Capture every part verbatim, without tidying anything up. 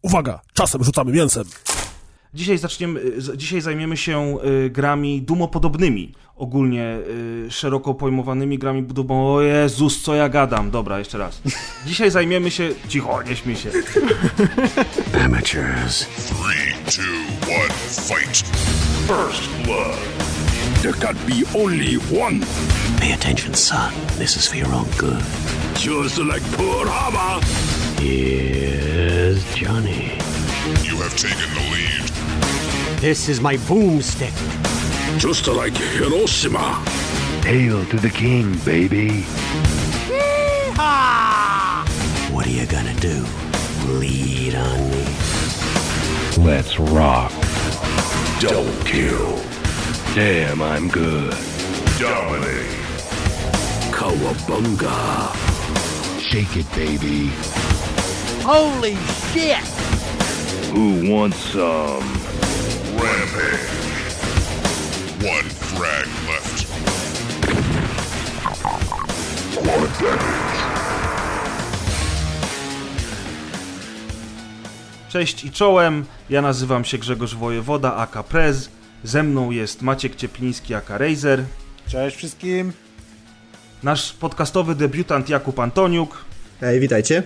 Uwaga, czasem rzucamy mięsem. Dzisiaj zaczniemy, dzisiaj zajmiemy się y, grami dumopodobnymi. Ogólnie y, szeroko pojmowanymi grami dumo... O Jezus, co ja gadam. Dobra, jeszcze raz. Dzisiaj zajmiemy się... Cicho, nie śmiej się. Amateurs. Three, two, one, fight. First blood. There can be only one. Pay attention, son. This is for your own good. Just like Pearl Harbor. Here's Johnny. You have taken the lead. This is my boomstick. Just like Hiroshima. Hail to the king, baby. Yeehaw! What are you gonna do? Bleed on me? Let's rock. Double kill. Damn, I'm good. Dominate. Cowabunga. Shake it, baby. Holy shit! Who wants some? Rampage. One frag left. Quad damage. Cześć i czołem, ja nazywam się Grzegorz Wojewoda, aka Prez. Ze mną jest Maciek Ciepliński, aka Razer. Cześć wszystkim. Nasz podcastowy debiutant Jakub Antoniuk. Hej, witajcie.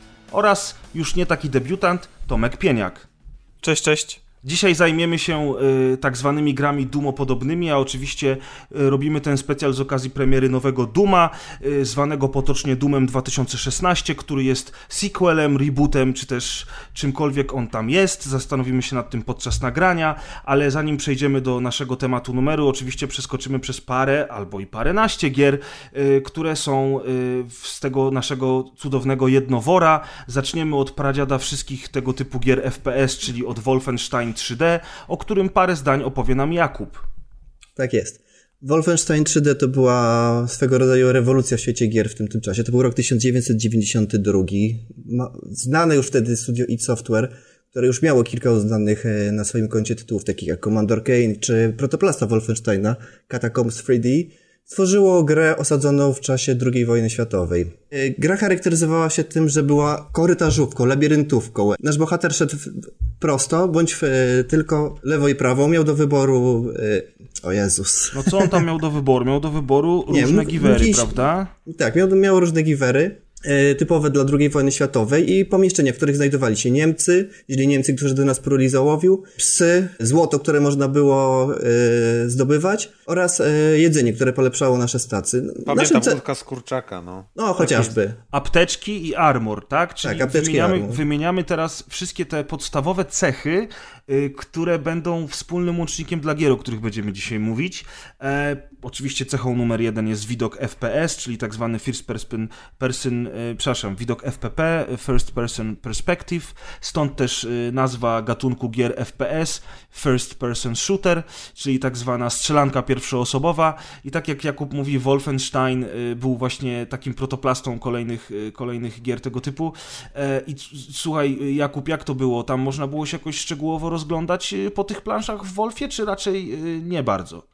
Oraz już nie taki debiutant Tomek Pieniak. Cześć, cześć. Dzisiaj zajmiemy się y, tak zwanymi grami Dumopodobnymi, a oczywiście y, robimy ten specjal z okazji premiery nowego Duma, y, zwanego potocznie Doomem dwa tysiące szesnaście, który jest sequelem, rebootem, czy też czymkolwiek on tam jest. Zastanowimy się nad tym podczas nagrania, ale zanim przejdziemy do naszego tematu numeru, oczywiście przeskoczymy przez parę albo i paręnaście gier, y, które są y, z tego naszego cudownego jednowora. Zaczniemy od pradziada wszystkich tego typu gier F P S, czyli od Wolfenstein trzy D, o którym parę zdań opowie nam Jakub. Tak jest. Wolfenstein trzy D to była swego rodzaju rewolucja w świecie gier w tym, tym czasie. To był rok tysiąc dziewięćset dziewięćdziesiąty drugi. Ma, znane już wtedy studio id Software, które już miało kilka uznanych na swoim koncie tytułów, takich jak Commodore Kane czy protoplasta Wolfensteina, Catacombs trzy D, stworzyło grę osadzoną w czasie drugiej wojny światowej. Gra charakteryzowała się tym, że była korytarzówką, labiryntówką. Nasz bohater szedł prosto, bądź w, tylko lewo i prawo. Miał do wyboru... O Jezus. No co on tam miał do wyboru? Miał do wyboru różne Nie, giwery, jakiś, prawda? Tak, miał, miał różne giwery typowe dla drugiej wojny światowej i pomieszczenia, w których znajdowali się Niemcy, źli Niemcy, którzy do nas pruli z ołowiu, psy, złoto, które można było y, zdobywać oraz y, jedzenie, które polepszało nasze stacy. Pamiętam ce... wódka z kurczaka, no. No, chociażby. Apteczki i armor, tak? Czyli tak, wymieniamy, i armor. wymieniamy teraz wszystkie te podstawowe cechy, y, które będą wspólnym łącznikiem dla gier, o których będziemy dzisiaj mówić. E, oczywiście cechą numer jeden jest widok F P S, czyli tak zwany first person, person e, przepraszam, widok F P P, first person perspective, stąd też e, nazwa gatunku gier F P S, first person shooter, czyli tak zwana strzelanka pierwszoosobowa. I tak jak Jakub mówi, Wolfenstein e, był właśnie takim protoplastą kolejnych, e, kolejnych gier tego typu. E, I słuchaj, Jakub, jak to było? Tam można było się jakoś szczegółowo rozglądać po tych planszach w Wolfie, czy raczej e, nie bardzo?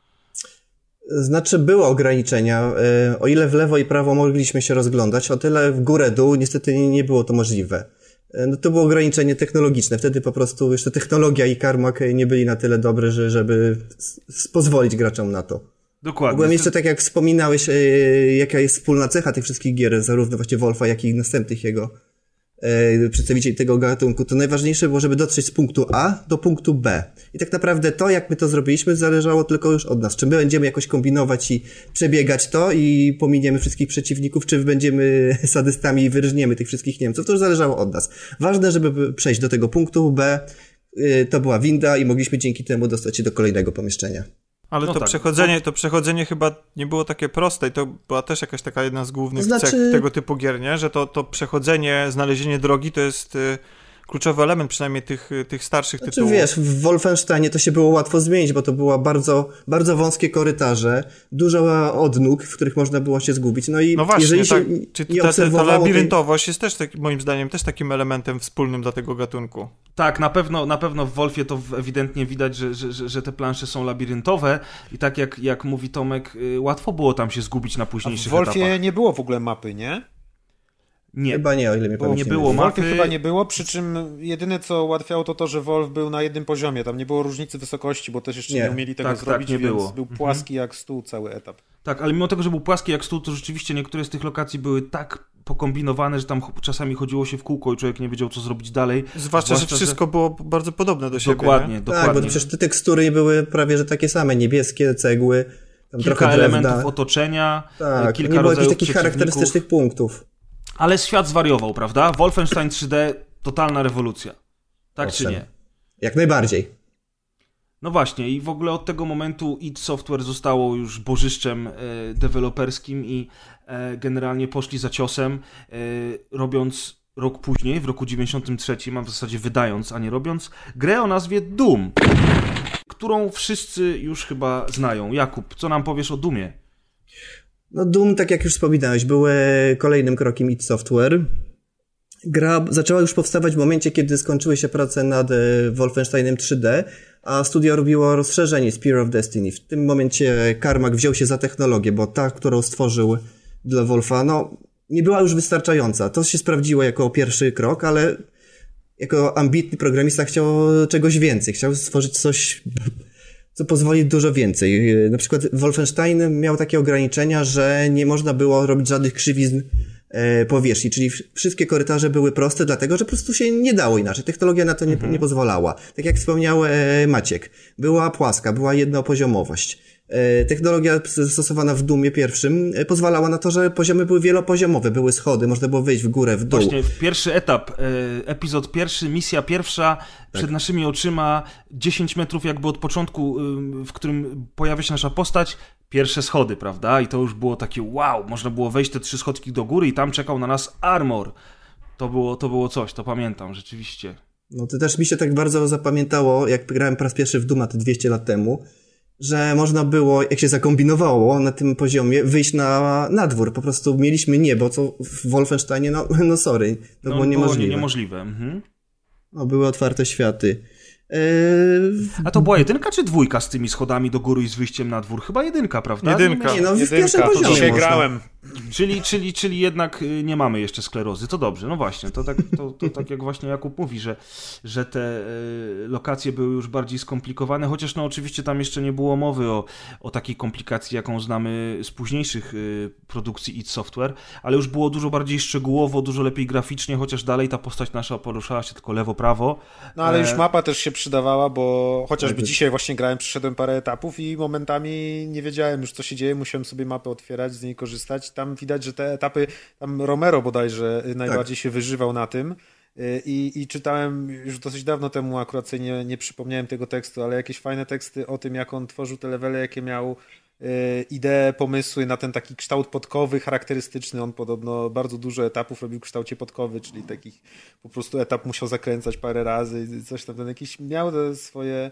Znaczy były ograniczenia. O ile w lewo i prawo mogliśmy się rozglądać, o tyle w górę dół niestety nie było to możliwe. No to było ograniczenie technologiczne. Wtedy po prostu jeszcze technologia i Carmack nie byli na tyle dobre, że, żeby pozwolić graczom na to. Dokładnie. Byłem jeszcze tak jak wspominałeś, jaka jest wspólna cecha tych wszystkich gier, zarówno właśnie Wolfa, jak i następnych jego przedstawicieli tego gatunku, to najważniejsze było, żeby dotrzeć z punktu A do punktu B. I tak naprawdę to, jak my to zrobiliśmy, zależało tylko już od nas. Czy my będziemy jakoś kombinować i przebiegać to i pominiemy wszystkich przeciwników, czy będziemy sadystami i wyrżniemy tych wszystkich Niemców, to już zależało od nas. Ważne, żeby przejść do tego punktu B, to była winda i mogliśmy dzięki temu dostać się do kolejnego pomieszczenia. Ale no to, tak. przechodzenie, to przechodzenie chyba nie było takie proste i to była też jakaś taka jedna z głównych Znaczy... cech tego typu gier, nie? Że to, to przechodzenie, znalezienie drogi to jest y, kluczowy element przynajmniej tych, tych starszych znaczy, tytułów. Wiesz, w Wolfensteinie to się było łatwo zmienić, bo to były bardzo, bardzo wąskie korytarze, dużo odnóg, w których można było się zgubić. No i no właśnie, jeżeli się tak, czy nie ta, ta, ta obserwowało... labiryntowość jest też tak, moim zdaniem też takim elementem wspólnym dla tego gatunku. Tak, na pewno, na pewno w Wolfie to ewidentnie widać, że, że, że te plansze są labiryntowe i tak jak, jak mówi Tomek, łatwo było tam się zgubić na późniejszych etapach. W Wolfie etapach. Nie było w ogóle mapy, nie? Nie. Chyba nie, o ile mnie Bo pamięć nie nie było myli. W Wolfie mapy. chyba nie było, przy czym jedyne co ułatwiało to to, że Wolf był na jednym poziomie, tam nie było różnicy wysokości, bo też jeszcze nie, Nie. nie umieli tego Tak, tak, zrobić, nie więc było. był płaski jak stół cały etap. Tak, ale mimo tego, że był płaski jak stół, to rzeczywiście niektóre z tych lokacji były tak pokombinowane, że tam ch- czasami chodziło się w kółko i człowiek nie wiedział, co zrobić dalej. Zwłaszcza, że wszystko było bardzo podobne do siebie. Dokładnie, nie? dokładnie. Tak, bo przecież te tekstury były prawie że takie same, niebieskie cegły, tam Kilka trochę drewna. elementów otoczenia, Tak, kilka nie było jakichś rodzajów takich przeciwników. charakterystycznych punktów. Ale świat zwariował, prawda? Wolfenstein trzy D, totalna rewolucja. Tak Owszem. czy nie? Jak najbardziej. No właśnie, i w ogóle od tego momentu id Software zostało już bożyszczem e, deweloperskim i e, generalnie poszli za ciosem, e, robiąc rok później, w roku dziewięćdziesiątym trzecim, a w zasadzie wydając, a nie robiąc, grę o nazwie Doom, którą wszyscy już chyba znają. Jakub, co nam powiesz o Doomie? No Doom, tak jak już wspominałeś, był e, kolejnym krokiem id Software. Gra zaczęła już powstawać w momencie, kiedy skończyły się prace nad e, Wolfensteinem trzy D, a studio robiło rozszerzenie Spear of Destiny. W tym momencie Carmack wziął się za technologię, bo ta, którą stworzył dla Wolfa, no nie była już wystarczająca. To się sprawdziło jako pierwszy krok, ale jako ambitny programista chciał czegoś więcej. Chciał stworzyć coś, co pozwoli dużo więcej. Na przykład Wolfenstein miał takie ograniczenia, że nie można było robić żadnych krzywizn e, powierzchni, czyli wszystkie korytarze były proste, dlatego że po prostu się nie dało inaczej. Technologia na to nie, nie pozwalała. Tak jak wspomniał e, Maciek, była płaska, była jednopoziomowość. E, technologia stosowana w Doomie pierwszym e, pozwalała na to, że poziomy były wielopoziomowe, były schody, można było wyjść w górę, w dół. Właśnie, pierwszy etap, e, epizod pierwszy, misja pierwsza, przed naszymi oczyma, dziesięć metrów jakby od początku, y, w którym pojawia się nasza postać, pierwsze schody, prawda? I to już było takie wow, można było wejść te trzy schodki do góry i tam czekał na nas armor. To było, to było coś, to pamiętam, rzeczywiście. No to też mi się tak bardzo zapamiętało, jak grałem po raz pierwszy w Dooma te dwieście lat temu, że można było, jak się zakombinowało na tym poziomie, wyjść na, na dwór. Po prostu mieliśmy niebo, co w Wolfensteinie, no, no sorry, to No, było niemożliwe. Było nie, niemożliwe. Mhm. No, były otwarte światy. Eee, A to była jedynka czy dwójka z tymi schodami do góry i z wyjściem na dwór? Chyba jedynka, prawda? Jedynka, Nie, no, w jedynka, pierwszym to poziomie dzisiaj można. grałem. Czyli, czyli, czyli jednak y, nie mamy jeszcze sklerozy. To dobrze, no właśnie. To tak, to, to tak jak właśnie Jakub mówi, że, że te y, lokacje były już bardziej skomplikowane, chociaż no oczywiście tam jeszcze nie było mowy o, o takiej komplikacji, jaką znamy z późniejszych y, produkcji id Software, ale już było dużo bardziej szczegółowo, dużo lepiej graficznie, chociaż dalej ta postać nasza poruszała się tylko lewo-prawo. No ale E, już mapa też się przydawała, bo chociażby Tak. dzisiaj właśnie grałem, przeszedłem parę etapów i momentami nie wiedziałem już co się dzieje, musiałem sobie mapę otwierać, z niej korzystać. Tam widać, że te etapy, tam Romero bodajże najbardziej się wyżywał na tym. I, I czytałem już dosyć dawno temu, akurat sobie nie, nie przypomniałem tego tekstu, ale jakieś fajne teksty o tym, jak on tworzył te levele, jakie miał y, idee, pomysły na ten taki kształt podkowy charakterystyczny. On podobno bardzo dużo etapów robił w kształcie podkowy, czyli takich po prostu etap musiał zakręcać parę razy, coś tam, ten jakiś miał te swoje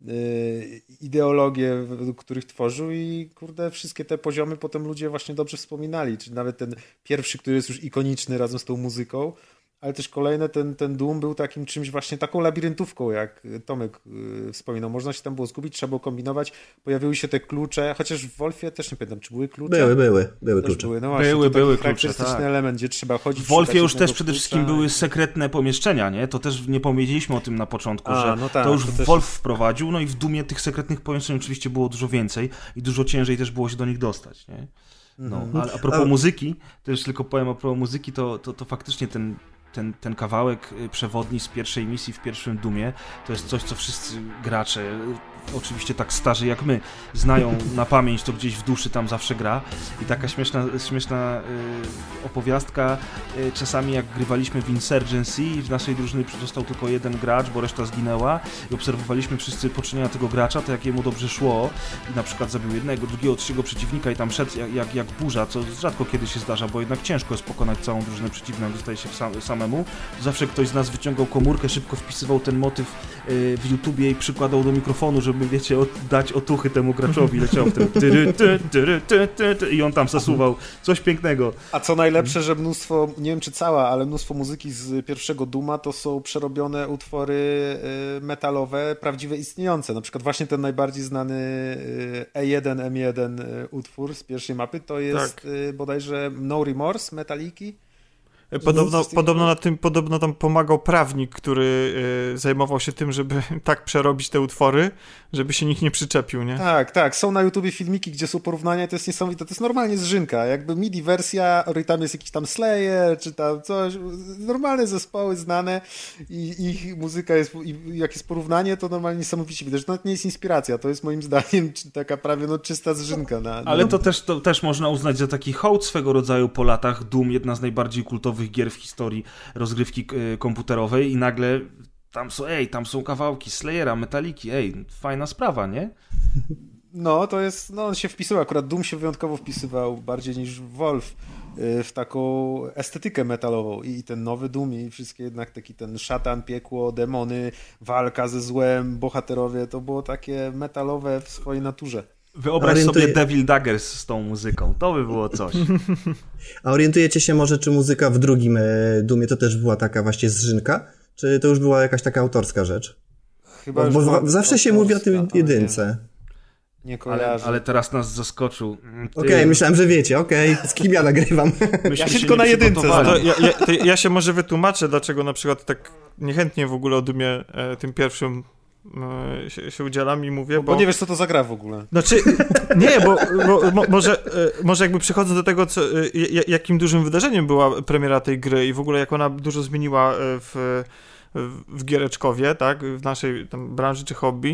y, ideologie, według których tworzył i kurde, wszystkie te poziomy potem ludzie właśnie dobrze wspominali, czyli nawet ten pierwszy, który jest już ikoniczny razem z tą muzyką, ale też kolejne, ten, ten Doom był takim czymś właśnie, taką labiryntówką, jak Tomek yy, wspominał. Można się tam było zgubić, trzeba było kombinować. Pojawiły się te klucze, chociaż w Wolfie też nie pamiętam, czy były klucze? Były, były, były Też klucze. były, no właśnie, Były, to taki były klucze, charakterystyczny tak. element, gdzie trzeba chodzić. W Wolfie szukać już też jednego przede klucza. wszystkim były sekretne pomieszczenia, nie? To też nie powiedzieliśmy o tym na początku, A, że no tak, to już to też Wolf jest- wprowadził, no i w Doomie tych sekretnych pomieszczeń oczywiście było dużo więcej i dużo ciężej też było się do nich dostać, nie? No, Mhm. ale a propos A- muzyki, to już tylko powiem a propos muzyki, to, to, to faktycznie ten, ten, ten kawałek y, przewodni z pierwszej misji w pierwszym Doomie, to jest coś, co wszyscy gracze, y, oczywiście tak starzy jak my, znają na pamięć, to gdzieś w duszy tam zawsze gra. I taka śmieszna, śmieszna y, opowiastka, y, czasami jak grywaliśmy w Insurgency i w naszej drużynie został tylko jeden gracz, bo reszta zginęła i obserwowaliśmy wszyscy poczynienia tego gracza, to jak jemu dobrze szło i na przykład zabił jednego, drugiego, trzeciego przeciwnika i tam szedł jak, jak, jak burza, co rzadko kiedy się zdarza, bo jednak ciężko jest pokonać całą drużynę przeciwną, jak zostaje się sam, samemu. Zawsze ktoś z nas wyciągał komórkę, szybko wpisywał ten motyw y, w YouTubie i przykładał do mikrofonu, żeby, wiecie, od, dać otuchy temu graczowi. Leciał w tym tyry, ty, tyry, ty, ty, ty, i on tam zasuwał. Coś pięknego. A co najlepsze, że mnóstwo, nie wiem czy cała, ale mnóstwo muzyki z pierwszego Dooma to są przerobione utwory y, metalowe, prawdziwe, istniejące. Na przykład właśnie ten najbardziej znany y, E jeden M jeden y, utwór z pierwszej mapy to jest Tak. y, bodajże No Remorse Metaliki. Podobno, podobno na tym, podobno tam pomagał prawnik, który y, zajmował się tym, żeby tak przerobić te utwory, żeby się nikt nie przyczepił, nie? Tak, tak. Są na YouTubie filmiki, gdzie są porównania i to jest niesamowite. To jest normalnie zżynka. Jakby MIDI wersja, tam jest jakiś tam Slayer, czy tam coś. Normalne zespoły znane i ich muzyka jest, i jak jest porównanie, to normalnie niesamowicie widać. To nawet nie jest inspiracja. To jest moim zdaniem taka prawie no, czysta zżynka. Na, na... Ale to też, to też można uznać za taki hołd swego rodzaju po latach. Doom, jedna z najbardziej kultowych gier w historii rozgrywki komputerowej i nagle tam są, ej, tam są kawałki Slayera, Metaliki, ej, fajna sprawa, nie? No, to jest, no on się wpisywał, akurat Doom się wyjątkowo wpisywał bardziej niż Wolf w taką estetykę metalową i ten nowy Doom i wszystkie jednak taki ten szatan, piekło, demony, walka ze złem, bohaterowie, to było takie metalowe w swojej naturze. Wyobraź orientuje... sobie Devil Daggers z tą muzyką. To by było coś. A orientujecie się może, czy muzyka w drugim Doomie to też była taka właśnie zżynka? Czy to już była jakaś taka autorska rzecz? Chyba bo, bo zawsze się mówi o tym jedynce. Nie, nie kojarzę. Ale, ale teraz nas zaskoczył. Ty... Okej, okay, myślałem, że wiecie. Okej, okay. Z kim ja nagrywam? Ja się tylko na jedynce. To ja, ja, to ja się może wytłumaczę, dlaczego na przykład tak niechętnie w ogóle o Doomie e, tym pierwszym Się, się udzielam i mówię, bo... bo... Bo nie wiesz, co to za gra w ogóle. Znaczy, nie, bo, bo mo, może, może jakby przechodząc do tego, co, jakim dużym wydarzeniem była premiera tej gry i w ogóle jak ona dużo zmieniła w, w Giereczkowie, tak, w naszej tam branży czy hobby,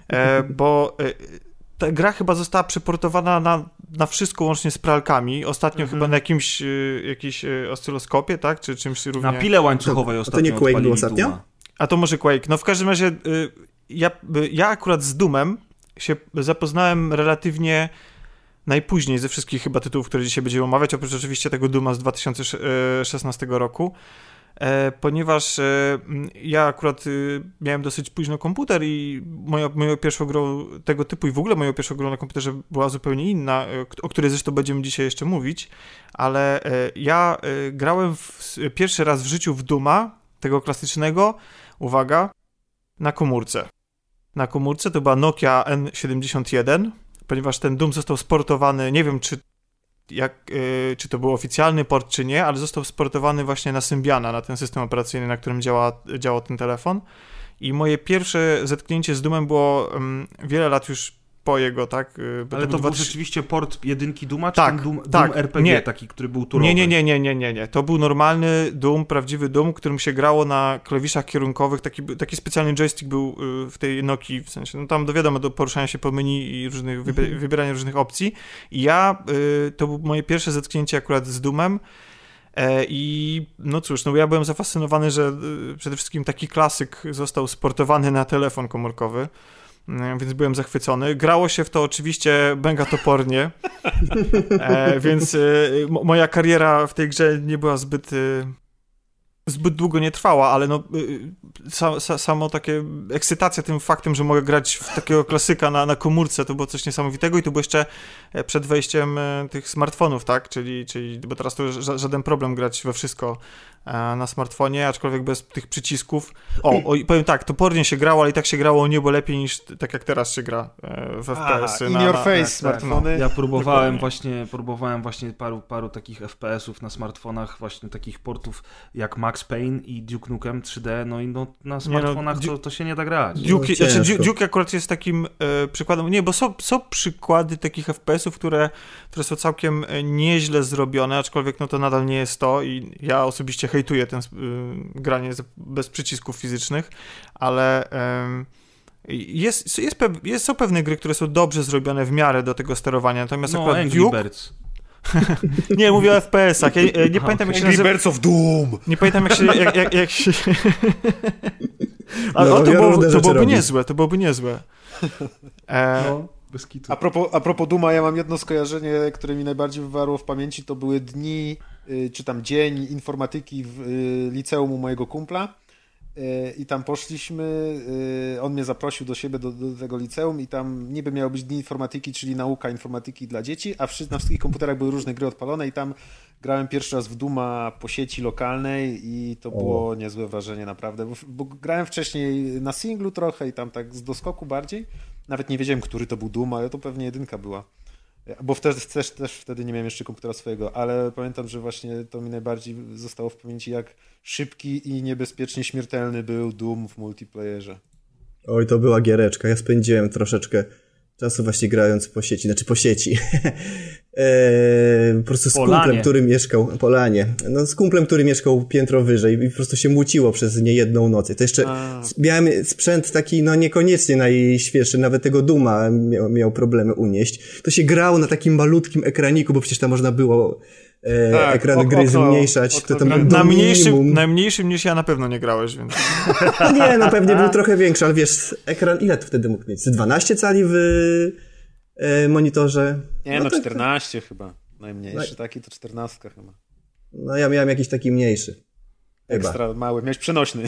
bo ta gra chyba została przeportowana na, na wszystko łącznie z pralkami. Ostatnio mhm. chyba na jakimś jakiś oscyloskopie, tak, czy czymś równie... Na pile łańcuchowej ostatnio. To nie Quake był ostatnio? Duma. A to może Quake. No w każdym razie ja, ja akurat z Doomem się zapoznałem relatywnie najpóźniej ze wszystkich chyba tytułów, które dzisiaj będziemy omawiać, oprócz oczywiście tego Dooma z dwa tysiące szesnastego roku, e, ponieważ e, ja akurat e, miałem dosyć późno komputer i moja, moją pierwszą grą tego typu i w ogóle moją pierwszą grą na komputerze była zupełnie inna, e, o której zresztą będziemy dzisiaj jeszcze mówić, ale e, ja e, grałem w, pierwszy raz w życiu w Dooma, tego klasycznego, uwaga, na komórce. Na komórce to była Nokia N siedemdziesiąt jeden, ponieważ ten Doom został sportowany, nie wiem czy, jak, yy, czy to był oficjalny port, czy nie, ale został sportowany właśnie na Symbiana, na ten system operacyjny, na którym działa, działał ten telefon. I moje pierwsze zetknięcie z Doomem było um, wiele lat już po jego, tak? Bo ale to, to był dwa... rzeczywiście port jedynki Dooma, czy tak, ten Doom, tak, Doom R P G, nie. taki, który był turowy? Nie, nie, nie, nie, nie, nie, nie. To był normalny Doom, prawdziwy Doom, którym się grało na klawiszach kierunkowych. Taki, taki specjalny joystick był w tej Nokii, w sensie, no tam do wiadomo, do poruszania się po menu i różnych, wybi- wybierania różnych opcji. I ja, y, to było moje pierwsze zetknięcie akurat z Doomem. I no cóż, no ja byłem zafascynowany, że y, przede wszystkim taki klasyk został sportowany na telefon komórkowy. Więc byłem zachwycony. Grało się w to oczywiście mega topornie, e, więc e, moja kariera w tej grze nie była zbyt e, zbyt długo nie trwała, ale no e, sa, sa, samo takie ekscytacja tym faktem, że mogę grać w takiego klasyka na, na komórce, to było coś niesamowitego i to było jeszcze przed wejściem e, tych smartfonów, tak, czyli, czyli bo teraz to już żaden problem grać we wszystko na smartfonie, aczkolwiek bez tych przycisków. O, o, powiem tak, topornie się grało, ale i tak się grało o niebo lepiej niż tak jak teraz się gra w F P S-y. In na, your na, face, na, smartfony. No. Ja próbowałem właśnie, próbowałem właśnie paru, paru takich F P S-ów na smartfonach, właśnie takich portów jak Max Payne i Duke Nukem trzy D, no i no, na smartfonach nie no, to, to się nie da grać. Duke, no, znaczy, Duke akurat jest takim e, przykładem, nie, bo są, są przykłady takich F P S-ów, które, które są całkiem nieźle zrobione, aczkolwiek no to nadal nie jest to i ja osobiście hejtuję ten y, granie bez przycisków fizycznych, ale y, jest, jest, pew, jest, są pewne gry, które są dobrze zrobione w miarę do tego sterowania, natomiast no, akurat Angry Duke... Birds. Nie, mówię o F P S-ach. Ja, ja nie Aha, pamiętam jak się Angry nazywa... Birds of Doom! Nie pamiętam jak się... Jak, jak, jak się... Ale no, o, to, było, to byłoby robi. niezłe, to byłoby niezłe. E... No. Bez kitu. A propos, a propos Dooma, ja mam jedno skojarzenie, które mi najbardziej wywarło w pamięci, to były dni, y, czy tam dzień informatyki w y, liceum u mojego kumpla y, i tam poszliśmy, y, on mnie zaprosił do siebie, do, do tego liceum i tam niby miały być dni informatyki, czyli nauka informatyki dla dzieci, a wszy, na wszystkich komputerach były różne gry odpalone i tam grałem pierwszy raz w Dooma po sieci lokalnej i to było o. niezłe wrażenie naprawdę, bo, bo grałem wcześniej na singlu trochę i tam tak z doskoku bardziej. Nawet nie wiedziałem, który to był Doom, ale to pewnie jedynka była. Bo też, też, też wtedy nie miałem jeszcze komputera swojego, ale pamiętam, że właśnie to mi najbardziej zostało w pamięci, jak szybki i niebezpiecznie śmiertelny był Doom w multiplayerze. Oj, to była giereczka. Ja spędziłem troszeczkę czasu właśnie grając po sieci, znaczy po sieci. eee, po prostu z Polanie. kumplem, który mieszkał, Polanie, no z kumplem, który mieszkał piętro wyżej i po prostu się muciło przez niejedną noc. To jeszcze A. miałem sprzęt taki, no niekoniecznie najświeższy, nawet tego Duma miał, miał problemy unieść. To się grało na takim malutkim ekraniku, bo przecież tam można było e, tak, ekran ok, gry okno, zmniejszać. Okno, to tam na, na mniejszym, najmniejszym niż ja na pewno nie grałeś, więc... No nie, no pewnie był trochę większy, ale wiesz, ekran ile to wtedy mógł mieć? Z dwanaście cali w e, monitorze? Nie, no, no czternaście tak, chyba. Najmniejszy no, taki to czternastka chyba. No ja miałem jakiś taki mniejszy. Chyba. Ekstra mały, miałeś przenośny.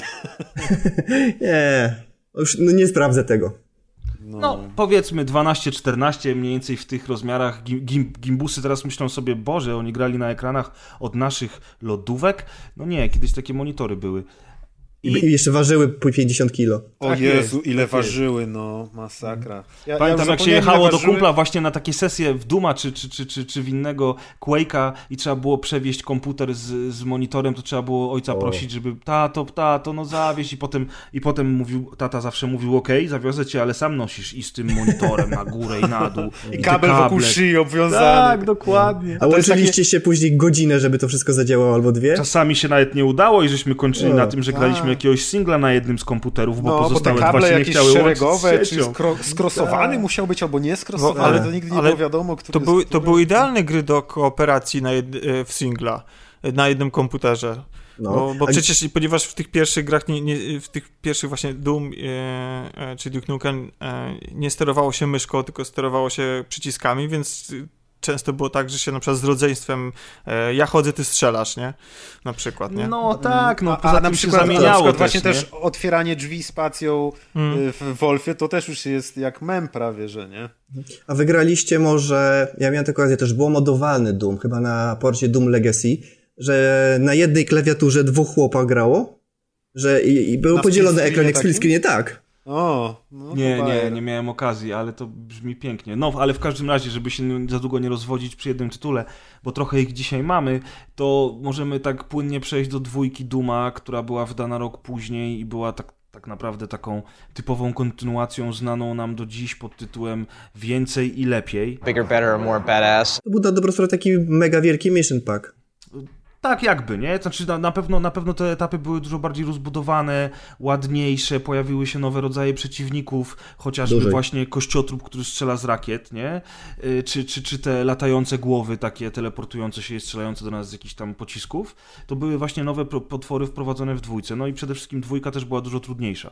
nie, już no nie sprawdzę tego. No, no powiedzmy dwanaście czternaście, mniej więcej w tych rozmiarach. Gim, gim, gimbusy teraz myślą sobie, Boże, oni grali na ekranach od naszych lodówek. No nie, kiedyś takie monitory były. I, I jeszcze ważyły po pięćdziesiąt kilo. O tak Jezu, jest, ile tak ważyły, jest. No, masakra. Ja, Pamiętam, ja jak się jechało do kumpla właśnie na takie sesje w Duma czy, czy, czy, czy, czy w innego Quake'a i trzeba było przewieźć komputer z, z monitorem, to trzeba było ojca o. prosić, żeby tato, tato, no zawieź i potem, i potem mówił, tata zawsze mówił, okej, okay, zawiozę cię, ale sam nosisz i z tym monitorem na górę i na dół. I, I kabel wokół szyi obwiązany. Tak, dokładnie. A łączyliście takie... się później godzinę, żeby to wszystko zadziałało, albo dwie? Czasami się nawet nie udało i żeśmy kończyli o. na tym, że graliśmy jakiegoś singla na jednym z komputerów, bo no, pozostałe bo te kable dwa się nie chciały szeregowe, czy skro, skrosowany tak. musiał być, albo nie skrosowany, ale to nigdy nie było wiadomo, który to, były, to były idealne gry do kooperacji na jed, w singla, na jednym komputerze. No. Bo, bo przecież, ponieważ w tych pierwszych grach, nie, nie, w tych pierwszych właśnie Doom e, czy Duke Nukem e, nie sterowało się myszką, tylko sterowało się przyciskami, więc często było tak, że się na przykład z rodzeństwem e, ja chodzę, ty strzelasz, nie? Na przykład, nie? No tak, no a, poza a tym na przykład, się zamieniało na przykład też, właśnie nie? też otwieranie drzwi spacją hmm. w Wolfie, to też już jest jak mem prawie, że nie? A wygraliście może, ja miałem taką okazję, też było modowany Doom, chyba na porcie Doom Legacy, że na jednej klawiaturze dwóch chłopa grało, że i, i był na podzielony ekran jak w split screenie, tak. O, no nie, nie, nie miałem okazji, ale to brzmi pięknie. No, ale w każdym razie, żeby się za długo nie rozwodzić przy jednym tytule, bo trochę ich dzisiaj mamy, to możemy tak płynnie przejść do dwójki Duma, która była wydana rok później i była tak, tak naprawdę taką typową kontynuacją znaną nam do dziś pod tytułem Więcej i Lepiej. Bigger, better, more badass. To był na dobrą stronę taki mega wielki mission pack. Tak jakby, nie? Znaczy na, na, pewno, na pewno te etapy były dużo bardziej rozbudowane, ładniejsze, pojawiły się nowe rodzaje przeciwników, chociażby Dużej. właśnie kościotrup, który strzela z rakiet, nie? Yy, czy, czy, czy te latające głowy, takie teleportujące się i strzelające do nas z jakichś tam pocisków. To były właśnie nowe potwory wprowadzone w dwójce. No i przede wszystkim dwójka też była dużo trudniejsza.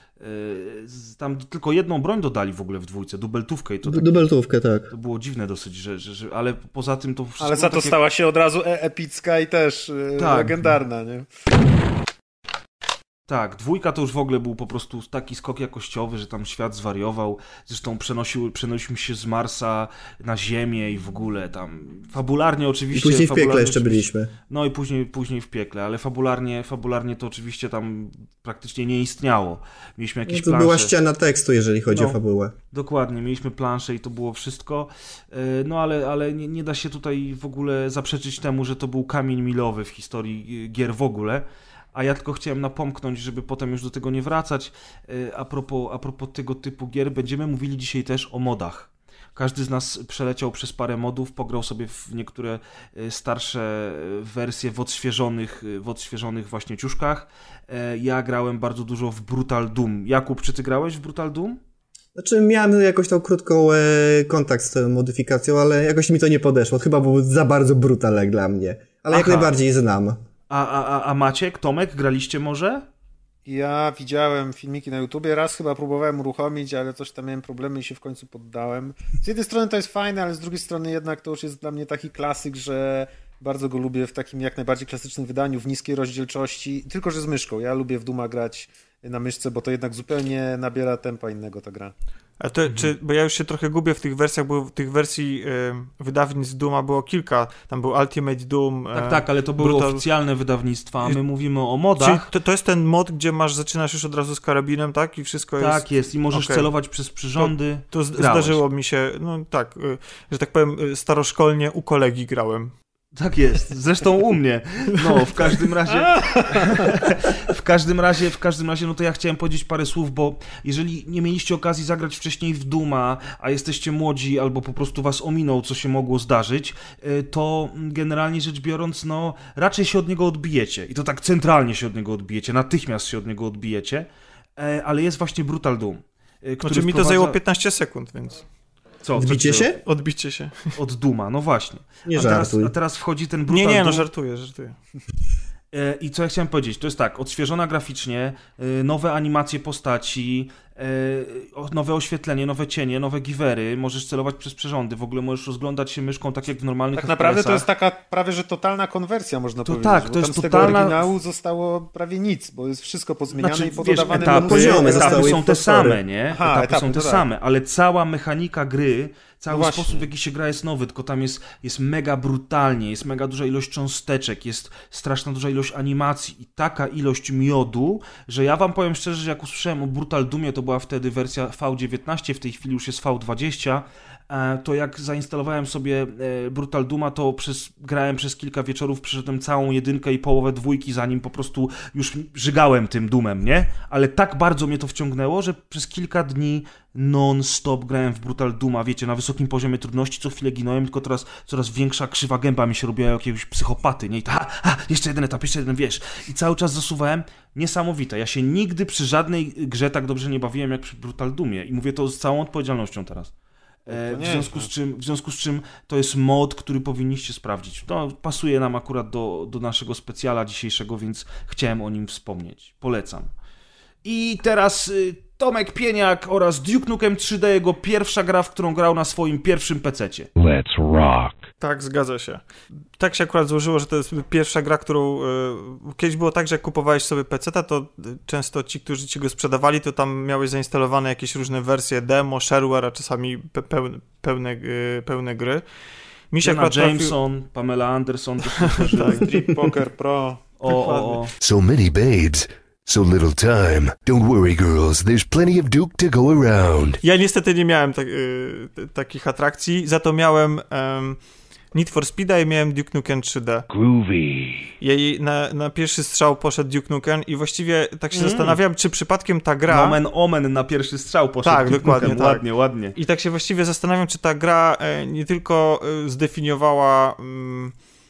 Tam tylko jedną broń dodali w ogóle w dwójce, dubeltówkę i to tak, dubeltówkę, tak. To było dziwne dosyć, że, że, że ale poza tym to wszystko ale za to takie... stała się od razu e- epicka i też tak. legendarna, nie? Tak, dwójka to już w ogóle był po prostu taki skok jakościowy, że tam świat zwariował. Zresztą przenosił, przenosiliśmy się z Marsa na Ziemię i w ogóle tam fabularnie oczywiście... I później w piekle jeszcze byliśmy. No i później, później w piekle, ale fabularnie, fabularnie to oczywiście tam praktycznie nie istniało. Mieliśmy jakieś no to plansze. Była ściana tekstu, jeżeli chodzi no, o fabułę. Dokładnie, mieliśmy plansze i to było wszystko. No ale, ale nie, nie da się tutaj w ogóle zaprzeczyć temu, że to był kamień milowy w historii gier w ogóle. A ja tylko chciałem napomknąć, żeby potem już do tego nie wracać. A propos, a propos tego typu gier, będziemy mówili dzisiaj też o modach. Każdy z nas przeleciał przez parę modów, pograł sobie w niektóre starsze wersje w odświeżonych, w odświeżonych właśnie ciuszkach. Ja grałem bardzo dużo w Brutal Doom. Jakub, czy ty grałeś w Brutal Doom? Znaczy miałem jakoś tą krótką e, kontakt z tą modyfikacją, ale jakoś mi to nie podeszło. Chyba był za bardzo brutalek dla mnie. Ale Aha. jak najbardziej znam. A, a, a Maciek, Tomek, graliście może? Ja widziałem filmiki na YouTubie, raz chyba próbowałem uruchomić, ale coś tam miałem problemy i się w końcu poddałem. Z jednej strony to jest fajne, ale z drugiej strony jednak to już jest dla mnie taki klasyk, że bardzo go lubię w takim jak najbardziej klasycznym wydaniu, w niskiej rozdzielczości, tylko że z myszką. Ja lubię w Duma grać na myszce, bo to jednak zupełnie nabiera tempa innego ta gra. A to, mhm. czy, bo ja już się trochę gubię w tych wersjach, bo tych wersji y, wydawnictw Dooma było kilka. Tam był Ultimate Doom. Tak, e, tak, ale to były Brutal... oficjalne wydawnictwa, a my mówimy o modach. To, to jest ten mod, gdzie masz, zaczynasz już od razu z karabinem, tak? I wszystko jest... Tak jest, i możesz okay. celować przez przyrządy. To, to zdarzyło mi się, no tak, y, że tak powiem, y, staroszkolnie u kolegi grałem. Tak jest, zresztą u mnie. No, w każdym razie w każdym razie, w każdym razie, no to ja chciałem powiedzieć parę słów, bo jeżeli nie mieliście okazji zagrać wcześniej w Dooma, a jesteście młodzi albo po prostu was ominął, co się mogło zdarzyć, to generalnie rzecz biorąc, no raczej się od niego odbijecie i to tak centralnie się od niego odbijecie, natychmiast się od niego odbijecie, ale jest właśnie Brutal Doom. Który znaczy mi to wprowadza... zajęło piętnaście sekund, więc... Co? Odbicie co się? Odbicie się. Od Dooma, no właśnie. Nie a teraz, żartuj. a teraz wchodzi ten Brutal Nie, nie, no Doom. żartuję, żartuję. I co ja chciałem powiedzieć, to jest tak, odświeżona graficznie, nowe animacje postaci, nowe oświetlenie, nowe cienie, nowe givery, możesz celować przez przyrządy, w ogóle możesz rozglądać się myszką tak jak w normalnych Tak naprawdę to jest taka prawie, że totalna konwersja, można to powiedzieć. Tak, to jest tam z totalna... tego oryginału zostało prawie nic, bo jest wszystko pozmieniane znaczy, i pododawane wiesz, etapy, poziomy, etapy są te same, nie? Aha, etapy, etapy są te tak. same, ale cała mechanika gry, cały no sposób w jaki się gra jest nowy, tylko tam jest, jest mega brutalnie, jest mega duża ilość cząsteczek, jest straszna duża ilość animacji i taka ilość miodu, że ja wam powiem szczerze, że jak usłyszałem o Brutal Doomie, to była wtedy wersja V dziewiętnaście, w tej chwili już jest V dwadzieścia, to jak zainstalowałem sobie Brutal Dooma, to przez, grałem przez kilka wieczorów, przeszedłem całą jedynkę i połowę dwójki, zanim po prostu już żygałem tym Doomem, nie? Ale tak bardzo mnie to wciągnęło, że przez kilka dni non-stop grałem w Brutal Dooma, wiecie, na wysokim poziomie trudności, co chwilę ginąłem, tylko teraz coraz większa krzywa gęba mi się robiła jakiegoś psychopaty, nie? I to, ha, ha, jeszcze jeden etap, jeszcze jeden, wiesz. I cały czas zasuwałem. Niesamowite. Ja się nigdy przy żadnej grze tak dobrze nie bawiłem jak przy Brutal Doomie i mówię to z całą odpowiedzialnością teraz. E, w, związku z czym, w związku z czym to jest mod, który powinniście sprawdzić. To pasuje nam akurat do, do naszego specjala dzisiejszego, więc chciałem o nim wspomnieć. Polecam. I teraz y, Tomek Pieniak oraz Duke Nukem trzy D, jego pierwsza gra, w którą grał na swoim pierwszym pececie. Let's rock. Tak, zgadza się. Tak się akurat złożyło, że to jest pierwsza gra, którą... Yy, kiedyś było tak, że jak kupowałeś sobie peceta, to często ci, którzy ci go sprzedawali, to tam miałeś zainstalowane jakieś różne wersje demo, shareware, a czasami pe- pełne, pełne, yy, pełne gry. Mi się Jenna akurat Jameson, trafił... Pamela Anderson. tak, Street Poker Pro. O, o, o. So many babes. So little time. Don't worry, girls. There's plenty of Duke to go around. Ja niestety nie miałem tak, y, t- takich atrakcji, za to miałem um, Need for Speeda i miałem Duke Nukem trzy D. Groovy. Jej na, na pierwszy strzał poszedł Duke Nukem i właściwie tak się Mm. zastanawiam, czy przypadkiem ta gra... Nomen omen na pierwszy strzał poszedł. Tak, Duke dokładnie, Nukem. tak. Ładnie, ładnie. I tak się właściwie zastanawiam, czy ta gra e, nie tylko e, zdefiniowała... Mm,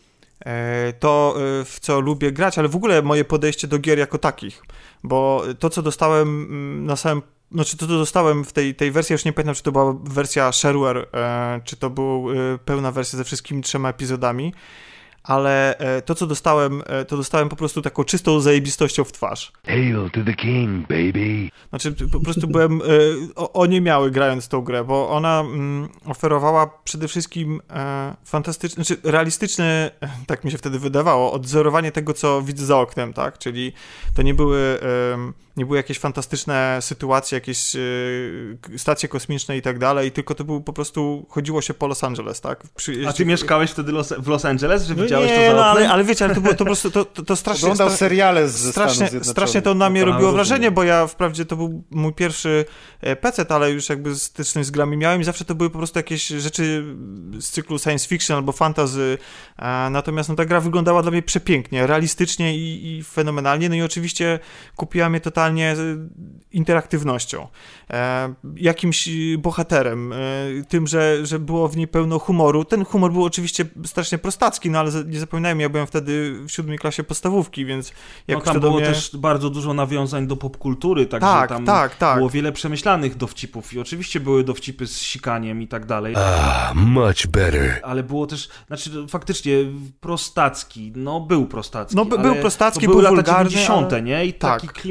to, w co lubię grać, ale w ogóle moje podejście do gier jako takich, bo to, co dostałem na samym, znaczy to, co dostałem w tej, tej wersji, już nie pamiętam, czy to była wersja shareware, czy to była pełna wersja ze wszystkimi trzema epizodami, ale to, co dostałem, to dostałem po prostu taką czystą zajebistością w twarz. Hail to the king, baby. Znaczy, po prostu byłem o, oniemiały grając tą grę, bo ona mm, oferowała przede wszystkim e, fantastyczne, znaczy realistyczne, tak mi się wtedy wydawało, odzorowanie tego, co widzę za oknem, tak? Czyli to nie były, e, nie były jakieś fantastyczne sytuacje, jakieś e, stacje kosmiczne i tak dalej, tylko to był po prostu, chodziło się po Los Angeles, tak? Przy, A ty mieszkałeś wtedy los, w Los Angeles, że widziałeś nie, to za no, oknem? ale, ale wiecie, ale to było to po prostu, to, to, to strasznie... Oglądał stra- seriale ze strasznie, Stanów Zjednoczonych. strasznie to na mnie No, robiło rozumiem. wrażenie, bo ja wprawdzie to był mój pierwszy pecet, ale już jakby styczność z grami miałem i zawsze to były po prostu jakieś rzeczy z cyklu science fiction albo fantasy, e, natomiast no, ta gra wyglądała dla mnie przepięknie, realistycznie i, i fenomenalnie, no i oczywiście kupiła mnie totalnie interaktywnością, e, jakimś bohaterem, e, tym, że, że było w niej pełno humoru. Ten humor był oczywiście strasznie prostacki, no ale nie zapominajmy, ja byłem wtedy w siódmej klasie podstawówki, więc jak no, tam to było do mnie... też bardzo dużo nawiązań do popkultury, także tak, tam tak, tak. było wiele przemyślanych dowcipów i oczywiście były dowcipy z sikaniem i tak dalej. Ah, much better. Ale było też, znaczy faktycznie prostacki, no był prostacki. No by, ale był prostacki, to były był lata wulgarny, dziewięćdziesiąte, ale... nie? I tak. taki klimat był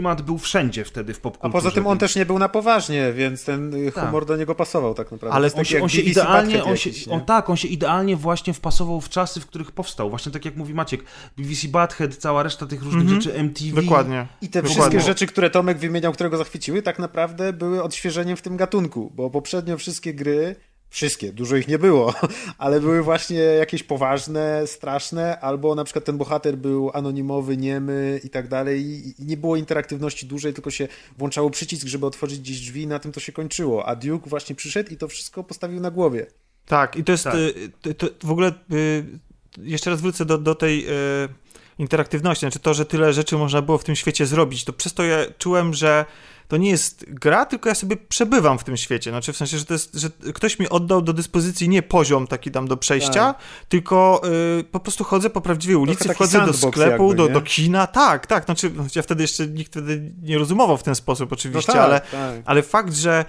wszędzie wtedy w popkulturze. A poza tym on więc... też nie był na poważnie, więc ten humor tak. do niego pasował tak naprawdę. Ale on się, on się idealnie, on się, jakiś, on, tak, on się idealnie właśnie wpasował w czasy, w których powstał. Właśnie tak jak mówi Maciek, B B C Butthead, cała reszta tych różnych mm-hmm. rzeczy, M T V. Dokładnie. I te Dokładnie. wszystkie rzeczy, które Tomek wymieniał, które go zachwyciły, tak naprawdę były odświeżeniem w tym gatunku, bo poprzednio wszystkie gry Wszystkie, dużo ich nie było, ale były właśnie jakieś poważne, straszne, albo na przykład ten bohater był anonimowy, niemy i tak dalej i nie było interaktywności dłużej, tylko się włączało przycisk, żeby otworzyć gdzieś drzwi i na tym to się kończyło, a Duke właśnie przyszedł i to wszystko postawił na głowie. Tak, i to jest tak. To, to w ogóle jeszcze raz wrócę do, do tej interaktywności, znaczy to, że tyle rzeczy można było w tym świecie zrobić, to przez to ja czułem, że to nie jest gra, tylko ja sobie przebywam w tym świecie. Znaczy w sensie, że to jest, że ktoś mi oddał do dyspozycji nie poziom taki tam do przejścia, tak. tylko y, po prostu chodzę po prawdziwej ulicy, wchodzę do sklepu, jakby, do, do kina. Tak, tak. Znaczy, ja wtedy jeszcze nikt wtedy nie rozumował w ten sposób oczywiście, no tak, ale, tak. ale fakt, że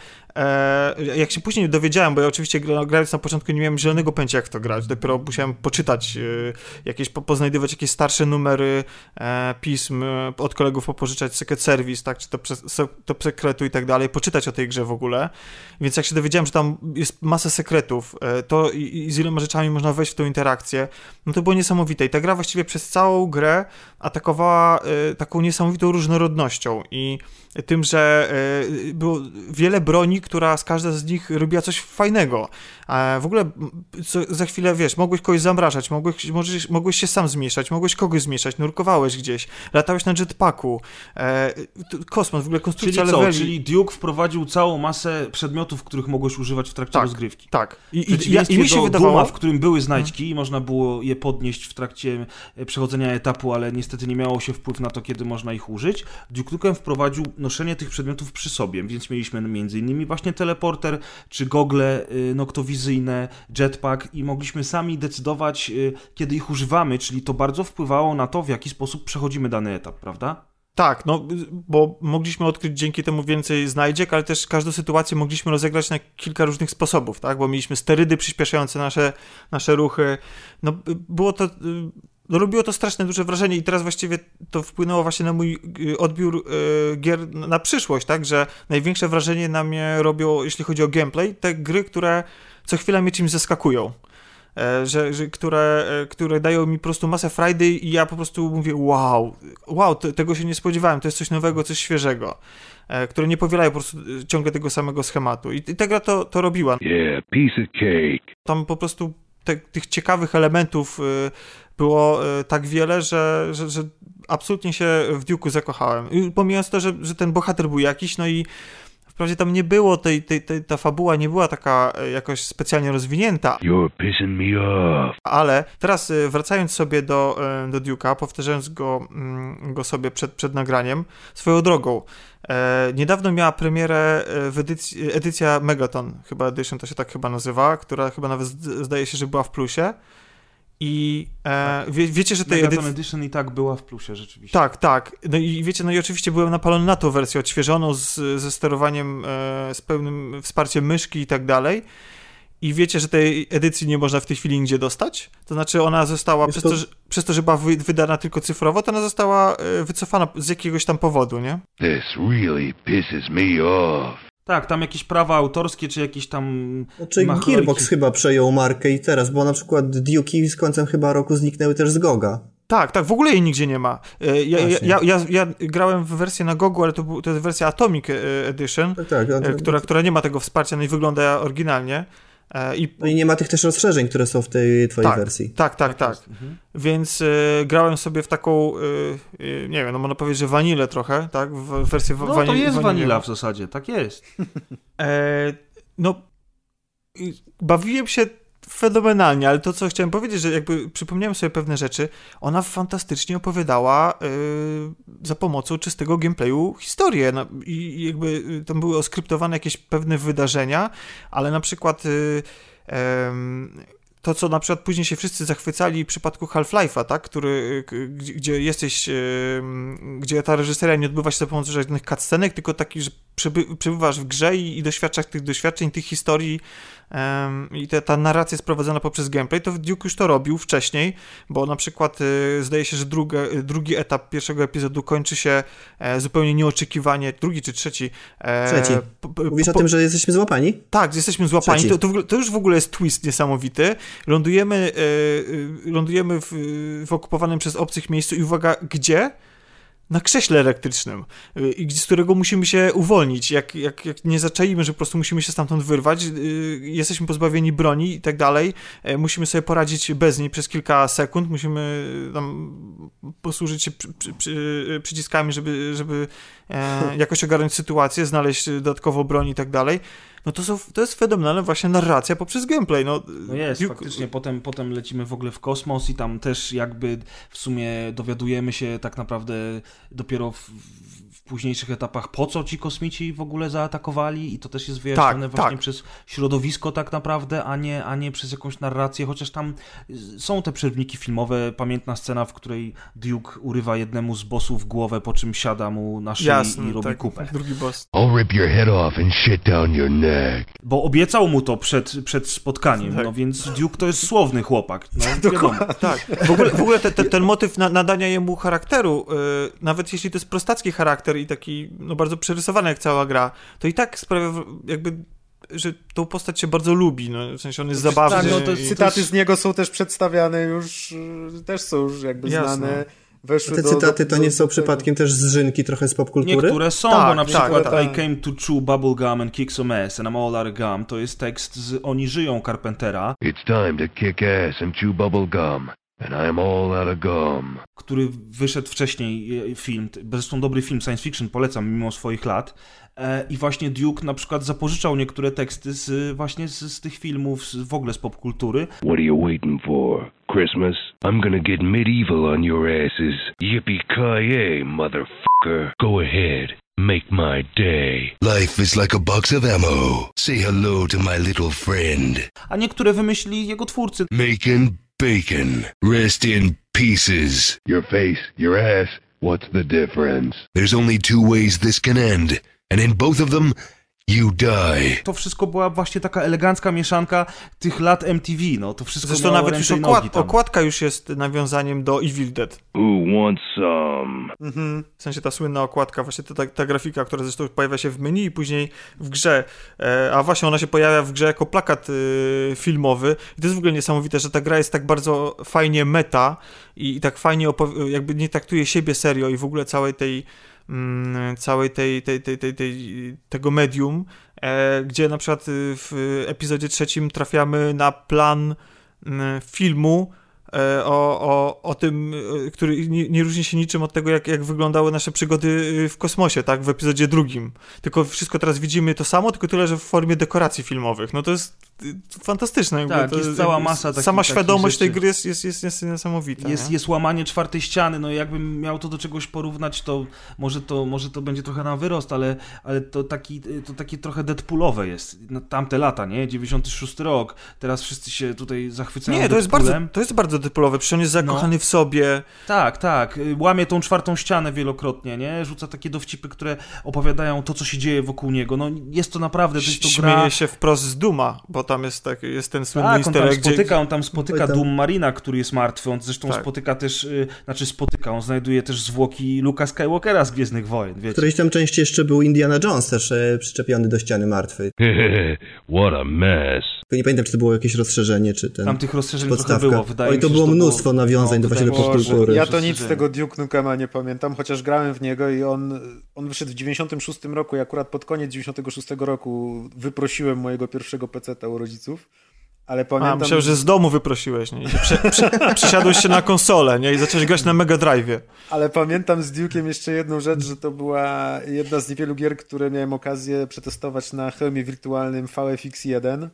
e, jak się później dowiedziałem, bo ja oczywiście grając na początku nie miałem zielonego pojęcia, jak w to grać. Dopiero musiałem poczytać y, jakieś, po, poznajdywać jakieś starsze numery e, pism, e, od kolegów popożyczać Secret Service, tak, czy to przez Top Sekretu i tak dalej, poczytać o tej grze w ogóle, więc jak się dowiedziałem, że tam jest masa sekretów, to i, i z iloma rzeczami można wejść w tą interakcję, no to było niesamowite i ta gra właściwie przez całą grę atakowała y, taką niesamowitą różnorodnością i tym, że y, było wiele broni, która z każda z nich robiła coś fajnego. A w ogóle co, za chwilę, wiesz, mogłeś kogoś zamrażać, mogłeś, możesz, mogłeś się sam zmniejszać, mogłeś kogoś zmniejszać, nurkowałeś gdzieś, latałeś na jetpacku, e, kosmos, w ogóle konstrukcja Czyli co? leveli. Czyli Duke wprowadził całą masę przedmiotów, których mogłeś używać w trakcie tak, rozgrywki. Tak. I, i, i, i mi się wydawało, Duma, w którym były znajdźki i hmm. można było je podnieść w trakcie przechodzenia etapu, ale niestety nie miało się wpływ na to, kiedy można ich użyć. Duke Nukem wprowadził noszenie tych przedmiotów przy sobie, więc mieliśmy między innymi właśnie teleporter, czy gogle noktowizyjne, jetpack i mogliśmy sami decydować, kiedy ich używamy, czyli to bardzo wpływało na to, w jaki sposób przechodzimy dany etap, prawda? Tak, no bo mogliśmy odkryć dzięki temu więcej znajdziek, ale też każdą sytuację mogliśmy rozegrać na kilka różnych sposobów, tak, bo mieliśmy sterydy przyspieszające nasze, nasze ruchy, no było to... No robiło to strasznie duże wrażenie i teraz właściwie to wpłynęło właśnie na mój odbiór y, gier na przyszłość, tak, że największe wrażenie na mnie robią, jeśli chodzi o gameplay, te gry, które co chwila mnie czymś zaskakują. Że, że, które, które dają mi po prostu masę frajdy i ja po prostu mówię wow, wow, te, tego się nie spodziewałem, to jest coś nowego, coś świeżego, które nie powielają po prostu ciągle tego samego schematu i, i ta gra to, to robiła. Yeah, piece of cake. Tam po prostu te, tych ciekawych elementów było tak wiele, że, że, że absolutnie się w Duke'u zakochałem. I pomijając to, że, że ten bohater był jakiś, no i wprawdzie tam nie było, tej, tej, tej, ta fabuła nie była taka jakoś specjalnie rozwinięta. You're pissing me off. Ale teraz wracając sobie do, do Duke'a, powtarzając go, go sobie przed, przed nagraniem, swoją drogą, e, niedawno miała premierę w edycji, edycja Megaton, chyba Edition to się tak chyba nazywa, która chyba nawet zdaje się, że była w plusie. I e, wie, wiecie, że tej Megaton edycji... Edition i tak była w plusie rzeczywiście. Tak, tak. No i wiecie, no i oczywiście byłem napalony na tą wersję odświeżoną z, ze sterowaniem, e, z pełnym wsparciem myszki i tak dalej. I wiecie, że tej edycji nie można w tej chwili nigdzie dostać? To znaczy ona została, przez to, to, że, przez to, że była wydana tylko cyfrowo, to ona została wycofana z jakiegoś tam powodu, nie? This really pisses me off. Tak, tam jakieś prawa autorskie, czy jakieś tam... Znaczy machlojki. Gearbox chyba przejął markę i teraz, bo na przykład Duke'i z końcem chyba roku zniknęły też z Goga. Tak, tak, w ogóle jej nigdzie nie ma. Ja, ja, ja, ja, ja grałem w wersję na Gogu, ale to, był, to jest wersja Atomic Edition, tak, tak, tak, która, która nie ma tego wsparcia, no i wygląda oryginalnie. I... No i nie ma tych też rozszerzeń, które są w tej twojej tak, wersji. Tak, tak, tak. tak. Mhm. Więc y, grałem sobie w taką, y, y, nie wiem, no można powiedzieć, że wanilę trochę, tak? W wersję No wani- to jest wanilę. wanila w zasadzie, tak jest. e, no, bawiłem się fenomenalnie, ale to, co chciałem powiedzieć, że jakby przypomniałem sobie pewne rzeczy, ona fantastycznie opowiadała y, za pomocą czystego gameplayu historię no, i jakby y, tam były oskryptowane jakieś pewne wydarzenia, ale na przykład y, y, to, co na przykład później się wszyscy zachwycali w przypadku Half-Life'a, tak, który, gdzie, gdzie jesteś, gdzie ta reżyseria nie odbywa się za pomocą żadnych cutscenek, tylko taki, że przeby, przebywasz w grze i, i doświadczasz tych doświadczeń, tych historii um, i te, ta narracja jest prowadzona poprzez gameplay. To Duke już to robił wcześniej, bo na przykład y, zdaje się, że drugie, drugi etap pierwszego epizodu kończy się e, zupełnie nieoczekiwanie, drugi czy trzeci. E, trzeci. Mówisz po, o tym, że jesteśmy złapani? Tak, jesteśmy złapani. To, to, to już w ogóle jest twist niesamowity. Lądujemy, e, lądujemy w, w okupowanym przez obcych miejscu i uwaga, gdzie? Na krześle elektrycznym, z którego musimy się uwolnić. Jak, jak, jak nie zaczaimy, że po prostu musimy się stamtąd wyrwać, jesteśmy pozbawieni broni i tak dalej, musimy sobie poradzić bez niej przez kilka sekund, musimy tam posłużyć się przy, przy, przy, przyciskami, żeby, żeby e, jakoś ogarnąć sytuację, znaleźć dodatkowo broń i tak dalej. No to, są, to jest fenomenalna właśnie narracja poprzez gameplay. No, no jest, Duke... faktycznie. Potem, potem lecimy w ogóle w kosmos i tam też jakby w sumie dowiadujemy się tak naprawdę dopiero w, w późniejszych etapach, po co ci kosmici w ogóle zaatakowali i to też jest wyjaśnione tak, właśnie tak. przez środowisko tak naprawdę, a nie, a nie przez jakąś narrację, chociaż tam są te przerwniki filmowe, pamiętna scena, w której Duke urywa jednemu z bossów głowę, po czym siada mu na szyi Jasne, i robi tak, kupę. Drugi boss. I'll rip your head off and shit down your neck. Bo obiecał mu to przed, przed spotkaniem, tak. no więc Duke to jest słowny chłopak. No, wiadomo. Tak. W ogóle, w ogóle te, te, ten motyw na, nadania jemu charakteru, yy, nawet jeśli to jest prostacki charakter i taki no, bardzo przerysowany jak cała gra, to i tak sprawia jakby, że tą postać się bardzo lubi, no, w sensie on jest no, zabawny. Tak, no to i... cytaty z niego są też przedstawiane już, też są już jakby Jasne. znane. Weszły te do, cytaty do, to do, nie są do przypadkiem też zżynki trochę z popkultury? Niektóre są, tak, bo na tak, przykład tak. I came to chew bubble gum and kick some ass and I'm all out of gum. To jest tekst z Oni żyją Carpentera. It's time to kick ass and chew bubble gum. And I'm all out of gum. Który wyszedł wcześniej, film, zresztą dobry film, science fiction, polecam mimo swoich lat. I właśnie Duke na przykład zapożyczał niektóre teksty z, właśnie z, z tych filmów, z, w ogóle z popkultury. What are you waiting for? Christmas? I'm gonna get medieval on your asses. Yippee-ki-yay, motherfucker. Go ahead. Make my day. Life is like a box of ammo. Say hello to my little friend. A niektóre wymyślili jego twórcy. Macon bacon. Rest in pieces. Your face, your ass, what's the difference? There's only two ways this can end, and in both of them, you die. To wszystko była właśnie taka elegancka mieszanka tych lat M T V, no to wszystko Zresztą miało nawet już ręce i okład, nogi tam. okładka już jest nawiązaniem do Evil Dead. Who wants some? Mhm. W sensie ta słynna okładka, właśnie ta, ta, ta grafika, która zresztą pojawia się w menu i później w grze, e, a właśnie ona się pojawia w grze jako plakat e, filmowy i to jest w ogóle niesamowite, że ta gra jest tak bardzo fajnie meta i, i tak fajnie opowi- jakby nie traktuje siebie serio i w ogóle całej tej całej tej, tej, tej, tej, tej tego medium, e, gdzie na przykład w epizodzie trzecim trafiamy na plan m, filmu e, o, o, o tym, e, który nie, nie różni się niczym od tego, jak, jak wyglądały nasze przygody w kosmosie, tak, w epizodzie drugim. Tylko wszystko teraz widzimy to samo, tylko tyle, że w formie dekoracji filmowych. No to jest fantastyczne. Jakby. Tak, to jest cała masa takich Sama takich świadomość tej rzeczy. gry jest, jest, jest, jest niesamowita. Jest, nie? jest łamanie czwartej ściany, no jakbym miał to do czegoś porównać, to może to, może to będzie trochę na wyrost, ale, ale to, taki, to takie trochę deadpoolowe jest. No, tamte lata, nie? dziewięćdziesiąty szósty rok, teraz wszyscy się tutaj zachwycają Nie, to jest bardzo, Deadpoolem. to jest bardzo deadpoolowe, przecież on jest zakochany no. w sobie. Tak, tak. Łamie tą czwartą ścianę wielokrotnie, nie? Rzuca takie dowcipy, które opowiadają to, co się dzieje wokół niego. No jest to naprawdę, to jest to Śmieje gra... się wprost z Duma, bo tam jest, tak, jest ten słynny Tak, on tam egg, spotyka, gdzie... on tam spotyka Doom Marina, który jest martwy, on zresztą tak. spotyka też, y, znaczy spotyka, on znajduje też zwłoki Luka Skywalkera z Gwiezdnych Wojen, wiecie. W którejś tam części jeszcze był Indiana Jones też e, przyczepiony do ściany martwy. What a mess. Nie pamiętam, czy to było jakieś rozszerzenie, czy ten... Tam tych rozszerzeń podstawka. trochę było, wydaje Oj, mi to się, było że to mnóstwo było, nawiązań no, do właśnie do wydaje mi się, że- popkultury. Ja to nic z rozszerzenie. tego Duke Nukema nie pamiętam, chociaż grałem w niego i on, on wyszedł w dziewięćdziesiątym szóstym roku i akurat pod koniec dziewięćdziesiątego szóstego roku wyprosiłem mojego pierwszego peceta u rodziców, ale pamiętam... A, myślałem, że z domu wyprosiłeś, nie? I prze, prze, przesiadłeś się na konsolę, nie? I zacząłeś grać na Mega Drive'ie. Ale pamiętam z Duke'iem jeszcze jedną rzecz, że to była jedna z niewielu gier, które miałem okazję przetestować na hełmie wirtualnym V F X jeden,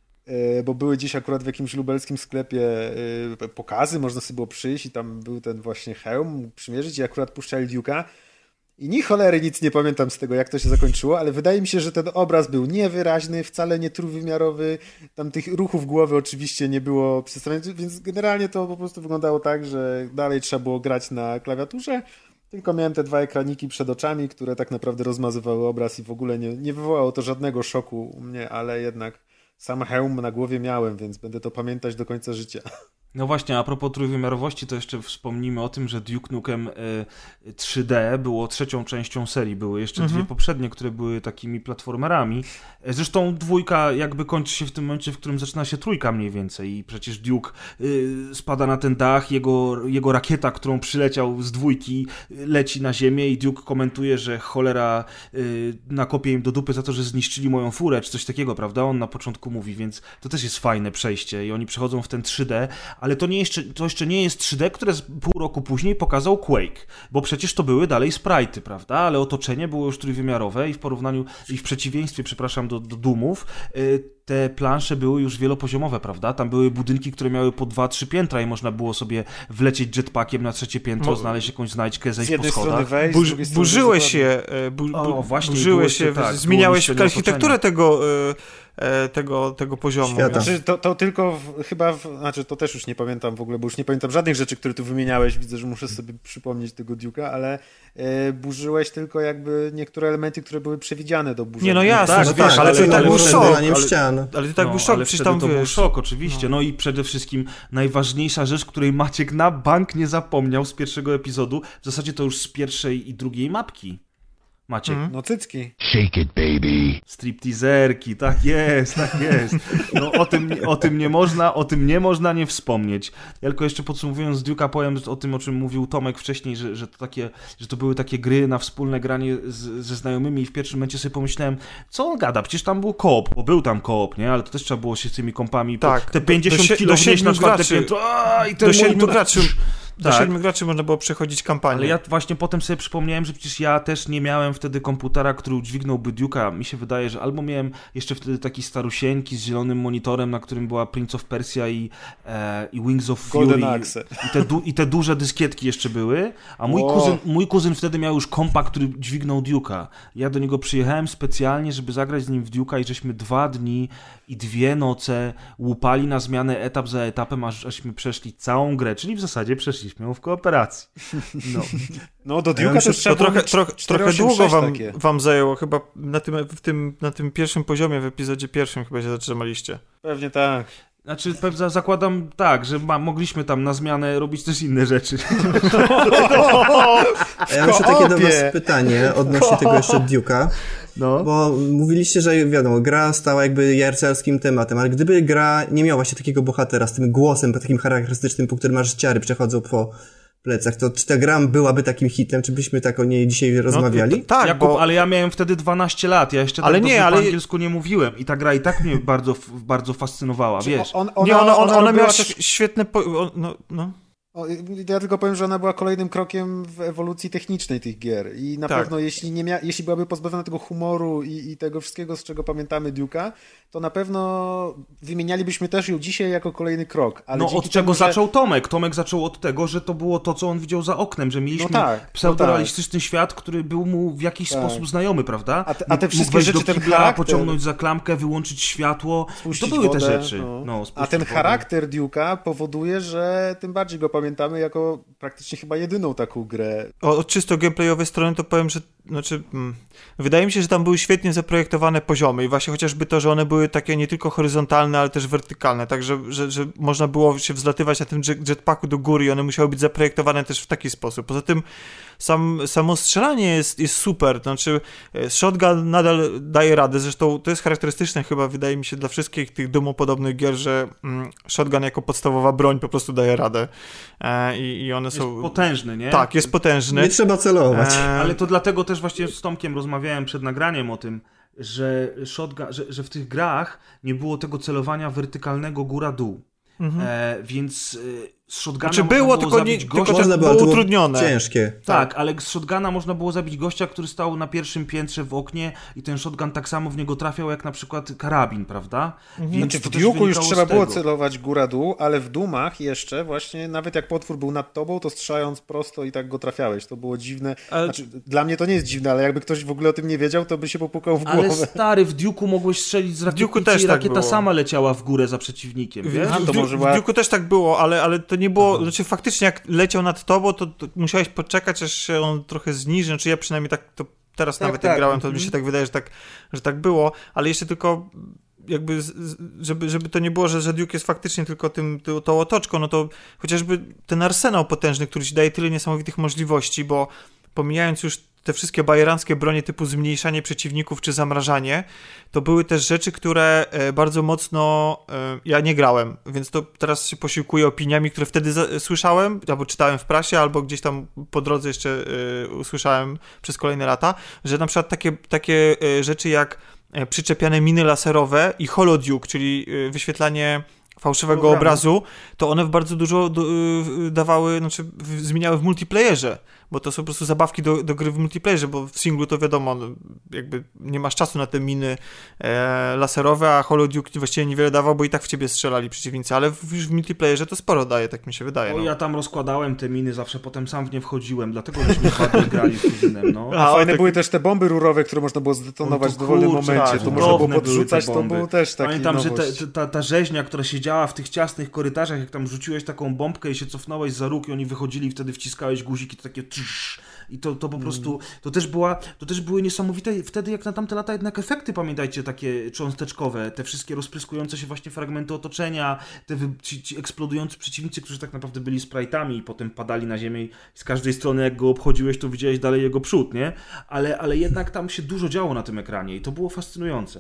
bo były gdzieś akurat w jakimś lubelskim sklepie pokazy, można sobie było przyjść i tam był ten właśnie hełm, przymierzyć i akurat puszczali Duke'a. I ni cholery nic nie pamiętam z tego, jak to się zakończyło, ale wydaje mi się, że ten obraz był niewyraźny, wcale nie trójwymiarowy, tam tych ruchów głowy oczywiście nie było przedstawione, więc generalnie to po prostu wyglądało tak, że dalej trzeba było grać na klawiaturze, tylko miałem te dwa ekraniki przed oczami, które tak naprawdę rozmazywały obraz i w ogóle nie, nie wywołało to żadnego szoku u mnie, ale jednak sam hełm na głowie miałem, więc będę to pamiętać do końca życia. No właśnie, a propos trójwymiarowości, to jeszcze wspomnimy o tym, że Duke Nukem y, trzy D było trzecią częścią serii. Były jeszcze mhm. dwie poprzednie, które były takimi platformerami. Zresztą dwójka jakby kończy się w tym momencie, w którym zaczyna się trójka mniej więcej. I przecież Duke y, spada na ten dach, jego, jego rakieta, którą przyleciał z dwójki, leci na ziemię i Duke komentuje, że cholera y, nakopie im do dupy za to, że zniszczyli moją furę, czy coś takiego, prawda? On na początku mówi, więc to też jest fajne przejście i oni przechodzą w ten trzy D, ale to, nie jeszcze, to jeszcze nie jest trzy D, które z pół roku później pokazał Quake, bo przecież to były dalej sprite'y, prawda? Ale otoczenie było już trójwymiarowe i w porównaniu, i w przeciwieństwie, przepraszam, do, do Doomów, yy, te plansze były już wielopoziomowe, prawda? Tam były budynki, które miały po dwa, trzy piętra i można było sobie wlecieć jetpackiem na trzecie piętro, no, znaleźć jakąś znajdźkę, zejść po schodach. Wejść, Burz, burzyłeś się, bu, bu, o, właśnie, burzyłeś się, tak, zmieniałeś architekturę tego, tego, tego poziomu. Znaczy, to, to tylko w, chyba, w, znaczy to też już nie pamiętam w ogóle, bo już nie pamiętam żadnych rzeczy, które tu wymieniałeś, widzę, że muszę sobie przypomnieć tego Duke'a, ale e, burzyłeś tylko jakby niektóre elementy, które były przewidziane do burzenia. Nie, no jasne, tak, no wiesz, tak, ale to i tak był szok. Ale, ale to tak no, był szok, ale przecież wtedy tam to wiesz, był szok, oczywiście. No. no i przede wszystkim najważniejsza rzecz, której Maciek na bank nie zapomniał z pierwszego epizodu, w zasadzie to już z pierwszej i drugiej mapki. Maciek. Mm. No cycki. Shake it, baby. Stripteaserki, tak jest, tak jest. No o tym, o tym nie można, o tym nie można nie wspomnieć. Ja tylko jeszcze podsumowując Duke'a powiem o tym, o czym mówił Tomek wcześniej, że, że, to, takie, że to były takie gry na wspólne granie z, ze znajomymi i w pierwszym momencie sobie pomyślałem, co on gada, przecież tam był koop, bo był tam koop, nie? Ale to też trzeba było się z tymi kompami, tak, po, te pięćdziesiąt do, kilo wnieść na czwarte graczy, piętro, a, i ten do siedmiu monitor... graczy. Do tak. siedmiu graczy można było przechodzić kampanię. Ale ja właśnie potem sobie przypomniałem, że przecież ja też nie miałem wtedy komputera, który udźwignąłby Duke'a. Mi się wydaje, że albo miałem jeszcze wtedy taki starusieńki z zielonym monitorem, na którym była Prince of Persia i, e, i Wings of Fury. I te, du, I te duże dyskietki jeszcze były. A mój kuzyn, mój kuzyn wtedy miał już kompa, który dźwignął Duke'a. Ja do niego przyjechałem specjalnie, żeby zagrać z nim w Duke'a i żeśmy dwa dni i dwie noce łupali na zmianę etap za etapem, aż, ażśmy przeszli całą grę, czyli w zasadzie przeszliśmy ją w kooperacji. No, no do Duke'a to trzeba to trochę, trochę, trochę długo wam, wam zajęło, chyba na tym, w tym, na tym pierwszym poziomie, w epizodzie pierwszym chyba się zatrzymaliście. Pewnie tak. Znaczy, pewnie zakładam tak, że ma, mogliśmy tam na zmianę robić też inne rzeczy. A ja mam jeszcze takie do was pytanie odnośnie tego jeszcze Duke'a. No. Bo mówiliście, że wiadomo, gra stała jakby jarcerskim tematem, ale gdyby gra nie miała właśnie takiego bohatera z tym głosem takim charakterystycznym, po którym aż ciary przechodzą po plecach, to czy ta gra byłaby takim hitem? Czy byśmy tak o niej dzisiaj rozmawiali? No, to, tak, Jakub, bo... ale ja miałem wtedy dwanaście lat, ja jeszcze tak ale nie, ale... po angielsku nie mówiłem i ta gra i tak mnie bardzo, bardzo fascynowała, wiesz. On, ona, nie, ona, ona, ona, ona miała też... świetne... Po... No, no. Ja tylko powiem, że ona była kolejnym krokiem w ewolucji technicznej tych gier i na tak. pewno jeśli, nie mia- jeśli byłaby pozbawiona tego humoru i, i tego wszystkiego, z czego pamiętamy Duke'a, to na pewno wymienialibyśmy też ją dzisiaj jako kolejny krok. Ale no od czego temu, że... zaczął Tomek? Tomek zaczął od tego, że to było to, co on widział za oknem, że mieliśmy no tak, pseudorealistyczny no tak. świat, który był mu w jakiś tak. sposób znajomy, prawda? A te, a te wszystkie Mógł rzeczy, do ten kibla, charakter... pociągnąć za klamkę, wyłączyć światło, to były wodę, te rzeczy. No. No, a ten charakter Duke'a powoduje, że tym bardziej go pamiętamy jako praktycznie chyba jedyną taką grę. O, od czysto gameplayowej strony to powiem, że znaczy, hmm, wydaje mi się, że tam były świetnie zaprojektowane poziomy i właśnie chociażby to, że one były takie nie tylko horyzontalne, ale też wertykalne, tak, że, że, że można było się wzlatywać na tym jetpacku do góry i one musiały być zaprojektowane też w taki sposób. Poza tym sam, samo strzelanie jest, jest super, to znaczy shotgun nadal daje radę, zresztą to jest charakterystyczne chyba, wydaje mi się, dla wszystkich tych dumopodobnych gier, że mm, shotgun jako podstawowa broń po prostu daje radę e, i, i one jest są... potężny, nie? Tak, jest potężny. Nie trzeba celować. E... Ale to dlatego też właśnie z Tomkiem rozmawiałem przed nagraniem o tym, że shotgun, że, że w tych grach nie było tego celowania wertykalnego góra-dół. Mhm. E, więc z shotguna Znaczy można było, było tylko, zabić nie, gościa. tylko to było, było utrudnione. Ciężkie. Tak, tak, ale z shotguna można było zabić gościa, który stał na pierwszym piętrze w oknie i ten shotgun tak samo w niego trafiał jak na przykład karabin, prawda? Mhm. Znaczy w Duke'u już trzeba było celować góra-dół, ale w Doomach jeszcze właśnie, nawet jak potwór był nad tobą, to strzelając prosto i tak go trafiałeś. To było dziwne. Ale... Znaczy, dla mnie to nie jest dziwne, ale jakby ktoś w ogóle o tym nie wiedział, to by się popukał w głowę. Ale stary, w Duke'u mogłeś strzelić z rakietnicy też i tak rakieta było. sama leciała w górę za przeciwnikiem, wiesz? W, w, w, w Duke'u też tak było, ale, ale to nie było, znaczy faktycznie jak leciał nad tobą, to, to musiałeś poczekać, aż się on trochę zniży, znaczy ja przynajmniej tak to teraz tak, nawet tak. jak grałem, to mi się tak wydaje, że tak, że tak było, ale jeszcze tylko jakby, żeby, żeby to nie było, że, że Duke jest faktycznie tylko tym, tą, tą otoczką, no to chociażby ten arsenał potężny, który ci daje tyle niesamowitych możliwości, bo pomijając już te wszystkie bajeranckie bronie typu zmniejszanie przeciwników czy zamrażanie, to były też rzeczy, które bardzo mocno... Ja nie grałem, więc to teraz się posiłkuję opiniami, które wtedy za- słyszałem, albo czytałem w prasie, albo gdzieś tam po drodze jeszcze y, usłyszałem przez kolejne lata, że na przykład takie, takie rzeczy jak przyczepiane miny laserowe i holoduke, czyli wyświetlanie fałszywego Programu. obrazu, to one bardzo dużo do, y, dawały, znaczy w, zmieniały w multiplayerze, bo to są po prostu zabawki do, do gry w multiplayerze, bo w singlu to wiadomo, no, jakby nie masz czasu na te miny e, laserowe, a holoduke właściwie niewiele dawał, bo i tak w ciebie strzelali przeciwnicy, ale w, już w multiplayerze to sporo daje, tak mi się wydaje. O, no. ja tam rozkładałem te miny, zawsze potem sam w nie wchodziłem, dlatego żeśmy bardzo grali z kuzynem, no. A, a fajne tak... były też te bomby rurowe, które można było zdetonować w dowolnym momencie, tak, to można było podrzucać, to był też taki Pamiętam, nowość. że te, ta, ta rzeźnia, która siedziała w tych ciasnych korytarzach, jak tam rzuciłeś taką bombkę i się cofnąłeś za róg i oni wychodzili i wtedy wciskałeś guziki, to takie trz, i to, to po prostu, to też była, to też były niesamowite wtedy jak na tamte lata jednak efekty, pamiętajcie, takie cząsteczkowe, te wszystkie rozpryskujące się właśnie fragmenty otoczenia, te wy, ci, ci eksplodujący przeciwnicy, którzy tak naprawdę byli sprite'ami i potem padali na ziemię i z każdej strony jak go obchodziłeś, to widziałeś dalej jego przód, nie? Ale, ale jednak tam się dużo działo na tym ekranie i to było fascynujące.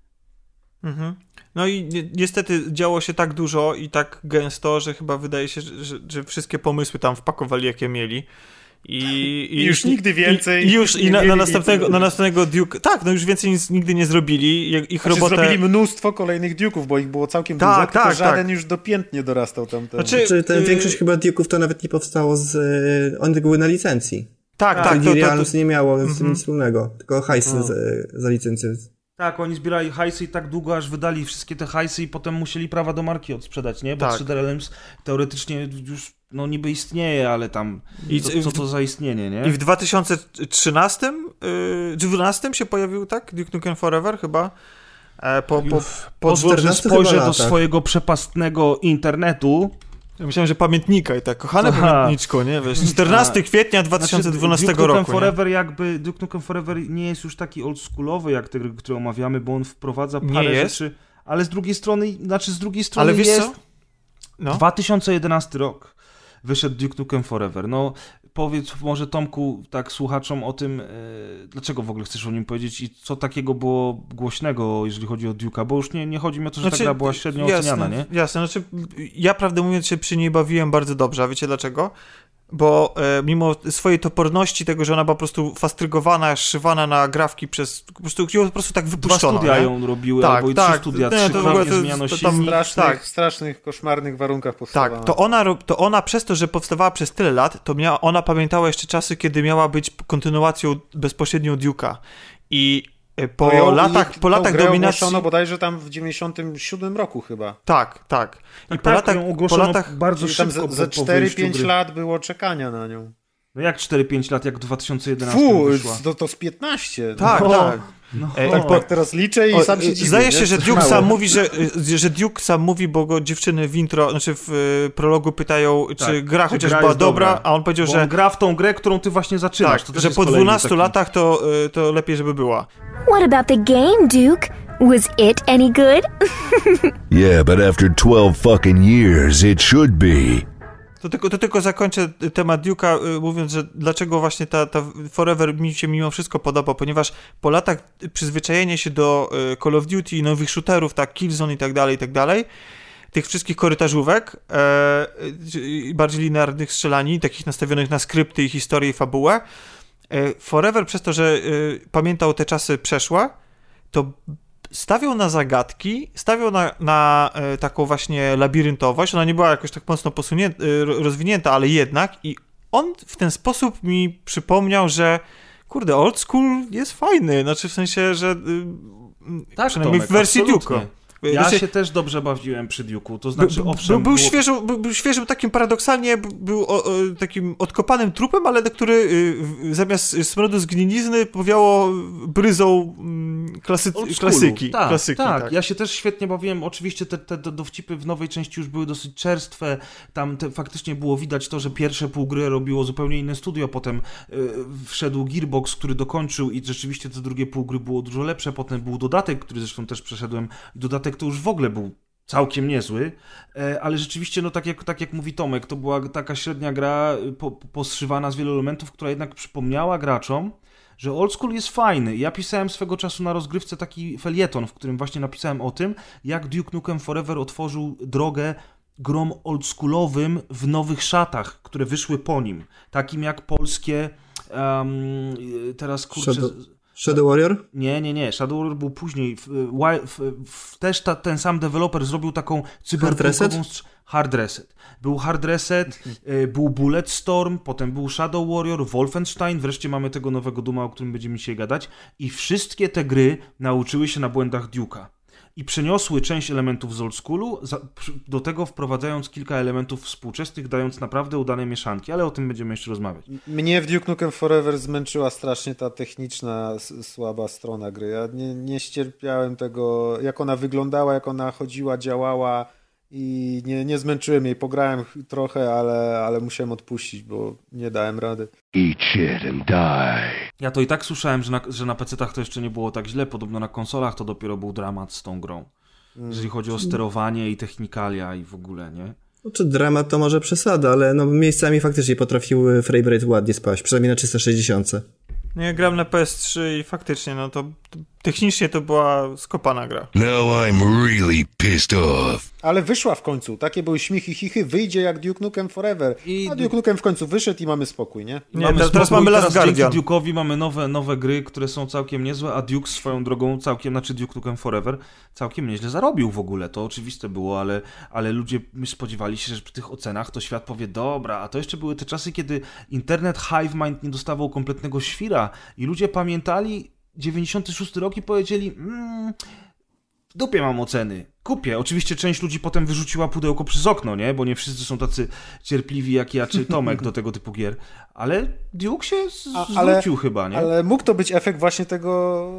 Mhm. No i ni- niestety działo się tak dużo i tak gęsto, że chyba wydaje się, że, że, że wszystkie pomysły tam wpakowali, jakie mieli. I, i, I już nigdy więcej. I, i już i na, na, następnego, na następnego Duke. Tak, no już więcej nic nigdy nie zrobili. Ich znaczy, robotę... zrobili mnóstwo kolejnych Duke'ów, bo ich było całkiem tak, dużo, tak, tylko żaden tak. już dopiętnie dorastał tamten. Znaczy, znaczy ten, yy... większość chyba Duke'ów to nawet nie powstało z... Yy, one były na licencji. Tak, tak. tak to, Realms to, to... nie miało z tym mm-hmm. nic wspólnego, tylko hajsy za, za licencję. Tak, oni zbierali hajsy i tak długo, aż wydali wszystkie te hajsy i potem musieli prawa do marki odsprzedać, nie? Bo tak. trzy D Realms teoretycznie już no niby istnieje, ale tam I, to, co to za istnienie, nie? I w dwa tysiące trzynastym, yy, dwunastym się pojawił, tak? Duke Nukem Forever chyba. E, po, po, po, Pozwól, że spojrzę do swojego przepastnego internetu. Ja myślałem, że pamiętnika i tak, kochane Aha. pamiętniczko, nie? Wiesz, czternastego kwietnia dwa tysiące dwunastego znaczy, roku. Duke Nukem Forever jakby, Duke Nukem Forever nie jest już taki oldschoolowy jak te gry, które omawiamy, bo on wprowadza parę nie rzeczy, ale z drugiej strony, znaczy z drugiej strony ale wiesz jest co? No. dwa tysiące jedenasty rok wyszedł Duke Nukem Forever. No powiedz może Tomku tak słuchaczom o tym, yy, dlaczego w ogóle chcesz o nim powiedzieć i co takiego było głośnego, jeżeli chodzi o Duke'a, bo już nie, nie chodzi mi o to, że znaczy, ta gra była średnio jasne, oceniana, nie? Jasne, znaczy ja prawdę mówiąc się przy niej bawiłem bardzo dobrze, a wiecie dlaczego? Bo e, mimo swojej toporności, tego, że ona była po prostu fastrygowana, szywana na grafki przez, po prostu, po prostu tak wypuszczono. Dwa studia nie? ją robiły, tak, albo i tak, trzy studia, nie, trzykrotnie zmieniano silnik. W strasznych, tak. strasznych, koszmarnych warunkach powstawała. Tak, to ona, to ona przez to, że powstawała przez tyle lat, to miała, ona pamiętała jeszcze czasy, kiedy miała być kontynuacją bezpośrednią Duke'a. I po ją, latach, po latach dominacji... ogłoszono bodajże tam w dziewięćdziesiątym siódmym roku chyba. Tak, tak. I tak, po, tak, latach, po latach... bardzo szybko tam za cztery pięć lat było czekania na nią. No jak cztery pięć lat, jak w dwa tysiące jedenastym Fu, wyszła? to, to z piętnaście. Tak, no. tak. No, Ej, tak, tak teraz liczę i o, sam się dziwię. Zdaje się, że Duke sam mówi, że, że Duke sam mówi, bo go dziewczyny w intro, znaczy w y, prologu pytają, czy tak, gra czy chociaż gra była dobra, dobra, a on powiedział, bo że... on gra w tą grę, którą ty właśnie zaczynasz. Tak, to że po dwunastu taki... latach to, y, to lepiej, żeby była. What about the game, Duke? Was it any good? Yeah, but after twelve fucking years, it should be. To tylko, to tylko zakończę temat Duke'a, y, mówiąc, że dlaczego właśnie ta, ta Forever mi się mimo wszystko podoba, ponieważ po latach przyzwyczajenia się do y, Call of Duty i nowych shooterów, tak, Killzone i tak dalej, i tak dalej, tych wszystkich korytarzówek, e, y, bardziej linearnych strzelanin, takich nastawionych na skrypty i historię i fabułę, e, Forever przez to, że y, pamiętał te czasy przeszłe, to stawiał na zagadki, stawiał na, na e, taką właśnie labiryntowość, ona nie była jakoś tak mocno posunięta, e, rozwinięta, ale jednak i on w ten sposób mi przypomniał, że kurde, old school jest fajny, znaczy w sensie, że e, tak, przynajmniej Tomek, w wersji absolutnie. Duke'a. Ja znaczy, się też dobrze bawiłem przy Duke'u, to znaczy był, owszem... Był, był, było... świeżo, był, był świeżym takim paradoksalnie, był o, o, takim odkopanym trupem, ale na który y, zamiast smrodu z glinizny powiało bryzą y, klasy, klasyki. Tak, klasyki tak, tak, ja się też świetnie bawiłem, oczywiście te, te dowcipy w nowej części już były dosyć czerstwe, tam te, faktycznie było widać to, że pierwsze pół gry robiło zupełnie inne studio, potem y, wszedł Gearbox, który dokończył i rzeczywiście to drugie pół gry było dużo lepsze, potem był dodatek, który zresztą też przeszedłem, dodatek to już w ogóle był całkiem niezły, ale rzeczywiście, no tak jak, tak jak mówi Tomek, to była taka średnia gra po, poszywana z wielu elementów, która jednak przypomniała graczom, że old school jest fajny. Ja pisałem swego czasu na rozgrywce taki felieton, w którym właśnie napisałem o tym, jak Duke Nukem Forever otworzył drogę grom oldschoolowym w nowych szatach, które wyszły po nim. Takim jak polskie um, teraz kurczę... Shadow, Shadow Warrior? Nie, nie, nie. Shadow Warrior był później. W, w, w, też ta, ten sam deweloper zrobił taką cyberpunkową... Hard Reset. Był Hard Reset, y, był Bulletstorm, potem był Shadow Warrior, Wolfenstein, wreszcie mamy tego nowego Duma, o którym będziemy dzisiaj gadać. I wszystkie te gry nauczyły się na błędach Duke'a. I przeniosły część elementów z old schoolu, do tego wprowadzając kilka elementów współczesnych, dając naprawdę udane mieszanki, ale o tym będziemy jeszcze rozmawiać. Mnie w Duke Nukem Forever zmęczyła strasznie ta techniczna, słaba strona gry. Ja nie, nie ścierpiałem tego, jak ona wyglądała, jak ona chodziła, działała i nie, nie zmęczyłem jej. Pograłem trochę, ale, ale musiałem odpuścić, bo nie dałem rady. Eat shit and die. Ja to i tak słyszałem, że na, że na pecetach to jeszcze nie było tak źle, podobno na konsolach to dopiero był dramat z tą grą. Mm. Jeżeli chodzi o sterowanie i technikalia i w ogóle, nie? No, czy dramat to może przesada, ale no miejscami faktycznie potrafiły framerate ładnie spaść, przynajmniej na trzysta sześćdziesiąt. No ja gram na P S trzy i faktycznie, no to, to technicznie to była skopana gra. Now I'm really pissed off. Ale wyszła w końcu. Takie były śmichy, chichy. Wyjdzie jak Duke Nukem Forever. I... A Duke Nukem w końcu wyszedł i mamy spokój, nie? nie mamy teraz spokój, mamy Last teraz Guardian. Dzięki Duke'owi mamy nowe, nowe gry, które są całkiem niezłe, a Duke swoją drogą całkiem, znaczy Duke Nukem Forever całkiem nieźle zarobił w ogóle. To oczywiste było, ale, ale ludzie spodziewali się, że przy tych ocenach to świat powie, dobra, a to jeszcze były te czasy, kiedy internet Hive Mind nie dostawał kompletnego świra i ludzie pamiętali dziewięćdziesiąty szósty rok i powiedzieli, mmm, w dupie mam oceny, kupię. Oczywiście część ludzi potem wyrzuciła pudełko przez okno, nie? Bo nie wszyscy są tacy cierpliwi jak ja czy Tomek do tego typu gier. Ale Duke się z- A, zwrócił ale, chyba, nie? Ale mógł to być efekt właśnie tego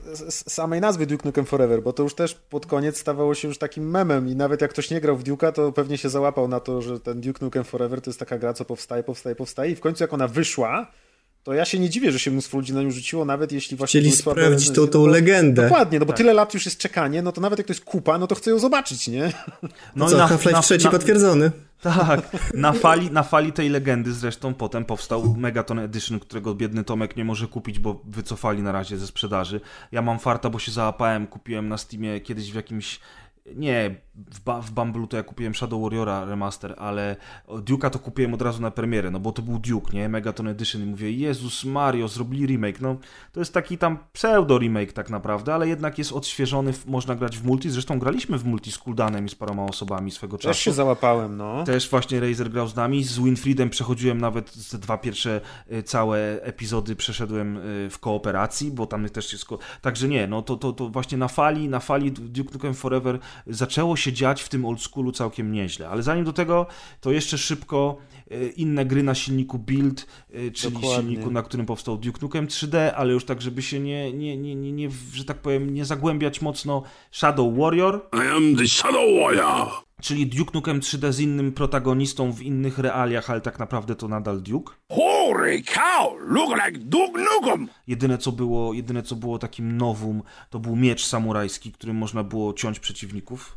s- samej nazwy Duke Nukem Forever, bo to już też pod koniec stawało się już takim memem i nawet jak ktoś nie grał w Duke'a, to pewnie się załapał na to, że ten Duke Nukem Forever to jest taka gra, co powstaje, powstaje, powstaje i w końcu jak ona wyszła, to ja się nie dziwię, że się mnóstwo ludzi na nią rzuciło, nawet jeśli właśnie... Chcieli sprawdzić tą, tą legendę. Dokładnie, no bo tak. tyle lat już jest czekanie, no to nawet jak to jest kupa, no to chcę ją zobaczyć, nie? No co, Half-Life trzeci potwierdzony. Tak, na fali, na fali tej legendy zresztą potem powstał Megaton Edition, którego biedny Tomek nie może kupić, bo wycofali na razie ze sprzedaży. Ja mam farta, bo się załapałem, kupiłem na Steamie kiedyś w jakimś... Nie, w, ba- w Bumble to ja kupiłem Shadow Warriora Remaster, ale Duke'a to kupiłem od razu na premierę, no bo to był Duke, nie? Megaton Edition i mówię, Jezus Mario, zrobili remake, no to jest taki tam pseudo remake tak naprawdę, ale jednak jest odświeżony, można grać w multi, zresztą graliśmy w multi z Kuldanem i z paroma osobami swego czasu. Też się załapałem, no. Też właśnie Razer grał z nami, z Winfriedem przechodziłem nawet te dwa pierwsze y, całe epizody przeszedłem y, w kooperacji, bo tam też jest... Ko- Także nie, no to, to, to właśnie na fali, na fali Duke Nukem Forever zaczęło się dziać w tym oldschoolu całkiem nieźle, ale zanim do tego, to jeszcze szybko y, inne gry na silniku Build, y, czyli Dokładnie. silniku, na którym powstał Duke Nukem trzy D, ale już tak, żeby się nie, nie, nie, nie, nie, że tak powiem, nie zagłębiać mocno, Shadow Warrior. I am the Shadow Warrior. Czyli Duke Nukem trzy D z innym protagonistą w innych realiach, ale tak naprawdę to nadal Duke. Holy cow, look like Duke Nukem. Jedyne co było, jedyne co było takim nowum, to był miecz samurajski, którym można było ciąć przeciwników.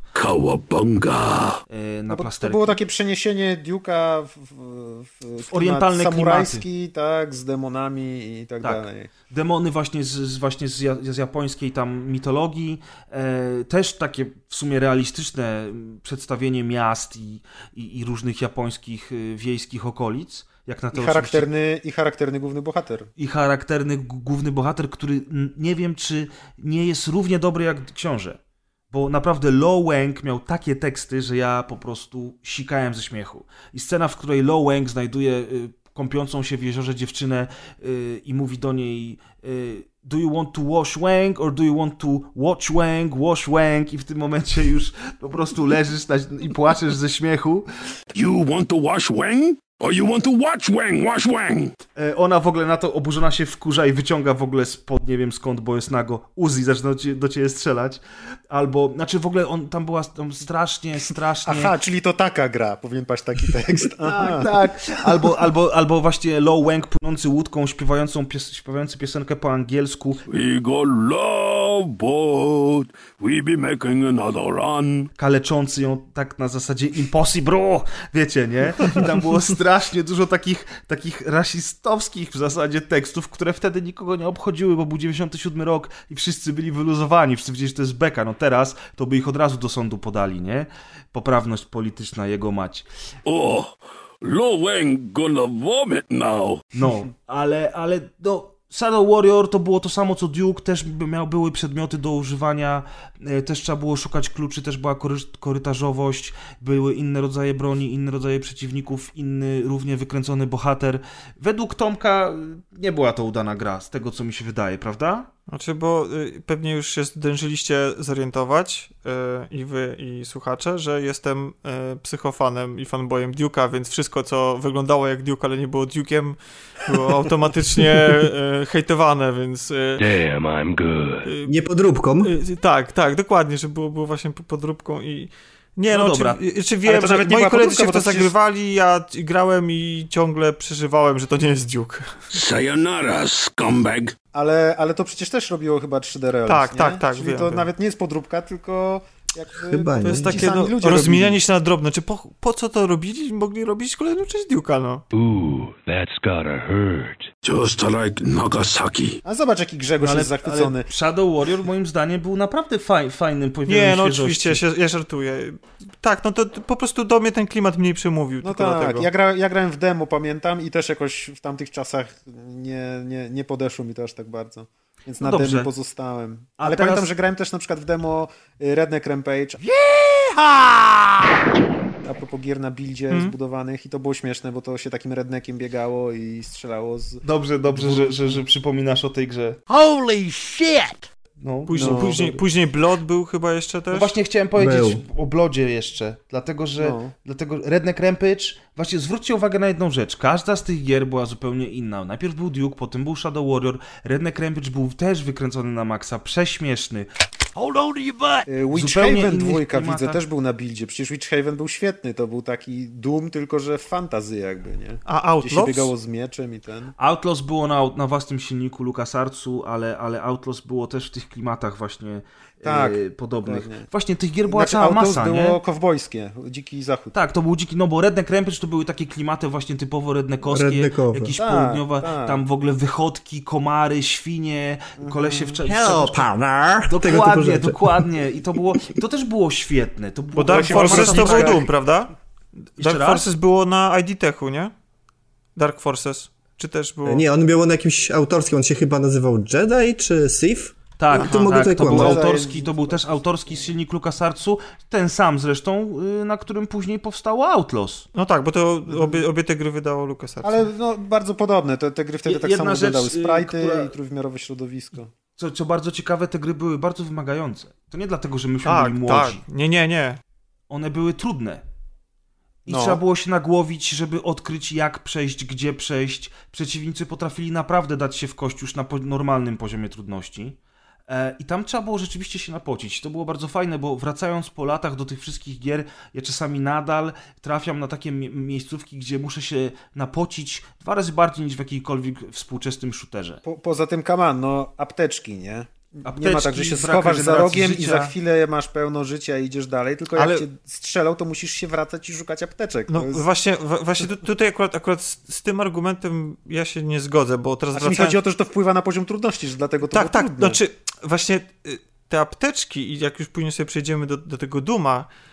Kawabunga. E, na No bo to plasterki. było takie przeniesienie Duke'a w, w, w, w orientalne samurajski, tak, z demonami i tak, Tak. dalej. Demony właśnie z, z, właśnie z, ja, z japońskiej tam mitologii, e, też takie w sumie realistyczne przedstawienie miast i, i, i różnych japońskich y, wiejskich okolic. Jak na to I charakterny, I charakterny główny bohater. I charakterny g- główny bohater, który n- nie wiem, czy nie jest równie dobry jak książę. Bo naprawdę Lo Wang miał takie teksty, że ja po prostu sikałem ze śmiechu. I scena, w której Lo Wang znajduje y, kąpiącą się w jeziorze dziewczynę y, i mówi do niej y, do you want to wash Wang or do you want to watch Wang, wash Wang? I w tym momencie już po prostu leżysz na, i płaczesz ze śmiechu. You want to wash Wang? Or you want to watch Wang, wash Wang? E, ona w ogóle na to oburzona się wkurza i wyciąga w ogóle spod, nie wiem skąd, bo jest nago, Uzi i zaczyna do, cie, do ciebie strzelać. Albo, znaczy w ogóle on tam była tam strasznie, strasznie... Aha, czyli to taka gra, powinien paść taki tekst. tak, tak. Albo, albo, albo właśnie Lo Wang płynący łódką, śpiewającą pies, śpiewający piosenkę po angielsku. We go love boat, we be making another run. Kaleczący ją tak na zasadzie impossible, wiecie, nie? I tam było strasznie dużo takich, takich rasistowskich w zasadzie tekstów, które wtedy nikogo nie obchodziły, bo był dziewięćdziesiąty siódmy rok i wszyscy byli wyluzowani, wszyscy wiedzieli, że to jest beka. No teraz to by ich od razu do sądu podali, nie? Poprawność polityczna, jego mać. Oh, Lo Wang gonna vomit now. No, ale, ale, no... Shadow Warrior to było to samo co Duke, też miał, były przedmioty do używania, e, też trzeba było szukać kluczy, też była kory, korytarzowość, były inne rodzaje broni, inne rodzaje przeciwników, inny równie wykręcony bohater. Według Tomka nie była to udana gra, z tego co mi się wydaje, prawda? Znaczy, bo y, pewnie już się zdążyliście zorientować y, i wy, i słuchacze, że jestem y, psychofanem i fanboyem Duke'a, więc wszystko, co wyglądało jak Duke, ale nie było Duke'iem, było automatycznie y, hejtowane, więc... Y, Damn, I'm good. Y, nie podróbką? Y, tak, tak, dokładnie, że było, było właśnie podróbką i... Nie, no, no dobra. Czy, czy wiem, że moi koledzy się w to przecież... zagrywali, ja grałem i ciągle przeżywałem, że to nie jest Duke. Sayonara, scumbag. Ale, ale to przecież też robiło chyba trzy D Realms, Tak, nie? tak, tak. Czyli wiem, to wiem. nawet nie jest podróbka, tylko jakby... Chyba to nie. jest takie no, rozmienianie się na drobne. Czy po, po co to robili? Mogli robić kolejną część Duke'a, no. Ooh, that's gotta hurt. Just like Nagasaki. A zobacz, jaki Grzegorz ale, jest zachwycony. Ale Shadow Warrior moim zdaniem był naprawdę faj, fajnym poziomem Nie, no świeżości. oczywiście, ja, się, ja żartuję. Tak, no to, to po prostu do mnie ten klimat mniej przemówił. No tylko tak, dlatego. ja, gra, ja grałem w demo, pamiętam, i też jakoś w tamtych czasach nie, nie, nie podeszło mi to aż tak bardzo. Więc no na dobrze. demie pozostałem. A Ale teraz... pamiętam, że grałem też na przykład w demo Redneck Rampage. A propos gier na buildzie hmm. zbudowanych, i to było śmieszne, bo to się takim redneckiem biegało i strzelało z... Dobrze, dobrze, że, że, że przypominasz o tej grze. Holy shit! No, Później, no, później, dobra. później Blood był chyba jeszcze też. No właśnie chciałem powiedzieć Był. o Blodzie jeszcze, dlatego że No. dlatego Redneck Rampage, właśnie zwróćcie uwagę na jedną rzecz, każda z tych gier była zupełnie inna. Najpierw był Duke, potem był Shadow Warrior, Redneck Rampage był też wykręcony na maksa, prześmieszny. Hold on to your butt! Witch Zupełnie Haven innych dwójka, klimatach. widzę, też był na buildzie. Przecież Witch Haven był świetny, to był taki Doom, tylko że w fantasy jakby, nie? A Gdzie Outlaws? się biegało z mieczem i ten... Outlaws było na, na własnym silniku LucasArtsu, ale, ale Outlaws było też w tych klimatach właśnie Tak, e, podobnych. dokładnie. Właśnie tych gier była Znaczy, cała Outlaws masa, było nie? kowbojskie, dziki zachód. Tak, to był dziki, no bo Redneck Rampage to były takie klimaty właśnie typowo redneckowskie, Redneckowe. jakieś Tak, południowe, tak. tam w ogóle wychodki, komary, świnie, kolesie w cze- Hello, partner! Tego typu Dokładnie, rzeczy. dokładnie. I to było, i to też było świetne. To było Bo Dark się Forces pamiętam, to był tak. Doom, prawda? Dark raz? Forces było na I D Techu, nie? Dark Forces. Czy też było... Nie, on był na jakimś autorskim, on się chyba nazywał Jedi czy Sith? Tak, No, to mogę tak, tutaj to był kłamać. autorski, to był też autorski silnik LucasArtsu, ten sam zresztą, y, na którym później powstało Outlaws. No tak, bo to obie, obie te gry wydało LucasArts. Ale no, bardzo podobne. Te, te gry wtedy Je- tak jedna samo rzecz, wyglądały. y, Sprite'y która- i trójwymiarowe środowisko. Co, co bardzo ciekawe, te gry były bardzo wymagające. To nie dlatego, że myśmy tak, byli tak. młodzi. Nie, nie, nie. One były trudne. I No. trzeba było się nagłowić, żeby odkryć, jak przejść, gdzie przejść. Przeciwnicy potrafili naprawdę dać się w kość już na po- normalnym poziomie trudności. E, I tam trzeba było rzeczywiście się napocić. To było bardzo fajne, bo wracając po latach do tych wszystkich gier, ja czasami nadal trafiam na takie mie- miejscówki, gdzie muszę się napocić dwa razy bardziej niż w jakiejkolwiek współczesnym shooterze. Po, poza tym, kaman, no apteczki, nie? Apteczki, nie ma tak, że się brak schowasz za regeneracji rogiem życia. i za chwilę masz pełno życia i idziesz dalej, tylko Ale- jak cię strzelą, to musisz się wracać i szukać apteczek. No to jest... właśnie, w, właśnie tu, tutaj akurat, akurat z, z tym argumentem ja się nie zgodzę, bo teraz Znaczy mi wracając... chodzi o to, że to wpływa na poziom trudności, że dlatego to Tak, było tak, trudne. znaczy właśnie y, te apteczki i jak już później sobie przejdziemy do, do tego Duma,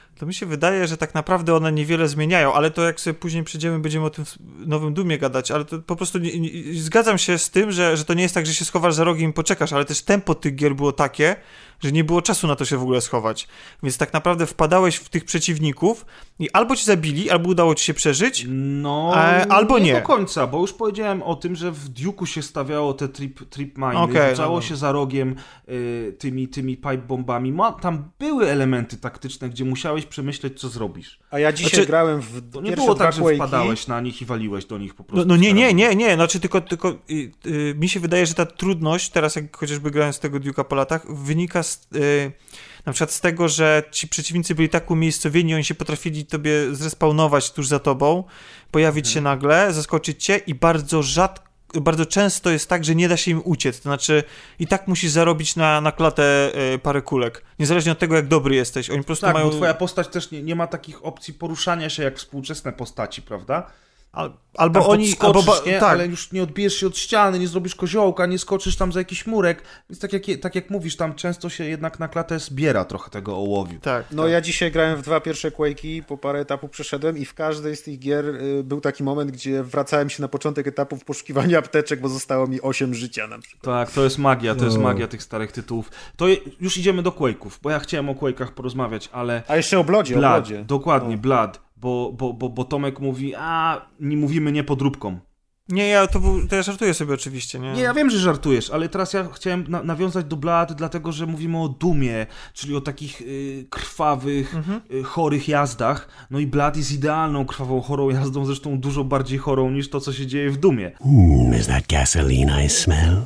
to mi się wydaje, że tak naprawdę one niewiele zmieniają, ale to jak sobie później przyjdziemy, będziemy o tym nowym Doomie gadać, ale to po prostu nie, nie, zgadzam się z tym, że, że to nie jest tak, że się schowasz za rogiem i poczekasz, ale też tempo tych gier było takie, że nie było czasu na to się w ogóle schować. Więc tak naprawdę wpadałeś w tych przeciwników i albo cię zabili, albo udało ci się przeżyć, no, e, albo nie. Nie do końca, bo już powiedziałem o tym, że w Duke'u się stawiało te trip, trip miny, okay, rzucało no, się za rogiem y, tymi, tymi pipe bombami. Ma, tam były elementy taktyczne, gdzie musiałeś przemyśleć, co zrobisz. A ja dzisiaj znaczy, grałem w to nie było tak, że wpadałeś na nich i waliłeś do nich po prostu. No, no nie, nie, nie, nie, znaczy tylko, tylko y, y, mi się wydaje, że ta trudność, teraz jak chociażby grając tego Duke'a po latach, wynika z, y, na przykład z tego, że ci przeciwnicy byli tak umiejscowieni, oni się potrafili tobie zrespawnować tuż za tobą, pojawić hmm. się nagle, zaskoczyć cię i bardzo rzadko, bardzo często jest tak, że nie da się im uciec, to znaczy i tak musisz zarobić na, na klatę y, parę kulek, niezależnie od tego, jak dobry jesteś. Oni po prostu tak, mają... bo twoja postać też nie, nie ma takich opcji poruszania się jak współczesne postaci, prawda? Al, albo tam oni... Albo ba... nie? Tak. Ale już nie odbijesz się od ściany, nie zrobisz koziołka, nie skoczysz tam za jakiś murek, więc tak jak, tak jak mówisz, tam często się jednak na klatę zbiera trochę tego ołowiu. Tak, no tak. Ja dzisiaj grałem w dwa pierwsze Quake'i, po parę etapów przeszedłem i w każdej z tych gier y, był taki moment, gdzie wracałem się na początek etapu w poszukiwaniu apteczek, bo zostało mi osiem życia na przykład. Tak, to jest magia, to no. jest magia tych starych tytułów. To je, już idziemy do Quake'ów, bo ja chciałem o Quake'ach porozmawiać, ale... A jeszcze o Bloodzie, Blood, o Bloodzie. Dokładnie, no. Blood, bo, bo, bo, bo Tomek mówi, a nie mówimy nie podróbką. Nie, ja to, był, to ja żartuję sobie oczywiście, nie? Nie, ja wiem, że żartujesz, ale teraz ja chciałem na, nawiązać do Blood, dlatego, że mówimy o Doomie, czyli o takich y, krwawych, mhm. y, chorych jazdach. No i Blood jest idealną krwawą, chorą jazdą, zresztą dużo bardziej chorą niż to, co się dzieje w Doomie. Hmm, is that gasoline I smell?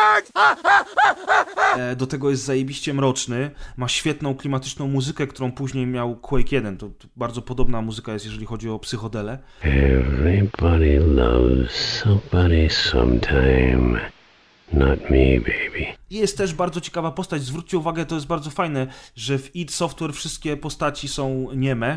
E, do tego jest zajebiście mroczny, ma świetną, klimatyczną muzykę, którą później miał Quake jeden. To, to bardzo podobna muzyka jest, jeżeli chodzi o psychodelę. Everybody loves somebody sometime. Not me, baby. I jest też bardzo ciekawa postać. Zwróćcie uwagę, to jest bardzo fajne, że w id Software wszystkie postaci są nieme,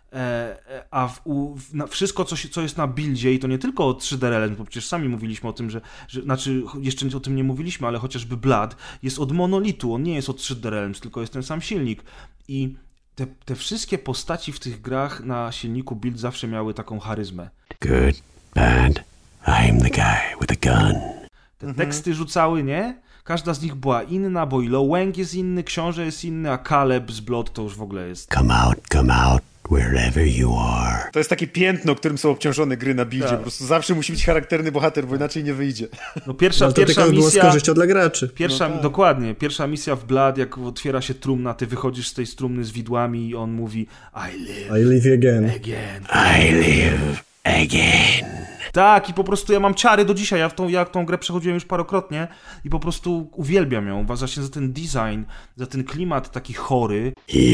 e, a w, u, w, na, wszystko, co, się, co jest na buildzie, i to nie tylko trzy D R L, bo przecież sami mówiliśmy o tym, że, że znaczy jeszcze o tym nie mówiliśmy, ale chociażby Blood jest od monolitu, on nie jest od trzy D R L, tylko jest ten sam silnik. I te, te wszystkie postaci w tych grach na silniku build zawsze miały taką charyzmę. Good, bad, I'm the guy with a gun. Te teksty rzucały, nie? Każda z nich była inna, bo i Lo Wang jest inny, książę jest inny, a Caleb z Blood to już w ogóle jest... Come out, come out, wherever you are. To jest takie piętno, którym są obciążone gry na buildzie. Tak. Po prostu zawsze musi być charakterny bohater, bo inaczej nie wyjdzie. No pierwsza, no to pierwsza tylko misja... było z korzyścią dla graczy. Pierwsza, no tak. Dokładnie. Pierwsza misja w Blood, jak otwiera się trumna, ty wychodzisz z tej trumny z widłami i on mówi I live, I live again. again. I live again. Tak, i po prostu ja mam ciary do dzisiaj. Ja w tą, ja tą grę przechodziłem już parokrotnie i po prostu uwielbiam ją. Właśnie za ten design, za ten klimat taki chory.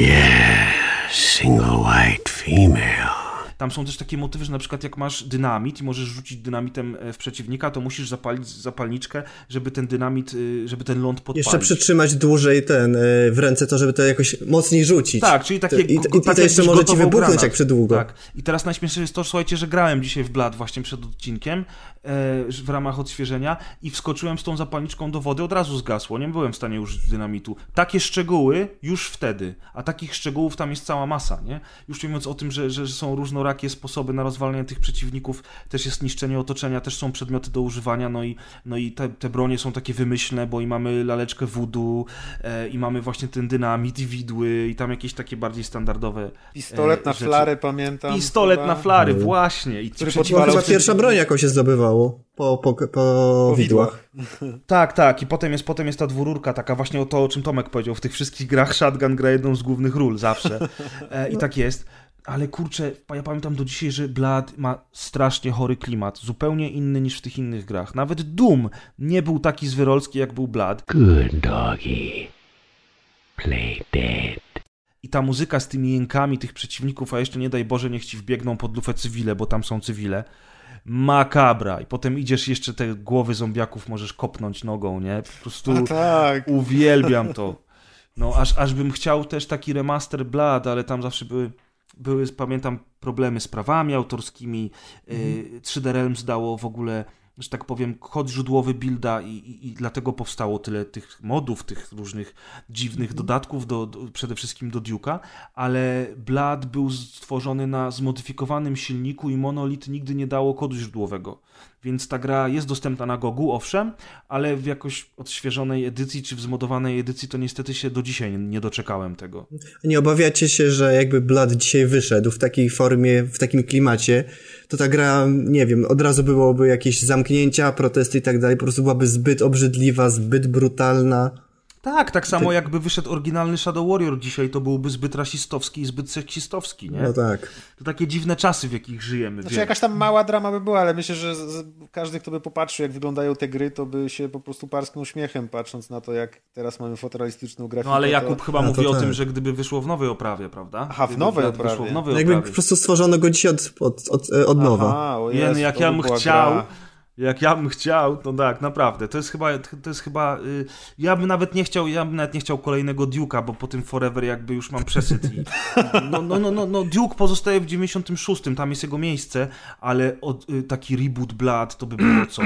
Yeah, single white female. Tam są też takie motywy, że na przykład jak masz dynamit i możesz rzucić dynamitem w przeciwnika, to musisz zapalić zapalniczkę, żeby ten dynamit, żeby ten ląd podpalić. Jeszcze przytrzymać dłużej ten w ręce to, żeby to jakoś mocniej rzucić. Tak, czyli takie... I, i, i to jeszcze może ci wybuchnąć granat. Jak przydługo. Tak. I teraz najśmieszniejsze jest to, słuchajcie, że grałem dzisiaj w Blood właśnie przed odcinkiem e, w ramach odświeżenia i wskoczyłem z tą zapalniczką do wody, od razu zgasło, nie byłem w stanie użyć dynamitu. Takie szczegóły już wtedy, a takich szczegółów tam jest cała masa, nie? Już nie mówiąc o tym, że, że są różnorakie sposoby na rozwalenie tych przeciwników, też jest niszczenie otoczenia, też są przedmioty do używania, no i, no i te, te bronie są takie wymyślne, bo i mamy laleczkę voodoo, e, i mamy właśnie ten dynamit i widły i tam jakieś takie bardziej standardowe Pistolet e, na rzeczy. flary, pamiętam. Pistolet chyba. na flary, właśnie. I Który To była chyba pierwsza broń, jaką się zdobywało po, po, po, po widłach. widłach. Tak, tak. I potem jest, potem jest ta dwururka, taka właśnie o to, o czym Tomek powiedział. W tych wszystkich grach shotgun gra jedną z głównych ról, zawsze. E, I tak jest. Ale kurczę, ja pamiętam do dzisiaj, że Blood ma strasznie chory klimat, zupełnie inny niż w tych innych grach. Nawet Doom nie był taki zwyrolski, jak był Blood. Good doggy. Play dead. I ta muzyka z tymi jękami tych przeciwników, a jeszcze nie daj Boże, niech ci wbiegną pod lufę cywile, bo tam są cywile. Makabra. I potem idziesz jeszcze te głowy zombiaków możesz kopnąć nogą, nie? Po prostu A tak. Uwielbiam to. No, aż, aż bym chciał też taki remaster Blood, ale tam zawsze były Były, pamiętam, problemy z prawami autorskimi. Mm. trzy D Realms dało w ogóle że tak powiem, kod źródłowy builda i, i, i dlatego powstało tyle tych modów, tych różnych dziwnych dodatków, do, do, przede wszystkim do Duke'a, ale Blood był stworzony na zmodyfikowanym silniku i Monolith nigdy nie dało kodu źródłowego. Więc ta gra jest dostępna na Gogu, owszem, ale w jakoś odświeżonej edycji czy w zmodowanej edycji to niestety się do dzisiaj nie doczekałem tego. Nie obawiacie się, że jakby Blood dzisiaj wyszedł w takiej formie, w takim klimacie, to ta gra, nie wiem, od razu byłoby jakieś zamknięcia, protesty i tak dalej, po prostu byłaby zbyt obrzydliwa, zbyt brutalna. Tak, tak samo jakby wyszedł oryginalny Shadow Warrior dzisiaj, to byłby zbyt rasistowski i zbyt seksistowski, nie? No tak. To takie dziwne czasy, w jakich żyjemy. Znaczy jakaś tam mała drama by była, ale myślę, że z, z, każdy, kto by popatrzył, jak wyglądają te gry, to by się po prostu parsknął śmiechem, patrząc na to, jak teraz mamy fotorealistyczną grafikę. No ale Jakub to... chyba no, mówi o tak. tym, że gdyby wyszło w nowej oprawie, prawda? Aha, w nowej gdyby oprawie. Wyszło w nowej No jakby oprawie. po prostu stworzono go dzisiaj od, od, od, od nowa. Aha, o Jen, Jezu, jak to ja by bym była chciał... gra. Jak ja bym chciał, to tak, naprawdę. To jest chyba, to jest chyba, yy, ja bym nawet nie chciał, ja bym nawet nie chciał kolejnego Duke'a, bo po tym Forever jakby już mam przesyt. I, no, no, no, no, no, Duke pozostaje w dziewięćdziesiątym szóstym, tam jest jego miejsce, ale od, y, taki reboot Blood to by było coś.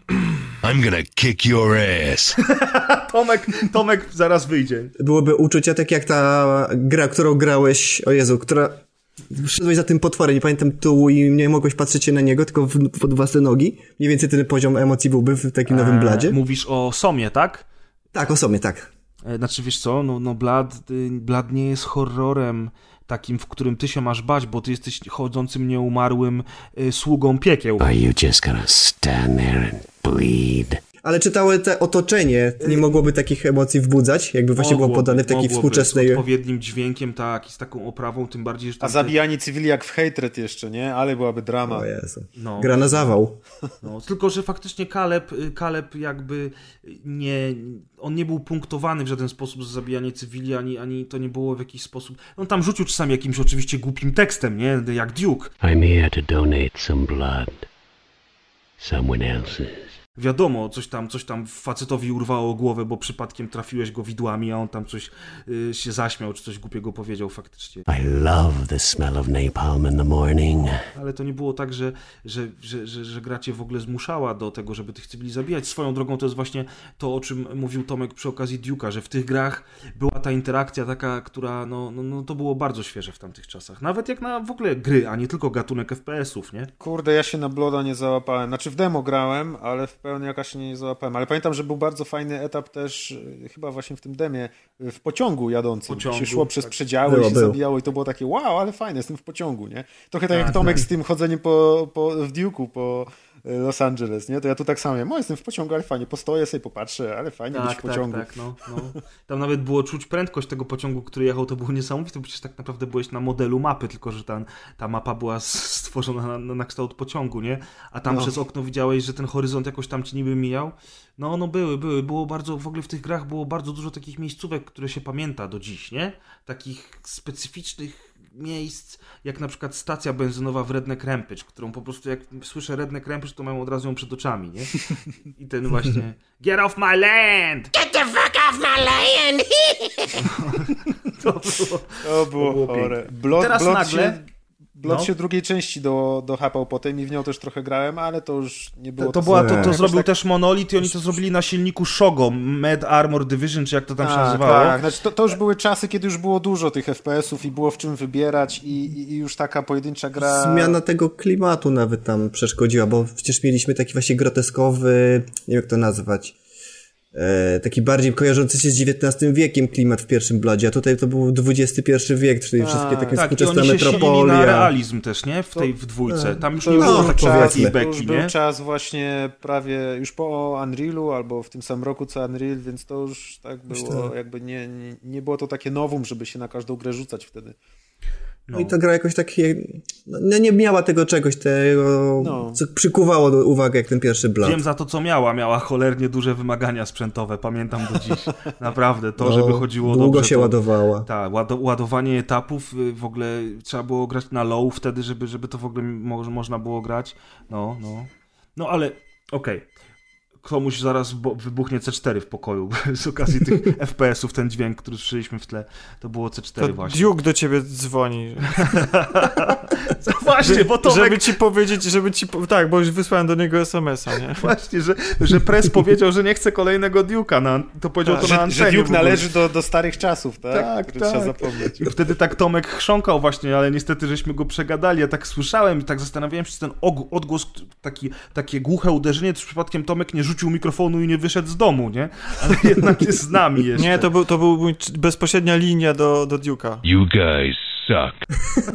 I'm gonna kick your ass. Tomek, Tomek zaraz wyjdzie. Byłoby uczucia tak jak ta gra, którą grałeś, o Jezu, która... Wszedłeś za tym potworem, nie pamiętam tyłu i nie mogłeś patrzeć się na niego, tylko w, pod własne nogi. Mniej więcej ten poziom emocji byłby w takim nowym Bladzie. Mówisz o Somie, tak? Tak, o Somie, tak. E, znaczy, wiesz co, no, no Blood, y, Blood nie jest horrorem takim, w którym ty się masz bać, bo ty jesteś chodzącym, nieumarłym y, sługą piekieł. Are you just gonna stand there and bleed? Ale czy całe te otoczenie nie mogłoby takich emocji wbudzać? Jakby właśnie Mogłoby, było podane w takiej mogłoby, współczesnej... z odpowiednim dźwiękiem, tak, i z taką oprawą, tym bardziej, że A tam te... zabijanie cywili jak w Hatred jeszcze, nie? Ale byłaby drama. O Jezu. No. Gra na zawał. No, tylko, że faktycznie Caleb, Caleb jakby nie... On nie był punktowany w żaden sposób za zabijanie cywili, ani, ani to nie było w jakiś sposób... On tam rzucił czasami jakimś oczywiście głupim tekstem, nie? Jak Duke. I'm here to donate some blood. Someone else's. Wiadomo, coś tam, coś tam facetowi urwało głowę, bo przypadkiem trafiłeś go widłami, a on tam coś y, się zaśmiał, czy coś głupiego powiedział faktycznie. I love the smell of napalm in the morning. Ale to nie było tak, że, że, że, że, że gra cię w ogóle zmuszała do tego, żeby tych cywili zabijać. Swoją drogą to jest właśnie to, o czym mówił Tomek przy okazji Duke'a, że w tych grach była ta interakcja taka, która, no, no, no to było bardzo świeże w tamtych czasach. Nawet jak na w ogóle gry, a nie tylko gatunek F P S ów, nie? Kurde, ja się na Blooda nie załapałem. Znaczy w demo grałem, ale w pełni jakaś się nie załapałem. Ale pamiętam, że był bardzo fajny etap też, chyba właśnie w tym demie, w pociągu jadącym. Pociągu, się szło przez tak. przedziały Było, i się było. zabijało i to było takie wow, ale fajne, jestem w pociągu, nie? Trochę tak, Tak, jak Tomek tak. z tym chodzeniem po, po, w Duke'u po Los Angeles, nie? To ja tu tak samo, no jestem w pociągu, ale fajnie, postoję sobie, popatrzę, ale fajnie być w pociągu. Tak, tak, no, no. Tam nawet było czuć prędkość tego pociągu, który jechał, to było niesamowite, bo przecież tak naprawdę byłeś na modelu mapy, tylko że ta, ta mapa była stworzona na, na, na kształt pociągu, nie? A tam No. przez okno widziałeś, że ten horyzont jakoś tam ci niby mijał. No, no były, były, było bardzo, w ogóle w tych grach było bardzo dużo takich miejscówek, które się pamięta do dziś, nie? Takich specyficznych miejsc, jak na przykład stacja benzynowa w Redneck Rampage, którą po prostu jak słyszę Redneck Rampage, to mam od razu ją przed oczami, nie? I ten właśnie Get off my land! Get the fuck off my land! To było, To było, było chore. piękne. Blood, Teraz Blood nagle... Się... Blood No. się drugiej części do, dochapał potem i w nią też trochę grałem, ale to już nie było... To, to, była, to, to jakoś zrobił tak... też Monolith i oni to zrobili na silniku Shogo, Med Armor Division, czy jak to tam się Tak, nazywało. tak. Znaczy, to, to już były czasy, kiedy już było dużo tych F P S-ów i było w czym wybierać i, i, i już taka pojedyncza gra... Zmiana tego klimatu nawet tam przeszkodziła, bo przecież mieliśmy taki właśnie groteskowy, nie wiem jak to nazwać, e, taki bardziej kojarzący się z dziewiętnastym wiekiem klimat w pierwszym Blodzie, a tutaj to był dwudziesty pierwszy wiek, czyli Tak, wszystkie takie Tak, i współczesne oni się silili metropolia. na realizm też, nie? W tej w dwójce. Tam już To nie już było był takiej czas, powiedzmy. to już beki, był nie? czas właśnie prawie już po Unrealu albo w tym samym roku co Unreal, więc to już tak było, jakby nie, nie, nie było to takie nowum, żeby się na każdą grę rzucać wtedy. No i ta gra jakoś takie, no nie miała tego czegoś, tego, No. co przykuwało do uwagi jak ten pierwszy Blood. Wiem za to, co miała. Miała cholernie duże wymagania sprzętowe. Pamiętam do dziś. Naprawdę. To, No, żeby chodziło długo dobrze. się to... ładowała. Tak, ład- ładowanie etapów y, w ogóle trzeba było grać na low wtedy, żeby, żeby to w ogóle mo- można było grać. No, no. No ale okej. komuś zaraz bo- wybuchnie C cztery w pokoju z okazji tych F P S ów, ten dźwięk, który słyszeliśmy w tle, to było C cztery to właśnie. Duke do ciebie dzwoni. Co, właśnie, bo Tomek... Żeby ci powiedzieć, żeby ci... Tak, bo już wysłałem do niego es em es a, nie? Właśnie, że, że Press powiedział, że nie chce kolejnego Duke'a, na, to powiedział tak, to na że, antenie. Że Duke należy do, do starych czasów, tak? Tak, Który tak. trzeba zapomnieć. I wtedy tak Tomek chrząkał właśnie, ale niestety żeśmy go przegadali, ja tak słyszałem i tak zastanawiałem się, czy ten odgłos, taki, takie głuche uderzenie, to przypadkiem Tomek nie rzucił mikrofonu i nie wyszedł z domu, nie? Ale jednak jest z nami jeszcze. Nie, to był, to był mój bezpośrednia linia do, do Duke'a. You guys suck.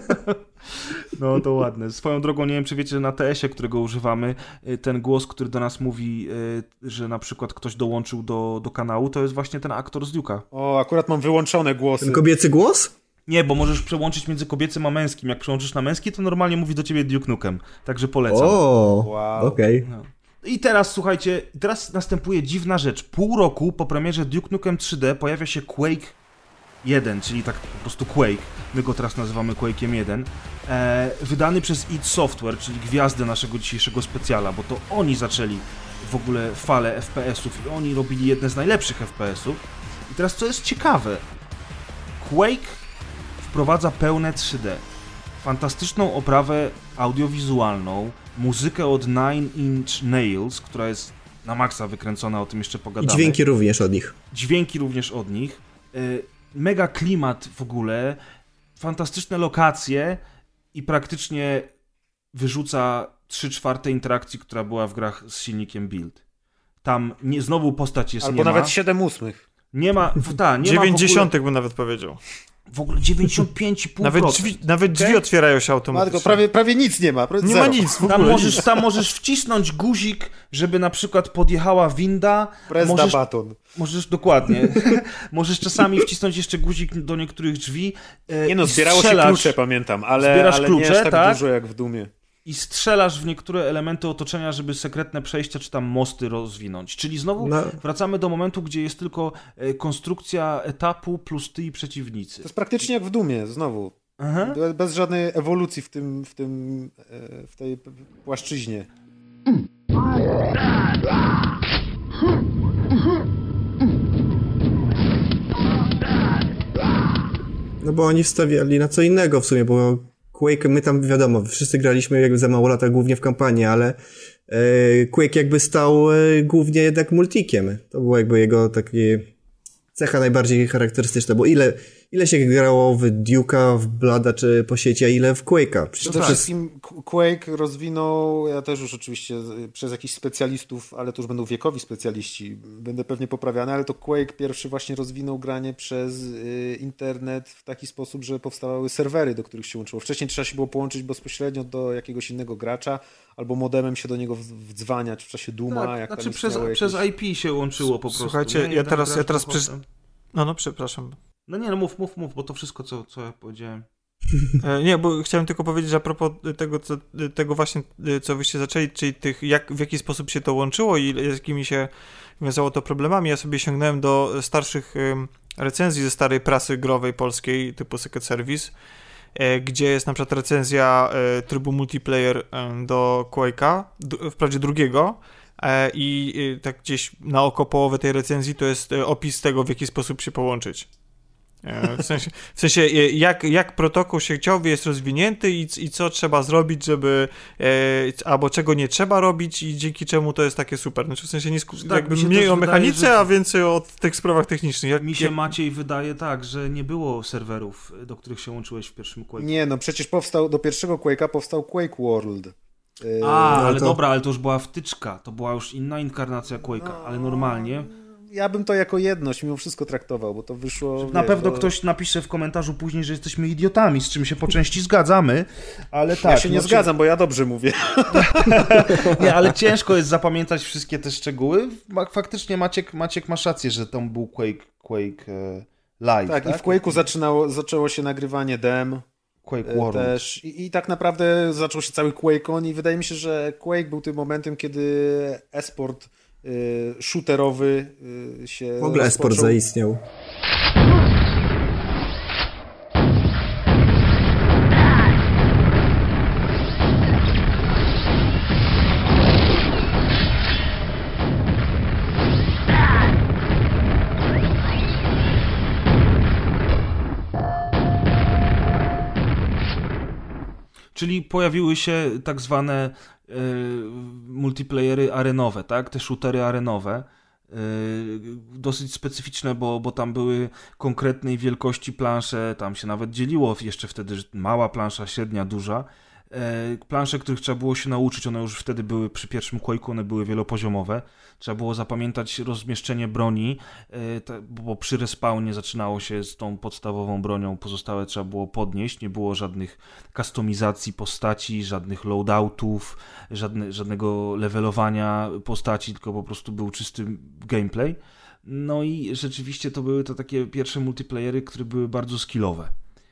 No to ładne. Swoją drogą, nie wiem, czy wiecie, że na T S-ie, którego używamy, ten głos, który do nas mówi, że na przykład ktoś dołączył do, do kanału, to jest właśnie ten aktor z Duke'a. O, akurat mam wyłączone głosy. Ten kobiecy głos? Nie, bo możesz przełączyć między kobiecym a męskim. Jak przełączysz na męski, to normalnie mówi do ciebie Duke Nukem. Także polecam. O, wow. okej. Okay. No. I teraz, słuchajcie, teraz następuje dziwna rzecz. Pół roku po premierze Duke Nukem trzy D pojawia się Quake jeden, czyli tak po prostu Quake. My go teraz nazywamy Quake'iem jeden. E, wydany przez id Software, czyli gwiazdę naszego dzisiejszego specjala, bo to oni zaczęli w ogóle falę F P S-ów i oni robili jedne z najlepszych F P S-ów. I teraz co jest ciekawe, Quake wprowadza pełne trzy D. Fantastyczną oprawę audiowizualną, muzykę od Nine Inch Nails, która jest na maksa wykręcona, o tym jeszcze pogadamy. I dźwięki również od nich. Dźwięki również od nich. Mega klimat w ogóle, fantastyczne lokacje i praktycznie wyrzuca trzy czwarte interakcji, która była w grach z silnikiem Build. Tam nie, znowu postać jest Albo nie ma. nawet siedem ósmych. Nie ma, ta, nie dziewięćdziesiąt ma w ogóle, bym nawet powiedział. w ogóle dziewięćdziesiąt pięć i pół procent. Nawet drzwi, nawet drzwi okay. otwierają się automatycznie. Matko, prawie, prawie nic nie ma. Nie zero. ma nic w ogóle. Tam możesz, tam możesz wcisnąć guzik, żeby na przykład podjechała winda. Press możesz, the button. Możesz, dokładnie. Możesz czasami wcisnąć jeszcze guzik do niektórych drzwi. E, nie no, zbierało się klucze, pamiętam, ale, zbierasz ale klucze, nie aż tak, tak dużo jak w Dumie. I strzelasz w niektóre elementy otoczenia, żeby sekretne przejścia czy tam mosty rozwinąć. Czyli znowu no. wracamy do momentu, gdzie jest tylko konstrukcja etapu plus ty i przeciwnicy. To jest praktycznie jak w Dumie, znowu. Aha. Bez żadnej ewolucji w tym, w tym, w tej płaszczyźnie. No bo oni wstawiali na co innego w sumie, bo Quake, my tam wiadomo, wszyscy graliśmy jakby za mało lata głównie w kampanię, ale e, Quake jakby stał e, głównie jednak multikiem. To było jakby jego takie cecha najbardziej charakterystyczna, bo ile, ile się grało w Duke'a, w Blooda czy po sieci, a ile w Quake'a. Przede tak. wszystkim Quake rozwinął, ja też już oczywiście przez jakichś specjalistów, ale to już będą wiekowi specjaliści, będę pewnie poprawiany, ale to Quake pierwszy właśnie rozwinął granie przez y, internet w taki sposób, że powstawały serwery, do których się łączyło. Wcześniej trzeba się było połączyć bezpośrednio do jakiegoś innego gracza, albo modemem się do niego wdzwaniać w czasie Duma. Tak, jak znaczy tam przez, jakieś... przez I P się łączyło po prostu. Słuchajcie, nie? ja teraz, ja teraz przez... No, no, przepraszam. No nie, no mów, mów, mów, bo to wszystko, co, co ja powiedziałem. E, nie, bo chciałem tylko powiedzieć, że a propos tego, co, tego właśnie, co wyście zaczęli, czyli tych, jak, w jaki sposób się to łączyło i z jakimi się wiązało to problemami. Ja sobie sięgnąłem do starszych um, recenzji ze starej prasy growej polskiej, typu Secret Service, e, gdzie jest na przykład recenzja e, trybu multiplayer e, do Quake'a, d- wprawdzie drugiego, e, i e, tak gdzieś na oko połowę tej recenzji to jest e, opis tego, w jaki sposób się połączyć. W sensie, w sensie jak, jak protokół sieciowy jest rozwinięty i, i co trzeba zrobić, żeby e, albo czego nie trzeba robić i dzięki czemu to jest takie super. Znaczy, w sensie nie sku- tak, jakby mniej o mechanice, wydaje, że... a więcej o tych sprawach technicznych. Jak, mi się jak... Maciej wydaje tak, że nie było serwerów, do których się łączyłeś w pierwszym Quake'u. Nie, no przecież powstał, do pierwszego Quake'a powstał Quake World. Yy, a, no ale to... dobra, ale to już była wtyczka, to była już inna inkarnacja Quake'a, no... ale normalnie... Ja bym to jako jedność mimo wszystko traktował, bo to wyszło... Na wiesz, pewno to... ktoś napisze w komentarzu później, że jesteśmy idiotami, z czym się po części zgadzamy, ale tak... Ja się nie no, zgadzam, bo ja dobrze mówię. Nie, ale ciężko jest zapamiętać wszystkie te szczegóły. Faktycznie Maciek, Maciek masz rację, że tam był Quake, Quake e, Live. Tak, tak, i w Quake'u zaczynało, zaczęło się nagrywanie dem. Quake World. Też. I, I tak naprawdę zaczął się cały QuakeCon i wydaje mi się, że Quake był tym momentem, kiedy e-sport y, shooterowy y, się w ogóle e-sport zaistniał. Czyli pojawiły się tak zwane y, multiplayery arenowe, tak? Te shootery arenowe. Y, dosyć specyficzne, bo, bo tam były konkretnej wielkości plansze, tam się nawet dzieliło jeszcze wtedy mała plansza, średnia, duża. Plansze, których trzeba było się nauczyć, one już wtedy były przy pierwszym Quake'u, one były wielopoziomowe. Trzeba było zapamiętać rozmieszczenie broni, bo przy respawnie zaczynało się z tą podstawową bronią, pozostałe trzeba było podnieść, nie było żadnych kustomizacji postaci, żadnych loadoutów, żadne, żadnego levelowania postaci, tylko po prostu był czysty gameplay. No i rzeczywiście to były to takie pierwsze multiplayery, które były bardzo skillowe.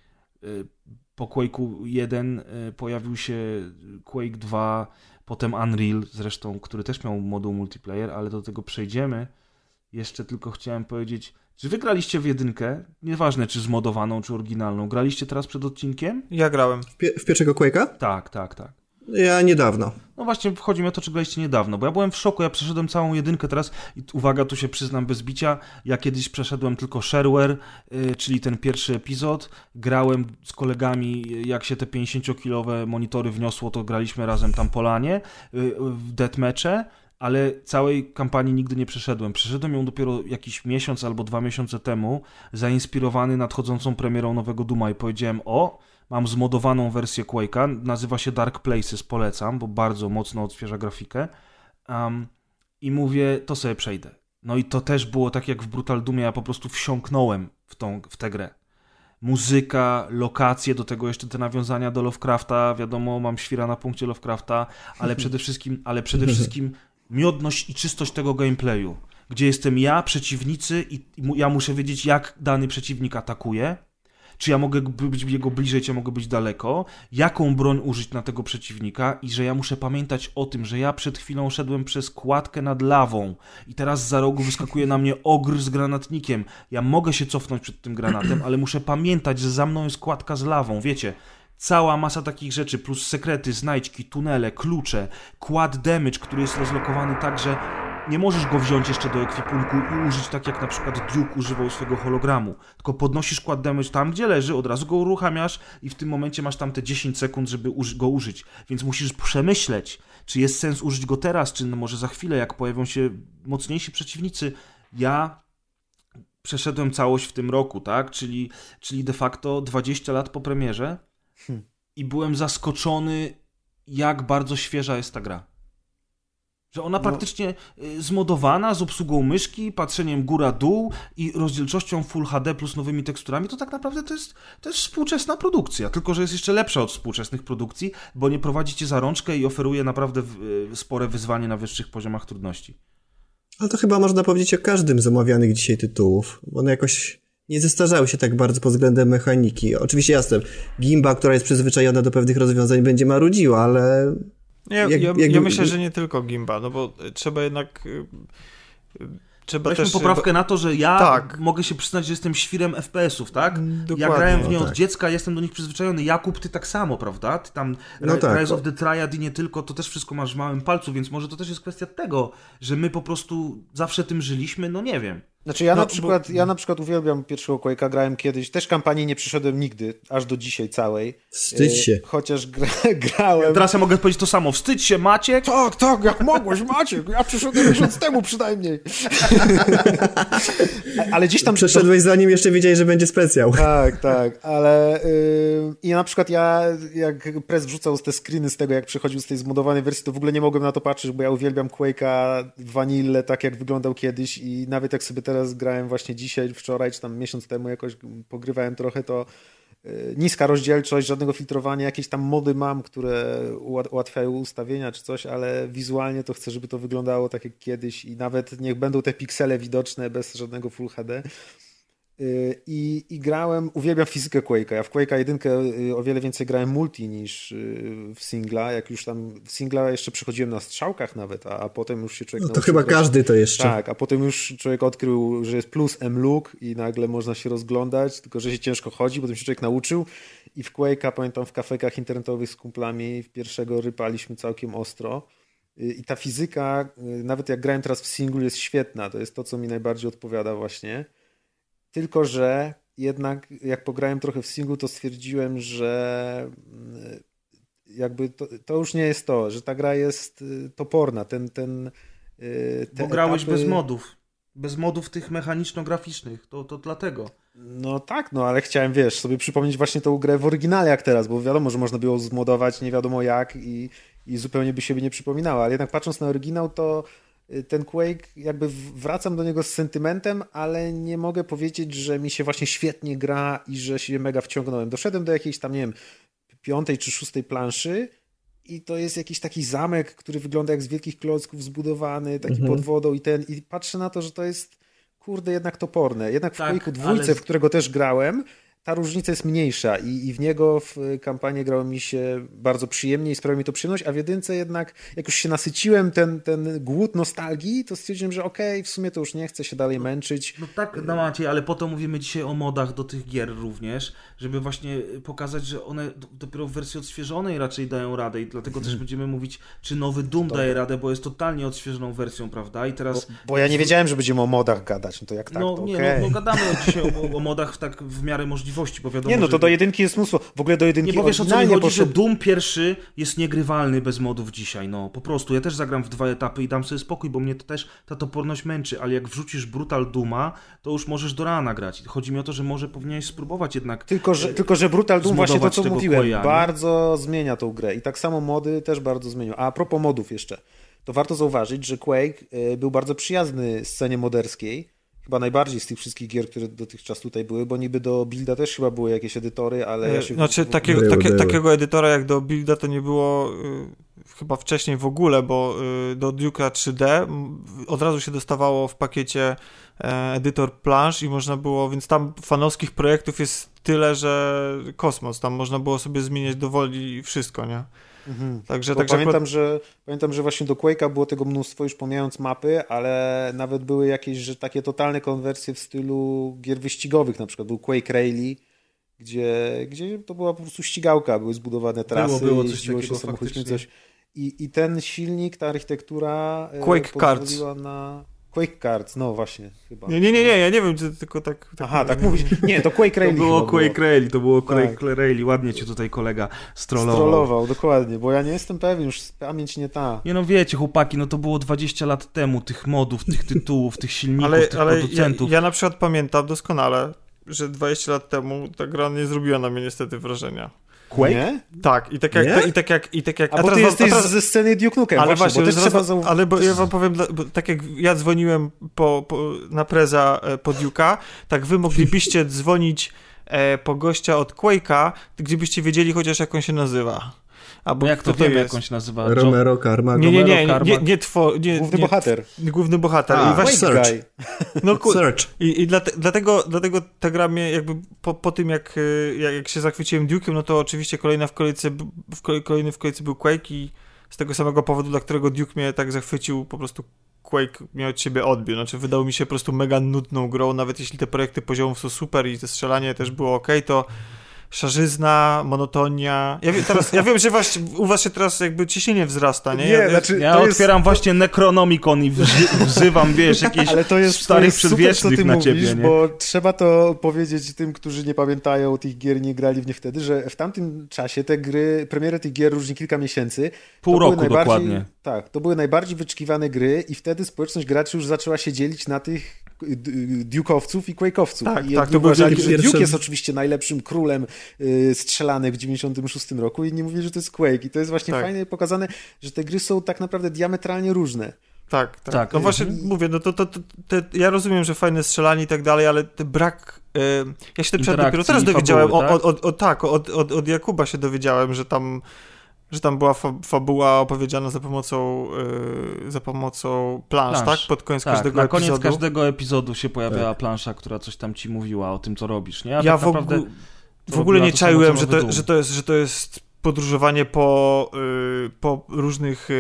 Po Quake'u jeden pojawił się Quake dwa, potem Unreal, zresztą, który też miał moduł multiplayer, ale do tego przejdziemy. Jeszcze tylko chciałem powiedzieć, czy wy graliście w jedynkę? Nieważne, czy zmodowaną, czy oryginalną. Graliście teraz przed odcinkiem? Ja grałem. W, pie- w pierwszego Quake'a? Tak, tak, tak. Ja niedawno. No właśnie, chodzi mi o to, czy graliście niedawno, bo ja byłem w szoku, ja przeszedłem całą jedynkę teraz i uwaga, tu się przyznam bez bicia, ja kiedyś przeszedłem tylko shareware, yy, czyli ten pierwszy epizod, grałem z kolegami, jak się te pięćdziesięciokilowe monitory wniosło, to graliśmy razem tam po lanie, yy, w deathmatche, ale całej kampanii nigdy nie przeszedłem. Przeszedłem ją dopiero jakiś miesiąc albo dwa miesiące temu, zainspirowany nadchodzącą premierą nowego Duma i powiedziałem, o... Mam zmodowaną wersję Quake'a, nazywa się Dark Places, polecam, bo bardzo mocno odświeża grafikę. Um, I mówię, to sobie przejdę. No i to też było tak jak w Brutal Doomie, ja po prostu wsiąknąłem w, tą, w tę grę. Muzyka, lokacje, do tego jeszcze te nawiązania do Lovecrafta, wiadomo, mam świra na punkcie Lovecrafta, ale przede wszystkim, ale przede wszystkim miodność i czystość tego gameplayu, gdzie jestem ja, przeciwnicy i, i ja muszę wiedzieć, jak dany przeciwnik atakuje. Czy ja mogę być jego bliżej, czy ja mogę być daleko, jaką broń użyć na tego przeciwnika i że ja muszę pamiętać o tym, że ja przed chwilą szedłem przez kładkę nad lawą i teraz za rogu wyskakuje na mnie ogr z granatnikiem. Ja mogę się cofnąć przed tym granatem, ale muszę pamiętać, że za mną jest kładka z lawą, wiecie. Cała masa takich rzeczy, plus sekrety, znajdźki, tunele, klucze, quad damage, który jest rozlokowany tak, że nie możesz go wziąć jeszcze do ekwipunku i użyć tak jak na przykład Duke używał swojego hologramu, tylko podnosisz quad damage tam, gdzie leży, od razu go uruchamiasz i w tym momencie masz tam te dziesięć sekund, żeby go użyć, więc musisz przemyśleć, czy jest sens użyć go teraz, czy no może za chwilę, jak pojawią się mocniejsi przeciwnicy. Ja przeszedłem całość w tym roku, tak, czyli, czyli de facto dwadzieścia lat po premierze hmm. i byłem zaskoczony, jak bardzo świeża jest ta gra. Że ona no. praktycznie zmodowana, z obsługą myszki, patrzeniem góra-dół i rozdzielczością Full H D plus nowymi teksturami, to tak naprawdę to jest, to jest współczesna produkcja, tylko że jest jeszcze lepsza od współczesnych produkcji, bo nie prowadzi cię za rączkę i oferuje naprawdę spore wyzwanie na wyższych poziomach trudności. Ale to chyba można powiedzieć o każdym z omawianych dzisiaj tytułów, bo one jakoś nie zestarzały się tak bardzo pod względem mechaniki. Oczywiście jasne, gimba, która jest przyzwyczajona do pewnych rozwiązań, będzie marudziła, ale... Ja, jak, ja, jak... ja myślę, że nie tylko gimba, no bo trzeba jednak... Trzeba Weźmy też... poprawkę na to, że ja tak. mogę się przyznać, że jestem świrem F P S ów, tak? Dokładnie, ja grałem w nie no od tak. dziecka, jestem do nich przyzwyczajony. Jakub, ty tak samo, prawda? Ty tam no tak. Rise of the Triad i nie tylko, to też wszystko masz w małym palcu, więc może to też jest kwestia tego, że my po prostu zawsze tym żyliśmy, no nie wiem. Znaczy ja, no, na przykład, bo... ja na przykład uwielbiam pierwszego Quake'a, grałem kiedyś, też kampanii nie przeszedłem nigdy, aż do dzisiaj całej. Wstydź się. E, chociaż gra, grałem... Teraz ja mogę powiedzieć to samo, wstydź się, Maciek? Tak, tak, jak mogłeś, Maciek, ja przeszedłem miesiąc temu przynajmniej. Ale gdzieś tam... Przeszedłeś zanim jeszcze wiedziałeś, że będzie specjał. Tak, tak, ale yy, i na przykład ja, jak Press wrzucał te screeny z tego, jak przechodził z tej zmodowanej wersji, to w ogóle nie mogłem na to patrzeć, bo ja uwielbiam Quake'a Vanille, tak jak wyglądał kiedyś i nawet jak sobie teraz grałem właśnie dzisiaj, wczoraj, czy tam miesiąc temu jakoś pogrywałem trochę, to yy, niska rozdzielczość, żadnego filtrowania, jakieś tam mody mam, które ułatwiają ustawienia czy coś, ale wizualnie to chcę, żeby to wyglądało tak jak kiedyś i nawet niech będą te piksele widoczne bez żadnego Full H D. I, i grałem, uwielbiam fizykę Quake'a. Ja w Quake'a jedynkę o wiele więcej grałem multi niż w singla. Jak już tam w singla jeszcze przechodziłem na strzałkach nawet, a, a potem już się człowiek No to chyba grać. Każdy to jeszcze. Tak, a potem już człowiek odkrył, że jest plus M-Look i nagle można się rozglądać, tylko że się ciężko chodzi, potem się człowiek nauczył i w Quake'a, pamiętam, w kafejkach internetowych z kumplami w pierwszego rypaliśmy całkiem ostro. I ta fizyka, nawet jak grałem teraz w singlu, jest świetna. To jest to, co mi najbardziej odpowiada właśnie. Tylko że jednak jak pograłem trochę w singlu, to stwierdziłem, że jakby to, to już nie jest to, że ta gra jest toporna, ten... ten te Bo grałeś etapy... bez modów. Bez modów tych mechaniczno-graficznych, to, to dlatego. No tak, no ale chciałem, wiesz, sobie przypomnieć właśnie tą grę w oryginale jak teraz, bo wiadomo, że można było zmodować nie wiadomo jak i, i zupełnie by siebie nie przypominała, ale jednak patrząc na oryginał, to ten Quake, jakby wracam do niego z sentymentem, ale nie mogę powiedzieć, że mi się właśnie świetnie gra i że się mega wciągnąłem. Doszedłem do jakiejś tam, nie wiem, piątej czy szóstej planszy i to jest jakiś taki zamek, który wygląda jak z wielkich klocków zbudowany, taki mhm. pod wodą i ten, i patrzę na to, że to jest, kurde, jednak toporne. Jednak w tak, Quake'u dwójce, ale... w którego też grałem, ta różnica jest mniejsza i, i w niego w kampanii grało mi się bardzo przyjemnie i sprawiło mi to przyjemność, a w jedynce jednak, jak już się nasyciłem ten, ten głód nostalgii, to stwierdziłem, że okej, okay, w sumie to już nie chcę się dalej męczyć. No tak, no Maciej, ale po to mówimy dzisiaj o modach do tych gier również, żeby właśnie pokazać, że one dopiero w wersji odświeżonej raczej dają radę i dlatego też będziemy mówić, czy nowy Doom daje radę, bo jest totalnie odświeżoną wersją, prawda? I teraz... Bo, bo ja nie wiedziałem, że będziemy o modach gadać, no to jak tak, no, to nie, okay. no, no gadamy dzisiaj o, o modach w tak w miarę możliwości. Bo wiadomo, nie, no to że... do jedynki jest mnóstwo. W ogóle do jedynki nie, bo wiesz o co mi chodzi, poszedł... że Doom pierwszy jest niegrywalny bez modów dzisiaj, no po prostu. Ja też zagram w dwa etapy i dam sobie spokój, bo mnie to też ta toporność męczy, ale jak wrzucisz Brutal Dooma, to już możesz do rana grać. Chodzi mi o to, że może powinieneś spróbować jednak... Tylko, że, tylko, że Brutal Doom, właśnie to, co mówiłem, Quake'a, bardzo zmienia tą grę i tak samo mody też bardzo zmienią. A, a propos modów jeszcze, to warto zauważyć, że Quake był bardzo przyjazny scenie moderskiej, chyba najbardziej z tych wszystkich gier, które dotychczas tutaj były, bo niby do builda też chyba były jakieś edytory, ale ja się... Znaczy w... takiego, były, takie, były. takiego edytora jak do builda to nie było y, chyba wcześniej w ogóle, bo y, do Duke'a trzy D od razu się dostawało w pakiecie y, edytor plansz i można było, więc tam fanowskich projektów jest tyle, że kosmos, tam można było sobie zmieniać dowoli wszystko, nie? Mhm. Także, także także pamiętam, że, pamiętam, że właśnie do Quake'a było tego mnóstwo, już pomijając mapy, ale nawet były jakieś, że takie totalne konwersje w stylu gier wyścigowych, na przykład był Quake Rally, gdzie, gdzie to była po prostu ścigałka, były zbudowane trasy, było, było coś jeździło takiego, się samochodem, coś. I, I ten silnik, ta architektura Quake pozwoliła Cards. na... Quake Cards, no właśnie, chyba. Nie, nie, nie, nie, ja nie wiem, czy tylko tak... tak Aha, tak mówisz. Nie, to Quake Rally To było Quake było. Rally, to było Quake tak. Rally, ładnie cię tutaj kolega strollował. Strollował, dokładnie, bo ja nie jestem pewien, już pamięć nie ta. Nie no wiecie, chłopaki, no to było dwadzieścia lat temu, tych modów, tych tytułów, tych silników, ale, tych ale producentów. Ja, ja na przykład pamiętam doskonale, że dwadzieścia lat temu ta gra nie zrobiła na mnie niestety wrażenia. Quake? Nie? Tak, i tak jak... Nie? I tak jak, i tak jak a, a bo ty wam, jesteś a teraz, ze sceny Duke Nukem, ale właśnie, właśnie, bo też trzeba, trzeba zau... ale bo ja wam powiem, bo tak jak ja dzwoniłem po, po, na preza po Duke'a, tak wy moglibyście dzwonić e, po gościa od Quake'a, gdybyście wiedzieli chociaż jak on się nazywa. Albo jak to wiemy, jak on się nazywa? Romero Carmack. Nie, nie, nie, nie, nie, nie, two, nie Główny nie, bohater. Nie, główny bohater. A, I właśnie, Search. No, ku, Search. I, i dlate, dlatego, dlatego ta gra mnie jakby po, po tym jak, jak, jak się zachwyciłem Duke'em, no to oczywiście kolejna w kolejce, w kolej, kolejny w kolejce był Quake i z tego samego powodu, dla którego Duke mnie tak zachwycił, po prostu Quake mnie od siebie odbił. Znaczy wydał mi się po prostu mega nudną grą, nawet jeśli te projekty poziomów są super i to strzelanie też było okej, to szarzyzna, monotonia. Ja wiem, teraz, ja wiem, że was, u was się teraz jakby ciśnienie wzrasta, nie? Nie, ja, znaczy, ja otwieram jest... właśnie Necronomicon i wzywam, wiesz, jakieś ale to jest, starych to jest super, co ty na mówisz, ciebie, nie? Bo trzeba to powiedzieć tym, którzy nie pamiętają tych gier, nie grali w nie wtedy, że w tamtym czasie te gry, premiery tych gier różni kilka miesięcy. Pół roku dokładnie. Tak, to były najbardziej wyczekiwane gry i wtedy społeczność graczy już zaczęła się dzielić na tych Duke'owców i Quake'owców. Tak, I tak, to uważali, był że pierwszy... Duke jest oczywiście najlepszym królem y, strzelanek w dziewięćdziesiątym szóstym roku i inni mówili, że to jest Quake. I to jest właśnie tak. fajnie pokazane, że te gry są tak naprawdę diametralnie różne. Tak, tak. tak. No właśnie mhm. mówię, no to, to, to, to ja rozumiem, że fajne strzelanie i tak dalej, ale ten brak... Yy, ja się dopiero, dopiero teraz dowiedziałem, fabuły, tak? O, o, o, tak, od, od, od Jakuba się dowiedziałem, że tam że tam była fa- fabuła opowiedziana za pomocą yy, za pomocą plansz, plansz, tak? Pod koniec tak, każdego na epizodu. koniec każdego epizodu się pojawiała tak. plansza, która coś tam ci mówiła o tym, co robisz, nie? A ja tak w, naprawdę ogóle, w ogóle nie czaiłem, że to, dół. że, to jest, że to jest podróżowanie po, yy, po różnych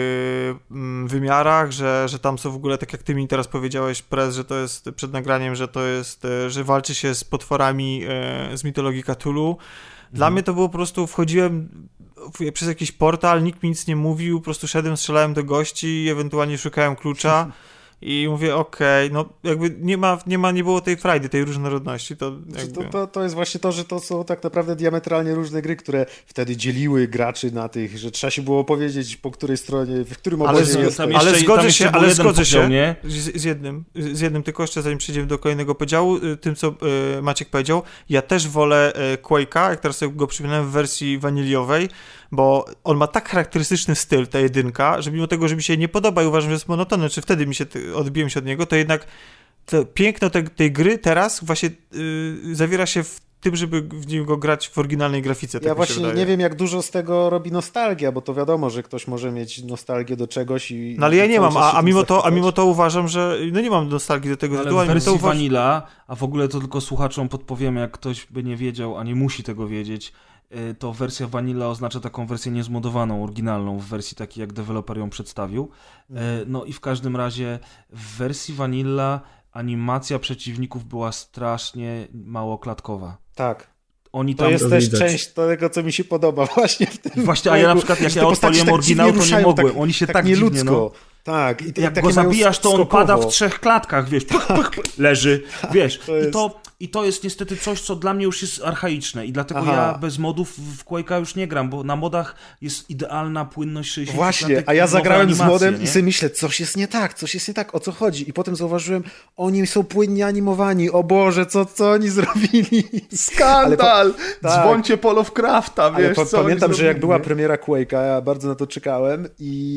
yy, wymiarach, że, że tam są w ogóle, tak jak ty mi teraz powiedziałeś, Prez, że to jest przed nagraniem, że to jest, yy, że walczy się z potworami yy, z mitologii Cthulhu. Dla mhm. mnie to było po prostu, wchodziłem przez jakiś portal, nikt mi nic nie mówił, po prostu szedłem, strzelałem do gości i ewentualnie szukałem klucza I mówię, okej, okay, no jakby nie ma, nie ma, nie było tej frajdy, tej różnorodności. To, jakby... to, to, to jest właśnie to, że to są tak naprawdę diametralnie różne gry, które wtedy dzieliły graczy na tych, że trzeba się było powiedzieć, po której stronie, w którym obozie ale, jest. ale jeszcze, zgodzę się, ale zgodzę się z, z jednym, z jednym, tylko jeszcze zanim przejdziemy do kolejnego podziału, tym co y, Maciek powiedział, ja też wolę y, Quake'a, jak teraz sobie go przypominałem w wersji waniliowej, bo on ma tak charakterystyczny styl, ta jedynka, że mimo tego, że mi się nie podoba i uważam, że jest monotonny, czy wtedy mi się, odbiłem się od niego, to jednak to piękno te, tej gry teraz właśnie yy, zawiera się w tym, żeby w niego grać w oryginalnej grafice. Ja tak właśnie nie wiem, jak dużo z tego robi nostalgia, bo to wiadomo, że ktoś może mieć nostalgię do czegoś i... No ale ja nie mam, a, a, mimo to, a mimo to uważam, że no nie mam nostalgii do tego ale tytułu. Ale w wersji uważ... Vanilla, a w ogóle to tylko słuchaczom podpowiemy, jak ktoś by nie wiedział, a nie musi tego wiedzieć, to wersja Vanilla oznacza taką wersję niezmodowaną, oryginalną, w wersji takiej, jak deweloper ją przedstawił. No i w każdym razie w wersji Vanilla animacja przeciwników była strasznie mało klatkowa. Tak. Oni to tam... jest też widać. Część tego, co mi się podoba właśnie w tym. Właśnie, a ja na przykład jak ja odpaliłem tak oryginał, to nie mogłem. Tak, Oni się tak, tak nieludzko. dziwnie, no. Tak. I, jak go zabijasz, to on skokowo. pada w trzech klatkach, wiesz, pych, pych, pych, leży, wiesz. To jest... I, to, I to jest niestety coś, co dla mnie już jest archaiczne i dlatego Aha. ja bez modów w Quake'a już nie gram, bo na modach jest idealna płynność sześćdziesiąt Właśnie, klatek, a ja zagrałem animacje, z modem nie? i sobie myślę, coś jest nie tak, coś jest nie tak, o co chodzi? I potem zauważyłem, oni są płynnie animowani, o Boże, co, co oni zrobili? Skandal! Po... Tak. Dzwońcie po Lovecrafta, wiesz, po, co Pamiętam, że jak nie? była premiera Quake'a, ja bardzo na to czekałem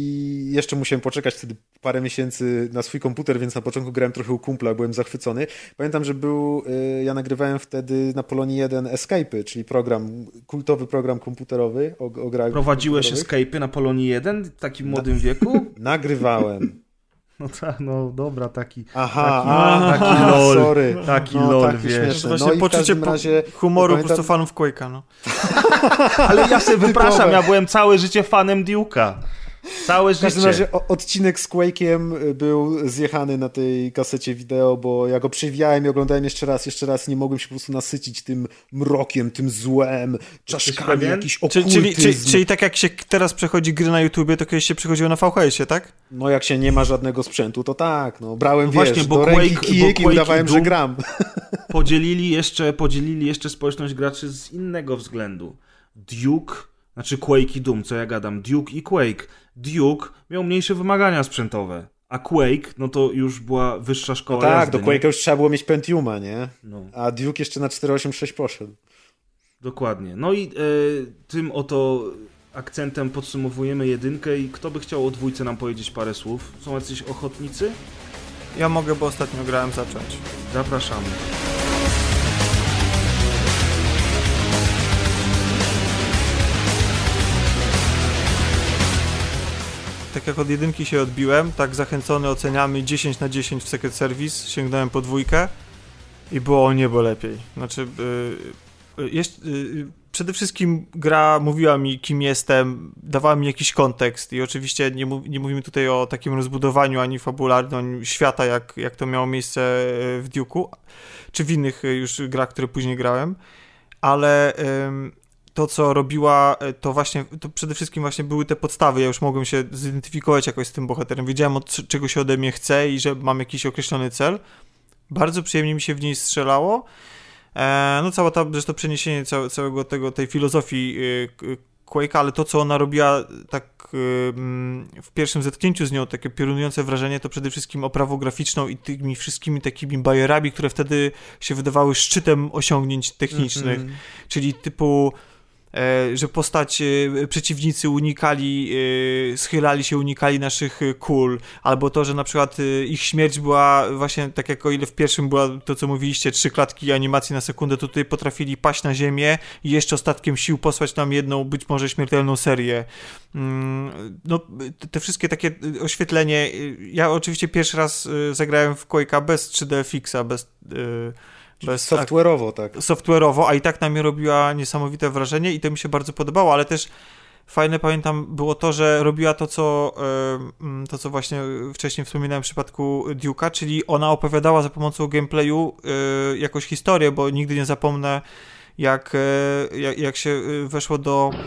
i jeszcze musiałem poczekać wtedy parę miesięcy na swój komputer, więc na początku grałem trochę u kumpla, byłem zachwycony. Pamiętam, że był, ja nagrywałem wtedy na Polonii jeden Escape'y, czyli program, kultowy program komputerowy o, o grach Prowadziłeś Escape'y na Polonii jeden w takim młodym na... wieku? Nagrywałem. No tak, no dobra, taki Aha, taki, aha, taki aha, lol, sorry. taki no, lol, taki wiesz. Właśnie no poczucie razie, humoru pamiętam... po prostu fanów Quake'a, no. Ale ja sobie wypraszam, ja byłem całe życie fanem Duke'a. Całe życie. W każdym razie odcinek z Quake'iem był zjechany na tej kasecie wideo, bo ja go przewijałem i oglądałem jeszcze raz, jeszcze raz nie mogłem się po prostu nasycić tym mrokiem, tym złem, czaszkami, jakiś okultyzm. Czyli, czyli, czyli tak jak się teraz przechodzi gry na YouTubie, to kiedyś się przechodziło na V H S-ie, tak? No jak się nie ma żadnego sprzętu, to tak, no brałem, no właśnie, wiesz, bo do Quake, ręki kijek i udawałem, że gram. Podzielili jeszcze, podzielili jeszcze społeczność graczy z innego względu. Duke, znaczy Quake i Doom, co ja gadam, Duke i Quake. Duke miał mniejsze wymagania sprzętowe, a Quake, no to już była wyższa szkoła no tak, jazdy, do Quake'a już trzeba było mieć Pentiuma, nie? No. A Duke jeszcze na cztery osiem sześć poszedł. Dokładnie. No i e, tym oto akcentem podsumowujemy jedynkę i kto by chciał o dwójce nam powiedzieć parę słów? Są jacyś ochotnicy? Ja mogę, bo ostatnio grałem, zacząć. Zapraszamy. Tak jak od jedynki się odbiłem, tak zachęcony oceniami dziesięć na dziesięć w Secret Service, sięgnąłem po dwójkę i było o niebo lepiej. Znaczy, yy, jest, yy, przede wszystkim gra mówiła mi, kim jestem, dawała mi jakiś kontekst i oczywiście nie, mów, nie mówimy tutaj o takim rozbudowaniu ani fabularnym, ani świata, jak, jak to miało miejsce w Duke'u, czy w innych już grach, które później grałem, ale... Yy, to, co robiła, to właśnie, to przede wszystkim właśnie były te podstawy. Ja już mogłem się zidentyfikować jakoś z tym bohaterem. Wiedziałem, od czego się ode mnie chce i że mam jakiś określony cel. Bardzo przyjemnie mi się w niej strzelało. E, no cała ta, zresztą przeniesienie całe, całego tego, tej filozofii y, Quake'a, ale to, co ona robiła tak y, w pierwszym zetknięciu z nią, takie piorunujące wrażenie, to przede wszystkim oprawą graficzną i tymi wszystkimi takimi bajerami, które wtedy się wydawały szczytem osiągnięć technicznych. Mm-hmm. Czyli typu że postać przeciwnicy unikali, schylali się, unikali naszych kul, albo to, że na przykład ich śmierć była właśnie tak jak o ile w pierwszym była to, co mówiliście, trzy klatki animacji na sekundę, to tutaj potrafili paść na ziemię i jeszcze ostatkiem sił posłać nam jedną, być może śmiertelną serię. No, te wszystkie takie oświetlenie, ja oczywiście pierwszy raz zagrałem w Quake'a bez trzy D F X-a, bez... Bez, software'owo, tak. Software'owo, a i tak na mnie robiła niesamowite wrażenie i to mi się bardzo podobało, ale też fajne, pamiętam, było to, że robiła to, co to, co właśnie wcześniej wspominałem w przypadku Duke'a, czyli ona opowiadała za pomocą gameplayu jakąś historię, bo nigdy nie zapomnę, jak, jak, jak się weszło do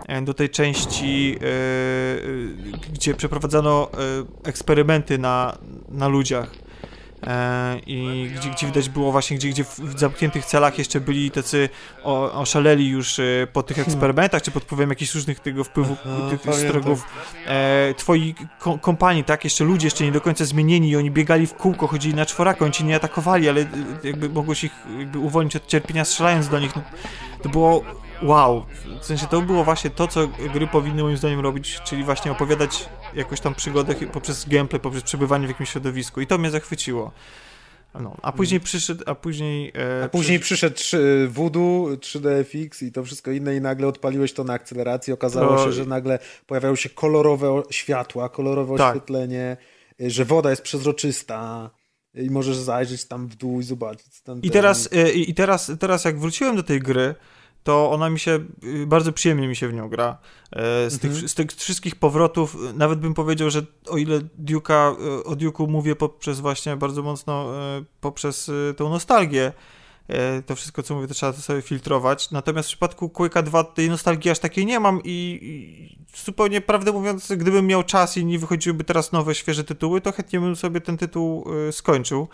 do tej części, gdzie przeprowadzano eksperymenty na, na ludziach. I gdzie, gdzie widać było właśnie, gdzie, gdzie w zamkniętych celach jeszcze byli tacy o, oszaleli już po tych eksperymentach, czy pod wpływem jakichś różnych tego wpływu, Aha, tych strogów. E, twoi ko- kompanii, tak, jeszcze ludzie jeszcze nie do końca zmienieni i oni biegali w kółko, chodzili na czworaka, oni cię nie atakowali, ale jakby mogłeś ich jakby uwolnić od cierpienia strzelając do nich. No, to było wow. W sensie to było właśnie to, co gry powinny moim zdaniem robić, czyli właśnie opowiadać jakąś tam przygodę poprzez gameplay, poprzez przebywanie w jakimś środowisku i to mnie zachwyciło. No, a później przyszedł, a później... E, a później przyszedł Voodoo, trzy D F X i to wszystko inne i nagle odpaliłeś to na akceleracji, okazało to... się, że nagle pojawiają się kolorowe światła, kolorowe tak. oświetlenie, że woda jest przezroczysta i możesz zajrzeć tam w dół i zobaczyć. Tam I teraz, e, i teraz, teraz jak wróciłem do tej gry, to ona mi się, bardzo przyjemnie mi się w nią gra. Z tych, mhm. z tych wszystkich powrotów, nawet bym powiedział, że o ile Duke'a, o Duke'u mówię poprzez właśnie bardzo mocno, poprzez tą nostalgię, to wszystko, co mówię, to trzeba to sobie filtrować. Natomiast w przypadku Quake'a dwa tej nostalgii aż takiej nie mam i, i zupełnie prawdę mówiąc, gdybym miał czas i nie wychodziłyby teraz nowe, świeże tytuły, to chętnie bym sobie ten tytuł skończył.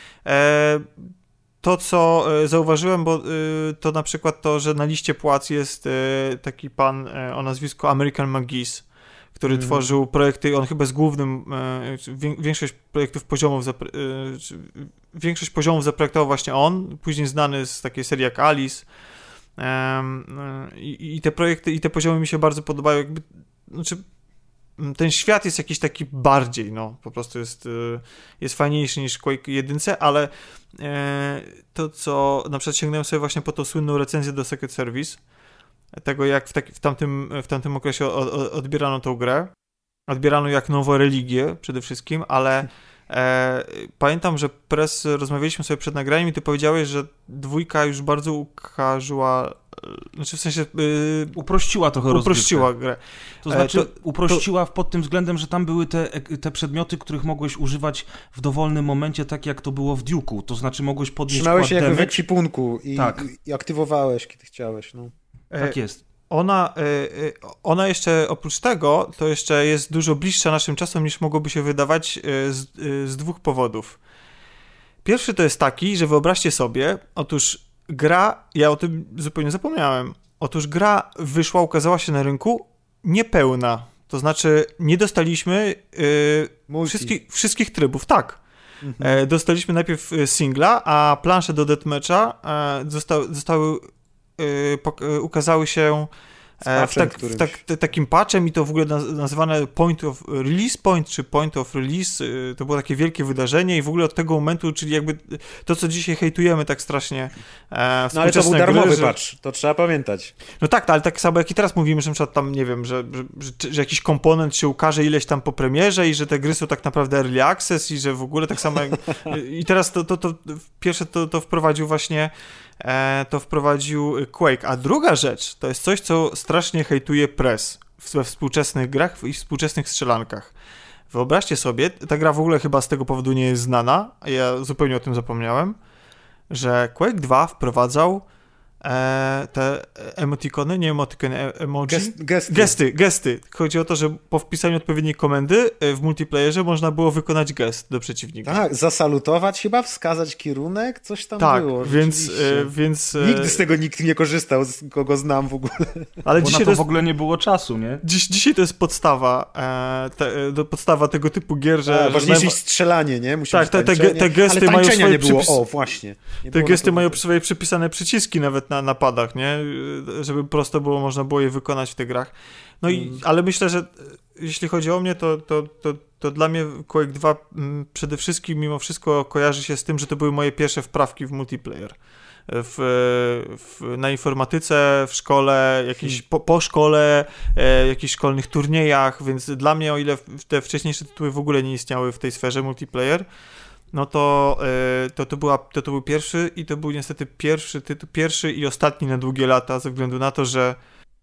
To, co zauważyłem, bo to na przykład to, że na liście płac jest taki pan o nazwisku American McGee's, który mm. tworzył projekty, on chyba jest głównym, większość projektów poziomów, większość poziomów zaprojektował właśnie on, później znany z takiej serii jak Alice. I, i te projekty, i te poziomy mi się bardzo podobają, jakby, znaczy ten świat jest jakiś taki bardziej, no, po prostu jest, jest fajniejszy niż Quake jeden, ale to, co na przykład sięgnąłem sobie właśnie po tą słynną recenzję do Secret Service, tego jak w, taki, w, tamtym, w tamtym okresie odbierano tą grę, odbierano jak nową religię przede wszystkim, ale e, pamiętam, że Press, rozmawialiśmy sobie przed nagraniem i ty powiedziałeś, że dwójka już bardzo ukarzyła, znaczy w sensie yy, uprościła trochę uprościła rozgrywkę. grę. To znaczy to, uprościła to... pod tym względem, że tam były te, te przedmioty, których mogłeś używać w dowolnym momencie, tak jak to było w Duke'u. To znaczy mogłeś podnieść Trzymałeś się damage. jakby w ekwipunku i, tak. i aktywowałeś, kiedy chciałeś. No. Tak jest. Ona, ona jeszcze oprócz tego, to jeszcze jest dużo bliższa naszym czasom niż mogłoby się wydawać z, z dwóch powodów. Pierwszy to jest taki, że wyobraźcie sobie, otóż gra, ja o tym zupełnie zapomniałem, otóż gra wyszła, ukazała się na rynku niepełna, to znaczy nie dostaliśmy yy, wszystkich, wszystkich trybów, tak. Mhm. E, dostaliśmy najpierw singla, a plansze do deathmatcha e, zostały, zostały yy, pok- ukazały się w, tak, w tak, t- takim patchem i to w ogóle nazywane point of release point, czy point of release, to było takie wielkie wydarzenie i w ogóle od tego momentu, czyli jakby to, co dzisiaj hejtujemy tak strasznie e, no ale to był darmowy gry, że... patch, to trzeba pamiętać. No tak, ale tak samo jak i teraz mówimy, że na przykład tam, nie wiem, że, że, że, że jakiś komponent się ukaże ileś tam po premierze i że te gry są tak naprawdę early access i że w ogóle tak samo jak... i teraz to, to, to pierwsze to, to wprowadził właśnie to wprowadził Quake. A druga rzecz, to jest coś, co strasznie hejtuje Press we współczesnych grach i współczesnych strzelankach. Wyobraźcie sobie, ta gra w ogóle chyba z tego powodu nie jest znana, a ja zupełnie o tym zapomniałem, że Quake dwa wprowadzał e, te emotikony, nie emotikony, emoji? Gest, gesty. gesty. Gesty. Chodzi o to, że po wpisaniu odpowiedniej komendy w multiplayerze można było wykonać gest do przeciwnika. Tak, zasalutować chyba, wskazać kierunek, coś tam tak, było. Więc, e, więc... Nigdy z tego nikt nie korzystał, z kogo znam w ogóle. Ale Bo dzisiaj na to, to jest, w ogóle nie było czasu, nie? Dziś, dzisiaj to jest podstawa, e, te, do, podstawa tego typu gier, że... A, ważniejsze że niż strzelanie, nie? Musi tak, te, te, te gesty ale mają swoje nie było, przypis... o właśnie. Nie te gesty mają swoje przypisane przyciski nawet na napadach, nie? Żeby prosto było, można było je wykonać w tych grach. No i, mm. ale myślę, że jeśli chodzi o mnie, to, to, to, to dla mnie Quake dwa m, przede wszystkim mimo wszystko kojarzy się z tym, że to były moje pierwsze wprawki w multiplayer. W, w, na informatyce, w szkole, jakieś, po, po szkole, e, jakichś szkolnych turniejach, więc dla mnie, o ile te wcześniejsze tytuły w ogóle nie istniały w tej sferze multiplayer, no to, y, to, to, była, to, to był pierwszy i to był niestety pierwszy tytuł, pierwszy i ostatni na długie lata, ze względu na to, że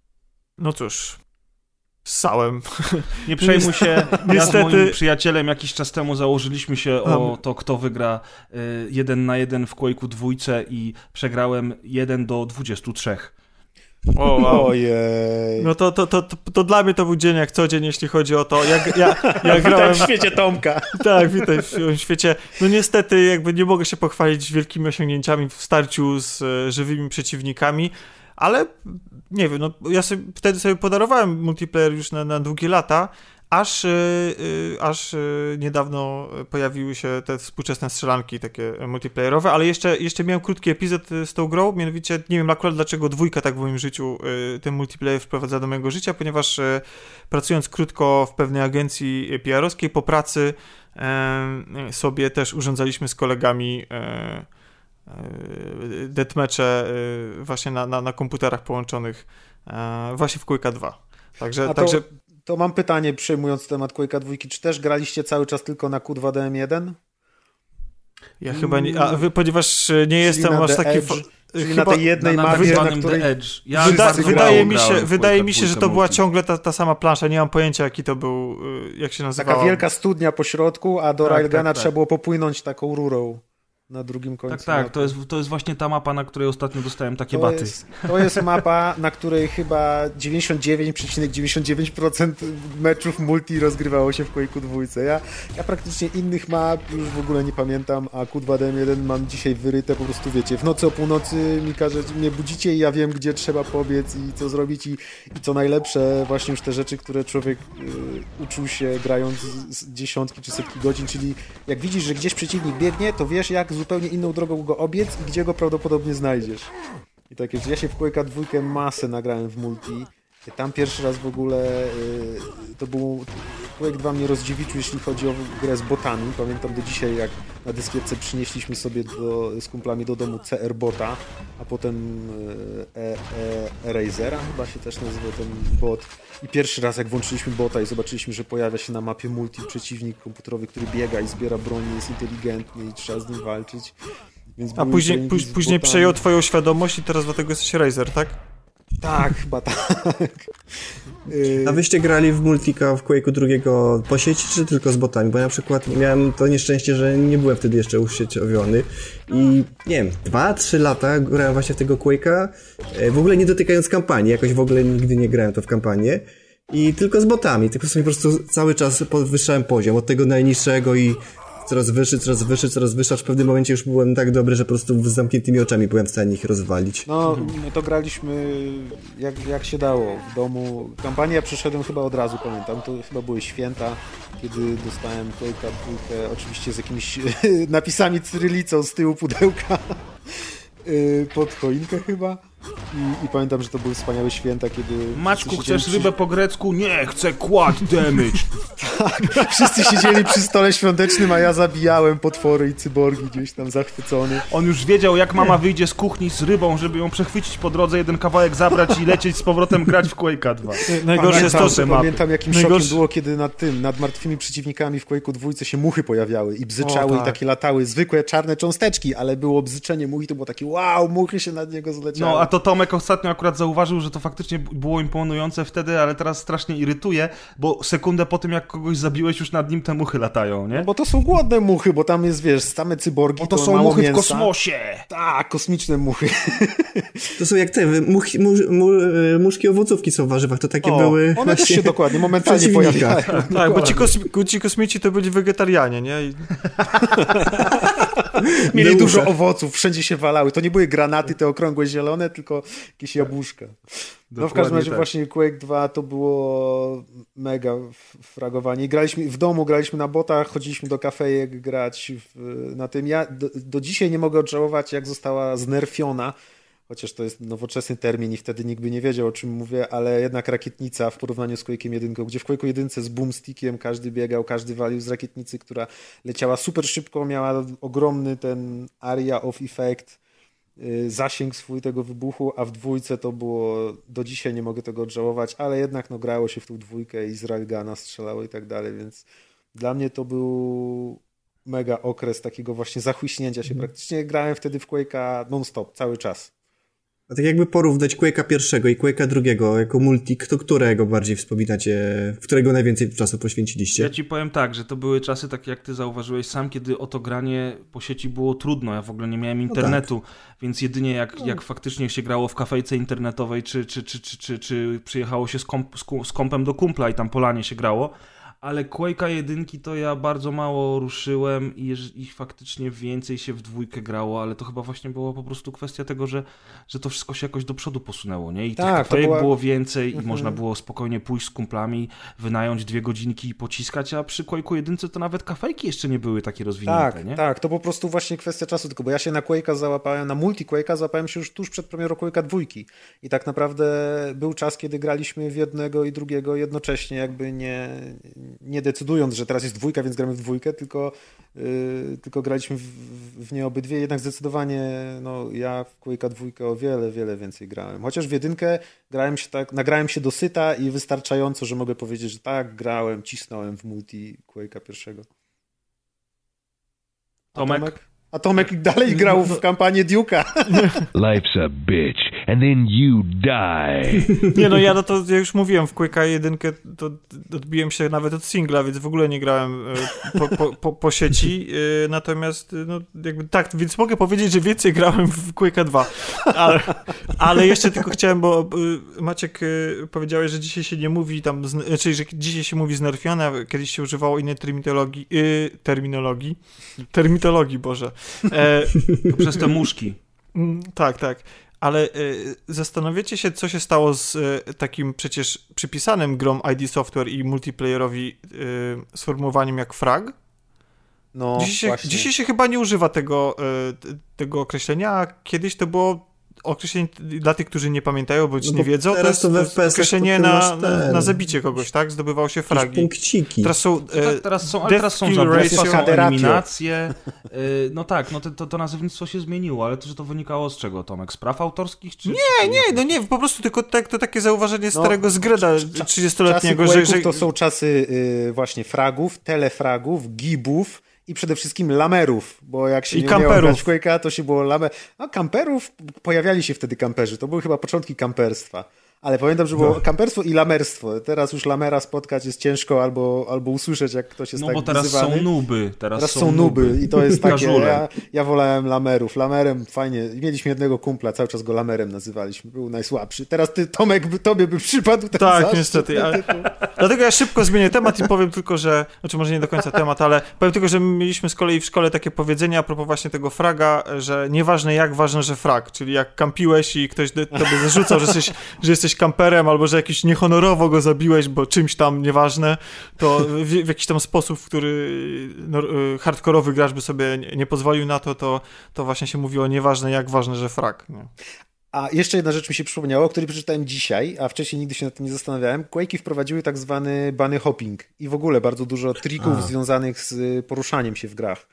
no cóż, ssałem. Nie przejmuj się, niestety... ja z moim przyjacielem jakiś czas temu założyliśmy się o to, kto wygra y, jeden na jeden w Quake'u dwójce i przegrałem jeden do dwudziestu trzech. O, wow. Ojej. No to, to, to, to, to dla mnie to był dzień jak co dzień, jeśli chodzi o to, jak ja, ja grałem... w świecie Tomka. Tak, witaj w świecie. No niestety jakby nie mogę się pochwalić wielkimi osiągnięciami w starciu z e, żywymi przeciwnikami, ale nie wiem, no ja sobie, wtedy sobie podarowałem multiplayer już na, na długie lata, aż, yy, aż yy, niedawno pojawiły się te współczesne strzelanki takie multiplayerowe, ale jeszcze, jeszcze miałem krótki epizod z tą grą, mianowicie nie wiem akurat dlaczego dwójka tak w moim życiu yy, ten multiplayer wprowadza do mojego życia, ponieważ yy, pracując krótko w pewnej agencji P R-owskiej po pracy yy, sobie też urządzaliśmy z kolegami yy, yy, deathmatche yy, właśnie na, na, na komputerach połączonych yy, właśnie w Quake'a dwa. Także, to... także To mam pytanie, przejmując temat Quake'a dwa, czy też graliście cały czas tylko na Q dwa D M jeden? Ja chyba nie, a wy, ponieważ nie czyli jestem aż taki... Edge, Fo... czyli chyba na tej jednej na, mapie, na, na której... Edge. Ja Wyda, wydaje mi się, wydaje mi się, że to była multi. ciągle ta, ta sama plansza, nie mam pojęcia jaki to był, jak się nazywała. Taka wielka studnia po środku, a do tak, Railguna tak, trzeba tak. było popłynąć taką rurą na drugim końcu. Tak, tak, mapy. to jest, to jest właśnie ta mapa, na której ostatnio dostałem takie to baty. Jest, to jest mapa, na której chyba dziewięćdziesiąt dziewięć przecinek dziewięćdziesiąt dziewięć procent meczów multi rozgrywało się w Quake'u dwa. Ja, ja praktycznie innych map już w ogóle nie pamiętam, a Q dwa D M jeden mam dzisiaj wyryte po prostu, wiecie, w nocy o północy mi każe, mnie budzicie i ja wiem, gdzie trzeba pobiec i co zrobić i, i co najlepsze, właśnie już te rzeczy, które człowiek y, uczył się grając z, z dziesiątki czy setki godzin, czyli jak widzisz, że gdzieś przeciwnik biegnie, to wiesz, jak zupełnie inną drogą go obiec i gdzie go prawdopodobnie znajdziesz. I tak jak ja się w Quake'a dwa masę nagrałem w multi, tam pierwszy raz w ogóle yy, to był... Quake dwa mnie rozdziewiczył, jeśli chodzi o grę z botami. Pamiętam do dzisiaj, jak na dyskietce przynieśliśmy sobie do, z kumplami do domu C R bota, a potem e, e, Erasera chyba się też nazywał ten bot. I pierwszy raz jak włączyliśmy bota i zobaczyliśmy, że pojawia się na mapie multi przeciwnik komputerowy, który biega i zbiera broń, jest inteligentny i trzeba z nim walczyć. Więc a później, później przejął twoją świadomość i teraz dlatego jesteś Razer, tak? Tak, chyba tak. A wyście grali w multika w Quake'u drugiego po sieci, czy tylko z botami? Bo ja na przykład miałem to nieszczęście, że nie byłem wtedy jeszcze usieciowiony i nie wiem, dwa, trzy lata grałem właśnie w tego Quake'a, w ogóle nie dotykając kampanii, jakoś w ogóle nigdy nie grałem to w kampanię i tylko z botami, tylko sobie po prostu cały czas podwyższałem poziom, od tego najniższego i coraz wyższy, coraz wyższy, coraz wyższy, aż w pewnym momencie już byłem tak dobry, że po prostu z zamkniętymi oczami byłem w stanie ich rozwalić. No, my to graliśmy jak, jak się dało w domu. Kampanię ja przeszedłem chyba od razu, pamiętam. To chyba były święta, kiedy dostałem Quake'a dwójkę, oczywiście z jakimiś napisami cyrylicą z tyłu pudełka pod choinkę chyba. I, I pamiętam, że to były wspaniałe święta, kiedy... Maćku, chcesz przy... rybę po grecku? Nie, chcę quad damage. Tak, wszyscy siedzieli przy stole świątecznym, a ja zabijałem potwory i cyborgi gdzieś tam zachwycony. On już wiedział, jak mama wyjdzie z kuchni z rybą, żeby ją przechwycić po drodze, jeden kawałek zabrać i lecieć z powrotem grać w Quake'a dwa. Najgorsze jest to, że pamiętam, jakim Najgorsze... szokiem było, kiedy nad tym, nad martwymi przeciwnikami w Quake'u dwójce się muchy pojawiały i bzyczały o, tak. i takie latały, zwykłe czarne cząsteczki, ale było bzyczenie much i to było takie wow, muchy się nad niego zleciały. No, a to Tomek ostatnio akurat zauważył, że to faktycznie było imponujące wtedy, ale teraz strasznie irytuje, bo sekundę po tym, jak kogoś zabiłeś, już nad nim te muchy latają, nie? No bo to są głodne muchy, bo tam jest, wiesz, same cyborgi, bo to, to są mało muchy mięsa. w kosmosie! Tak, kosmiczne muchy. To są jak te much, much, muszki owocówki są w warzywach, to takie o, były one też się dokładnie, momentalnie pojawiają. Tak, tak, bo ci, kosmi, ci kosmici to byli wegetarianie, nie? I... Mieli dużo owoców, wszędzie się walały. To nie były granaty te okrągłe zielone, tylko jakieś jabłuszka. No w każdym razie tak. Właśnie Quake dwa to było mega fragowanie. Graliśmy w domu, graliśmy na botach, chodziliśmy do kafejek grać w, na tym. Ja do, do dzisiaj nie mogę odżałować, jak została znerfiona, chociaż to jest nowoczesny termin i wtedy nikt by nie wiedział, o czym mówię, ale jednak rakietnica w porównaniu z Quake'iem jeden, gdzie w Quake'u jeden z boomstickiem każdy biegał, każdy walił z rakietnicy, która leciała super szybko, miała ogromny ten area of effect, yy, zasięg swój tego wybuchu, a w dwójce to było, do dzisiaj nie mogę tego odżałować, ale jednak no, grało się w tą dwójkę i z railguna strzelało i tak dalej, więc dla mnie to był mega okres takiego właśnie zachłyśnięcia się. Praktycznie grałem wtedy w Quake'a non-stop, cały czas. A tak jakby porównać Quake'a pierwszego i Quake'a drugiego jako multik, to którego bardziej wspominacie, w którego najwięcej czasu poświęciliście? Ja ci powiem tak, że to były czasy takie, jak ty zauważyłeś sam, kiedy o to granie po sieci było trudno. Ja w ogóle nie miałem internetu, no tak. Więc jedynie jak, no. jak faktycznie się grało w kafejce internetowej, czy, czy, czy, czy, czy, czy przyjechało się z, komp, z kompem do kumpla i tam po lanie się grało. Ale Quake'a jedynki to ja bardzo mało ruszyłem i, i faktycznie więcej się w dwójkę grało, ale to chyba właśnie było po prostu kwestia tego, że, że to wszystko się jakoś do przodu posunęło, nie? I tak, tych kafejek była... było więcej mhm. i można było spokojnie pójść z kumplami, wynająć dwie godzinki i pociskać, a przy Quake'u jedynce to nawet kafejki jeszcze nie były takie rozwinięte, tak, nie? Tak, to po prostu właśnie kwestia czasu, tylko bo ja się na Quake'a załapałem, na multi Quake'a załapałem się już tuż przed premierą Quake'a dwójki i tak naprawdę był czas, kiedy graliśmy w jednego i drugiego jednocześnie, jakby nie... nie decydując, że teraz jest dwójka, więc gramy w dwójkę, tylko, yy, tylko graliśmy w, w nie obydwie. Jednak zdecydowanie no, ja w Quake'a dwójkę o wiele, wiele więcej grałem. Chociaż w jedynkę grałem się tak, nagrałem się dosyta i wystarczająco, że mogę powiedzieć, że tak, grałem, cisnąłem w multi Quake'a pierwszego. Tomek? Tomek? A Tomek dalej grał w kampanię Duke'a. Life's a bitch, and then you die. Nie no, ja no to ja już mówiłem, w Quake'a jedynkę to odbiłem się nawet od singla, więc w ogóle nie grałem po, po, po, po sieci, natomiast no jakby tak, więc mogę powiedzieć, że więcej grałem w Quake'a dwa. Ale, ale jeszcze tylko chciałem, bo Maciek powiedziałeś, że dzisiaj się nie mówi tam, znaczy, że dzisiaj się mówi znerfione, a kiedyś się używało innej terminologii, yy, terminologii, termitologii, Boże. E, Przez te muszki. Tak, tak. Ale e, zastanawiacie się, co się stało z e, takim przecież przypisanym grom I D Software i multiplayerowi e, sformułowaniem jak frag? No, dzisiaj, się, dzisiaj się chyba nie używa tego, e, tego określenia, a kiedyś to było określenie dla tych, którzy nie pamiętają, bądź no nie wiedzą, to jest, to jest określenie na, na, na zabicie kogoś, tak? Zdobywało się fragi. Punkciki. Teraz są, no tak, teraz są, ale teraz są zabójstwa, są eliminacje. No tak, no to, to, to nazewnictwo się zmieniło, ale to, że to wynikało z czego, Tomek? Z praw autorskich? Czy, nie, czy nie, no nie, po prostu tylko tak, to takie zauważenie no, starego zgreda trzydziestoletniego. Czasy że, że... to są czasy y, właśnie fragów, telefragów, gibów, i przede wszystkim lamerów, bo jak się I nie kamperów. umiało grać w Quake'a, to się było lamer... No kamperów, pojawiali się wtedy kamperzy, to były chyba początki kamperstwa. Ale pamiętam, że było kamperstwo i lamerstwo. Teraz już lamera spotkać jest ciężko albo, albo usłyszeć, jak ktoś jest no tak bo teraz wyzywany. są nuby. Teraz, teraz są, są nuby. nuby I to jest takie, ja, ja wolałem lamerów. Lamerem fajnie. Mieliśmy jednego kumpla, cały czas go lamerem nazywaliśmy. Był najsłabszy. Teraz ty, Tomek, by, tobie by przypadł ten Tak, zaszczyt, niestety. Ale... Dlatego ja szybko zmienię temat i powiem tylko, że, znaczy może nie do końca temat, ale powiem tylko, że mieliśmy z kolei w szkole takie powiedzenie a propos właśnie tego fraga, że nieważne jak, ważne, że frag. Czyli jak kampiłeś i ktoś tobie zarzucał, że jesteś, że jesteś kamperem albo że jakiś niehonorowo go zabiłeś, bo czymś tam nieważne, to w, w jakiś tam sposób, w który no, hardkorowy gracz by sobie nie, nie pozwolił na to, to, to właśnie się mówiło nieważne jak, ważne, że frag. Nie? A jeszcze jedna rzecz mi się przypomniała, o której przeczytałem dzisiaj, a wcześniej nigdy się nad tym nie zastanawiałem. Quake'i wprowadziły tak zwany bunny hopping i w ogóle bardzo dużo trików a. związanych z poruszaniem się w grach.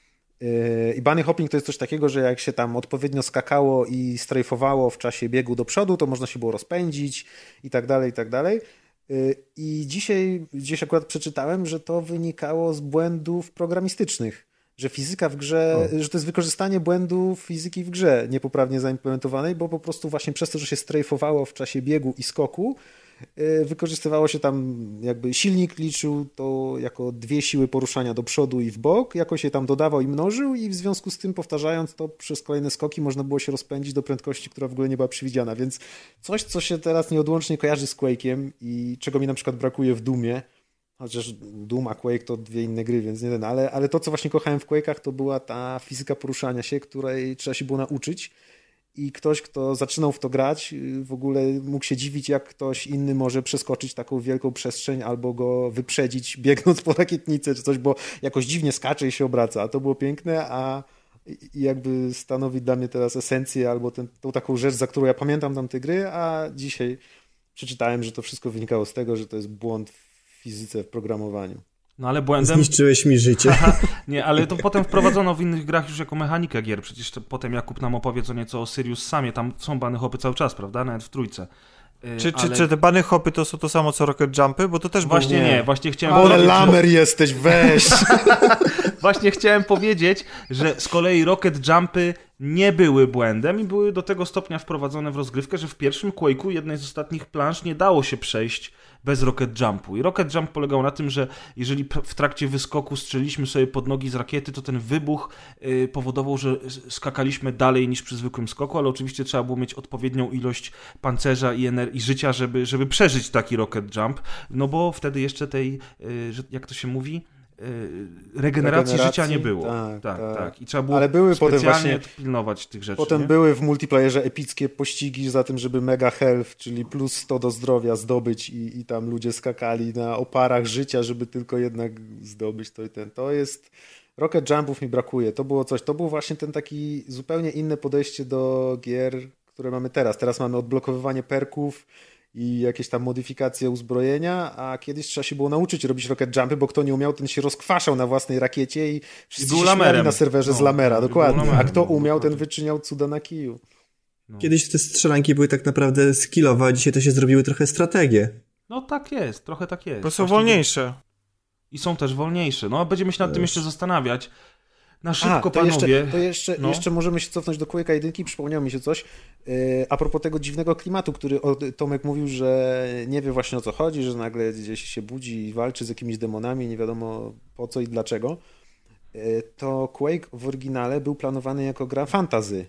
I bunny hopping to jest coś takiego, że jak się tam odpowiednio skakało i strajfowało w czasie biegu do przodu, to można się było rozpędzić i tak dalej, i tak dalej. I dzisiaj gdzieś akurat przeczytałem, że to wynikało z błędów programistycznych, że fizyka w grze, o. że to jest wykorzystanie błędów fizyki w grze niepoprawnie zaimplementowanej, bo po prostu właśnie przez to, że się strajfowało w czasie biegu i skoku, wykorzystywało się tam, jakby silnik liczył to jako dwie siły poruszania do przodu i w bok, jakoś się tam dodawał i mnożył i w związku z tym powtarzając to przez kolejne skoki można było się rozpędzić do prędkości, która w ogóle nie była przewidziana, więc coś, co się teraz nieodłącznie kojarzy z Quake'iem i czego mi na przykład brakuje w Doomie, chociaż Doom a Quake to dwie inne gry, więc nie ten, ale, ale to, co właśnie kochałem w Quake'ach, to była ta fizyka poruszania się, której trzeba się było nauczyć. I ktoś, kto zaczynał w to grać, w ogóle mógł się dziwić, jak ktoś inny może przeskoczyć taką wielką przestrzeń albo go wyprzedzić, biegnąc po rakietnicy czy coś, bo jakoś dziwnie skacze i się obraca. A to było piękne, a jakby stanowi dla mnie teraz esencję albo ten, tą taką rzecz, za którą ja pamiętam tamte gry, a dzisiaj przeczytałem, że to wszystko wynikało z tego, że to jest błąd w fizyce, w programowaniu. No ale błędem... Zniszczyłeś mi życie. Aha, nie, ale to potem wprowadzono w innych grach już jako mechanikę gier. Przecież to potem Jakub nam opowie co nieco o Sirius Samie. Tam są bunny hopy cały czas, prawda? Nawet w trójce. Czy, ale... czy, czy te bunny hopy to są to samo co Rocket Jumpy? Bo to też Właśnie było... nie, właśnie chciałem... Ale lamer jesteś, weź! Właśnie chciałem powiedzieć, że z kolei Rocket Jumpy nie były błędem i były do tego stopnia wprowadzone w rozgrywkę, że w pierwszym Quake'u jednej z ostatnich planż nie dało się przejść bez rocket jumpu. I rocket jump polegał na tym, że jeżeli w trakcie wyskoku strzeliliśmy sobie pod nogi z rakiety, to ten wybuch yy, powodował, że skakaliśmy dalej niż przy zwykłym skoku, ale oczywiście trzeba było mieć odpowiednią ilość pancerza i, ener- i życia, żeby, żeby przeżyć taki rocket jump, no bo wtedy jeszcze tej, yy, jak to się mówi, Regeneracji, regeneracji życia nie było. Tak, tak, tak. tak. I trzeba było Ale były specjalnie potem właśnie, pilnować tych rzeczy. Potem nie? były w multiplayerze epickie pościgi za tym, żeby mega health, czyli plus sto do zdrowia zdobyć i, i tam ludzie skakali na oparach życia, żeby tylko jednak zdobyć to i ten. To jest... Rocket jumpów mi brakuje. To było coś. To był właśnie ten taki zupełnie inne podejście do gier, które mamy teraz. Teraz mamy odblokowywanie perków i jakieś tam modyfikacje uzbrojenia, a kiedyś trzeba się było nauczyć robić rocket jumpy, bo kto nie umiał, ten się rozkwaszał na własnej rakiecie i wszyscy I się śmiali na serwerze no, z lamera, dokładnie. A kto umiał, ten wyczyniał cuda na kiju. No. Kiedyś te strzelanki były tak naprawdę skillowe, a dzisiaj to się zrobiły trochę strategie. No tak jest, trochę tak jest. Bo są wolniejsze. I są też wolniejsze. No a będziemy się nad tym jeszcze zastanawiać. Na szybko, A, to panowie. Jeszcze, to jeszcze, no. jeszcze możemy się cofnąć do Quake'a jedynki. Przypomniało mi się coś. Yy, a propos tego dziwnego klimatu, który o, Tomek mówił, że nie wie właśnie o co chodzi, że nagle gdzieś się budzi i walczy z jakimiś demonami, nie wiadomo po co i dlaczego. Yy, to Quake w oryginale był planowany jako gra fantasy.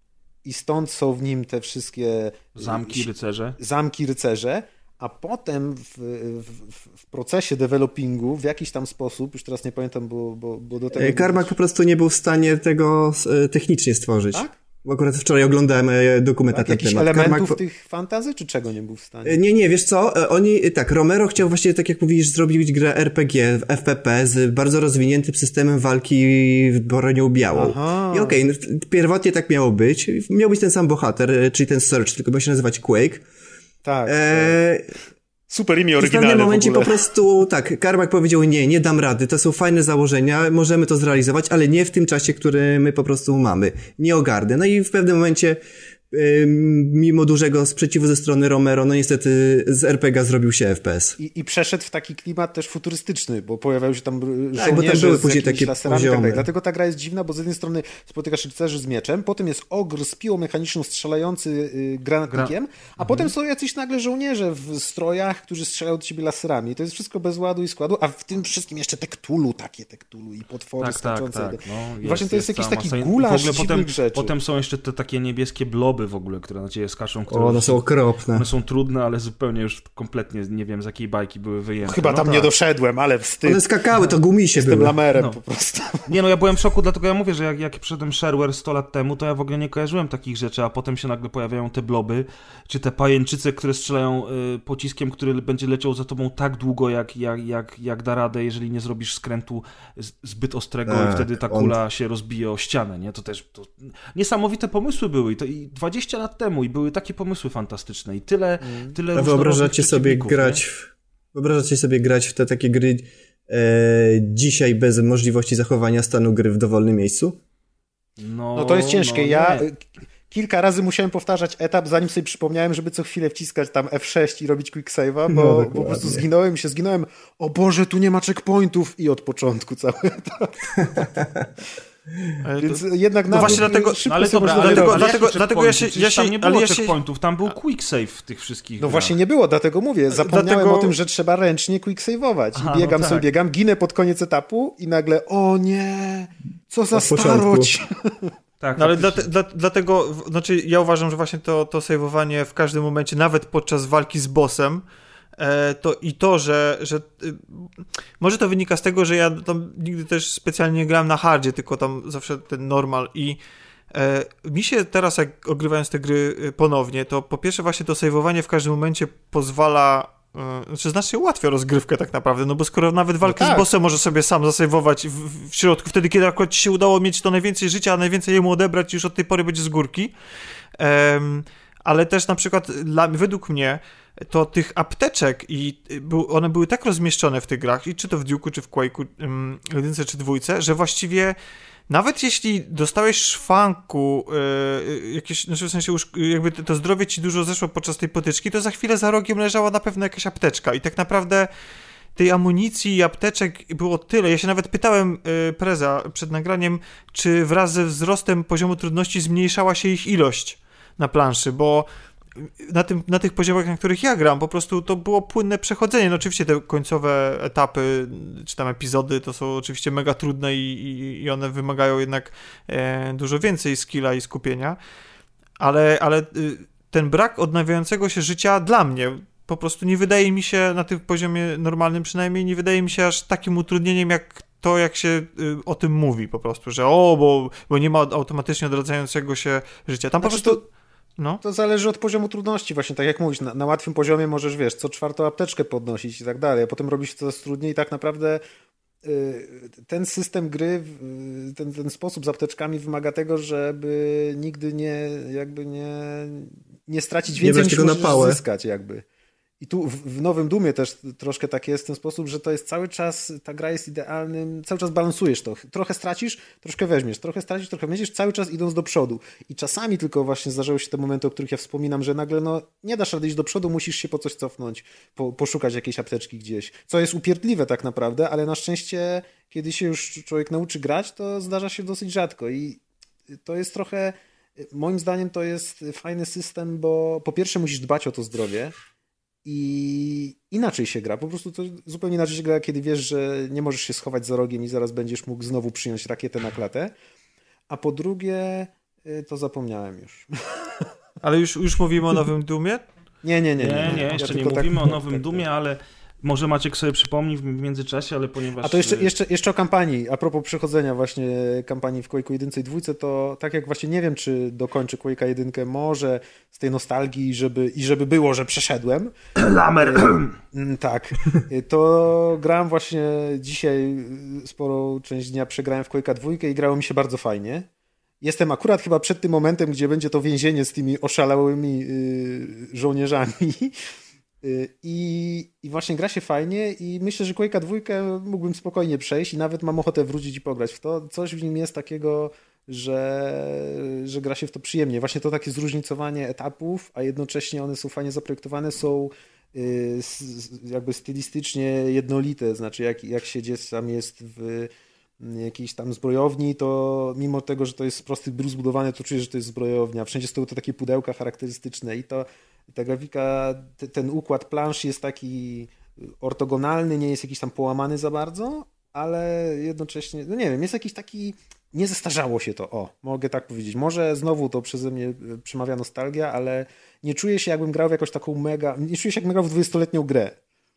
I stąd są w nim te wszystkie... Zamki rycerze. Zamki rycerze. A potem w, w, w procesie developingu w jakiś tam sposób, już teraz nie pamiętam, bo, bo, bo do tego... Carmack po prostu nie był w stanie tego technicznie stworzyć. Tak? Bo akurat wczoraj oglądałem dokument tak, na ten temat. elementów Carmack... tych fantazy, czy czego nie był w stanie? Nie, nie, wiesz co? Oni, tak, Romero chciał właśnie, tak jak mówisz, zrobić grę er pe gie, F P P z bardzo rozwiniętym systemem walki bronią białą. Aha. I okej, okay, pierwotnie tak miało być. Miał być ten sam bohater, czyli ten Surge, tylko miał się nazywać Quake. Tak. E... Super imię oryginalne. I w pewnym momencie po prostu, tak, Carmack powiedział, nie, nie dam rady, to są fajne założenia, możemy to zrealizować, ale nie w tym czasie, który my po prostu mamy. Nie ogarnę. No i w pewnym momencie, yy, mimo dużego sprzeciwu ze strony Romero, no niestety z er pe gie zrobił się F P S. I, i przeszedł w taki klimat też futurystyczny, bo pojawiały się tam żołnierze tak, bo tam były później takie laserami, tak, tak. Dlatego ta gra jest dziwna, bo z jednej strony spotykasz rycerzy z mieczem, potem jest ogr z piłą mechaniczną strzelający yy, granatnikiem, Gra... a mhm. potem są jacyś nagle żołnierze w strojach, którzy strzelają do ciebie laserami. To jest wszystko bez ładu i składu, a w tym wszystkim jeszcze te Cthulhu, takie te Cthulhu i potwory tak, skaczące. Tak, tak. No, jest, właśnie to jest, jest jakiś taki masa... gulasz potem, rzeczy. Potem są jeszcze te takie niebieskie bloby w ogóle, które na ciebie skaczą. Które o, one są okropne. One są trudne, ale zupełnie już kompletnie nie wiem z jakiej bajki były wyjęte. Chyba no tam tak. nie doszedłem, ale wstyd. One skakały, to gumisie były. Z tym lamerem no. po prostu. Nie no, ja byłem w szoku, dlatego ja mówię, że jak, jak przyszedłem Shareware sto lat temu, to ja w ogóle nie kojarzyłem takich rzeczy, a potem się nagle pojawiają te bloby, czy te pajęczyce, które strzelają y, pociskiem, który będzie leciał za tobą tak długo, jak, jak, jak, jak da radę, jeżeli nie zrobisz skrętu z, zbyt ostrego tak, i wtedy ta kula on... się rozbije o ścianę, nie? To też to... niesamowite pomysły były i to i dwadzieścia lat temu i były takie pomysły fantastyczne i tyle, mm. tyle a wyobrażacie sobie grać w, wyobrażacie sobie grać w te takie gry e, dzisiaj bez możliwości zachowania stanu gry w dowolnym miejscu? No, no to jest ciężkie. No, ja kilka razy musiałem powtarzać etap, zanim sobie przypomniałem, żeby co chwilę wciskać tam F sześć i robić quick save'a, bo, no, bo po prostu zginąłem się, zginąłem. O Boże, tu nie ma checkpointów i od początku cały etap. Ale Więc to, jednak no właśnie dlatego, no ale dobra, ale dlatego, ale dlatego, dlatego ja się, ja się, tam nie było ale ja checkpointów, tam był quick save w tych wszystkich No grach. właśnie nie było, dlatego mówię, zapomniałem dlatego... o tym, że trzeba ręcznie quick save'ować. Aha, biegam no tak. sobie, biegam, ginę pod koniec etapu i nagle, o nie, co za starość. Tak, no ale dla, dla, dlatego, znaczy ja uważam, że właśnie to, to save'owanie w każdym momencie, nawet podczas walki z bossem, to i to, że, że może to wynika z tego, że ja tam nigdy też specjalnie nie grałem na hardzie, tylko tam zawsze ten normal i e, mi się teraz, jak ogrywając te gry ponownie, to po pierwsze właśnie to save'owanie w każdym momencie pozwala, e, znaczy znacznie ułatwia rozgrywkę tak naprawdę, no bo skoro nawet walkę no tak. z bossem może sobie sam zasejwować w, w środku, wtedy kiedy akurat ci się udało mieć to najwięcej życia, a najwięcej jemu odebrać, już od tej pory będzie z górki. E, ale też na przykład dla, według mnie to tych apteczek i one były tak rozmieszczone w tych grach, i czy to w Duke'u, czy w Quake'u, jedynce czy dwójce, że właściwie nawet jeśli dostałeś szwanku, yy, jakieś, znaczy w sensie jakby to zdrowie ci dużo zeszło podczas tej potyczki, to za chwilę za rogiem leżała na pewno jakaś apteczka i tak naprawdę tej amunicji i apteczek było tyle. Ja się nawet pytałem y, Preza przed nagraniem, czy wraz ze wzrostem poziomu trudności zmniejszała się ich ilość na planszy, bo na, tym, na tych poziomach, na których ja gram, po prostu to było płynne przechodzenie. No oczywiście te końcowe etapy, czy tam epizody, to są oczywiście mega trudne i, i, i one wymagają jednak e, dużo więcej skilla i skupienia, ale, ale y, ten brak odnawiającego się życia dla mnie po prostu nie wydaje mi się, na tym poziomie normalnym przynajmniej, nie wydaje mi się aż takim utrudnieniem, jak to, jak się y, o tym mówi po prostu, że o, bo, bo nie ma automatycznie odradzającego się życia. Tam znaczy, po prostu... To, no. to zależy od poziomu trudności, właśnie tak jak mówisz, na, na łatwym poziomie możesz, wiesz, co czwartą apteczkę podnosić i tak dalej, a potem robi się coraz trudniej i tak naprawdę y, ten system gry, y, ten, ten sposób z apteczkami wymaga tego, żeby nigdy nie, jakby nie, nie stracić więcej, niż możesz zyskać, jakby. I tu w, w nowym Doomie też troszkę tak jest w ten sposób, że to jest cały czas, ta gra jest idealnym, cały czas balansujesz to. Trochę stracisz, troszkę weźmiesz, trochę stracisz, trochę weźmiesz, cały czas idąc do przodu. I czasami tylko właśnie zdarzały się te momenty, o których ja wspominam, że nagle no nie dasz rady iść do przodu, musisz się po coś cofnąć, po, poszukać jakiejś apteczki gdzieś. Co jest upierdliwe tak naprawdę, ale na szczęście, kiedy się już człowiek nauczy grać, to zdarza się dosyć rzadko. I to jest trochę, moim zdaniem to jest fajny system, bo po pierwsze musisz dbać o to zdrowie, i inaczej się gra, po prostu to zupełnie inaczej się gra, kiedy wiesz, że nie możesz się schować za rogiem i zaraz będziesz mógł znowu przyjąć rakietę na klatę, a po drugie to zapomniałem już. Ale już, już mówimy o nowym Doomie? Nie, nie, nie. Nie, nie, nie ja jeszcze nie mówimy tak, o nowym tak, Doomie, tak. ale może Maciek sobie przypomni w międzyczasie, ale ponieważ... A to jeszcze, jeszcze, jeszcze o kampanii, a propos przechodzenia właśnie kampanii w Quake'u jedynce i dwójce, to tak jak właśnie nie wiem, czy dokończę Quake'a jedynkę, może z tej nostalgii żeby, i żeby było, że przeszedłem. Lamer! Tak. To grałem właśnie dzisiaj, sporą część dnia przegrałem w Quake'a dwójkę i grało mi się bardzo fajnie. Jestem akurat chyba przed tym momentem, gdzie będzie to więzienie z tymi oszalałymi yy, żołnierzami. I, I właśnie gra się fajnie i myślę, że Quake'a dwójkę mógłbym spokojnie przejść i nawet mam ochotę wrócić i pograć w to. Coś w nim jest takiego, że, że gra się w to przyjemnie. Właśnie to takie zróżnicowanie etapów, a jednocześnie one są fajnie zaprojektowane, są y, jakby stylistycznie jednolite. Znaczy jak, jak się gdzieś tam jest w jakiejś tam zbrojowni, to mimo tego, że to jest prosty brus zbudowany, to czujesz, że to jest zbrojownia. Wszędzie są to takie pudełka charakterystyczne i to ta grafika, te, ten układ plansz jest taki ortogonalny, nie jest jakiś tam połamany za bardzo, ale jednocześnie, no nie wiem, jest jakiś taki, nie zestarzało się to, o, mogę tak powiedzieć. Może znowu to przeze mnie przemawia nostalgia, ale nie czuję się, jakbym grał w jakąś taką mega, nie czuję się, jakbym grał w dwudziestoletnią grę.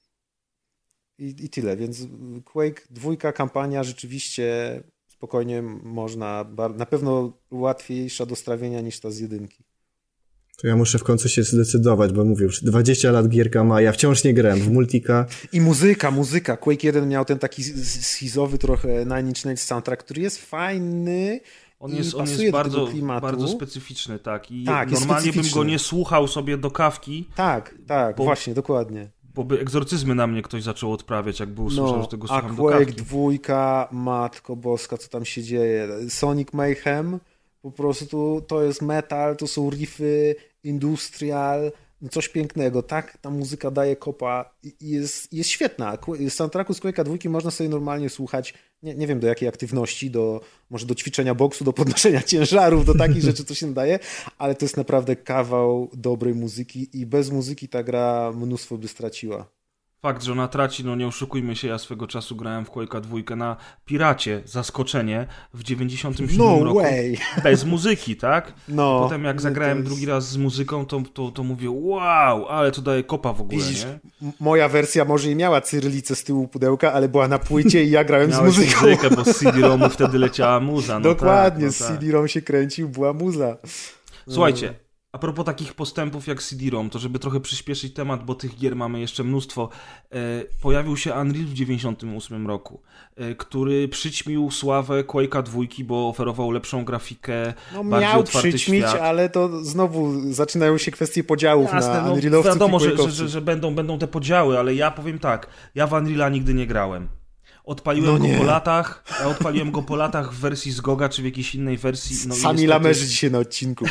I, i tyle, więc Quake dwójka kampania rzeczywiście spokojnie można, na pewno łatwiejsza do strawienia niż ta z jedynki. To ja muszę w końcu się zdecydować, bo mówię, już dwadzieścia lat gierka ma, ja wciąż nie grałem w multika. I muzyka, muzyka. Quake jeden miał ten taki schizowy trochę Nine Inch Nails soundtrack, który jest fajny. On jest, on jest bardzo, bardzo specyficzny, tak. I tak, normalnie bym go nie słuchał sobie do kawki. Tak, tak, bo, właśnie, dokładnie. Bo by egzorcyzmy na mnie ktoś zaczął odprawiać, jakby usłyszał, no, że tego słucham a do Quake kawki. dwójka, matko boska, co tam się dzieje. Sonic Mayhem, po prostu to jest metal, to są riffy, industrial, coś pięknego, tak? Ta muzyka daje kopa i jest, jest świetna. Z soundtracku z Quake'a dwójki można sobie normalnie słuchać, nie, nie wiem do jakiej aktywności, do, może do ćwiczenia boksu, do podnoszenia ciężarów, do takich rzeczy, co się nadaje, ale to jest naprawdę kawał dobrej muzyki i bez muzyki ta gra mnóstwo by straciła. Fakt, że ona traci, no nie oszukujmy się, ja swego czasu grałem w Quake'a dwójkę na Piracie, zaskoczenie, w dziewięćdziesiątym siódmym no roku, way. bez muzyki, tak? No, potem jak zagrałem jest... drugi raz z muzyką, to, to, to mówię, wow, ale to daje kopa w ogóle, Widzisz, nie? Moja wersja może i miała cyrylicę z tyłu pudełka, ale była na płycie i ja grałem z muzyką. muzykę, bo z C D-romu wtedy leciała muza. No Dokładnie, tak, no z tak. C D-rom się kręcił, była muza. Słuchajcie, a propos takich postępów jak C D-ROM, to żeby trochę przyspieszyć temat, bo tych gier mamy jeszcze mnóstwo, e, pojawił się Unreal w dziewięćdziesiątym ósmym roku, e, który przyćmił sławę Quake'a dwójki, bo oferował lepszą grafikę, no, bardziej miał otwarty przyćmić, świat. ale to znowu zaczynają się kwestie podziałów. Jasne, na no, Unrealowców wiadomo, i że, że, że, że będą, będą te podziały, ale ja powiem tak, ja w Unreala nigdy nie grałem. Odpaliłem No go nie. po latach, a odpaliłem go po latach w wersji z Goga, czy w jakiejś innej wersji. No i Sami niestety- lamerzy dzisiaj na odcinku.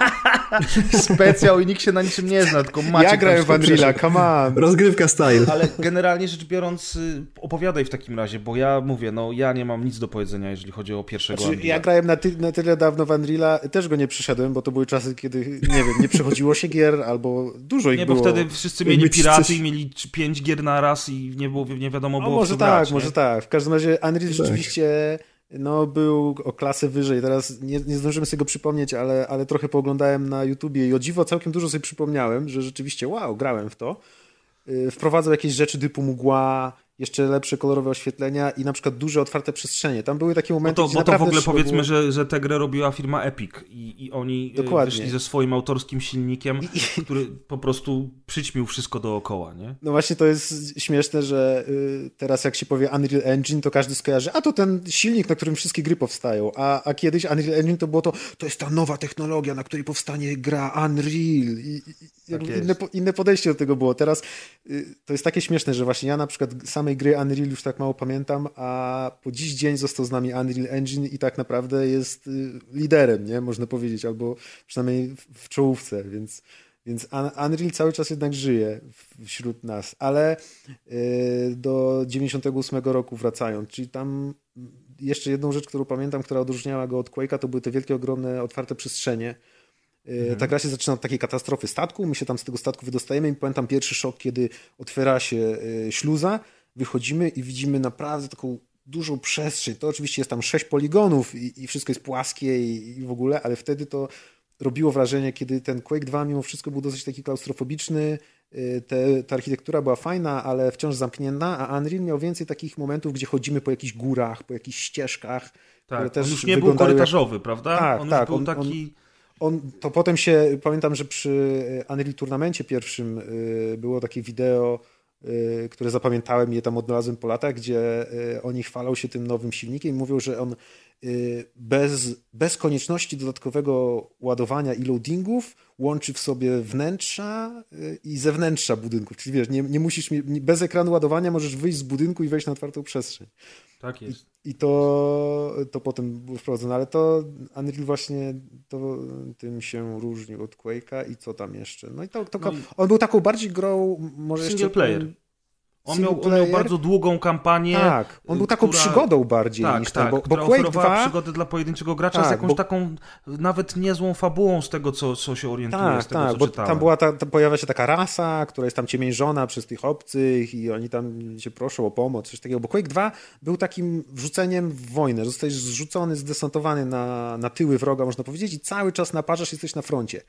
Specjał i nikt się na niczym nie zna, tylko Maciek Ja tam grałem w skąd Unreala, przeszedł. come on. Rozgrywka style. Ale generalnie rzecz biorąc, y, opowiadaj w takim razie, bo ja mówię, no ja nie mam nic do powiedzenia, jeżeli chodzi o pierwszego Znaczy, Unreala. ja grałem na, ty, na tyle dawno w Unreala, też go nie przyszedłem, bo to były czasy, kiedy, nie wiem, nie przechodziło się gier, albo dużo ich Nie, bo było. wtedy wszyscy mieli Jakby piraty coś- i mieli c- pięć gier na raz i nie było, nie wiadomo No, było, w może co tak, grać, może nie? tak. W każdym razie Unreal Tak. rzeczywiście no, był o klasę wyżej. Teraz nie, nie zdążymy sobie go przypomnieć, ale, ale trochę pooglądałem na YouTubie i o dziwo całkiem dużo sobie przypomniałem, że rzeczywiście wow, grałem w to. Yy, Wprowadzał jakieś rzeczy typu mgła, jeszcze lepsze kolorowe oświetlenia i na przykład duże otwarte przestrzenie. Tam były takie Bo momenty, to, gdzie bo to w naprawdę ogóle trzeba powiedzmy, było... że, że tę grę robiła firma Epic i, i oni y, Dokładnie. wyszli ze swoim autorskim silnikiem, który po prostu przyćmił wszystko dookoła, nie? No właśnie to jest śmieszne, że y, teraz jak się powie Unreal Engine, to każdy skojarzy, a to ten silnik, na którym wszystkie gry powstają, a, a kiedyś Unreal Engine to było to, to jest ta nowa technologia, na której powstanie gra Unreal i, i, i jakby jest. inne, po- inne podejście do tego było. Teraz y, to jest takie śmieszne, że właśnie ja na przykład samej gry Unreal już tak mało pamiętam, a po dziś dzień został z nami Unreal Engine i tak naprawdę jest y, liderem, nie? Można powiedzieć, albo przynajmniej w, w czołówce, więc Więc Un- Unreal cały czas jednak żyje w- wśród nas, ale y, do dziewięćdziesiątego ósmego roku wracając, czyli tam jeszcze jedną rzecz, którą pamiętam, która odróżniała go od Quake'a, to były te wielkie, ogromne, otwarte przestrzenie. Y, Mhm. Ta gra się zaczyna od takiej katastrofy statku, my się tam z tego statku wydostajemy i pamiętam pierwszy szok, kiedy otwiera się y, śluza, wychodzimy i widzimy naprawdę taką dużą przestrzeń. To oczywiście jest tam sześć poligonów i, i wszystko jest płaskie i, i w ogóle, ale wtedy to robiło wrażenie, kiedy ten Quake dwa mimo wszystko był dosyć taki klaustrofobiczny, y, te, ta architektura była fajna, ale wciąż zamknięta, a Unreal miał więcej takich momentów, gdzie chodzimy po jakichś górach, po jakichś ścieżkach, które Tak, też on już nie był wyglądały jak- korytarzowy, prawda? Tak, on tak, już był on- taki... On, to potem się, pamiętam, że przy Unreal Tournamencie pierwszym y, było takie wideo, y, które zapamiętałem i je tam odnalazłem po latach, gdzie y, oni chwalą się tym nowym silnikiem i mówią, że on y, bez, bez konieczności dodatkowego ładowania i loadingów łączy w sobie wnętrza y, i zewnętrza budynków. Czyli wiesz, nie, nie musisz, mi- nie, bez ekranu ładowania możesz wyjść z budynku i wejść na otwartą przestrzeń. Tak jest. I to, to potem było wprowadzone, ale to Unreal właśnie to, tym się różnił od Quake'a i co tam jeszcze. No i to, to No i- on był taką bardziej grą, może Single jeszcze... player. On single miał, on miał player. bardzo długą kampanię. Tak, on był taką która- przygodą bardziej tak, niż ten, tak, bo, bo która Quake oferowała dwa... przygodę dla pojedynczego gracza z Tak, jakąś bo- taką nawet niezłą fabułą z tego, co, co się orientuje, Tak, z tego, tak, co bo czytałem. tam była ta, tam pojawia się taka rasa, która jest tam ciemiężona przez tych obcych i oni tam się proszą o pomoc, coś takiego, bo Quake dwa był takim wrzuceniem w wojnę, że zostajesz zrzucony, zdesantowany na, na tyły wroga, można powiedzieć, i cały czas naparzasz, jesteś na froncie.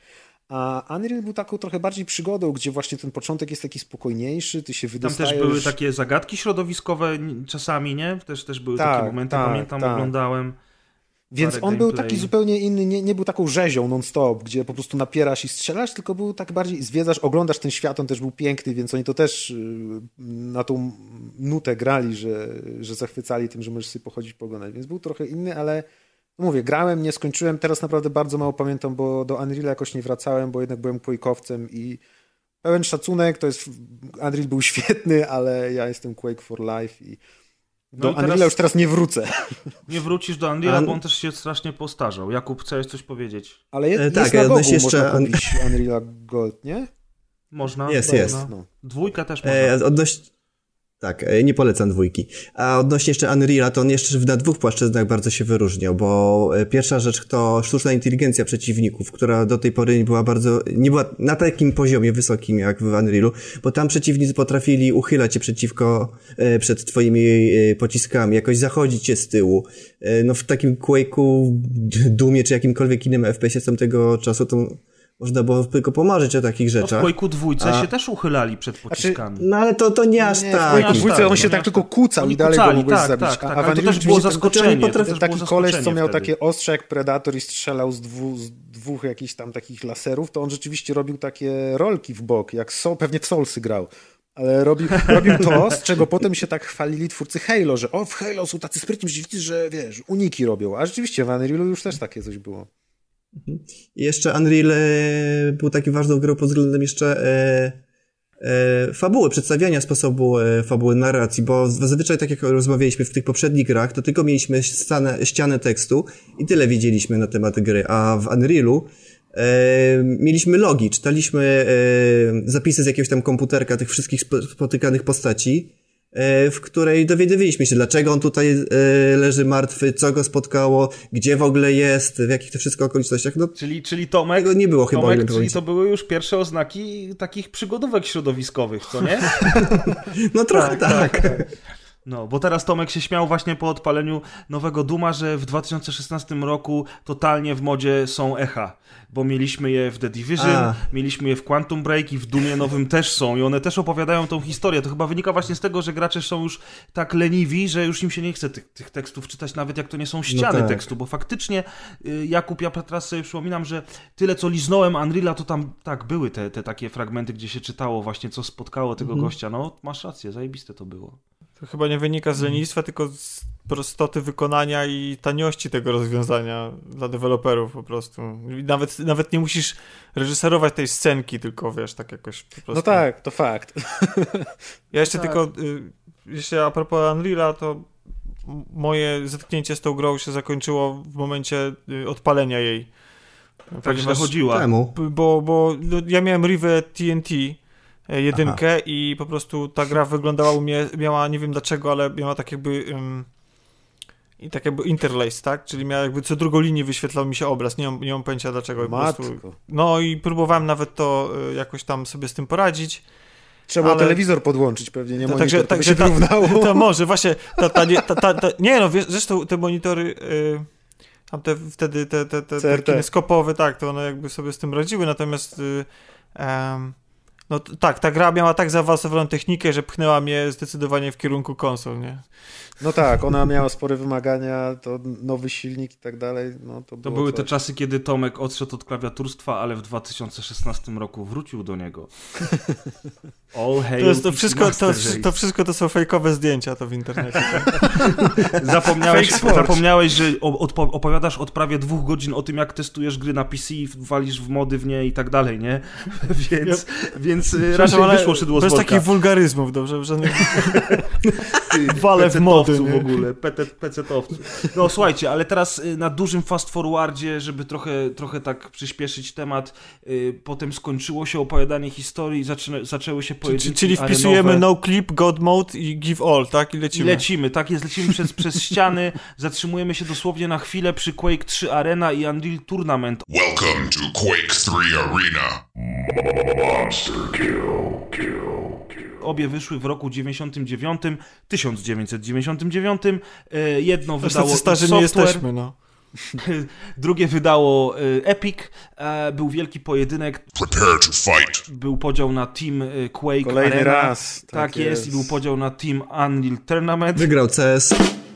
A Unreal był taką trochę bardziej przygodą, gdzie właśnie ten początek jest taki spokojniejszy, ty się Tam wydostajesz... też były takie zagadki środowiskowe n- czasami, nie? Też, też były Tak, takie momenty, tak, pamiętam, tak. oglądałem. Więc parę on był gameplay. taki zupełnie inny, nie, nie był taką rzezią non-stop, gdzie po prostu napierasz i strzelasz, tylko był tak bardziej, zwiedzasz, oglądasz ten świat, on też był piękny, więc oni to też y, na tą nutę grali, że, że zachwycali tym, że możesz sobie pochodzić, pooglądać, więc był trochę inny, ale no mówię, grałem, nie skończyłem, teraz naprawdę bardzo mało pamiętam, bo do Unreal'a jakoś nie wracałem, bo jednak byłem Quake'owcem i pełen szacunek, to jest, Unreal był świetny, ale ja jestem Quake for life i do No i teraz- Unreal'a już teraz nie wrócę. Nie wrócisz do Unreal'a, An- bo on też się strasznie postarzał. Jakub, chciałeś coś powiedzieć? Ale je, E, jest tak, na a Gogu, odnośnie można jeszcze- kupić Unreal'a Gold, nie? Można? Jest, można. jest. No. Dwójkę też można. E, odnośnie... Tak, e, nie polecam dwójki. A odnośnie jeszcze Unreal'a, to on jeszcze na dwóch płaszczyznach bardzo się wyróżniał, bo e, pierwsza rzecz to sztuczna inteligencja przeciwników, która do tej pory nie była bardzo, nie była na takim poziomie wysokim jak w Unreal'u, bo tam przeciwnicy potrafili uchylać się przeciwko, e, przed twoimi e, pociskami, jakoś zachodzić cię z tyłu. E, no w takim Quake'u, Doomie czy jakimkolwiek innym F P S-ie z tamtego czasu to można było tylko pomarzyć o takich No w rzeczach. Quake'u dwójce A- się też uchylali przed pociskami. No ale to, to nie aż Nie, tak. w Quake'u aż dwójce tak, on się no tak nie tylko aż tak. kucał Oni i dalej go kucali, mogłeś tak, zabić. tak, tak, a, a ale w to Unreal'u też było rzeczywiście ten- zaskoczenie. potrafi- to też Taki było koleś, co zaskoczenie miał wtedy. takie ostrze jak Predator i strzelał z, dwu, z dwóch jakichś tam takich laserów, to on rzeczywiście robił takie rolki w bok, jak so, pewnie w Soulsy grał. Ale robił, robił to, z czego potem się tak chwalili twórcy Halo, że o, w Halo są tacy sprytni przeciwnicy, że wiesz, uniki robią. A rzeczywiście w Unrealu już też takie coś było. I jeszcze Unreal e, był taki ważną grą pod względem jeszcze e, e, fabuły, przedstawiania sposobu e, fabuły, narracji, bo zazwyczaj tak jak rozmawialiśmy w tych poprzednich grach, to tylko mieliśmy stanę, ścianę tekstu i tyle wiedzieliśmy na temat gry, a w Unrealu e, mieliśmy logi, czytaliśmy e, zapisy z jakiegoś tam komputerka tych wszystkich spotykanych postaci, e, w której dowiadywaliśmy się, dlaczego on tutaj e, leży martwy, co go spotkało, gdzie w ogóle jest, w jakich to wszystko okolicznościach. No, czyli, czyli Tomek, tego nie było chyba. Tomek, czyli to były już pierwsze oznaki takich przygodówek środowiskowych, co nie? No trochę tak. tak. tak. No, bo teraz Tomek się śmiał właśnie po odpaleniu nowego Duma, że w dwa tysiące szesnastym roku totalnie w modzie są echa, bo mieliśmy je w The Division, A. mieliśmy je w Quantum Break i w Dumie nowym też są i one też opowiadają tą historię. To chyba wynika właśnie z tego, że gracze są już tak leniwi, że już im się nie chce tych, tych tekstów czytać, nawet jak to nie są ściany no tak. tekstu, bo faktycznie Jakub, ja teraz sobie przypominam, że tyle co liznąłem Unreala, to tam tak były te, te takie fragmenty, gdzie się czytało właśnie co spotkało tego mhm. gościa. No masz rację, zajebiste to było. To chyba nie wynika z lenistwa, tylko z prostoty wykonania i taniości tego rozwiązania dla deweloperów po prostu. Nawet, nawet nie musisz reżyserować tej scenki, tylko wiesz, tak jakoś po prostu. No tak, to fakt. Ja jeszcze tak. tylko, y, jeszcze a propos Unreala, to moje zetknięcie z tą grą się zakończyło w momencie y, odpalenia jej. Tak źle chodziła. Czemu? Bo, bo no, ja miałem Rivę T N T jedynkę Aha. i po prostu ta gra wyglądała u mnie, miała, nie wiem dlaczego, ale miała tak jakby um, i tak jakby interlace, tak? Czyli miała jakby co drugą linię wyświetlał mi się obraz, nie mam, nie mam pojęcia dlaczego. Po prostu, no i próbowałem nawet to y, jakoś tam sobie z tym poradzić. Trzeba ale... telewizor podłączyć pewnie, nie to, monitor, także, to także by się ta, równało. To może, właśnie, ta, ta, ta, ta, ta, nie no, wiesz, zresztą te monitory... Y, tam te wtedy te, te, te, te kineskopowe, tak, to one jakby sobie z tym radziły, natomiast y, um, no t- tak, ta gra miała tak zaawansowaną technikę, że pchnęła mnie zdecydowanie w kierunku konsol, nie? No tak, ona miała spore wymagania, to nowy silnik i tak dalej. No, to to były coś. Te czasy, kiedy Tomek odszedł od klawiaturstwa, ale w dwa tysiące szesnastym roku wrócił do niego. All hail to, jest to, wszystko, to, to wszystko to są fejkowe zdjęcia to w internecie. zapomniałeś, zapomniałeś, że odpo- opowiadasz od prawie dwóch godzin o tym, jak testujesz gry na P C, walisz w mody w nie i tak dalej, nie? Więc, więc raczej wyszło szydło z worka. Bez takich wulgaryzmów, dobrze? Żadnych... Wale w mody. W ogóle, pecetowców. No słuchajcie, ale teraz na dużym fast forwardzie, żeby trochę, trochę tak przyspieszyć temat, y, potem skończyło się opowiadanie historii, zaczę, zaczęły się pojedynki Czyli wpisujemy arenowe. No clip, God mode i give all, tak? I lecimy. I lecimy, tak jest, lecimy przez, przez ściany, zatrzymujemy się dosłownie na chwilę przy Quake trzy Arena i Unreal Tournament. Welcome to Quake three Arena. Monster kill, kill. Obie wyszły w roku dziewięćdziesiątym dziewiątym, tysiąc dziewięćset dziewięćdziesiątym dziewiątym. Jedno wydało tacy starzy Software, nie jesteśmy, no. Drugie wydało Epic. Był wielki pojedynek. Prepare to fight. Był podział na Team Quake Kolejny Arena. raz. Tak, tak jest. jest. I był podział na Team Unreal Tournament. Wygrał C S.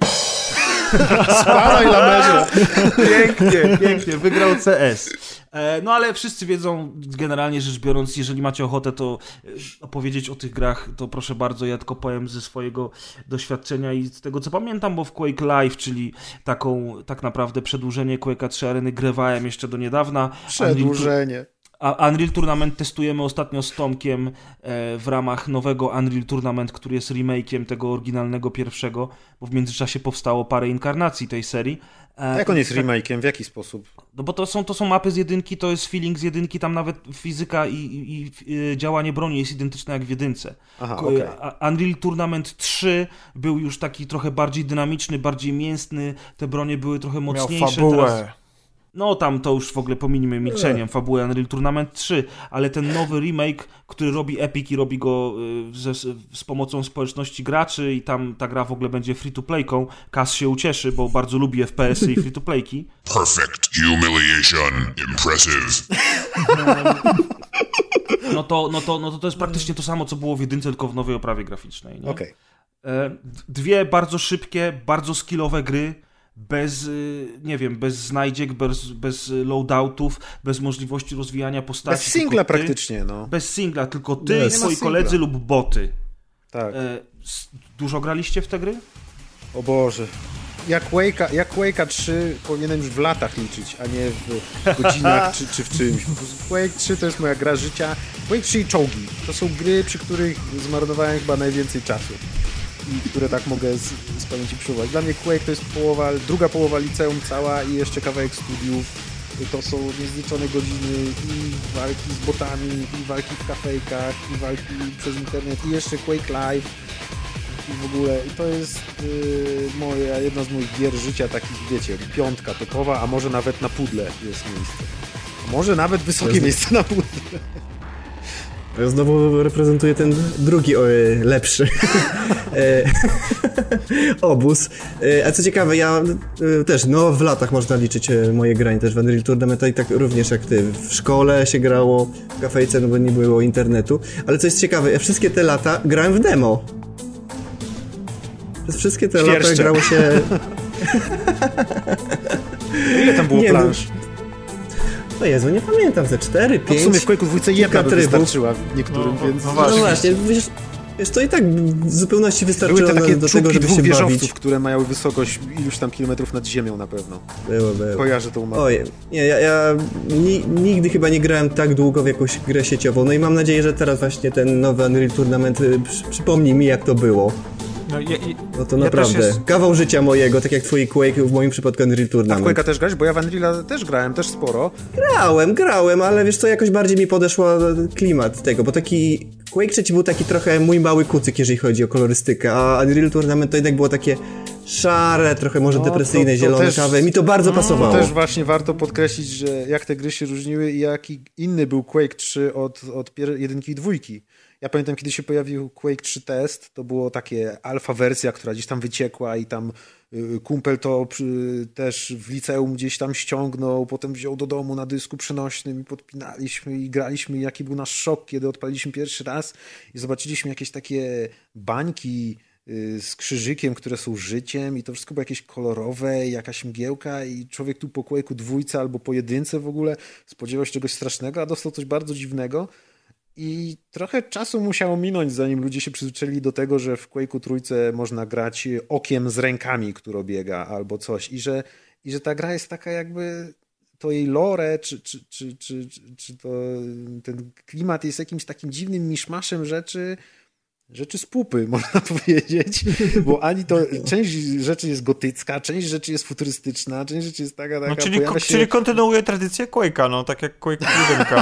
Spadaj lamerze. Pięknie, pięknie. Wygrał C S. No ale wszyscy wiedzą, generalnie rzecz biorąc, jeżeli macie ochotę to opowiedzieć o tych grach, to proszę bardzo, ja tylko powiem ze swojego doświadczenia i z tego co pamiętam, bo w Quake Live, czyli taką tak naprawdę przedłużenie Quake'a trzy Areny grywałem jeszcze do niedawna. Przedłużenie. A Unreal Tournament testujemy ostatnio z Tomkiem e, w ramach nowego Unreal Tournament, który jest remake'iem tego oryginalnego pierwszego, bo w międzyczasie powstało parę inkarnacji tej serii. E, Jak on jest remake'iem? W jaki sposób? No bo to są, to są mapy z jedynki, to jest feeling z jedynki, tam nawet fizyka i, i, i działanie broni jest identyczne jak w jedynce. Aha, okay. Unreal Tournament trzy był już taki trochę bardziej dynamiczny, bardziej mięsny, te bronie były trochę mocniejsze. Miał fabułę. Teraz... No tam to już w ogóle pominimy milczeniem, fabułę Unreal Tournament trzy, ale ten nowy remake, który robi Epic i robi go ze, z pomocą społeczności graczy i tam ta gra w ogóle będzie free-to-playką, Kaz się ucieszy, bo bardzo lubi F P S-y i free-to-playki. Perfect humiliation, impressive. No to, no, to, no to to jest praktycznie to samo, co było w jedynce, tylko w nowej oprawie graficznej. Nie? Okay. Dwie bardzo szybkie, bardzo skillowe gry, bez, nie wiem, bez znajdziek, bez, bez loadoutów, bez możliwości rozwijania postaci. Bez singla praktycznie, no. Bez singla, tylko ty, nie, twoi koledzy lub boty. Tak. E, dużo graliście w te gry? O Boże. Jak Quake'a, jak Quake'a trzy powinienem już w latach liczyć, a nie w godzinach czy, czy w czymś. Quake trzy to jest moja gra życia. Quake trzy i czołgi. To są gry, przy których zmarnowałem chyba najwięcej czasu. I które tak mogę z, z pamięci przywołać. Dla mnie Quake to jest połowa, druga połowa liceum cała i jeszcze kawałek studiów. To są niezliczone godziny i walki z botami, i walki w kafejkach, i walki przez internet, i jeszcze Quake Live. I w ogóle i to jest yy, moja, jedna z moich gier życia, takich, wiecie, piątka typowa, a może nawet na pudle jest miejsce. A może nawet wysokie jest... miejsce na pudle. Ja znowu reprezentuję ten drugi, o, lepszy obóz. A co ciekawe, ja też, no w latach można liczyć moje granie też w Unreal Tournamenta i tak również jak ty. W szkole się grało, w kafejce, no bo nie było internetu. Ale co jest ciekawe, ja wszystkie te lata grałem w demo. Przez wszystkie te Świerszcze. lata grało się... Ile tam było nie, planż? No Jezu, nie pamiętam, ze cztery, pięć... No w sumie w Quake'u dwójce jedna by wystarczyła niektórym, no, więc... No właśnie, no właśnie wiesz, wiesz, to i tak w zupełności wystarczyło były te takie do tego, żeby dwóch się wieżowców, bawić. które mają wysokość iluś tam kilometrów nad ziemią na pewno. Było, było. Kojarzę tą mapę. Oj, nie, ja, ja ni, nigdy chyba nie grałem tak długo w jakąś grę sieciową, no i mam nadzieję, że teraz właśnie ten nowy Unreal Tournament przy, przypomni mi, jak to było. No, ja, ja, no to ja naprawdę, jest... kawał życia mojego, tak jak twój Quake w moim przypadku Unreal Tournament. A w Quake'a też grałeś? Bo ja w Unreal'a też grałem, też sporo. Grałem, grałem, ale wiesz co, jakoś bardziej mi podeszła klimat tego, bo taki Quake trzeci był taki trochę mój mały kucyk, jeżeli chodzi o kolorystykę, a Unreal Tournament to jednak było takie szare, trochę może no, depresyjne, to, to zielone też, kawy. Mi to bardzo no, pasowało. To też właśnie warto podkreślić, że jak te gry się różniły i jaki inny był Quake trzy od, od jedynki i dwójki. Ja pamiętam, kiedy się pojawił Quake trzy Test, to było takie alfa wersja, która gdzieś tam wyciekła i tam y, kumpel to przy, też w liceum gdzieś tam ściągnął, potem wziął do domu na dysku przenośnym i podpinaliśmy i graliśmy. I jaki był nasz szok, kiedy odpaliliśmy pierwszy raz i zobaczyliśmy jakieś takie bańki y, z krzyżykiem, które są życiem i to wszystko było jakieś kolorowe, jakaś mgiełka i człowiek tu po Quake'u dwójce albo po jedynce w ogóle spodziewał się czegoś strasznego, a dostał coś bardzo dziwnego. I trochę czasu musiało minąć, zanim ludzie się przyzwyczaili do tego, że w Quake'u trójce można grać okiem z rękami, które biega albo coś. I że, i że ta gra jest taka jakby to jej lore, czy, czy, czy, czy, czy to ten klimat jest jakimś takim dziwnym miszmaszem rzeczy, rzeczy z pupy, można powiedzieć, bo ani to, część rzeczy jest gotycka, część rzeczy jest futurystyczna, część rzeczy jest taka, taka... No, czyli, ko- się... czyli kontynuuje tradycję Quake'a, no, tak jak Quake jeden.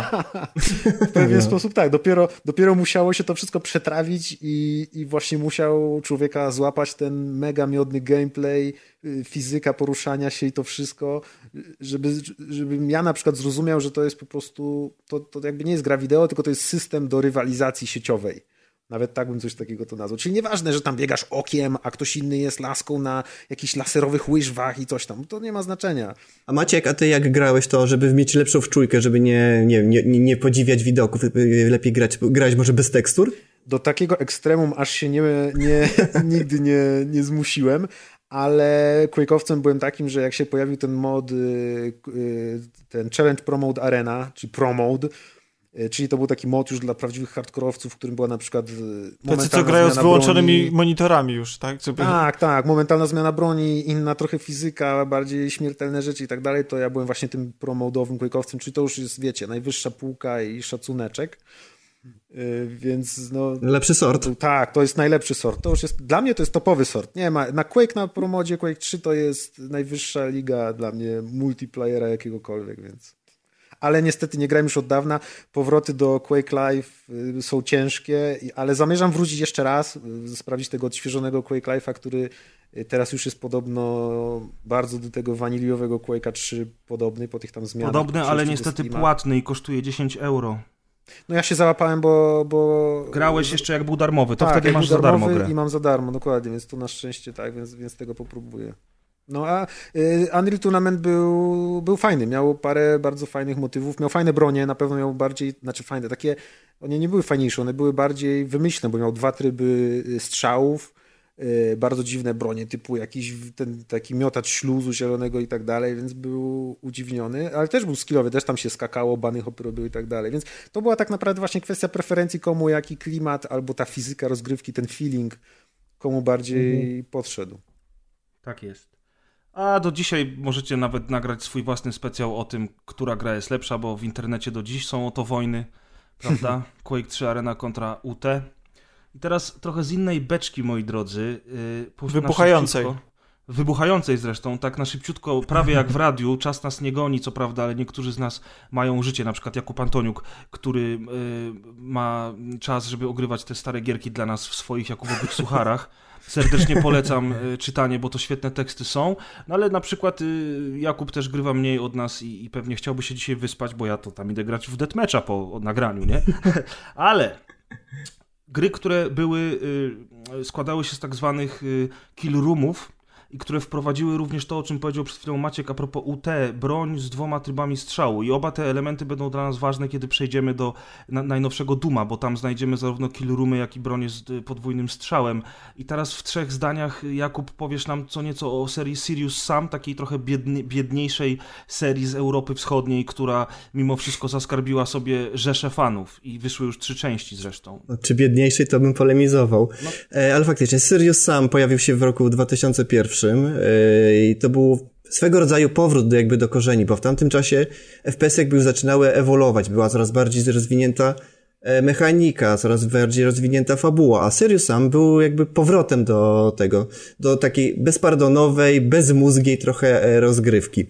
W pewien no. sposób tak, dopiero, dopiero musiało się to wszystko przetrawić i, i właśnie musiał człowieka złapać ten mega miodny gameplay, fizyka poruszania się i to wszystko, żeby, żebym ja na przykład zrozumiał, że to jest po prostu, to, to jakby nie jest gra wideo, tylko to jest system do rywalizacji sieciowej. Nawet tak bym coś takiego to nazwał. Czyli nieważne, że tam biegasz okiem, a ktoś inny jest laską na jakichś laserowych łyżwach i coś tam. To nie ma znaczenia. A Maciek, a ty jak grałeś to, żeby mieć lepszą wczujkę, żeby nie, nie, nie, nie podziwiać widoków, lepiej grać, grać może bez tekstur? Do takiego ekstremum aż się nie, nie, nigdy nie, nie zmusiłem, ale Quake'owcem byłem takim, że jak się pojawił ten mod, ten Challenge Pro Mode Arena, czy Pro Mode, czyli to był taki mod już dla prawdziwych hardkorowców, w którym była na przykład tacy, co grają z wyłączonymi broni. monitorami już, tak? Żeby... Tak, tak. Momentalna zmiana broni, inna trochę fizyka, bardziej śmiertelne rzeczy i tak dalej, to ja byłem właśnie tym promodowym Quake'owcem, czyli to już jest, wiecie, najwyższa półka i szacuneczek. Yy, więc no... Lepszy sort. To, tak, to jest najlepszy sort. To już jest, dla mnie to jest topowy sort. Nie ma, na Quake, na promodzie Quake trzy to jest najwyższa liga dla mnie multiplayera jakiegokolwiek, więc... Ale niestety nie grałem już od dawna. Powroty do Quake Live są ciężkie, ale zamierzam wrócić jeszcze raz, sprawdzić tego odświeżonego Quake Live'a, który teraz już jest podobno bardzo do tego waniliowego Quake'a trzy podobny po tych tam zmianach. Podobny, ale niestety płatny i kosztuje dziesięć euro. No ja się załapałem, bo... bo... Grałeś jeszcze jak był darmowy, to tak, wtedy masz za darmo grę. I mam za darmo, dokładnie, więc to na szczęście tak, więc, więc tego popróbuję. No a y, Unreal Tournament był, był fajny, miał parę bardzo fajnych motywów, miał fajne bronie, na pewno miał bardziej, znaczy fajne, takie, one nie były fajniejsze, one były bardziej wymyślne, bo miał dwa tryby strzałów, y, bardzo dziwne bronie, typu jakiś ten taki miotacz śluzu zielonego i tak dalej, więc był udziwniony, ale też był skillowy, też tam się skakało, bany hopy robiły i tak dalej, więc to była tak naprawdę właśnie kwestia preferencji, komu jaki klimat, albo ta fizyka rozgrywki, ten feeling, komu bardziej mhm. podszedł. Tak jest. A do dzisiaj możecie nawet nagrać swój własny specjał o tym, która gra jest lepsza, bo w internecie do dziś są o to wojny. prawda? Quake trzy Arena kontra U T. I teraz trochę z innej beczki, moi drodzy. Yy, Wybuchającej. Wybuchającej zresztą, tak na szybciutko, prawie jak w radiu, czas nas nie goni, co prawda, ale niektórzy z nas mają życie, na przykład Jakub Antoniuk, który y, ma czas, żeby ogrywać te stare gierki dla nas w swoich Jakubowych sucharach. Serdecznie polecam y, czytanie, bo to świetne teksty są, no ale na przykład y, Jakub też grywa mniej od nas i, i pewnie chciałby się dzisiaj wyspać, bo ja to tam idę grać w deathmatcha po nagraniu, nie? Ale... Gry, które były, y, składały się z tak zwanych y, kill roomów i które wprowadziły również to, o czym powiedział przed chwilą Maciek a propos U T, broń z dwoma trybami strzału. I oba te elementy będą dla nas ważne, kiedy przejdziemy do na, najnowszego Duma, bo tam znajdziemy zarówno kill roomy, jak i bronię z y, podwójnym strzałem. I teraz w trzech zdaniach, Jakub, powiesz nam co nieco o serii Serious Sam, takiej trochę biedny, biedniejszej serii z Europy Wschodniej, która mimo wszystko zaskarbiła sobie rzesze fanów i wyszły już trzy części zresztą. No, czy biedniejszej, to bym polemizował. No. E, ale faktycznie, Serious Sam pojawił się w roku dwa tysiące pierwszym e, i to był swego rodzaju powrót do, jakby do korzeni, bo w tamtym czasie F P S jakby już zaczynały ewoluować, była coraz bardziej rozwinięta mechanika, coraz bardziej rozwinięta fabuła, a Serious Sam był jakby powrotem do tego, do takiej bezpardonowej, bezmózgiej trochę rozgrywki.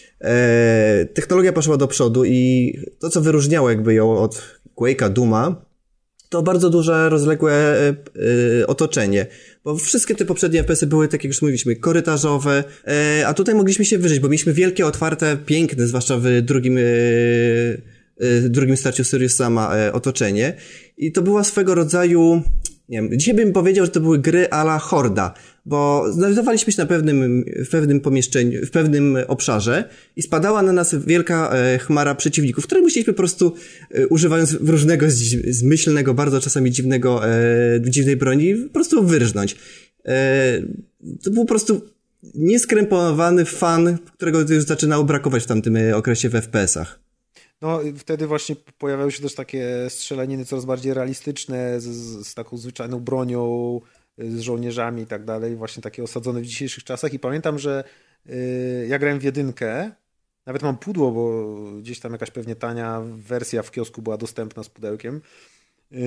E, technologia poszła do przodu i to, co wyróżniało jakby ją od Quake'a, Duma, to bardzo duże, rozległe e, e, otoczenie, bo wszystkie te poprzednie F P S-y były, tak jak już mówiliśmy, korytarzowe, e, a tutaj mogliśmy się wyżyć, bo mieliśmy wielkie, otwarte, piękne, zwłaszcza w drugim, e, e, drugim starciu Serious Sama e, otoczenie i to była swego rodzaju, nie wiem, dzisiaj bym powiedział, że to były gry a la Horda, bo znajdowaliśmy się na pewnym, w pewnym pomieszczeniu, w pewnym obszarze i spadała na nas wielka e, chmara przeciwników, których musieliśmy po prostu, e, używając różnego zmyślnego, bardzo czasami dziwnego, e, dziwnej broni, po prostu wyrżnąć. E, to był po prostu nieskrępowany fan, którego już zaczynało brakować w tamtym okresie w F P S-ach. No, wtedy właśnie pojawiały się też takie strzelaniny coraz bardziej realistyczne, z, z taką zwyczajną bronią, z żołnierzami i tak dalej, właśnie takie osadzone w dzisiejszych czasach. I pamiętam, że yy, ja grałem w jedynkę, nawet mam pudło, bo gdzieś tam jakaś pewnie tania wersja w kiosku była dostępna z pudełkiem. Yy,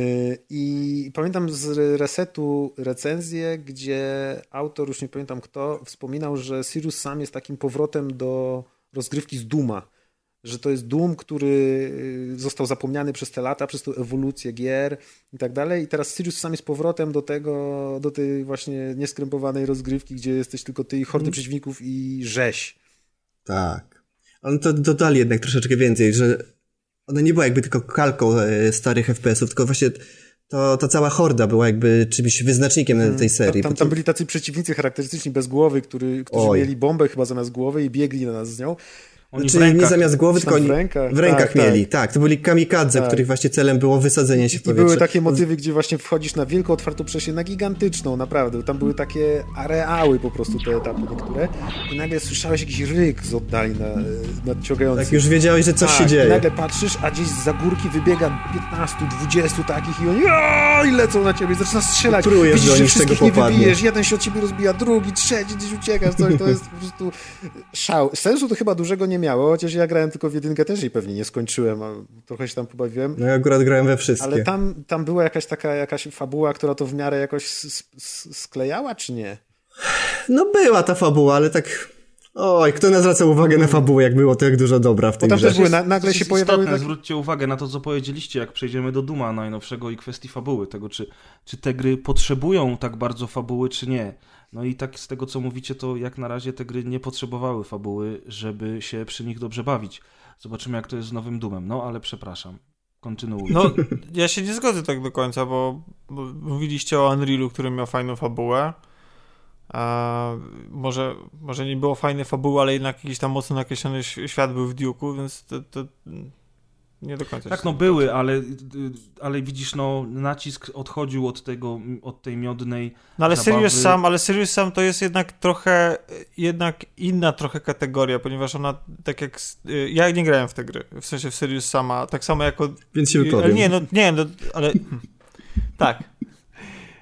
I pamiętam z resetu recenzję, gdzie autor, już nie pamiętam kto, wspominał, że Serious Sam jest takim powrotem do rozgrywki z Duma. Że to jest Doom, który został zapomniany przez te lata, przez tą ewolucję gier i tak dalej. I teraz Serious Sam jest powrotem do tego, do tej właśnie nieskrępowanej rozgrywki, gdzie jesteś tylko ty i hordy hmm. przeciwników i rzeź. Tak. Ale to dodali jednak troszeczkę więcej, że ona nie była jakby tylko kalką starych F P S-ów, tylko właśnie to, ta cała horda była jakby czymś wyznacznikiem hmm. tej serii. Tam, tam, tam byli tacy przeciwnicy charakterystyczni bez głowy, który, którzy Oj. mieli bombę chyba zamiast głowy i biegli na nas z nią. Oni znaczy, nie zamiast głowy, tylko oni w rękach, w rękach tak, mieli. Tak. tak, to byli kamikadze, tak. których właśnie celem było wysadzenie się w powietrze. I były takie motywy, gdzie właśnie wchodzisz na wielką, otwartą przestrzeń, na gigantyczną, naprawdę. Tam były takie areały po prostu te etapy niektóre. I nagle słyszałeś jakiś ryk z oddali na, nadciągający. Tak, już wiedziałeś, że coś tak, się dzieje. I nagle patrzysz, a gdzieś zza górki wybiega piętnastu, dwudziestu takich i oni o, i lecą na ciebie, zaczynasz strzelać. Utrujesz, widzisz, że wszystkich nie wybijesz, jeden się od ciebie rozbija, drugi, trzeci, gdzieś uciekasz, coś, to jest po prostu szał. Sensu to chyba dużego nie miało, chociaż ja grałem tylko w jedynkę też i pewnie nie skończyłem, a trochę się tam pobawiłem. No ja akurat grałem we wszystkie. Ale tam, tam była jakaś taka jakaś fabuła, która to w miarę jakoś sklejała, czy nie? No była ta fabuła, ale tak... Oj, kto nas zwraca uwagę na fabułę, jak było tak dużo dobra w tej grze? Były, na, nagle się pojawiały... Tak... Zwróćcie uwagę na to, co powiedzieliście, jak przejdziemy do Duma najnowszego i kwestii fabuły, tego czy, czy te gry potrzebują tak bardzo fabuły, czy nie. No i tak z tego, co mówicie, to jak na razie te gry nie potrzebowały fabuły, żeby się przy nich dobrze bawić. Zobaczymy, jak to jest z nowym Doomem. No, ale przepraszam. Kontynuuj. No, ja się nie zgodzę tak do końca, bo, bo mówiliście o Unrealu, który miał fajną fabułę. A może, może nie było fajnej fabuły, ale jednak jakiś tam mocno nakreślony świat był w Duke'u, więc to... to... Nie do końca. Tak, no były, ale, ale widzisz, no nacisk odchodził od tego, od tej miodnej No ale zabawy. Serious Sam, ale Serious Sam to jest jednak trochę, jednak inna trochę kategoria, ponieważ ona, tak jak, ja nie grałem w te gry, w sensie w Serious Sama, tak samo jako... Więc się wypowiem. Nie, no nie, no, ale... tak.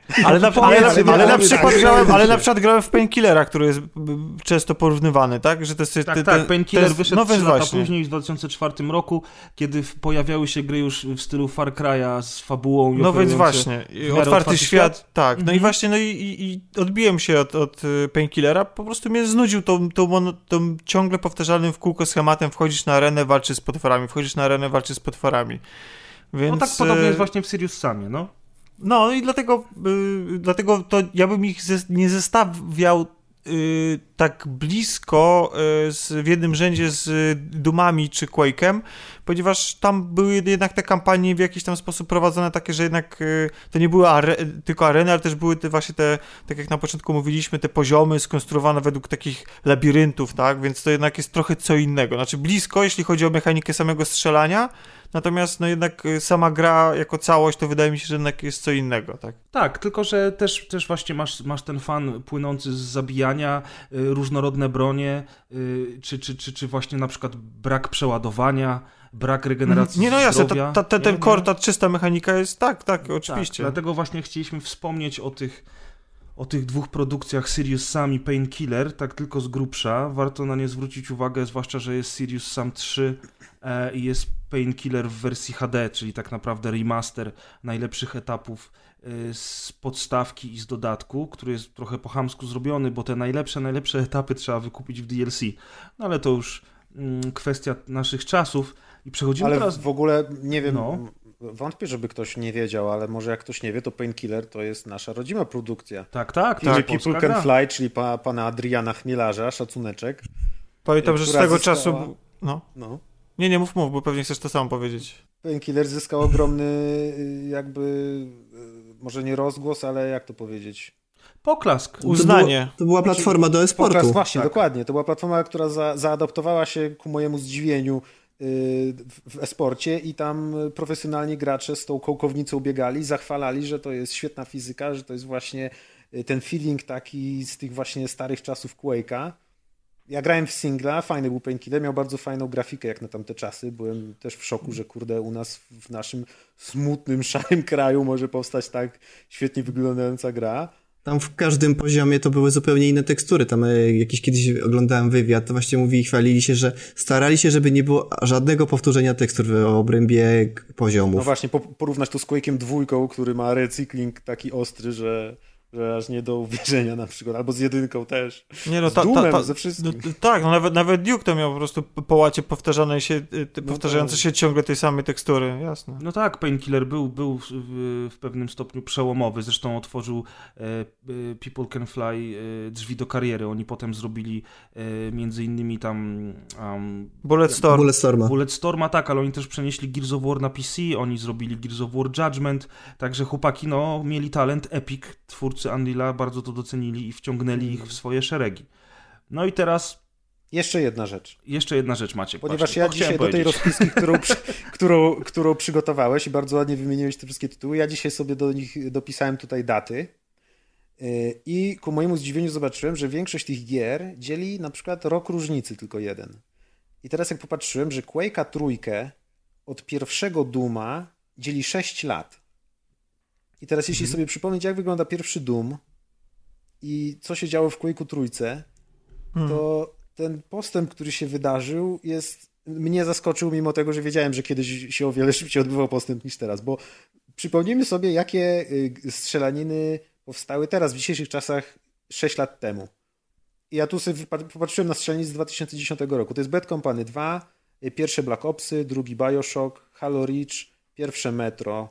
Ale na, ale, ale, Powiedzmy, ale na tak, przykład tak. grałem, ale na przykład grałem w Painkillera, który jest b- często porównywany, tak? Że to jest, Tak, te, tak, te, Painkiller to jest, wyszedł no trzy więc lata właśnie. później, w dwa tysiące czwartym roku, kiedy w- pojawiały się gry już w stylu Far Cry'a z fabułą i No więc oferujące właśnie, w miarę otwarty świat, świat. tak. No Mhm. i właśnie, no i, i, i odbiłem się od, od y, Painkillera, po prostu mnie znudził tą, tą, mono, tą ciągle powtarzalnym w kółko schematem, wchodzisz na arenę, walczysz z potworami, wchodzisz na arenę, walczysz z potworami. Więc, No tak podobnie y, jest właśnie w Serious Samie, no. No i dlatego, y, dlatego to ja bym ich zes- nie zestawiał y, tak blisko y, z, w jednym rzędzie z Doomami czy Quake'em, ponieważ tam były jednak te kampanie w jakiś tam sposób prowadzone takie, że jednak y, to nie były are- tylko areny, ale też były te właśnie te, tak jak na początku mówiliśmy, te poziomy skonstruowane według takich labiryntów, tak, więc to jednak jest trochę co innego, znaczy blisko, jeśli chodzi o mechanikę samego strzelania, natomiast no jednak y, sama gra jako całość to wydaje mi się, że jednak jest co innego, tak. Tak, tylko że też, też właśnie masz, masz ten fan płynący z zabijania, y, różnorodne bronie, y, czy, czy, czy, czy właśnie na przykład brak przeładowania, brak regeneracji Nie, no jasne, zdrowia. ta, ta, ta, ten Nie, core, nie. ta czysta mechanika jest, tak, tak, oczywiście. Tak, dlatego właśnie chcieliśmy wspomnieć o tych, o tych dwóch produkcjach Serious Sam i Painkiller, tak tylko z grubsza. Warto na nie zwrócić uwagę, zwłaszcza, że jest Serious Sam trzy e, i jest Painkiller w wersji H D, czyli tak naprawdę remaster najlepszych etapów e, z podstawki i z dodatku, który jest trochę po chamsku zrobiony, bo te najlepsze, najlepsze etapy trzeba wykupić w D L C. No ale to już mm, kwestia naszych czasów. I przechodzimy Ale teraz... w ogóle, nie wiem, No. wątpię, żeby ktoś nie wiedział, ale może jak ktoś nie wie, to Painkiller to jest nasza rodzima produkcja. Tak, tak. Czyli tak, People polska Can gra. Fly, czyli pa, pana Adriana Chmielarza, szacuneczek. Pamiętam, że z która tego zyskała- czasu... No. No. Nie, nie mów, mów, bo pewnie chcesz to samo powiedzieć. Painkiller zyskał ogromny y, jakby, y, może nie rozgłos, ale jak to powiedzieć? Poklask. Uznanie. To, było, to była platforma do e-sportu. Pokaz, właśnie, Tak. dokładnie. To była platforma, która za, zaadaptowała się ku mojemu zdziwieniu y, w, w e-sporcie i tam profesjonalni gracze z tą kołkownicą biegali, zachwalali, że to jest świetna fizyka, że to jest właśnie y, ten feeling taki z tych właśnie starych czasów Quake'a. Ja grałem w singla, fajny był Painkiller, miał bardzo fajną grafikę jak na tamte czasy. Byłem też w szoku, że kurde u nas w naszym smutnym, szarym kraju może powstać tak świetnie wyglądająca gra. Tam w każdym poziomie to były zupełnie inne tekstury. Tam e, jakiś kiedyś oglądałem wywiad, to właśnie mówili, chwalili się, że starali się, żeby nie było żadnego powtórzenia tekstur w obrębie k- poziomów. No właśnie, po, porównać to z Quake'iem dwójką, który ma recykling taki ostry, że, że aż nie do uwierzenia na przykład, albo z jedynką też. Nie no, z ta, ta, Doomem, ta, ze wszystkim. no, t- tak, no nawet, nawet Duke to miał po prostu po łacie powtarzane się, y, ty- No powtarzające tak. się ciągle tej samej tekstury, jasne. No tak, Painkiller był, był w, w, w pewnym stopniu przełomowy, zresztą otworzył e, e, People Can Fly e, drzwi do kariery. Oni potem zrobili e, między innymi tam um, Bulletstorm. Bulletstorma. Bulletstorma, tak, ale oni też przenieśli Gears of War na P C, oni zrobili Gears of War Judgment, także chłopaki no, mieli talent, Epic, twórcy Unreal'a bardzo to docenili i wciągnęli ich w swoje szeregi. No i teraz Jeszcze jedna rzecz. jeszcze jedna rzecz, Maciek. Ponieważ właśnie, ja to chciałem dzisiaj do tej powiedzieć. rozpiski, którą, przy, którą, którą przygotowałeś i bardzo ładnie wymieniłeś te wszystkie tytuły, ja dzisiaj sobie do nich dopisałem tutaj daty yy, i ku mojemu zdziwieniu zobaczyłem, że większość tych gier dzieli na przykład rok różnicy tylko jeden. I teraz jak popatrzyłem, że Quake'a trójkę od pierwszego Dooma dzieli sześć lat. I teraz jeśli sobie przypomnieć, jak wygląda pierwszy Doom i co się działo w Quake'u trójce, to ten postęp, który się wydarzył, jest mnie zaskoczył, mimo tego, że wiedziałem, że kiedyś się o wiele szybciej odbywał postęp niż teraz, bo przypomnijmy sobie, jakie y, strzelaniny powstały teraz, w dzisiejszych czasach, sześć lat temu. I ja tu sobie wypa- popatrzyłem na strzelaniny z dwa tysiące dziesiątego roku. To jest Bad Company dwa, y, pierwsze Black Opsy, drugi Bioshock, Halo Reach, pierwsze Metro.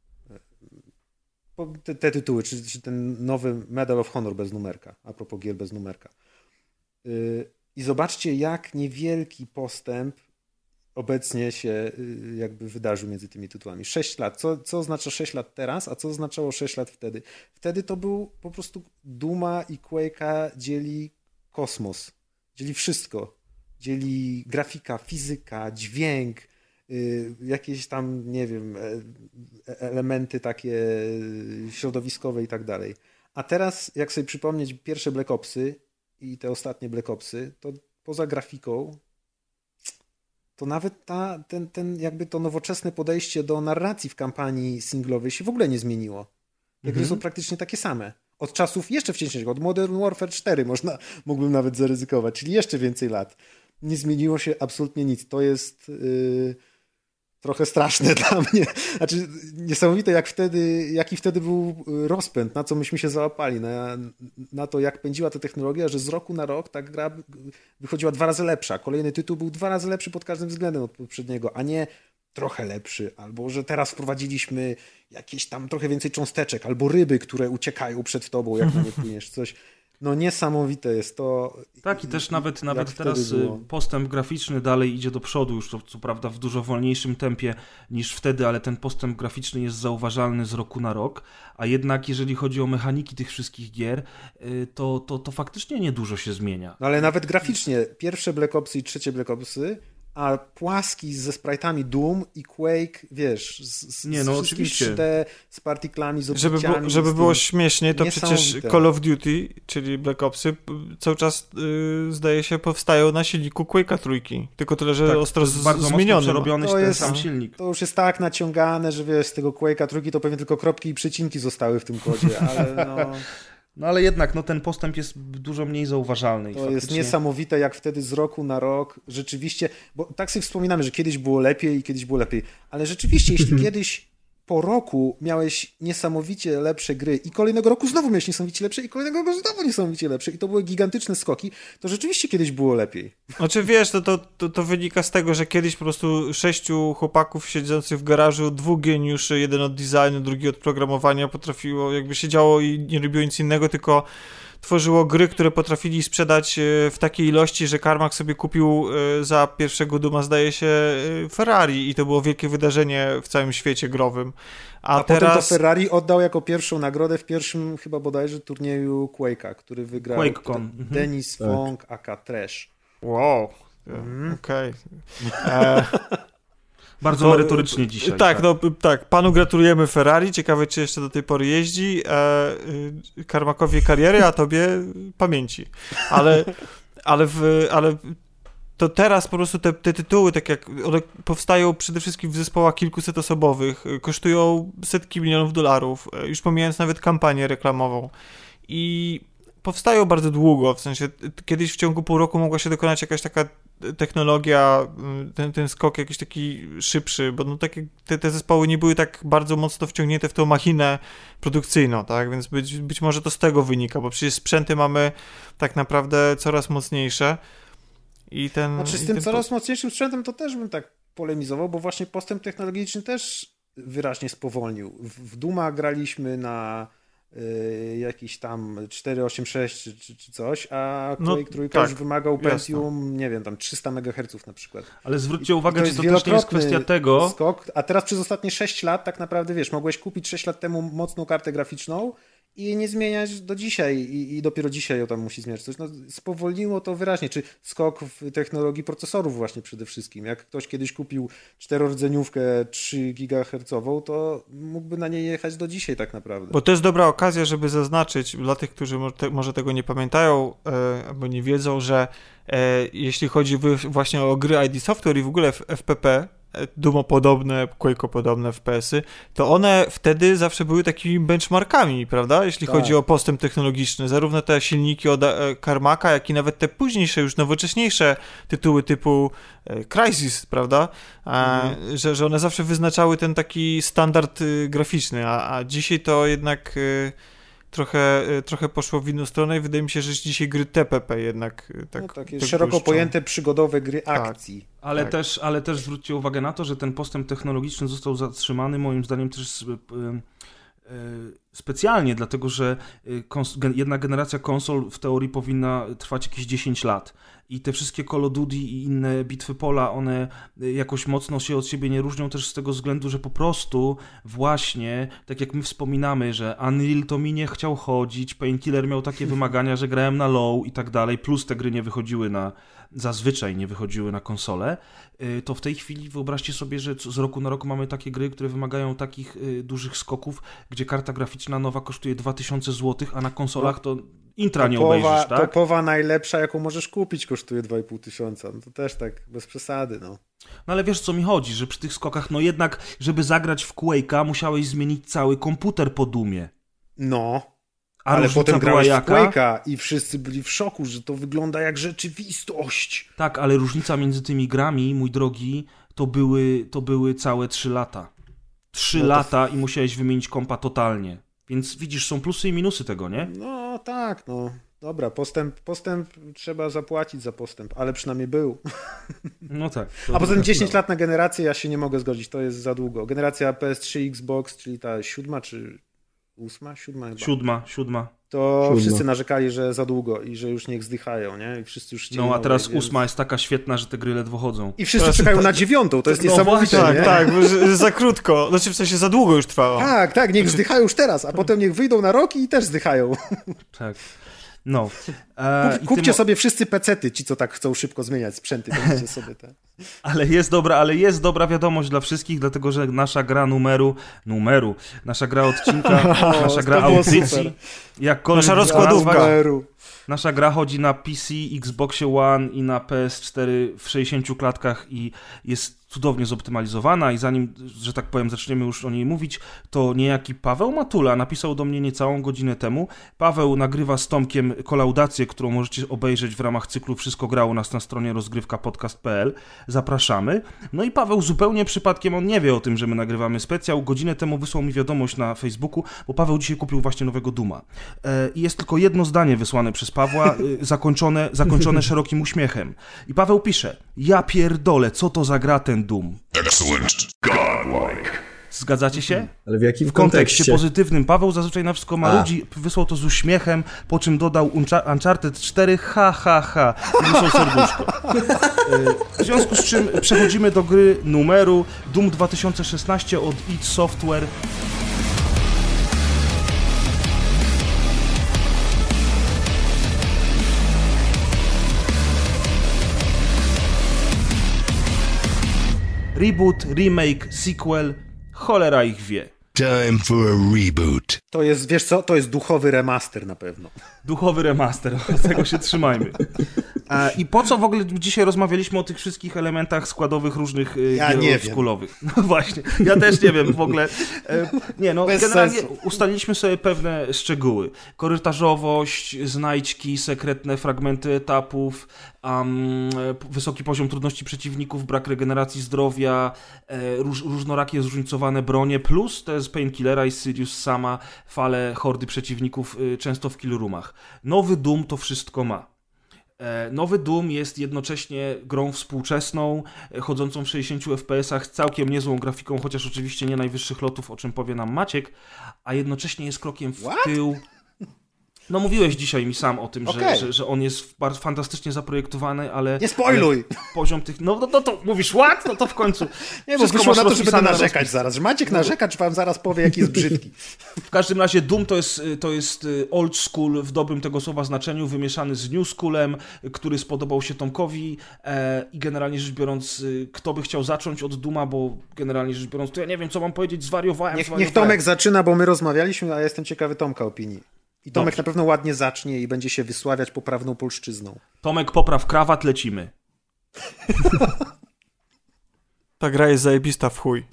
Po- Te, te tytuły, czy, czy ten nowy Medal of Honor bez numerka, a propos gier bez numerka. Y, I zobaczcie, jak niewielki postęp obecnie się y, jakby wydarzył między tymi tytułami. sześć lat. Co, co oznacza sześć lat teraz, a co oznaczało sześć lat wtedy? Wtedy to był po prostu Dooma i Quake'a dzieli kosmos. Dzieli wszystko. Dzieli grafika, fizyka, dźwięk, y, jakieś tam, nie wiem, e, elementy takie środowiskowe i tak dalej. A teraz, jak sobie przypomnieć pierwsze Black Opsy i te ostatnie Black Opsy, to poza grafiką to nawet ta, ten, ten jakby to nowoczesne podejście do narracji w kampanii singlowej się w ogóle nie zmieniło. Te gry są praktycznie takie same. Od czasów jeszcze wcześniejszego, od Modern Warfare cztery można, mógłbym nawet zaryzykować, czyli jeszcze więcej lat. Nie zmieniło się absolutnie nic. To jest yy, trochę straszne dla mnie. Znaczy niesamowite, jak wtedy, jaki wtedy był rozpęd, na co myśmy się załapali, na, na to, jak pędziła ta technologia, że z roku na rok ta gra wychodziła dwa razy lepsza. Kolejny tytuł był dwa razy lepszy pod każdym względem od poprzedniego, a nie trochę lepszy, albo że teraz wprowadziliśmy jakieś tam trochę więcej cząsteczek, albo ryby, które uciekają przed tobą, jak na nie płyniesz, coś. No niesamowite jest to. Tak i też nawet, nawet teraz postęp graficzny dalej idzie do przodu, już to co prawda w dużo wolniejszym tempie niż wtedy, ale ten postęp graficzny jest zauważalny z roku na rok, a jednak jeżeli chodzi o mechaniki tych wszystkich gier, to, to, to faktycznie niedużo się zmienia. No ale nawet graficznie, pierwsze Black Opsy i trzecie Black Opsy, a płaski ze sprite'ami Doom i Quake, wiesz, z, z, nie, no, z oczywiście. trzy D, z partiklami, z Żeby, odbiciami. było, żeby z było śmiesznie, to przecież niesamowite. Call of Duty, czyli Black Opsy, cały czas yy, zdaje się powstają na silniku Quake'a trójki. Tylko tyle, że tak, ostro z, bardzo zmieniony. przerobiony to ten jest, sam silnik. To już jest tak naciągane, że wiesz, z tego Quake'a trójki to pewnie tylko kropki i przecinki zostały w tym kodzie, ale no... No ale jednak no, ten postęp jest dużo mniej zauważalny. To faktycznie... jest niesamowite, jak wtedy z roku na rok rzeczywiście, bo tak sobie wspominamy, że kiedyś było lepiej i kiedyś było lepiej, ale rzeczywiście, jeśli kiedyś po roku miałeś niesamowicie lepsze gry i kolejnego roku znowu miałeś niesamowicie lepsze i kolejnego roku znowu niesamowicie lepsze i to były gigantyczne skoki, to rzeczywiście kiedyś było lepiej. Znaczy wiesz, to, to, to, to wynika z tego, że kiedyś po prostu sześciu chłopaków siedzących w garażu, dwóch geniuszy, jeden od designu, drugi od programowania potrafiło, jakby siedziało i nie robiło nic innego, tylko tworzyło gry, które potrafili sprzedać w takiej ilości, że Carmack sobie kupił za pierwszego Duma, zdaje się, Ferrari i to było wielkie wydarzenie w całym świecie growym. A, A teraz... potem to Ferrari oddał jako pierwszą nagrodę w pierwszym chyba bodajże turnieju Quake'a, który wygrał QuakeCon. Denis Mhm. Fong aka Trash. Wow, Mm. okej. Okay. Bardzo merytorycznie dzisiaj. Tak, tak, no tak. Panu gratulujemy Ferrari. Ciekawe, czy jeszcze do tej pory jeździ. E, y, Carmackowi kariery, a tobie pamięci. Ale, ale, w, ale to teraz po prostu te, te tytuły, tak jak one powstają przede wszystkim w zespołach kilkusetosobowych, kosztują setki milionów dolarów, już pomijając nawet kampanię reklamową. I powstają bardzo długo, w sensie kiedyś w ciągu pół roku mogła się dokonać jakaś taka technologia, ten, ten skok jakiś taki szybszy, bo no takie, te, te zespoły nie były tak bardzo mocno wciągnięte w tą machinę produkcyjną, tak, więc być, być może to z tego wynika, bo przecież sprzęty mamy tak naprawdę coraz mocniejsze i ten... Znaczy z i tym ten coraz po... mocniejszym sprzętem to też bym tak polemizował, bo właśnie postęp technologiczny też wyraźnie spowolnił. W, w Duma graliśmy na y, jakiś tam cztery osiem sześć czy, czy, czy coś, a No, Quake trójka tak, już wymagał Pentium, jasne. nie wiem, tam trzysta megaherców na przykład. Ale zwróćcie I, uwagę, i to czy to jest też nie jest kwestia wielokrotny tego... skok, a teraz przez ostatnie sześć lat tak naprawdę, wiesz, mogłeś kupić sześć lat temu mocną kartę graficzną i jej nie zmieniać do dzisiaj i, i dopiero dzisiaj ją tam musi zmieniać coś. No, spowolniło to wyraźnie, czy skok w technologii procesorów właśnie przede wszystkim. Jak ktoś kiedyś kupił czterordzeniówkę trzy gigahercową, to mógłby na niej jechać do dzisiaj tak naprawdę. Bo to jest dobra okazja, żeby zaznaczyć dla tych, którzy może, te, może tego nie pamiętają e, albo nie wiedzą, że e, jeśli chodzi właśnie o gry I D Software i w ogóle F P P, Dumo-podobne, Quake'o-podobne F P S-y, to one wtedy zawsze były takimi benchmarkami, prawda? Jeśli Tak. chodzi o postęp technologiczny. Zarówno te silniki od Carmacka, jak i nawet te późniejsze, już nowocześniejsze tytuły typu Crysis, prawda? Mhm. Że, że one zawsze wyznaczały ten taki standard graficzny, a, a dzisiaj to jednak... Trochę, trochę poszło w inną stronę i wydaje mi się, że dzisiaj gry T P P jednak tak, no, takie tak szeroko błyszczą. pojęte przygodowe gry Tak. akcji. Ale, Tak. też, ale też zwróćcie uwagę na to, że ten postęp technologiczny został zatrzymany moim zdaniem też y, y, specjalnie, dlatego że kons- gen- jedna generacja konsol w teorii powinna trwać jakieś dziesięć lat. I te wszystkie Call of Duty i inne bitwy pola, one jakoś mocno się od siebie nie różnią też z tego względu, że po prostu właśnie, tak jak my wspominamy, że Unreal to mi nie chciał chodzić, Painkiller miał takie wymagania, że grałem na low i tak dalej, plus te gry nie wychodziły na, zazwyczaj nie wychodziły na konsolę, to w tej chwili wyobraźcie sobie, że z roku na rok mamy takie gry, które wymagają takich dużych skoków, gdzie karta graficzna nowa kosztuje dwa tysiące złotych, a na konsolach to intra nie topowa, obejrzysz, tak? Topowa najlepsza, jaką możesz kupić, kosztuje dwa i pół tysiąca. No to też tak bez przesady, no. No ale wiesz, co mi chodzi, że przy tych skokach, no jednak, żeby zagrać w Quake'a, musiałeś zmienić cały komputer po Dumie. No. A ale potem grałeś była w Quake'a i wszyscy byli w szoku, że to wygląda jak rzeczywistość. Tak, ale różnica między tymi grami, mój drogi, to były, to były całe trzy lata. Trzy no lata to... i musiałeś wymienić kompa totalnie. Więc widzisz, są plusy i minusy tego, nie? No tak, no. Dobra, postęp, postęp trzeba zapłacić za postęp, ale przynajmniej był. No tak. A poza tym dziesięć lat na generację ja się nie mogę zgodzić, to jest za długo. Generacja P S trzy, Xbox, czyli ta siódma czy ósma? Siódma chyba. Siódma, siódma. To siódma. Wszyscy narzekali, że za długo i że już niech zdychają, nie? I wszyscy już No a teraz nowej, ósma więc... jest taka świetna, że te gry ledwo chodzą. I wszyscy czekają na dziewiątą, to jest no niesamowite, tak, nie? tak, że za krótko, znaczy w sensie za długo już trwało. Tak, tak, niech zdychają już teraz, a potem niech wyjdą na rok i też zdychają. Tak. No. E, Kup, kupcie tym... sobie wszyscy pecety, ci co tak chcą szybko zmieniać sprzęty, kupcie sobie te. Ale jest dobra, ale jest dobra wiadomość dla wszystkich, dlatego że nasza gra numeru, numeru, nasza gra odcinka, o, nasza gra audycji, jakkolwiek nasza rozkładówka. Nasza gra chodzi na P C, Xboxie One i na P S cztery w sześćdziesięciu klatkach i jest cudownie zoptymalizowana i zanim, że tak powiem, zaczniemy już o niej mówić, to niejaki Paweł Matula napisał do mnie niecałą godzinę temu. Paweł nagrywa z Tomkiem kolaudację, którą możecie obejrzeć w ramach cyklu Wszystko grało u nas na stronie rozgrywka podcast kropka p l. Zapraszamy. No i Paweł zupełnie przypadkiem, on nie wie o tym, że my nagrywamy specjał. Godzinę temu wysłał mi wiadomość na Facebooku, bo Paweł dzisiaj kupił właśnie nowego Duma. E, I jest tylko jedno zdanie wysłane przez Pawła, y, zakończone, zakończone szerokim uśmiechem. I Paweł pisze: ja pierdolę, co to za gra ten Doom? Excellent. Godlike. Zgadzacie się? Ale w jakim w kontekście? kontekście? pozytywnym. Paweł zazwyczaj na wszystko marudzi, A. wysłał to z uśmiechem, po czym dodał Uncharted cztery, ha, ha, ha. I wysłał serduszko. W związku z czym przechodzimy do gry numeru Doom dwa tysiące szesnaście od id Software. Reboot, remake, sequel, cholera ich wie. Time for a reboot. To jest, wiesz co, to jest duchowy remaster na pewno. Duchowy remaster, od tego się trzymajmy. A, I po co w ogóle dzisiaj rozmawialiśmy o tych wszystkich elementach składowych różnych ja gier oldschoolowych? No właśnie, ja też nie wiem w ogóle. E, nie no, Bez generalnie sensu. ustaliliśmy sobie pewne szczegóły. Korytarzowość, znajdźki, sekretne fragmenty etapów, um, wysoki poziom trudności przeciwników, brak regeneracji zdrowia, e, róż, różnorakie zróżnicowane bronie, plus te z Painkillera i Sirius sama fale hordy przeciwników, y, często w kill roomach. Nowy Doom to wszystko ma. E, nowy Doom jest jednocześnie grą współczesną, e, chodzącą w sześćdziesięciu ef pe esach, z całkiem niezłą grafiką, chociaż oczywiście nie najwyższych lotów, o czym powie nam Maciek, a jednocześnie jest krokiem w What? tył. No mówiłeś dzisiaj mi sam o tym, Okay. że, że, że on jest bardzo fantastycznie zaprojektowany, ale... Nie spoiluj! Ale poziom tych... No, no, no to mówisz what? No to w końcu... Nie, bo wyszło na to, że będę narzekać rozpis... zaraz. Że Maciek narzeka, czy wam zaraz powie, jaki jest brzydki. W każdym razie Doom to jest, to jest old school w dobrym tego słowa znaczeniu, wymieszany z new schoolem, który spodobał się Tomkowi e, i generalnie rzecz biorąc, kto by chciał zacząć od Dooma, bo generalnie rzecz biorąc, to ja nie wiem, co mam powiedzieć, zwariowałem, Niech, zwariowałem. niech Tomek zaczyna, bo my rozmawialiśmy, a ja jestem ciekawy Tomka opinii. I Tomek Dobrze. na pewno ładnie zacznie i będzie się wysławiać poprawną polszczyzną. Tomek, popraw krawat, lecimy. Ta gra jest zajebista w chuj.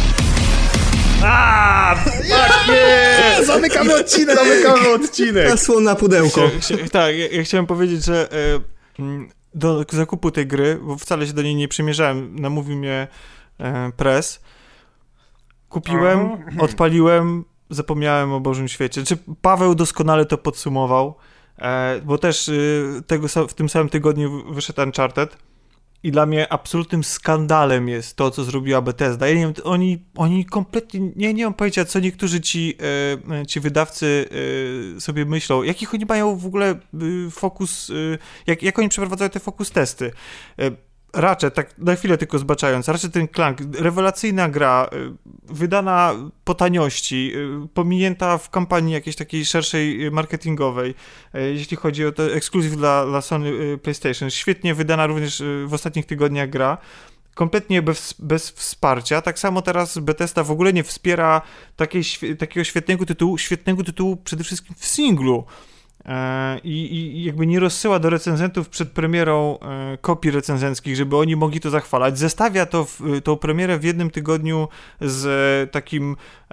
A, nie! Zamykamy odcinek! Zamykamy odcinek! Hasło na pudełko. Chcia, chcia, tak, ja, ja chciałem powiedzieć, że e, do zakupu tej gry, bo wcale się do niej nie przymierzałem, namówił mnie e, Press. Kupiłem, odpaliłem, zapomniałem o Bożym świecie. Czy Paweł doskonale to podsumował, e, bo też e, tego, w tym samym tygodniu wyszedł Uncharted i dla mnie absolutnym skandalem jest to, co zrobiła Bethesda. Ja nie wiem, oni, oni kompletnie, nie, nie mam pojęcia, co niektórzy ci, e, ci wydawcy e, sobie myślą, jakich oni mają w ogóle e, fokus, e, jak, jak oni przeprowadzają te fokus testy. E, Ratchet, tak na chwilę tylko zbaczając, Ratchet and Clank, rewelacyjna gra, wydana po taniości, pominięta w kampanii jakiejś takiej szerszej marketingowej, jeśli chodzi o to ekskluzyw dla, dla Sony PlayStation, świetnie wydana również w ostatnich tygodniach gra, kompletnie bez, bez wsparcia. Tak samo teraz Bethesda w ogóle nie wspiera takiej, takiego świetnego tytułu, świetnego tytułu przede wszystkim w singlu. I, i jakby nie rozsyła do recenzentów przed premierą e, kopii recenzenckich, żeby oni mogli to zachwalać. Zestawia to w, tą premierę w jednym tygodniu z e, takim e,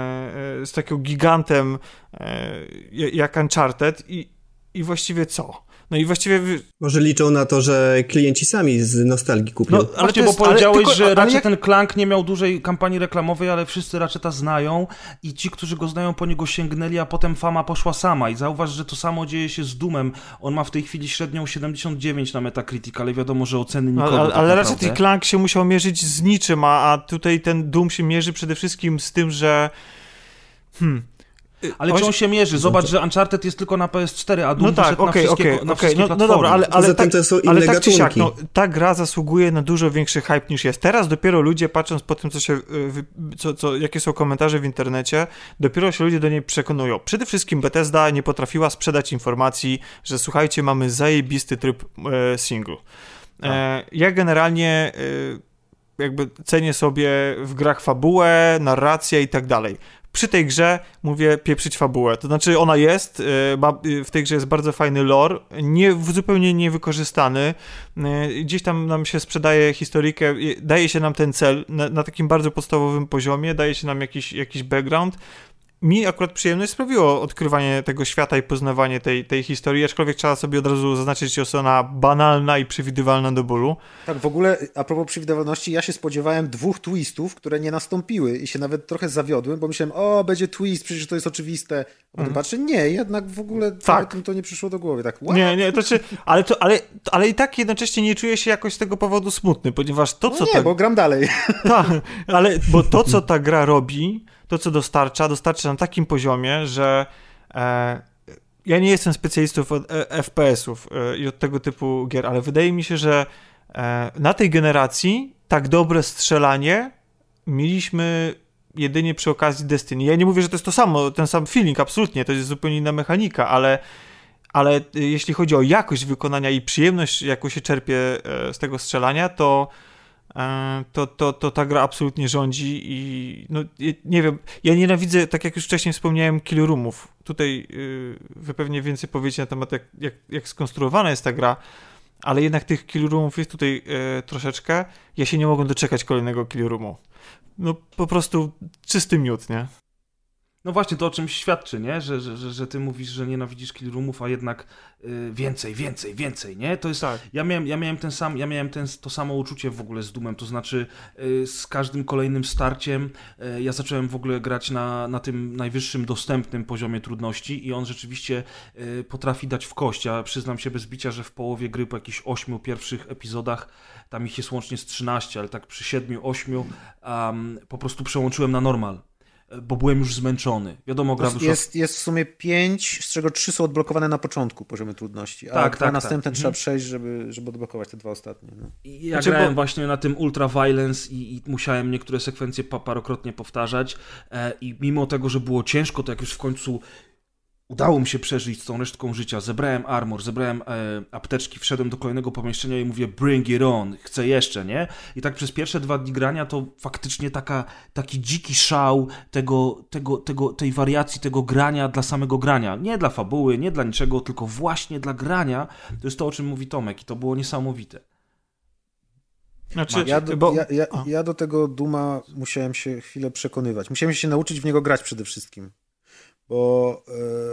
z takim gigantem e, jak Uncharted i, i właściwie co? No i właściwie... Może liczą na to, że klienci sami z nostalgii kupią. No, ale ty, bo powiedziałeś, tylko, że Ratchet jak... ten Clank nie miał dużej kampanii reklamowej, ale wszyscy Ratcheta znają i ci, którzy go znają, po niego sięgnęli, a potem fama poszła sama. I zauważ, że to samo dzieje się z Doomem. On ma w tej chwili średnią siedemdziesiąt dziewięć na Metacritic, ale wiadomo, że oceny nikogo. Ale, tak ale Ratchet i Clank się musiał mierzyć z niczym, a, a tutaj ten Doom się mierzy przede wszystkim z tym, że... Hmm... Ale czy on się mierzy? Zobacz, że Uncharted jest tylko na P S cztery, a Doom no tak, wyszedł okay, na wszystkie, okay, na okay. wszystkie no, platformy. No dobra, ale, ale, tak, to są inne ale tak czy gatunki. siak, no, ta gra zasługuje na dużo większy hype niż jest. Teraz dopiero ludzie, patrząc po tym, co się, co, co, jakie są komentarze w internecie, dopiero się ludzie do niej przekonują. Przede wszystkim Bethesda nie potrafiła sprzedać informacji, że słuchajcie, mamy zajebisty tryb e, single. E, ja generalnie e, jakby cenię sobie w grach fabułę, narrację i tak dalej. Przy tej grze mówię pieprzyć fabułę. To znaczy ona jest, w tej grze jest bardzo fajny lore, nie, zupełnie niewykorzystany. Gdzieś tam nam się sprzedaje historyjkę, daje się nam ten cel na, na takim bardzo podstawowym poziomie, daje się nam jakiś, jakiś background. Mi akurat przyjemność sprawiło odkrywanie tego świata i poznawanie tej, tej historii, aczkolwiek trzeba sobie od razu zaznaczyć, że jest ona banalna i przewidywalna do bólu. Tak, w ogóle a propos przewidywalności, ja się spodziewałem dwóch twistów, które nie nastąpiły i się nawet trochę zawiodłem, bo myślałem, o, będzie twist, przecież to jest oczywiste. A potem mm. patrzę, nie, jednak w ogóle tak. to nie przyszło do głowy. Tak, what? Nie, nie, to czy, ale, to, ale, ale i tak jednocześnie nie czuję się jakoś z tego powodu smutny, ponieważ to, no co... nie, ta... bo gram dalej. Tak, ale bo to, co ta gra robi, to, co dostarcza, dostarcza na takim poziomie, że e, ja nie jestem specjalistą od e, F P S-ów e, i od tego typu gier, ale wydaje mi się, że e, na tej generacji tak dobre strzelanie mieliśmy jedynie przy okazji Destiny. Ja nie mówię, że to jest to samo, ten sam feeling, absolutnie, to jest zupełnie inna mechanika, ale, ale jeśli chodzi o jakość wykonania i przyjemność, jaką się czerpie e, z tego strzelania, to To, to, to ta gra absolutnie rządzi i no, nie wiem, ja nienawidzę, tak jak już wcześniej wspomniałem, kill roomów. Tutaj yy, wy pewnie więcej powiecie na temat, jak, jak, jak skonstruowana jest ta gra, ale jednak tych kill roomów jest tutaj yy, troszeczkę. Ja się nie mogę doczekać kolejnego kill roomu. No po prostu czysty miód, nie? No właśnie, to o czymś świadczy, nie? Że, że, że, że ty mówisz, że nienawidzisz kill roomów, a jednak y, więcej, więcej, więcej, nie? To jest, tak. ja miałem, ja miałem ten sam, ja miałem ten, to samo uczucie w ogóle z Doomem, to znaczy y, z każdym kolejnym starciem y, ja zacząłem w ogóle grać na, na tym najwyższym dostępnym poziomie trudności i on rzeczywiście y, potrafi dać w kość. Ja przyznam się bez bicia, że w połowie gry, po jakichś ośmiu pierwszych epizodach, tam ich jest łącznie z trzynaście, ale tak przy siedmiu, ośmiu um, po prostu przełączyłem na normal. Bo byłem już zmęczony. Wiadomo, gra dusza... jest, jest w sumie pięć, z czego trzy są odblokowane na początku poziomy trudności, a tak, dwa tak, następne tak. trzeba Mhm. przejść, żeby, żeby odblokować te dwa ostatnie. No. I ja znaczy, grałem bo... właśnie na tym Ultra Violence i, i musiałem niektóre sekwencje pa- parokrotnie powtarzać e, i mimo tego, że było ciężko, to jak już w końcu udało mi się przeżyć z tą resztką życia, zebrałem armor, zebrałem e, apteczki, wszedłem do kolejnego pomieszczenia i mówię bring it on, chcę jeszcze, nie? I tak przez pierwsze dwa dni grania to faktycznie taka, taki dziki szał tego, tego, tego, tej wariacji, tego grania dla samego grania. Nie dla fabuły, nie dla niczego, tylko właśnie dla grania. To jest to, o czym mówi Tomek i to było niesamowite. Znaczy, ja, do, bo... ja, ja, ja do tego Dooma musiałem się chwilę przekonywać. Musiałem się nauczyć w niego grać przede wszystkim. Bo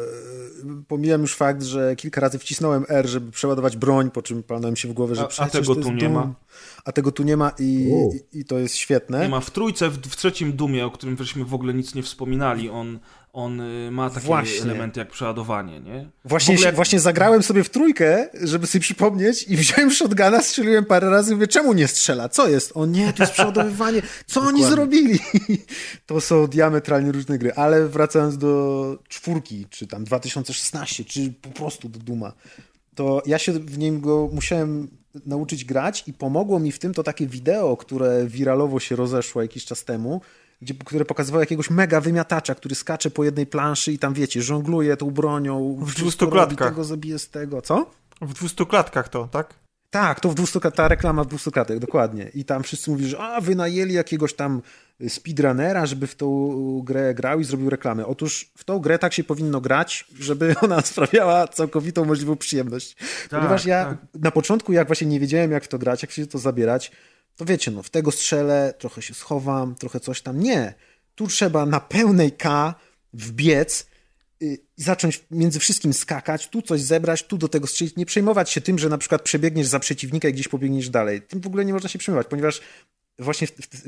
yy, pomijam już fakt, że kilka razy wcisnąłem R, żeby przeładować broń, po czym palnąłem się w głowę, że a, przecież a tego to tu jest nie Doom. ma. A tego tu nie ma i, i, i to jest świetne. Nie ma. W trójce, w, w trzecim Doomie, o którym żeśmy w ogóle nic nie wspominali, on, on ma takie właśnie. elementy jak przeładowanie, nie? Właśnie, jak... właśnie zagrałem sobie w trójkę, żeby sobie przypomnieć i wziąłem shotguna, strzeliłem parę razy i mówię, czemu nie strzela? Co jest? O nie, to jest przeładowywanie. Co oni zrobili? To są diametralnie różne gry. Ale wracając do czwórki, czy tam dwa tysiące szesnaście, czy po prostu do Dooma, to ja się w nim go musiałem nauczyć grać i pomogło mi w tym to takie wideo, które wiralowo się rozeszło jakiś czas temu, gdzie, które pokazywało jakiegoś mega wymiatacza, który skacze po jednej planszy i tam, wiecie, żongluje tą bronią. W dwustu klatkach. Tego zabije z tego. Co? W dwustu klatkach to, tak? Tak, to w dwustu, ta reklama w dwustu kratek, dokładnie. I tam wszyscy mówili, że a, wynajęli jakiegoś tam speedrunnera, żeby w tą grę grał i zrobił reklamę. Otóż w tą grę tak się powinno grać, żeby ona sprawiała całkowitą możliwą przyjemność. Tak, Ponieważ ja tak. na początku, jak właśnie nie wiedziałem, jak w to grać, jak się to zabierać, to wiecie, no w tego strzelę, trochę się schowam, trochę coś tam. Nie. Tu trzeba na pełnej K wbiec i zacząć między wszystkim skakać, tu coś zebrać, tu do tego strzelić, nie przejmować się tym, że na przykład przebiegniesz za przeciwnika i gdzieś pobiegniesz dalej. Tym w ogóle nie można się przejmować, ponieważ właśnie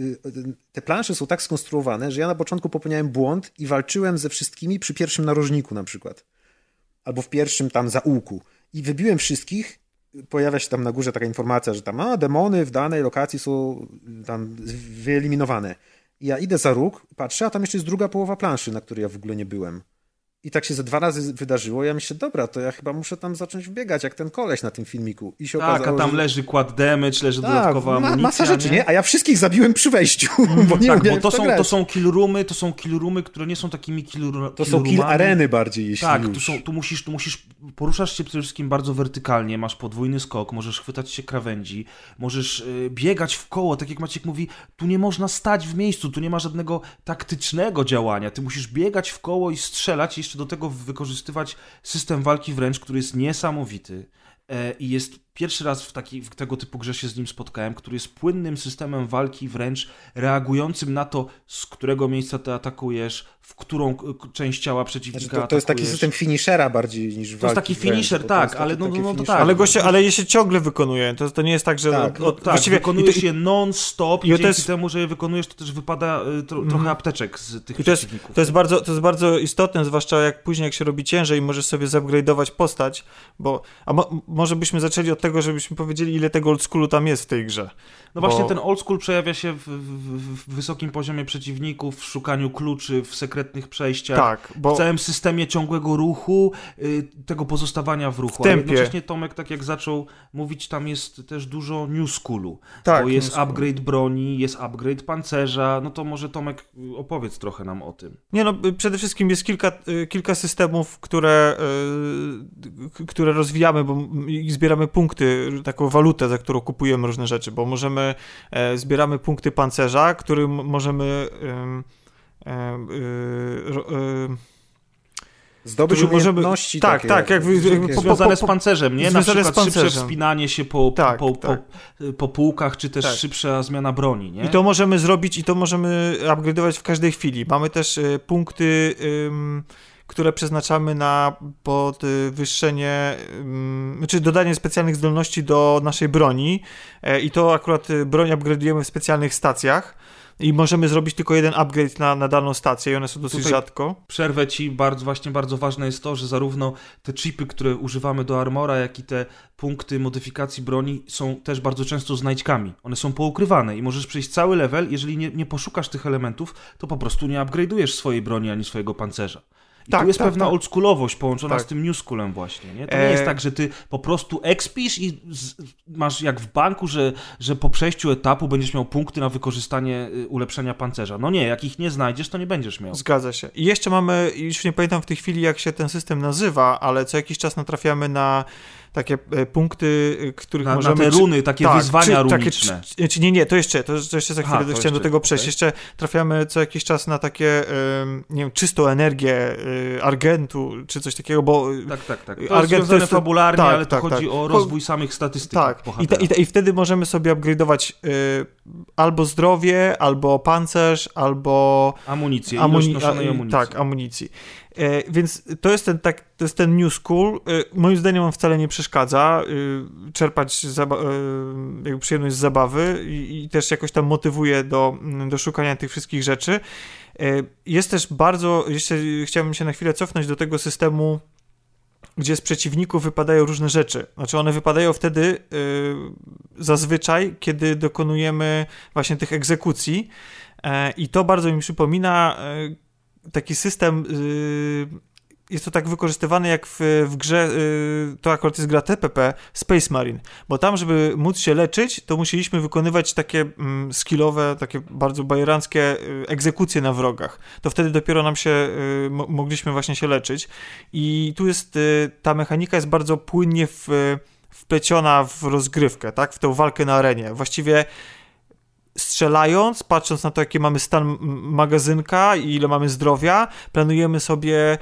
te plansze są tak skonstruowane, że ja na początku popełniałem błąd i walczyłem ze wszystkimi przy pierwszym narożniku na przykład. Albo w pierwszym tam zaułku. I wybiłem wszystkich, pojawia się tam na górze taka informacja, że tam a, demony w danej lokacji są tam wyeliminowane. I ja idę za róg, patrzę, a tam jeszcze jest druga połowa planszy, na której ja w ogóle nie byłem. I tak się ze dwa razy wydarzyło. Ja myślę, dobra, to ja chyba muszę tam zacząć biegać, jak ten koleś na tym filmiku. I się tak, okazało, a tam że... leży quad damage, leży tak, dodatkowa ma, amunicja. Masa rzeczy, nie? nie? A ja wszystkich zabiłem przy wejściu, mm, bo nie tak, bo to, to są, grać. to są kill roomy, to są kill roomy, które nie są takimi kill roomami. To są kill areny bardziej, jeśli Tak, już. tu, są, tu, musisz, tu musisz, poruszasz się przede wszystkim bardzo wertykalnie, masz podwójny skok, możesz chwytać się krawędzi, możesz y, biegać w koło, tak jak Maciek mówi, tu nie można stać w miejscu, tu nie ma żadnego taktycznego działania, ty musisz biegać w koło i strzelać i jeszcze do tego wykorzystywać system walki wręcz, który jest niesamowity e, i jest pierwszy raz w, taki, w tego typu grze się z nim spotkałem, który jest płynnym systemem walki wręcz reagującym na to, z którego miejsca ty atakujesz, w którą część ciała przeciwnika znaczy to, to jest taki system finishera bardziej niż walki To jest taki finisher, wręcz, tak, jest ale no, no, no to tak. Ale goście, ale je się ciągle wykonuje, to, to nie jest tak, że... Tak, no, no, tak właściwie wykonujesz i to, je non-stop i, i to dzięki jest... temu, że je wykonujesz, to też wypada tro, mm. trochę apteczek z tych I to jest, przeciwników. to jest bardzo, to jest bardzo istotne, zwłaszcza jak później, jak się robi ciężej, możesz sobie zupgrade'ować postać, bo... A mo, może byśmy zaczęli od tego, żebyśmy powiedzieli, ile tego oldschoolu tam jest w tej grze. No bo... właśnie ten old school przejawia się w, w, w wysokim poziomie przeciwników, w szukaniu kluczy, w sekretnych przejściach, tak, bo... w całym systemie ciągłego ruchu, y, tego pozostawania w ruchu. W A jednocześnie Tomek, tak jak zaczął mówić, tam jest też dużo new schoolu, tak, bo jest upgrade broni, jest upgrade pancerza, no to może Tomek opowiedz trochę nam o tym. Nie no, przede wszystkim jest kilka, kilka systemów, które, yy, które rozwijamy, bo i zbieramy punkty, taką walutę, za którą kupujemy różne rzeczy, bo możemy, e, zbieramy punkty pancerza, którym możemy e, e, e, zdobyć umiejętności tak, takie, tak, jak, jak, jak związane z pancerzem, nie? Na przykład szybsze wspinanie się po, tak, po, tak. po, po półkach, czy też tak. szybsza zmiana broni, nie? I to możemy zrobić i to możemy upgrade'ować w każdej chwili. Mamy też y, punkty, y, które przeznaczamy na podwyższenie, y, czy dodanie specjalnych zdolności do naszej broni y, i to akurat broń upgrade'ujemy w specjalnych stacjach. I możemy zrobić tylko jeden upgrade na, na daną stację i one są dosyć Tutaj rzadko. Przerwę ci, bardzo, właśnie bardzo ważne jest to, że zarówno te chipy, które używamy do armora, jak i te punkty modyfikacji broni są też bardzo często znajdźkami. One są poukrywane i możesz przejść cały level, jeżeli nie, nie poszukasz tych elementów, to po prostu nie upgrade'ujesz swojej broni ani swojego pancerza. I tak, tu jest tak, pewna tak. oldschoolowość połączona tak. z tym newschoolem właśnie, nie? To nie jest tak, że ty po prostu expisz i z, masz jak w banku, że, że po przejściu etapu będziesz miał punkty na wykorzystanie ulepszenia pancerza. No nie, jak ich nie znajdziesz, to nie będziesz miał. Zgadza się. I jeszcze mamy, już nie pamiętam w tej chwili, jak się ten system nazywa, ale co jakiś czas natrafiamy na takie punkty, których na, możemy... Na te runy, takie tak, wyzwania czy, runiczne. Takie, czy, czy nie, nie, to jeszcze, to, to jeszcze za chwilę Aha, chciałem do tego przejść. Okay. Jeszcze trafiamy co jakiś czas na takie, nie wiem, czystą energię argentu, czy coś takiego, bo... Tak, tak, tak. To argent jest związane fabularnie, tak, ale to tak, chodzi tak. o rozwój samych statystyk. Tak, I, ta, i, ta, i wtedy możemy sobie upgrade'ować y, albo zdrowie, albo pancerz, albo... Amunicję, ilość amuni- noszonej amunicji. Tak, amunicji. E, więc to jest ten, tak, to jest ten new school. E, moim zdaniem on wcale nie przeszkadza. E, czerpać zaba- e, jakby przyjemność z zabawy i, i też jakoś tam motywuje do, do szukania tych wszystkich rzeczy. E, jest też bardzo, jeszcze chciałbym się na chwilę cofnąć do tego systemu, gdzie z przeciwników wypadają różne rzeczy. Znaczy one wypadają wtedy yy, zazwyczaj, kiedy dokonujemy właśnie tych egzekucji yy, i to bardzo mi przypomina yy, taki system, yy, jest to tak wykorzystywane jak w, w grze, yy, to akurat jest gra T P P, Space Marine, bo tam, żeby móc się leczyć, to musieliśmy wykonywać takie mm, skillowe, takie bardzo bajeranckie yy, egzekucje na wrogach. To wtedy dopiero nam się, yy, mo- mogliśmy właśnie się leczyć i tu jest, yy, ta mechanika jest bardzo płynnie w, wpleciona w rozgrywkę, tak? W tę walkę na arenie. Właściwie strzelając, patrząc na to, jaki mamy stan magazynka i ile mamy zdrowia, planujemy sobie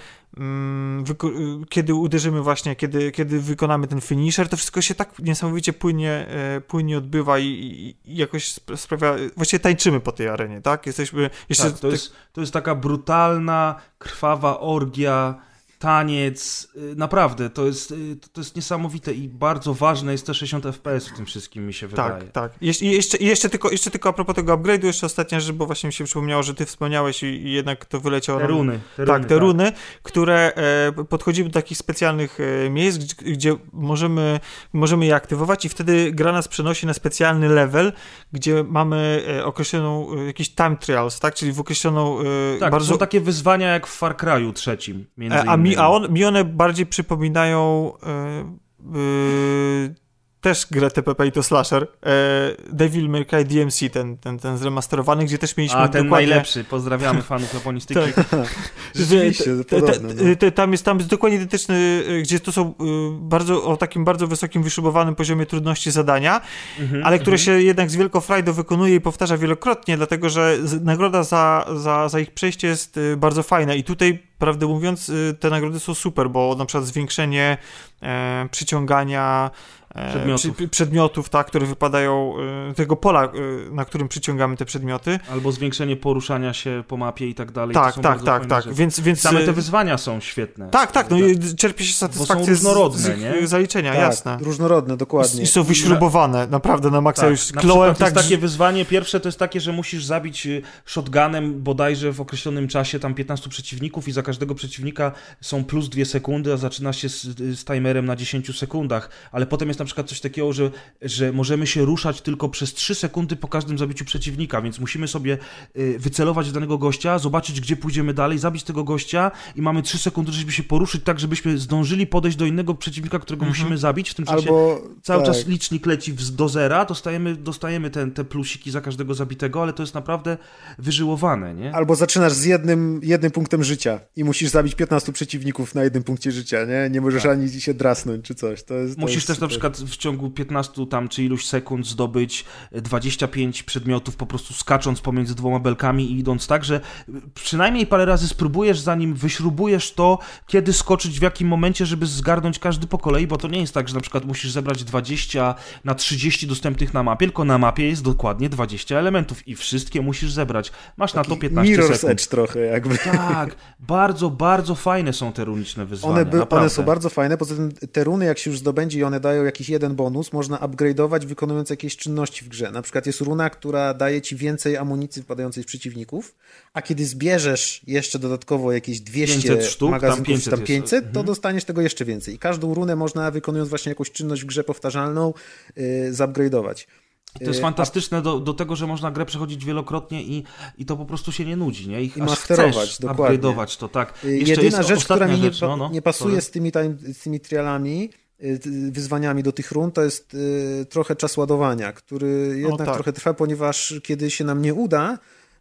mm, wyko- kiedy uderzymy właśnie, kiedy, kiedy wykonamy ten finisher, to wszystko się tak niesamowicie płynnie, e, płynnie odbywa i, i jakoś sprawia, właściwie tańczymy po tej arenie, tak? Jesteśmy jeszcze... Tak, to, jest, to jest taka brutalna, krwawa orgia, taniec, naprawdę, to jest, to jest niesamowite i bardzo ważne jest te sześćdziesiąt F P S w tym wszystkim, mi się wydaje. Tak, tak. I jeszcze, i jeszcze, tylko, jeszcze tylko a propos tego upgrade'u, jeszcze ostatnia rzecz, bo właśnie mi się przypomniało, że ty wspomniałeś i, i jednak to wyleciało. Te runy. Te tak, runy, te tak. runy, które e, podchodzimy do takich specjalnych e, miejsc, gdzie, gdzie możemy, możemy je aktywować i wtedy gra nas przenosi na specjalny level, gdzie mamy e, określoną, e, jakiś time trials, tak, czyli w określoną... E, tak, bardzo... są takie wyzwania jak w Far Cry'u trzecim, między A, innymi. mi, a on, mi one bardziej przypominają yy, yy, też grę T P P i to slasher, yy, Devil May Cry D M C, ten, ten, ten zremasterowany, gdzie też mieliśmy A, ten dokładnie... najlepszy, pozdrawiamy fanów japonistyki. Tak. Rzeczywiście, te, podobne, te, no. te, tam, jest, tam jest dokładnie identyczny, gdzie to są y, bardzo, o takim bardzo wysokim, wyśrubowanym poziomie trudności zadania, Mhm, ale które mhm. się jednak z wielką frajdą wykonuje i powtarza wielokrotnie, dlatego że z, nagroda za, za, za ich przejście jest y, bardzo fajna i tutaj, prawdę mówiąc, y, te nagrody są super, bo na przykład zwiększenie e, przyciągania e, Przedmiotów. Przy, przedmiotów, tak, które wypadają, y, tego pola, y, na którym przyciągamy te przedmioty. Albo zwiększenie poruszania się po mapie i tak dalej. Tak, to są tak, bardzo tak, fajne tak. rzeczy. Więc, więc Same te wyzwania są świetne. Tak, tak, no tak. i czerpie się satysfakcję Bo są różnorodne, z, z ich nie? zaliczenia, Tak, jasne. różnorodne, dokładnie. I są wyśrubowane, naprawdę na maksa, Tak, już na klołem przykład tak... jest takie wyzwanie, pierwsze to jest takie, że musisz zabić y, shotgunem bodajże w określonym czasie tam piętnastu przeciwników i za każdego przeciwnika są plus dwie sekundy, a zaczyna się z, z timerem na dziesięciu sekundach, ale potem jest na przykład coś takiego, że, że możemy się ruszać tylko przez trzy sekundy po każdym zabiciu przeciwnika, więc musimy sobie y, wycelować w danego gościa, zobaczyć gdzie pójdziemy dalej, zabić tego gościa i mamy trzy sekundy, żeby się poruszyć tak, żebyśmy zdążyli podejść do innego przeciwnika, którego Mhm. musimy zabić, w tym czasie Albo, cały tak. czas licznik leci w, do zera, dostajemy, dostajemy ten, te plusiki za każdego zabitego, ale to jest naprawdę wyżyłowane, nie? Albo zaczynasz z jednym, jednym punktem życia i musisz zabić piętnastu przeciwników na jednym punkcie życia, nie? Nie możesz Tak. ani się drasnąć czy coś. To jest, to Musisz jest też na super. przykład w ciągu piętnastu tam czy iluś sekund zdobyć dwadzieścia pięć przedmiotów po prostu skacząc pomiędzy dwoma belkami i idąc tak, że przynajmniej parę razy spróbujesz, zanim wyśrubujesz to, kiedy skoczyć w jakim momencie, żeby zgarnąć każdy po kolei, bo to nie jest tak, że na przykład musisz zebrać dwadzieścia na trzydzieści dostępnych na mapie, tylko na mapie jest dokładnie dwadzieścia elementów i wszystkie musisz zebrać. Masz na to piętnaście Mirror's sekund. Edge trochę jakby. Tak, bardzo, bardzo fajne są te runiczne wyzwania. One, by, naprawdę. one są bardzo fajne, poza tym te runy jak się już zdobędzie i one dają jakiś jeden bonus, można upgrade'ować wykonując jakieś czynności w grze. Na przykład jest runa, która daje ci więcej amunicji wpadającej z przeciwników, a kiedy zbierzesz jeszcze dodatkowo jakieś dwieście pięćset sztuk, magazynków, tam pięćset, tam pięćset jest. to Mhm. dostaniesz tego jeszcze więcej. I każdą runę można wykonując właśnie jakąś czynność w grze powtarzalną yy, zupgrade'ować. To jest fantastyczne do, do tego, że można grę przechodzić wielokrotnie i, i to po prostu się nie nudzi, nie? I, I aż masterować, chcesz dokładnie. upgrade'ować to, tak. Yy, Jeszcze Jedyna jest rzecz, która mi nie, rzecz, no, no, nie pasuje sorry. z tymi, tam, z tymi trialami, yy, wyzwaniami do tych run, to jest yy, trochę czas ładowania, który jednak tak. trochę trwa, ponieważ kiedy się nam nie uda,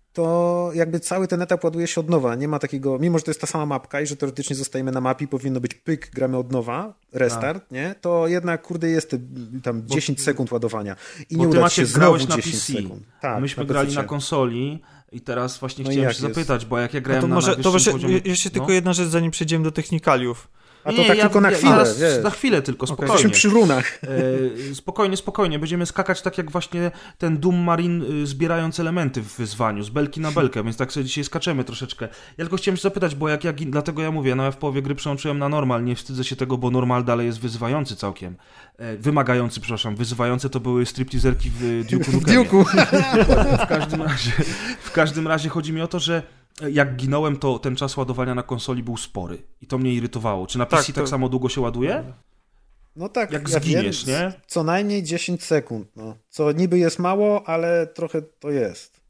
to jakby cały ten etap ładuje się od nowa. Nie ma takiego, mimo że to jest ta sama mapka i że teoretycznie zostajemy na mapie, powinno być pyk, gramy od nowa, restart, Tak. nie? To jednak, kurde, jest te, tam Bo- dziesięć sekund ładowania. I Bo nie ty uda Maciek się znowu grałeś na P dziesięć C, sekund. Tak, a myśmy na grali pececie. na konsoli i teraz właśnie No i chciałem jak się jest? zapytać, bo jak ja A grałem to na może, to najwyższym może poziomie... jeszcze tylko no. jedna rzecz, zanim przejdziemy do technikaliów. A to tak tylko na ja, chwilę, zaraz, wiesz. Na chwilę tylko, Okej. spokojnie. Jesteśmy przy runach. E, spokojnie, spokojnie. Będziemy skakać tak jak właśnie ten Doom Marine y, zbierając elementy w wyzwaniu, z belki na belkę, więc tak sobie dzisiaj skaczemy troszeczkę. Ja tylko chciałem się zapytać, bo jak ja, dlatego ja mówię, no ja w połowie gry przełączyłem na normal, nie wstydzę się tego, bo normal dalej jest wyzywający całkiem. E, wymagający, przepraszam, wyzywające to były stripteaserki w Duke'u W Nukemie. Duke'u. W każdym razie, w każdym razie chodzi mi o to, że jak ginąłem, to ten czas ładowania na konsoli był spory i to mnie irytowało. Czy na P C Tak, tak, to- samo długo się ładuje? No tak, Jak ja zginiesz, wiem, nie? Co najmniej dziesięć sekund, no. Co niby jest mało, ale trochę to jest.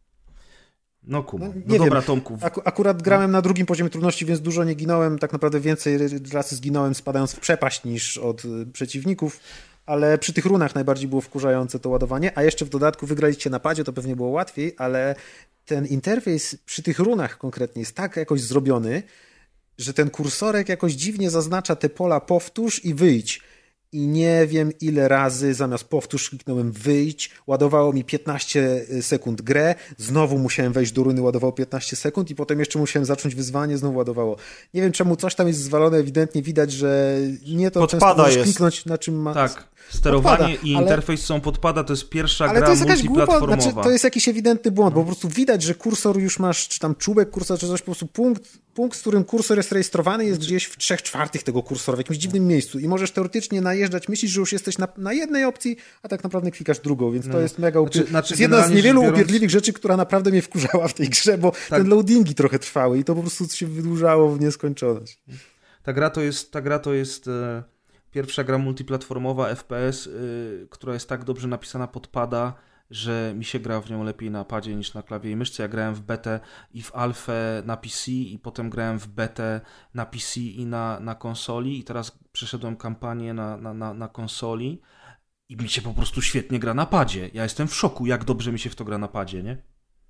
No kuma. No, No, nie dobra, wiem. Tomku. Aku- akurat grałem na drugim poziomie trudności, więc dużo nie ginąłem. Tak naprawdę więcej razy zginąłem spadając w przepaść niż od y, przeciwników. Ale przy tych runach najbardziej było wkurzające to ładowanie, a jeszcze w dodatku wygraliście na padzie, to pewnie było łatwiej, ale ten interfejs przy tych runach konkretnie jest tak jakoś zrobiony, że ten kursorek jakoś dziwnie zaznacza te pola powtórz i wyjdź. i nie wiem ile razy zamiast powtórz kliknąłem wyjść, ładowało mi piętnaście sekund grę, znowu musiałem wejść do runy, ładowało piętnaście sekund i potem jeszcze musiałem zacząć wyzwanie, znowu ładowało. Nie wiem czemu coś tam jest zwalone, ewidentnie widać, że nie to podpada często możesz jest. kliknąć na czym ma... Tak, sterowanie podpada, i ale... interfejs są podpada, to jest pierwsza ale gra to jest jakaś multiplatformowa. głupa, znaczy, to jest jakiś ewidentny błąd, bo po prostu widać, że kursor już masz, czy tam czubek kursora, czy coś, po prostu punkt, punkt, z którym kursor jest rejestrowany, jest gdzieś w trzech czwartych tego kursora, w jakimś dziwnym miejscu i możesz teoretycznie najeżdżać, myślisz, że już jesteś na, na jednej opcji, a tak naprawdę klikasz drugą, więc to No. jest mega upier... Znaczy- znaczy to jest jedna z generalnie niewielu rzecz biorąc- upierdliwych rzeczy, która naprawdę mnie wkurzała w tej grze, bo Tak. ten loadingi trochę trwały i to po prostu się wydłużało w nieskończoność. Ta gra to jest, ta gra to jest e, pierwsza gra multiplatformowa F P S, e, która jest tak dobrze napisana, podpada, że mi się gra w nią lepiej na padzie niż na klawie i myszce. Ja grałem w betę i w alfę na P C i potem grałem w betę na P C i na, na konsoli i teraz przeszedłem kampanię na, na, na, na konsoli i mi się po prostu świetnie gra na padzie. Ja jestem w szoku, jak dobrze mi się w to gra na padzie, nie?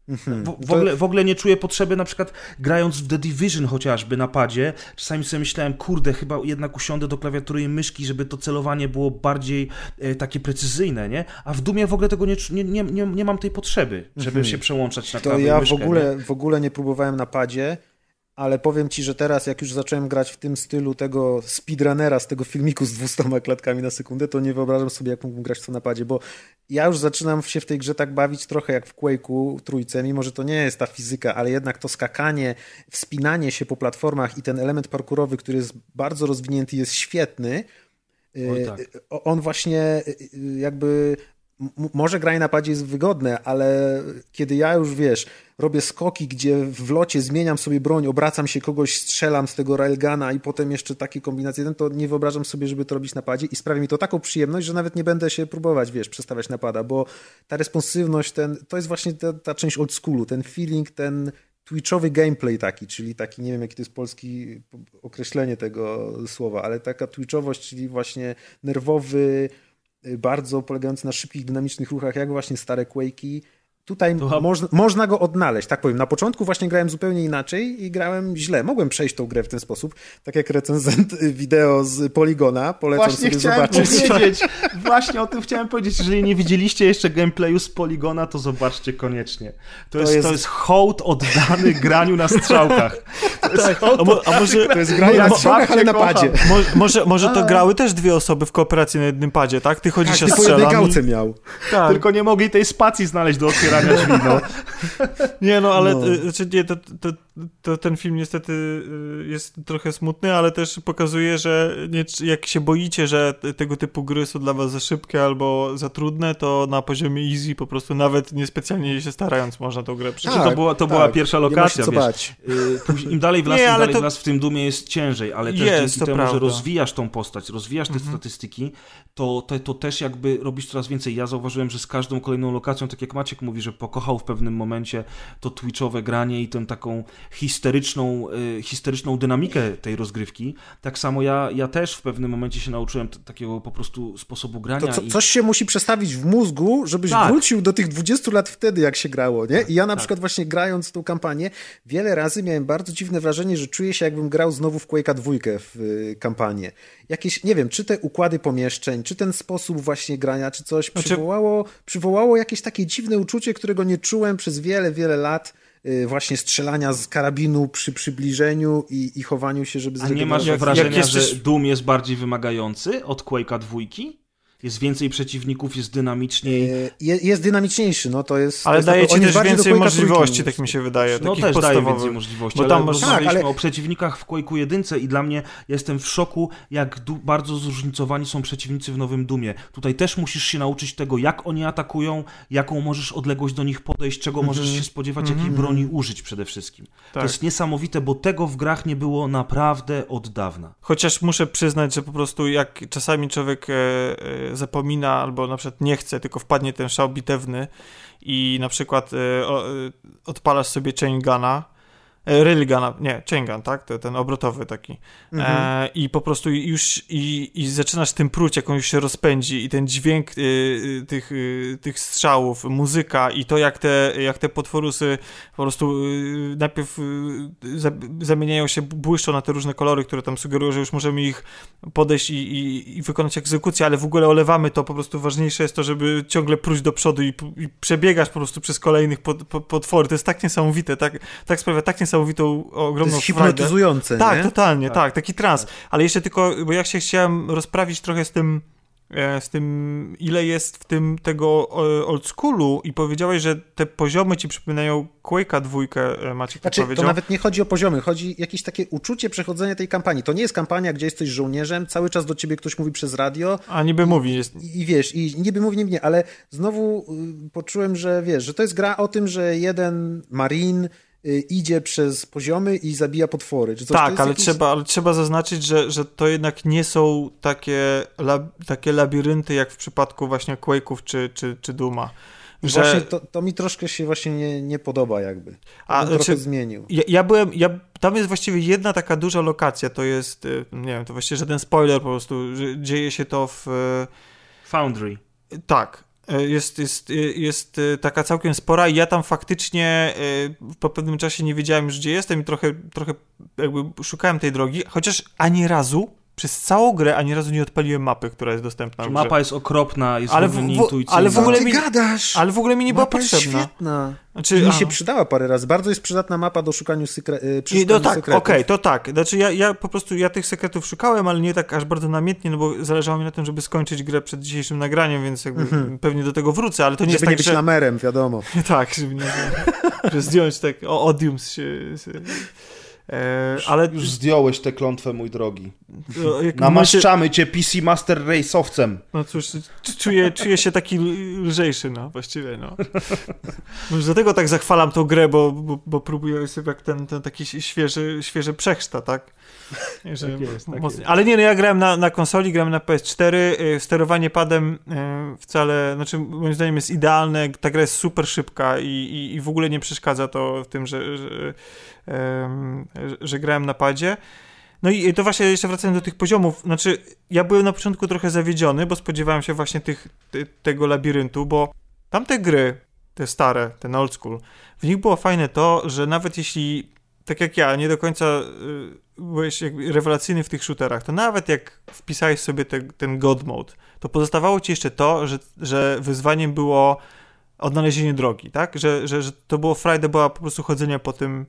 W, w, ogóle, w ogóle nie czuję potrzeby, na przykład grając w The Division chociażby na padzie, czasami sobie myślałem, kurde, chyba jednak usiądę do klawiatury i myszki, żeby to celowanie było bardziej e, takie precyzyjne, nie? A w Dumie w ogóle tego nie, nie, nie, nie, nie mam tej potrzeby, żeby Mhm. się przełączać na To klawę ja i myszkę. w ogóle, nie? w ogóle nie próbowałem na padzie, ale powiem ci, że teraz jak już zacząłem grać w tym stylu tego speedrunnera z tego filmiku z dwustoma klatkami na sekundę, to nie wyobrażam sobie, jak mógłbym grać w to na padzie, bo ja już zaczynam się w tej grze tak bawić trochę jak w Quake'u trójce, mimo że to nie jest ta fizyka, ale jednak to skakanie, wspinanie się po platformach i ten element parkurowy, który jest bardzo rozwinięty, jest świetny. Oj, tak. On właśnie jakby... M- może granie na padzie jest wygodne, ale kiedy ja już, wiesz, robię skoki, gdzie w locie zmieniam sobie broń, obracam się, kogoś strzelam z tego railguna i potem jeszcze takie kombinacje, to nie wyobrażam sobie, żeby to robić na padzie i sprawia mi to taką przyjemność, że nawet nie będę się próbować, wiesz, przestawiać na pada, bo ta responsywność, ten, to jest właśnie ta, ta część old schoolu, ten feeling, ten twitchowy gameplay taki, czyli taki, nie wiem jaki to jest polski określenie tego słowa, ale taka twitchowość, czyli właśnie nerwowy, bardzo polegający na szybkich, dynamicznych ruchach, jak właśnie stare Quake'i. Tutaj To... można, można go odnaleźć, tak powiem. Na początku właśnie grałem zupełnie inaczej i grałem źle. Mogłem przejść tą grę w ten sposób, tak jak recenzent wideo z Polygona. Polecam Właśnie sobie chciałem zobaczyć. powiedzieć, właśnie o tym chciałem powiedzieć. Jeżeli nie widzieliście jeszcze gameplayu z Polygona, to zobaczcie koniecznie. To, To jest, jest- to jest hołd oddany graniu na strzałkach. To jest Tak, hołd a, mo, a oddany może, To jest granie na Ja strzałkach, ale na babcię padzie. kocham. Może, może, może to A. grały też dwie osoby w kooperacji na jednym padzie, tak? Ty chodzisz, Tak, ja ty po jednej strzelam. gałce i- miał. Tak. Tylko nie mogli tej spacji znaleźć do otwierania drzwi. No. Nie, no ale No. y, znaczy, nie, to, to, to ten film niestety y, jest trochę smutny, ale też pokazuje, że nie, jak się boicie, że te- tego typu gry są dla was za szybkie albo za trudne, to na poziomie easy po prostu nawet niespecjalnie się starając można tą grę przejść. Znaczy, to była, to była pierwsza Nie ma się lokacja, co wiesz. bać. Y, później- Im dalej w las, Nie, im ale dalej to- w las w tym Dumie jest ciężej, ale też Jest, dzięki to temu, prawda. że rozwijasz tą postać, rozwijasz te Mhm. statystyki, to, to, to też jakby robisz coraz więcej. Ja zauważyłem, że z każdą kolejną lokacją, tak jak Maciek mówi, że pokochał w pewnym momencie to twitchowe granie i tę taką histeryczną, y, histeryczną dynamikę tej rozgrywki, tak samo ja, ja też w pewnym momencie się nauczyłem t- takiego po prostu sposobu grania. To co, i... coś się musi przestawić w mózgu, żebyś Tak. wrócił do tych dwudziestu lat wtedy, jak się grało, nie? I ja na tak. przykład właśnie grając w tą kampanię, wiele razy miałem bardzo dziwne wrażenie, że czuję się jakbym grał znowu w Quake'a dwójkę w y, kampanię. Jakieś, nie wiem, czy te układy pomieszczeń, czy ten sposób właśnie grania, czy coś Znaczy- przywołało, przywołało jakieś takie dziwne uczucie, którego nie czułem przez wiele, wiele lat. y, Właśnie strzelania z karabinu przy przybliżeniu i, i chowaniu się, żeby A nie masz zregenerować. wrażenia, jak jesteś- że Doom jest bardziej wymagający od Quake'a dwójki? Jest więcej przeciwników, jest dynamiczniej. Y, je- Jest dynamiczniejszy, no to jest... to Ale jest daje on ci jest też bardziej do więcej Quake'a możliwości, trójki. tak mi się wydaje, No takich też daje podstawowych. więcej możliwości, Bo ale tam masz- rozmawialiśmy Tak, ale- o przeciwnikach w Quake'u jedynce i dla mnie, ja jestem w szoku, jak du- bardzo zróżnicowani są przeciwnicy w Nowym Dumie. Tutaj też musisz się nauczyć tego, jak oni atakują, jaką możesz odległość do nich podejść, czego możesz się spodziewać, jakiej broni użyć przede wszystkim. To Tak. jest niesamowite, bo tego w grach nie było naprawdę od dawna. Chociaż muszę przyznać, że po prostu jak czasami człowiek e, e, zapomina albo na przykład nie chce, tylko wpadnie ten szał bitewny i na przykład e, o, e, odpalasz sobie chain guna Railgun, nie, chaingun, tak? To, ten obrotowy taki. Mhm. E, I po prostu już i, i zaczynasz tym pruć, jak on już się rozpędzi i ten dźwięk y, tych, y, tych strzałów, muzyka i to, jak te, jak te potworusy po prostu y, najpierw y, za, zamieniają się, błyszczą na te różne kolory, które tam sugerują, że już możemy ich podejść i, i, i wykonać egzekucję, ale w ogóle olewamy to, po prostu ważniejsze jest to, żeby ciągle próć do przodu i, i przebiegasz po prostu przez kolejnych pot, pot, potwory. To jest tak niesamowite, tak, tak sprawia tak niesamowitą, ogromną to jest hipnotyzujące, tak, nie? totalnie, tak. tak, tak, taki trans. Ale jeszcze tylko, bo ja się chciałem rozprawić trochę z tym, z tym, ile jest w tym tego old schoolu i powiedziałeś, że te poziomy ci przypominają Quake'a dwójkę, Maciek znaczy, powiedział. To nawet nie chodzi o poziomy, chodzi jakieś takie uczucie przechodzenia tej kampanii. To nie jest kampania, gdzie jesteś żołnierzem, cały czas do ciebie ktoś mówi przez radio. A niby i, mówi. Jest... I, I wiesz, i niby mówi, niby nie, ale znowu y, poczułem, że wiesz, że to jest gra o tym, że jeden marin y, idzie przez poziomy i zabija potwory. Czy coś, tak, ale, jakiś... trzeba, ale trzeba zaznaczyć, że, że to jednak nie są takie, lab, takie labirynty, jak w przypadku właśnie Quake'ów czy, czy, czy Duma. Że... Właśnie to, to mi troszkę się właśnie nie, nie podoba jakby. To A, bym trochę znaczy, zmienił. Ja, ja byłem, ja, tam jest właściwie jedna taka duża lokacja, to jest, nie wiem, to właściwie żaden spoiler po prostu, że dzieje się to w... Foundry. Tak. Jest, jest, jest taka całkiem spora i ja tam faktycznie po pewnym czasie nie wiedziałem już, gdzie jestem i trochę, trochę jakby szukałem tej drogi, chociaż ani razu przez całą grę ani razu nie odpaliłem mapy, która jest dostępna w grze. Mapa jest okropna, jest ale w ogóle w, nieintuicyjna. Ale w ogóle ty mi, gadasz? Ale w ogóle mi nie mapa była potrzebna. Jest świetna. Znaczy, mi aha. się przydała parę razy. Bardzo jest przydatna mapa do szukania sekre... I, no tak, sekretów. okej, okay, to tak. Znaczy ja, ja po prostu, ja tych sekretów szukałem, ale nie tak aż bardzo namiętnie, no bo zależało mi na tym, żeby skończyć grę przed dzisiejszym nagraniem, więc jakby mm-hmm. pewnie do tego wrócę, ale to nie żeby jest tak, nie być że... lamerem, wiadomo. tak, żeby nie... że zdjąć tak, o, odium się... się... E, ale... Już zdjąłeś tę klątwę, mój drogi. No, Namaszczamy momencie... cię P C Master Race'owcem. No cóż, czuję, czuję się taki lżejszy, no, właściwie, no. Może dlatego tak zachwalam tą grę, bo, bo, bo próbuję sobie jak ten, ten taki świeży, świeży przechrzta, tak? Że tak jest, tak mocniej... Ale nie, no ja grałem na, na konsoli, grałem na P S cztery, sterowanie padem wcale, znaczy moim zdaniem jest idealne, ta gra jest super szybka i, i, i w ogóle nie przeszkadza to w tym, że, że, że, że grałem na padzie. No i to właśnie jeszcze wracając do tych poziomów, znaczy ja byłem na początku trochę zawiedziony, bo spodziewałem się właśnie tych, te, tego labiryntu, bo tamte gry, te stare, ten old school, w nich było fajne to, że nawet jeśli, tak jak ja, nie do końca y, byłeś jakby rewelacyjny w tych shooterach, to nawet jak wpisałeś sobie te, ten God Mode, to pozostawało ci jeszcze to, że, że wyzwaniem było odnalezienie drogi, tak? Że, że, że to było frajda, była po prostu chodzenia po tym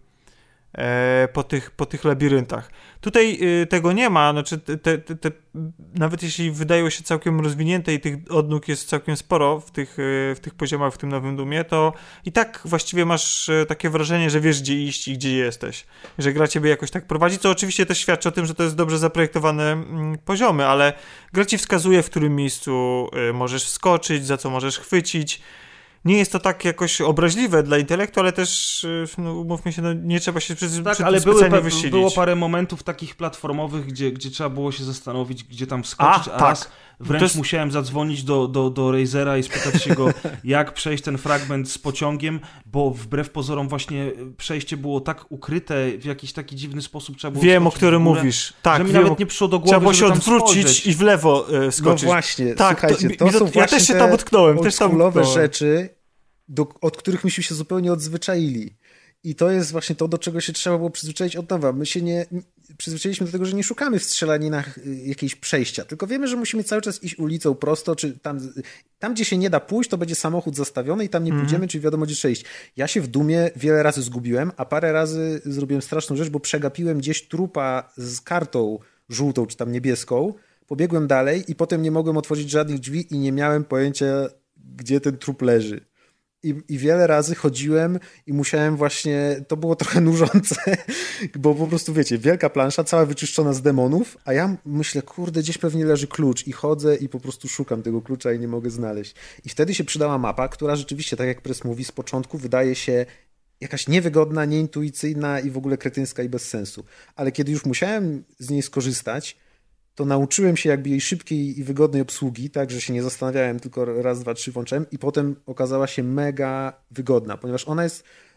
Po tych, po tych labiryntach. Tutaj y, tego nie ma, znaczy te, te, te, nawet jeśli wydają się całkiem rozwinięte i tych odnóg jest całkiem sporo w tych, y, w tych poziomach w tym nowym Dumie, to i tak właściwie masz y, takie wrażenie, że wiesz, gdzie iść i gdzie jesteś. Że gra ciebie jakoś tak prowadzi, co oczywiście też świadczy o tym, że to jest dobrze zaprojektowane mm, poziomy, ale gra ci wskazuje, w którym miejscu y, możesz wskoczyć, za co możesz chwycić. Nie jest to tak jakoś obraźliwe dla intelektu, ale też, no, umówmy się, no, nie trzeba się przed, tak, przed ale tym były, specjalnie pe- wysilić. było parę momentów takich platformowych, gdzie, gdzie trzeba było się zastanowić, gdzie tam wskoczyć, a, a a tak. raz wręcz jest... musiałem zadzwonić do, do, do Razera i spytać się go, jak przejść ten fragment z pociągiem, bo wbrew pozorom właśnie przejście było tak ukryte w jakiś taki dziwny sposób, trzeba było Wiem, o którym górę, mówisz. Tak, że mi wiem, nawet nie przyszło do głowy, trzeba było się żeby odwrócić spojrzeć. i w lewo e, skoczyć. No właśnie, tak, słuchajcie, to, to, to są ja właśnie też się tam utknąłem. te też tam oldschoolowe utknąłem. rzeczy, do, od których myśmy się zupełnie odzwyczaili. I to jest właśnie to, do czego się trzeba było przyzwyczaić od nowa. My się nie, nie przyzwyczailiśmy do tego, że nie szukamy w strzelaninach jakiejś przejścia, tylko wiemy, że musimy cały czas iść ulicą prosto, czy tam, tam gdzie się nie da pójść, to będzie samochód zastawiony i tam nie pójdziemy, mm. czyli wiadomo, gdzie trzeba iść. Ja się w Dumie wiele razy zgubiłem, a parę razy zrobiłem straszną rzecz, bo przegapiłem gdzieś trupa z kartą żółtą, czy tam niebieską, pobiegłem dalej i potem nie mogłem otworzyć żadnych drzwi i nie miałem pojęcia, gdzie ten trup leży. I, I wiele razy chodziłem i musiałem właśnie, to było trochę nużące, bo po prostu wiecie, wielka plansza, cała wyczyszczona z demonów, a ja myślę, kurde, gdzieś pewnie leży klucz i chodzę i po prostu szukam tego klucza i nie mogę znaleźć. I wtedy się przydała mapa, która rzeczywiście, tak jak Press mówi, z początku wydaje się jakaś niewygodna, nieintuicyjna i w ogóle kretyńska i bez sensu. Ale kiedy już musiałem z niej skorzystać, to nauczyłem się jakby jej szybkiej i wygodnej obsługi, tak, że się nie zastanawiałem, tylko raz, dwa, trzy włączałem i potem okazała się mega wygodna, ponieważ ona jest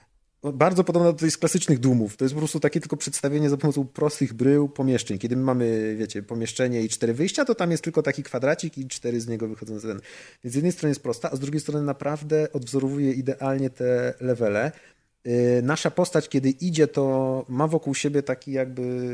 bardzo podobna do tej z klasycznych Doomów. To jest po prostu takie tylko przedstawienie za pomocą prostych brył pomieszczeń. Kiedy my mamy, wiecie, pomieszczenie i cztery wyjścia, to tam jest tylko taki kwadracik i cztery z niego wychodzą z ten. Więc z jednej strony jest prosta, a z drugiej strony naprawdę odwzorowuje idealnie te levele. Nasza postać, kiedy idzie, to ma wokół siebie taki jakby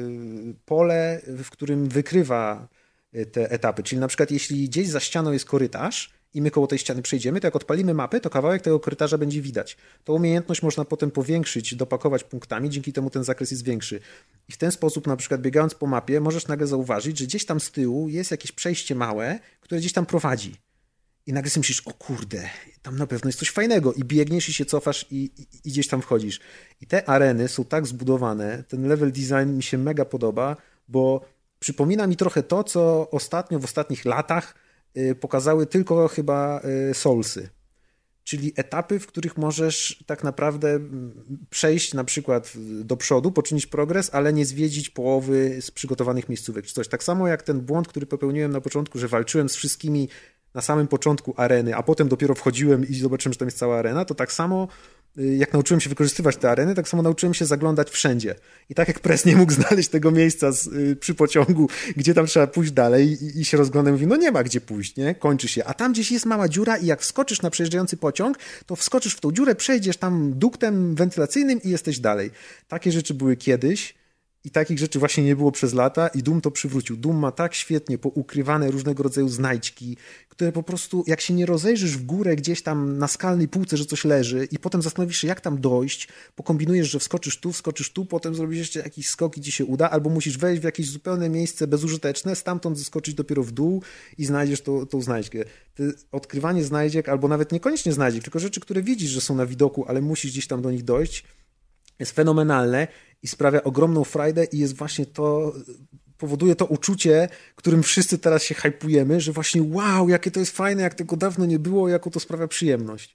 pole, w którym wykrywa te etapy. Czyli na przykład jeśli gdzieś za ścianą jest korytarz i my koło tej ściany przejdziemy, to jak odpalimy mapę, to kawałek tego korytarza będzie widać. Tą umiejętność można potem powiększyć, dopakować punktami, dzięki temu ten zakres jest większy. I w ten sposób na przykład biegając po mapie możesz nagle zauważyć, że gdzieś tam z tyłu jest jakieś przejście małe, które gdzieś tam prowadzi. I nagle sobie myślisz, o kurde, tam na pewno jest coś fajnego i biegniesz i się cofasz i, i, i gdzieś tam wchodzisz. I te areny są tak zbudowane, ten level design mi się mega podoba, bo przypomina mi trochę to, co ostatnio, w ostatnich latach y, pokazały tylko chyba y, Soulsy. Czyli etapy, w których możesz tak naprawdę przejść na przykład do przodu, poczynić progres, ale nie zwiedzić połowy z przygotowanych miejscówek czy coś. Tak samo jak ten błąd, który popełniłem na początku, że walczyłem z wszystkimi na samym początku areny, a potem dopiero wchodziłem i zobaczyłem, że tam jest cała arena, to tak samo jak nauczyłem się wykorzystywać te areny, tak samo nauczyłem się zaglądać wszędzie. I tak jak Press nie mógł znaleźć tego miejsca z, y, przy pociągu, gdzie tam trzeba pójść dalej i, i się rozglądam i mówi, no nie ma gdzie pójść, nie? Kończy się. A tam gdzieś jest mała dziura i jak wskoczysz na przejeżdżający pociąg, to wskoczysz w tą dziurę, przejdziesz tam duktem wentylacyjnym i jesteś dalej. Takie rzeczy były kiedyś. I takich rzeczy właśnie nie było przez lata i Doom to przywrócił. Doom ma tak świetnie poukrywane różnego rodzaju znajdźki, które po prostu, jak się nie rozejrzysz w górę gdzieś tam na skalnej półce, że coś leży i potem zastanowisz się, jak tam dojść, pokombinujesz, że wskoczysz tu, wskoczysz tu, potem zrobisz jeszcze jakiś skok i ci się uda, albo musisz wejść w jakieś zupełne miejsce bezużyteczne, stamtąd zeskoczyć dopiero w dół i znajdziesz tą, tą znajdźkę. To odkrywanie znajdziek, albo nawet niekoniecznie znajdziek, tylko rzeczy, które widzisz, że są na widoku, ale musisz gdzieś tam do nich dojść, jest fenomenalne i sprawia ogromną frajdę i jest właśnie to, powoduje to uczucie, którym wszyscy teraz się hypujemy, że właśnie wow, jakie to jest fajne, jak tego dawno nie było, jaką to sprawia przyjemność.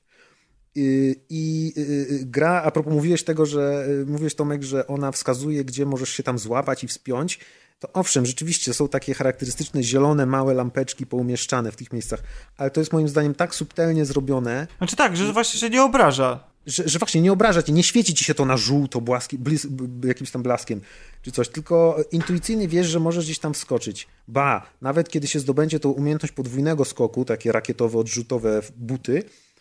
I, i gra, a propos mówiłeś tego, że mówiłeś Tomek, że ona wskazuje, gdzie możesz się tam złapać i wspiąć, to owszem, rzeczywiście są takie charakterystyczne zielone, małe lampeczki poumieszczane w tych miejscach, ale to jest moim zdaniem tak subtelnie zrobione. Znaczy tak, że właśnie się nie obraża. Że, że właśnie nie obraża cię, nie świeci ci się to na żółto, błaski, blis, jakimś tam blaskiem czy coś, tylko intuicyjnie wiesz, że możesz gdzieś tam wskoczyć. Ba, nawet kiedy się zdobędzie tą umiejętność podwójnego skoku, takie rakietowe, odrzutowe buty,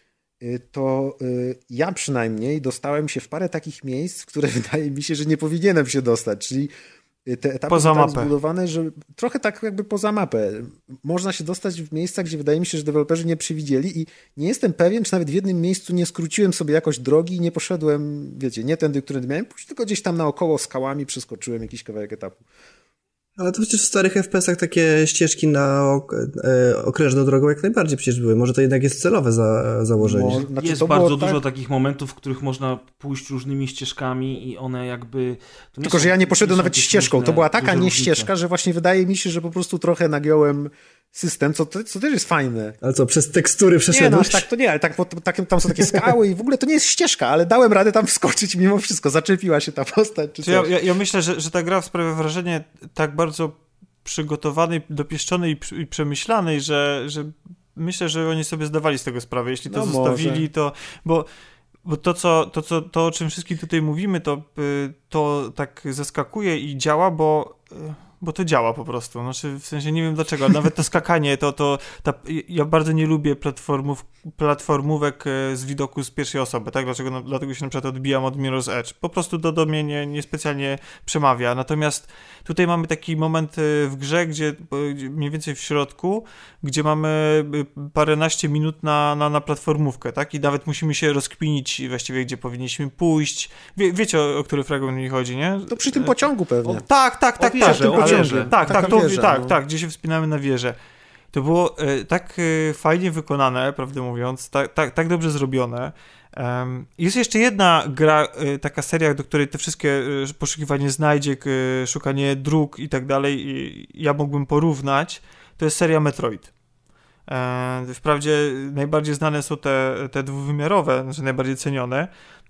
to ja przynajmniej dostałem się w parę takich miejsc, w które wydaje mi się, że nie powinienem się dostać, czyli te etapy poza są tak mapę. zbudowane, że trochę tak jakby poza mapę. Można się dostać w miejsca, gdzie wydaje mi się, że deweloperzy nie przewidzieli i nie jestem pewien, czy nawet w jednym miejscu nie skróciłem sobie jakoś drogi i nie poszedłem, wiecie, nie tędy, którędy miałem pójść, tylko gdzieś tam naokoło skałami przeskoczyłem jakiś kawałek etapu. Ale to przecież w starych F P S ach takie ścieżki na ok- e, okrężną drogą jak najbardziej przecież były. Może to jednak jest celowe za, założenie. Mo- znaczy, jest bardzo dużo tak... takich momentów, w których można pójść różnymi ścieżkami i one jakby... Tylko, są, że ja nie poszedłem nawet ścieżką. różne, to była taka nie różnice. ścieżka, że właśnie wydaje mi się, że po prostu trochę nagiąłem system, co, co też jest fajne. Ale co, przez tekstury przeszedłeś? Nie, no aż tak to nie, ale tak, bo, tak, tam są takie skały i w ogóle to nie jest ścieżka, ale dałem radę tam wskoczyć mimo wszystko. Zaczepiła się ta postać czy coś. Ja, ja, ja myślę, że, że ta gra sprawia wrażenie tak bardzo przygotowanej, dopieszczonej i, i przemyślanej, że, że myślę, że oni sobie zdawali z tego sprawę. Jeśli to no zostawili, może. to... Bo, bo to, co, to, co, to, o czym wszystkim tutaj mówimy, to, to tak zaskakuje i działa, bo... Bo to działa po prostu. Znaczy, w sensie nie wiem dlaczego, ale nawet to skakanie, to, to ta, ja bardzo nie lubię platformów, platformówek z widoku z pierwszej osoby, tak? Dlaczego? No, dlatego się na przykład odbijam od Mirror's Edge. Po prostu do, do mnie nie, niespecjalnie przemawia. Natomiast tutaj mamy taki moment w grze, gdzie mniej więcej w środku, gdzie mamy paręnaście minut na, na, na platformówkę, tak? I nawet musimy się rozkminić właściwie, gdzie powinniśmy pójść. Wie, wiecie, o, o który fragment mi chodzi, nie? To przy tym pociągu pewnie. O, tak, tak, tak, wieżę, tak. o wieżę. Tak, tak, to, wieża, tak, no. tak, gdzie się wspinamy na wieżę. To było e, tak e, fajnie wykonane, prawdę mówiąc, tak, tak, tak dobrze zrobione. Um, jest jeszcze jedna gra, e, taka seria, do której te wszystkie e, poszukiwanie znajdziek, e, szukanie dróg i tak dalej, ja mógłbym porównać. To jest seria Metroid. E, wprawdzie najbardziej znane są te, te dwuwymiarowe, znaczy najbardziej cenione,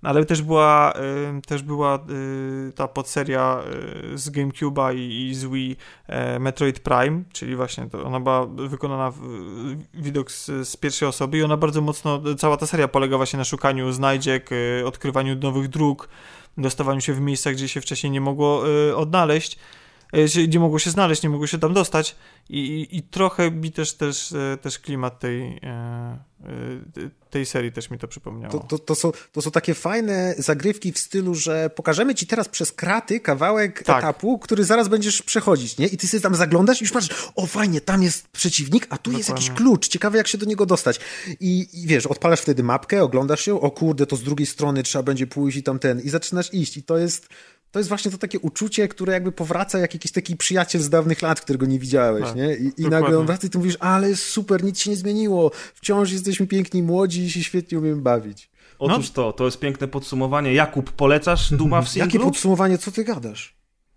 ale też była, y, też była y, ta podseria y, z GameCube'a i, i z Wii y, Metroid Prime, czyli właśnie to ona była wykonana w, widok z, z pierwszej osoby i ona bardzo mocno, cała ta seria polega właśnie na szukaniu znajdziek, y, odkrywaniu nowych dróg, dostawaniu się w miejscach, gdzie się wcześniej nie mogło y, odnaleźć, y, nie mogło się znaleźć, nie mogło się tam dostać i, i, i trochę mi też, też, y, też klimat tej, y, y, tej serii też mi to przypomniało. To, to, to, są, to są takie fajne zagrywki w stylu, że pokażemy ci teraz przez kraty kawałek tak. etapu, który zaraz będziesz przechodzić, nie? I ty sobie tam zaglądasz i już patrzysz, o fajnie, tam jest przeciwnik, a tu Dokładnie. jest jakiś klucz, ciekawe jak się do niego dostać. I, I wiesz, odpalasz wtedy mapkę, oglądasz się, o kurde, to z drugiej strony trzeba będzie pójść i tam ten, i zaczynasz iść i to jest... To jest właśnie to takie uczucie, które jakby powraca jak jakiś taki przyjaciel z dawnych lat, którego nie widziałeś, tak, nie? I, i nagle on wraca i ty mówisz, ale super, nic się nie zmieniło, wciąż jesteśmy piękni, młodzi i się świetnie umiemy bawić. Otóż no. to, to jest piękne podsumowanie. Jakub, polecasz Duma w singlu? Jakie podsumowanie, co ty gadasz?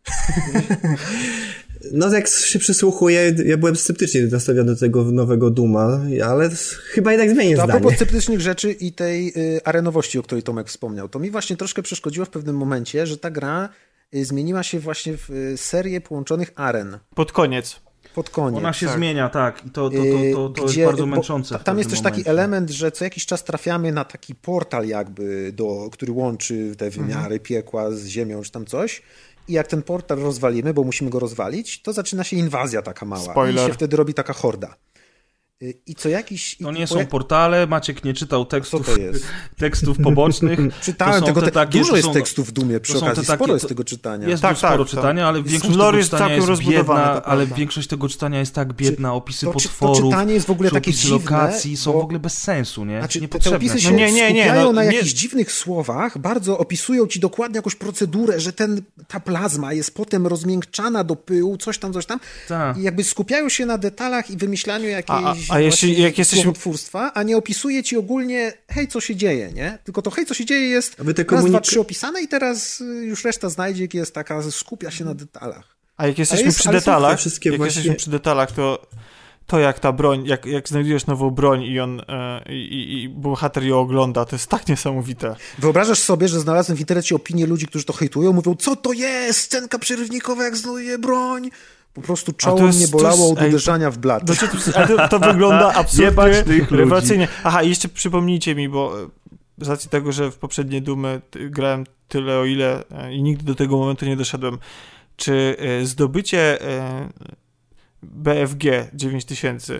No jak się przysłuchuję, ja byłem sceptycznie nastawiony do tego nowego Duma, ale chyba jednak zmienię to zdanie. A propos sceptycznych rzeczy i tej y, arenowości, o której Tomek wspomniał, to mi właśnie troszkę przeszkodziło w pewnym momencie, że ta gra y, zmieniła się właśnie w y, serię połączonych aren. Pod koniec. Pod koniec. Ona się tak. zmienia, tak. I to, to, to, to, to Gdzie, jest bardzo męczące. Tam jest też momencie. taki element, że co jakiś czas trafiamy na taki portal jakby, do, który łączy te wymiary mhm. piekła z ziemią czy tam coś. I jak ten portal rozwalimy, bo musimy go rozwalić, to zaczyna się inwazja taka mała. Spoiler. I się wtedy robi taka horda. I co jakiś... To nie i są jak... portale, Maciek nie czytał tekstów, co to jest? tekstów pobocznych. Czytałem to tego, te... takie, dużo to jest są... tekstów w Dumie przy okazji, takie... sporo jest tego czytania. Jest tak, sporo tak, czytania, tak. ale większość Lore tego jest czytania jest biedna, ale większość tego czytania jest tak biedna, opisy to, potworów, to czytanie jest w ogóle takie dziwne, lokacji są bo... w ogóle bez sensu, nie? Znaczy, Niepotrzebne. te opisy się no nie, nie, nie, skupiają no, na nie. jakichś dziwnych słowach, bardzo opisują ci dokładnie jakąś procedurę, że ten, ta plazma jest potem rozmiękczana do pyłu, coś tam, coś tam Ta. i jakby skupiają się na detalach i wymyślaniu jakiejś a, a jeśli, jak jesteśmy... twórstwa, a nie opisuje ci ogólnie, hej, co się dzieje, nie? Tylko to hej, co się dzieje jest raz, komunik... dwa, trzy opisane i teraz już reszta znajdziek jest taka, skupia się na detalach. A jak jesteśmy jest, przy detalach, wszystkie jak właśnie... jesteśmy przy detalach, to to jak ta broń, jak, jak znajdujesz nową broń i on e, i, i bohater ją ogląda, to jest tak niesamowite. Wyobrażasz sobie, że znalazłem w internecie opinię ludzi, którzy to hejtują, mówią, co to jest, scenka przerywnikowa, jak znajduje broń. Po prostu czoło mnie bolało od uderzania w blat. No, to, to, to wygląda absolutnie rewelacyjnie. Aha, i jeszcze przypomnijcie mi, bo z racji tego, że w poprzednie Dumy grałem tyle, o ile i nigdy do tego momentu nie doszedłem. Czy zdobycie B F G dziewięć tysięcy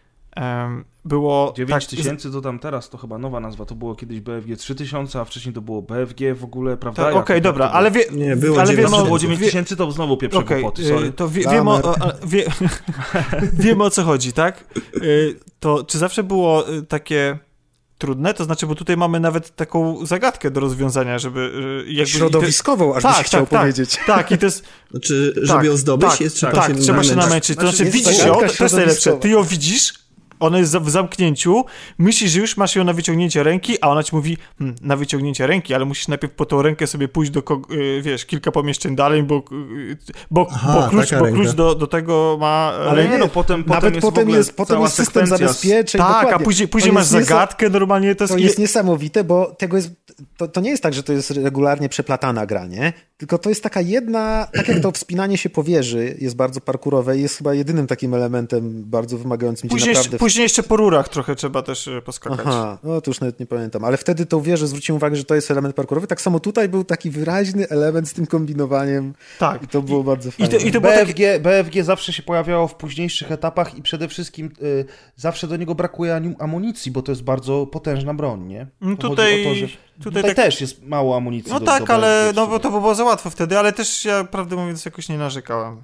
było... dziewięć tysięcy tak, to tam teraz, to chyba nowa nazwa, to było kiedyś B F G trzy tysiące, a wcześniej to było B F G w ogóle, prawda? Okej, okay, dobra, to ale, wie, nie, było ale wiemy, o... było dziewięć tysięcy, to znowu pieprze okay, głupoty, sorry. To wie, wiemy, o, wie, wiemy o co chodzi, tak? To czy zawsze było takie trudne? To znaczy, bo tutaj mamy nawet taką zagadkę do rozwiązania, żeby... Jakby środowiskową, aż tak, byś chciał tak, powiedzieć. Tak, tak, i to jest... Znaczy, żeby tak, ją zdobyć, tak, jest trzeba tak, się tak, trzeba się namęczyć. To znaczy, widzisz ją, to jest najlepsze. Ty ją widzisz, ona jest w zamknięciu, myślisz, że już masz ją na wyciągnięcie ręki, a ona ci mówi, hm, na wyciągnięcie ręki, ale musisz najpierw po tą rękę sobie pójść do, yy, wiesz, kilka pomieszczeń dalej, bo, yy, bo, Aha, bo klucz, bo klucz do, do tego ma... Ale nie, no potem, nawet potem jest potem w ogóle jest, potem jest system zabezpieczeń. Tak, dokładnie. a później, później masz zagadkę, normalnie to jest... To jest niesamowite, bo tego jest, to, to nie jest tak, że to jest regularnie przeplatana gra, nie? Tylko to jest taka jedna, tak jak to wspinanie się po wieży jest bardzo parkurowe i jest chyba jedynym takim elementem bardzo wymagającym później, naprawdę... W... Później jeszcze po rurach trochę trzeba też poskakać. Aha, no to już nawet nie pamiętam, ale wtedy tą wieżę zwróciłem uwagę, że to jest element parkurowy, tak samo tutaj był taki wyraźny element z tym kombinowaniem. Tak. I to było I, bardzo fajne. I to, i to B F G, takie... B F G zawsze się pojawiało w późniejszych etapach i przede wszystkim y, zawsze do niego brakuje amunicji, bo to jest bardzo potężna broń, nie? No tutaj, to, że tutaj, tutaj tak... też jest mało amunicji. No do, tak, do ale no, bo to by było za łatwo wtedy, ale też ja prawdę mówiąc jakoś nie narzekałem.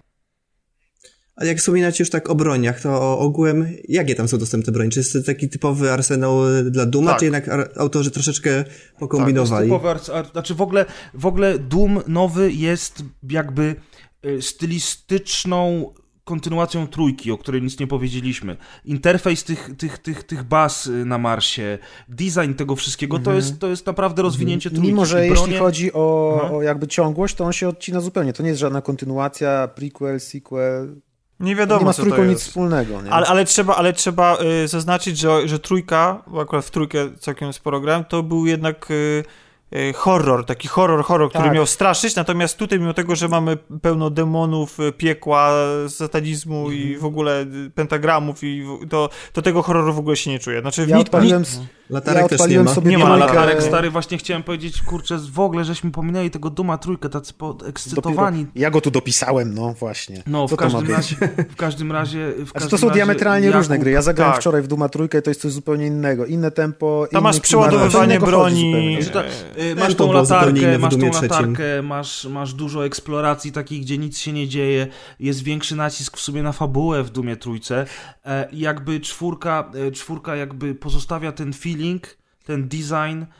A jak wspominacie już tak o broniach, to ogółem jakie tam są dostępne broń? Czy jest to taki typowy arsenał dla Duma, tak. czy jednak autorzy troszeczkę pokombinowali? Tak, jest typowy, znaczy w ogóle, w ogóle Doom nowy jest jakby stylistyczną kontynuacją trójki, o której nic nie powiedzieliśmy. Interfejs tych, tych, tych, tych baz na Marsie, design tego wszystkiego, mm-hmm. to, jest, to jest naprawdę rozwinięcie trójki. Mimo, że bronie... jeśli chodzi o, o jakby ciągłość, to on się odcina zupełnie. To nie jest żadna kontynuacja, prequel, sequel. Nie wiadomo, nie ma co z trójką to nic jest. wspólnego. Nie? Ale, ale trzeba, ale trzeba y, zaznaczyć, że, że trójka, bo akurat w trójkę całkiem sporo grałem, to był jednak y, horror, taki horror, horror, który tak. miał straszyć, natomiast tutaj mimo tego, że mamy pełno demonów, piekła, satanizmu mhm. i w ogóle pentagramów i to, to tego horroru w ogóle się nie czuje. Znaczy, ja w odpaliłem, nic... latarek ja odpaliłem też nie ma. sobie nie ma dwójkę... latarek, stary, właśnie chciałem powiedzieć, kurczę, w ogóle żeśmy pominęli tego Duma trójkę, tacy podekscytowani. Dopiero, ja go tu dopisałem, no właśnie. No, w każdym, razie, w każdym razie... W znaczy, każdym to są razie diametralnie Jakub, różne gry. Ja zagrałem tak. wczoraj w Duma trójkę, to jest coś zupełnie innego. Inne tempo, tam masz klimat, przeładowywanie broni. Że ta, y, masz tą latarkę, masz tą latarkę, masz, masz dużo eksploracji takich, gdzie nic się nie dzieje. Jest większy nacisk w sumie na fabułę w Dumie trójce. E, jakby czwórka, e, czwórka jakby pozostawia ten feeling, ten design, e,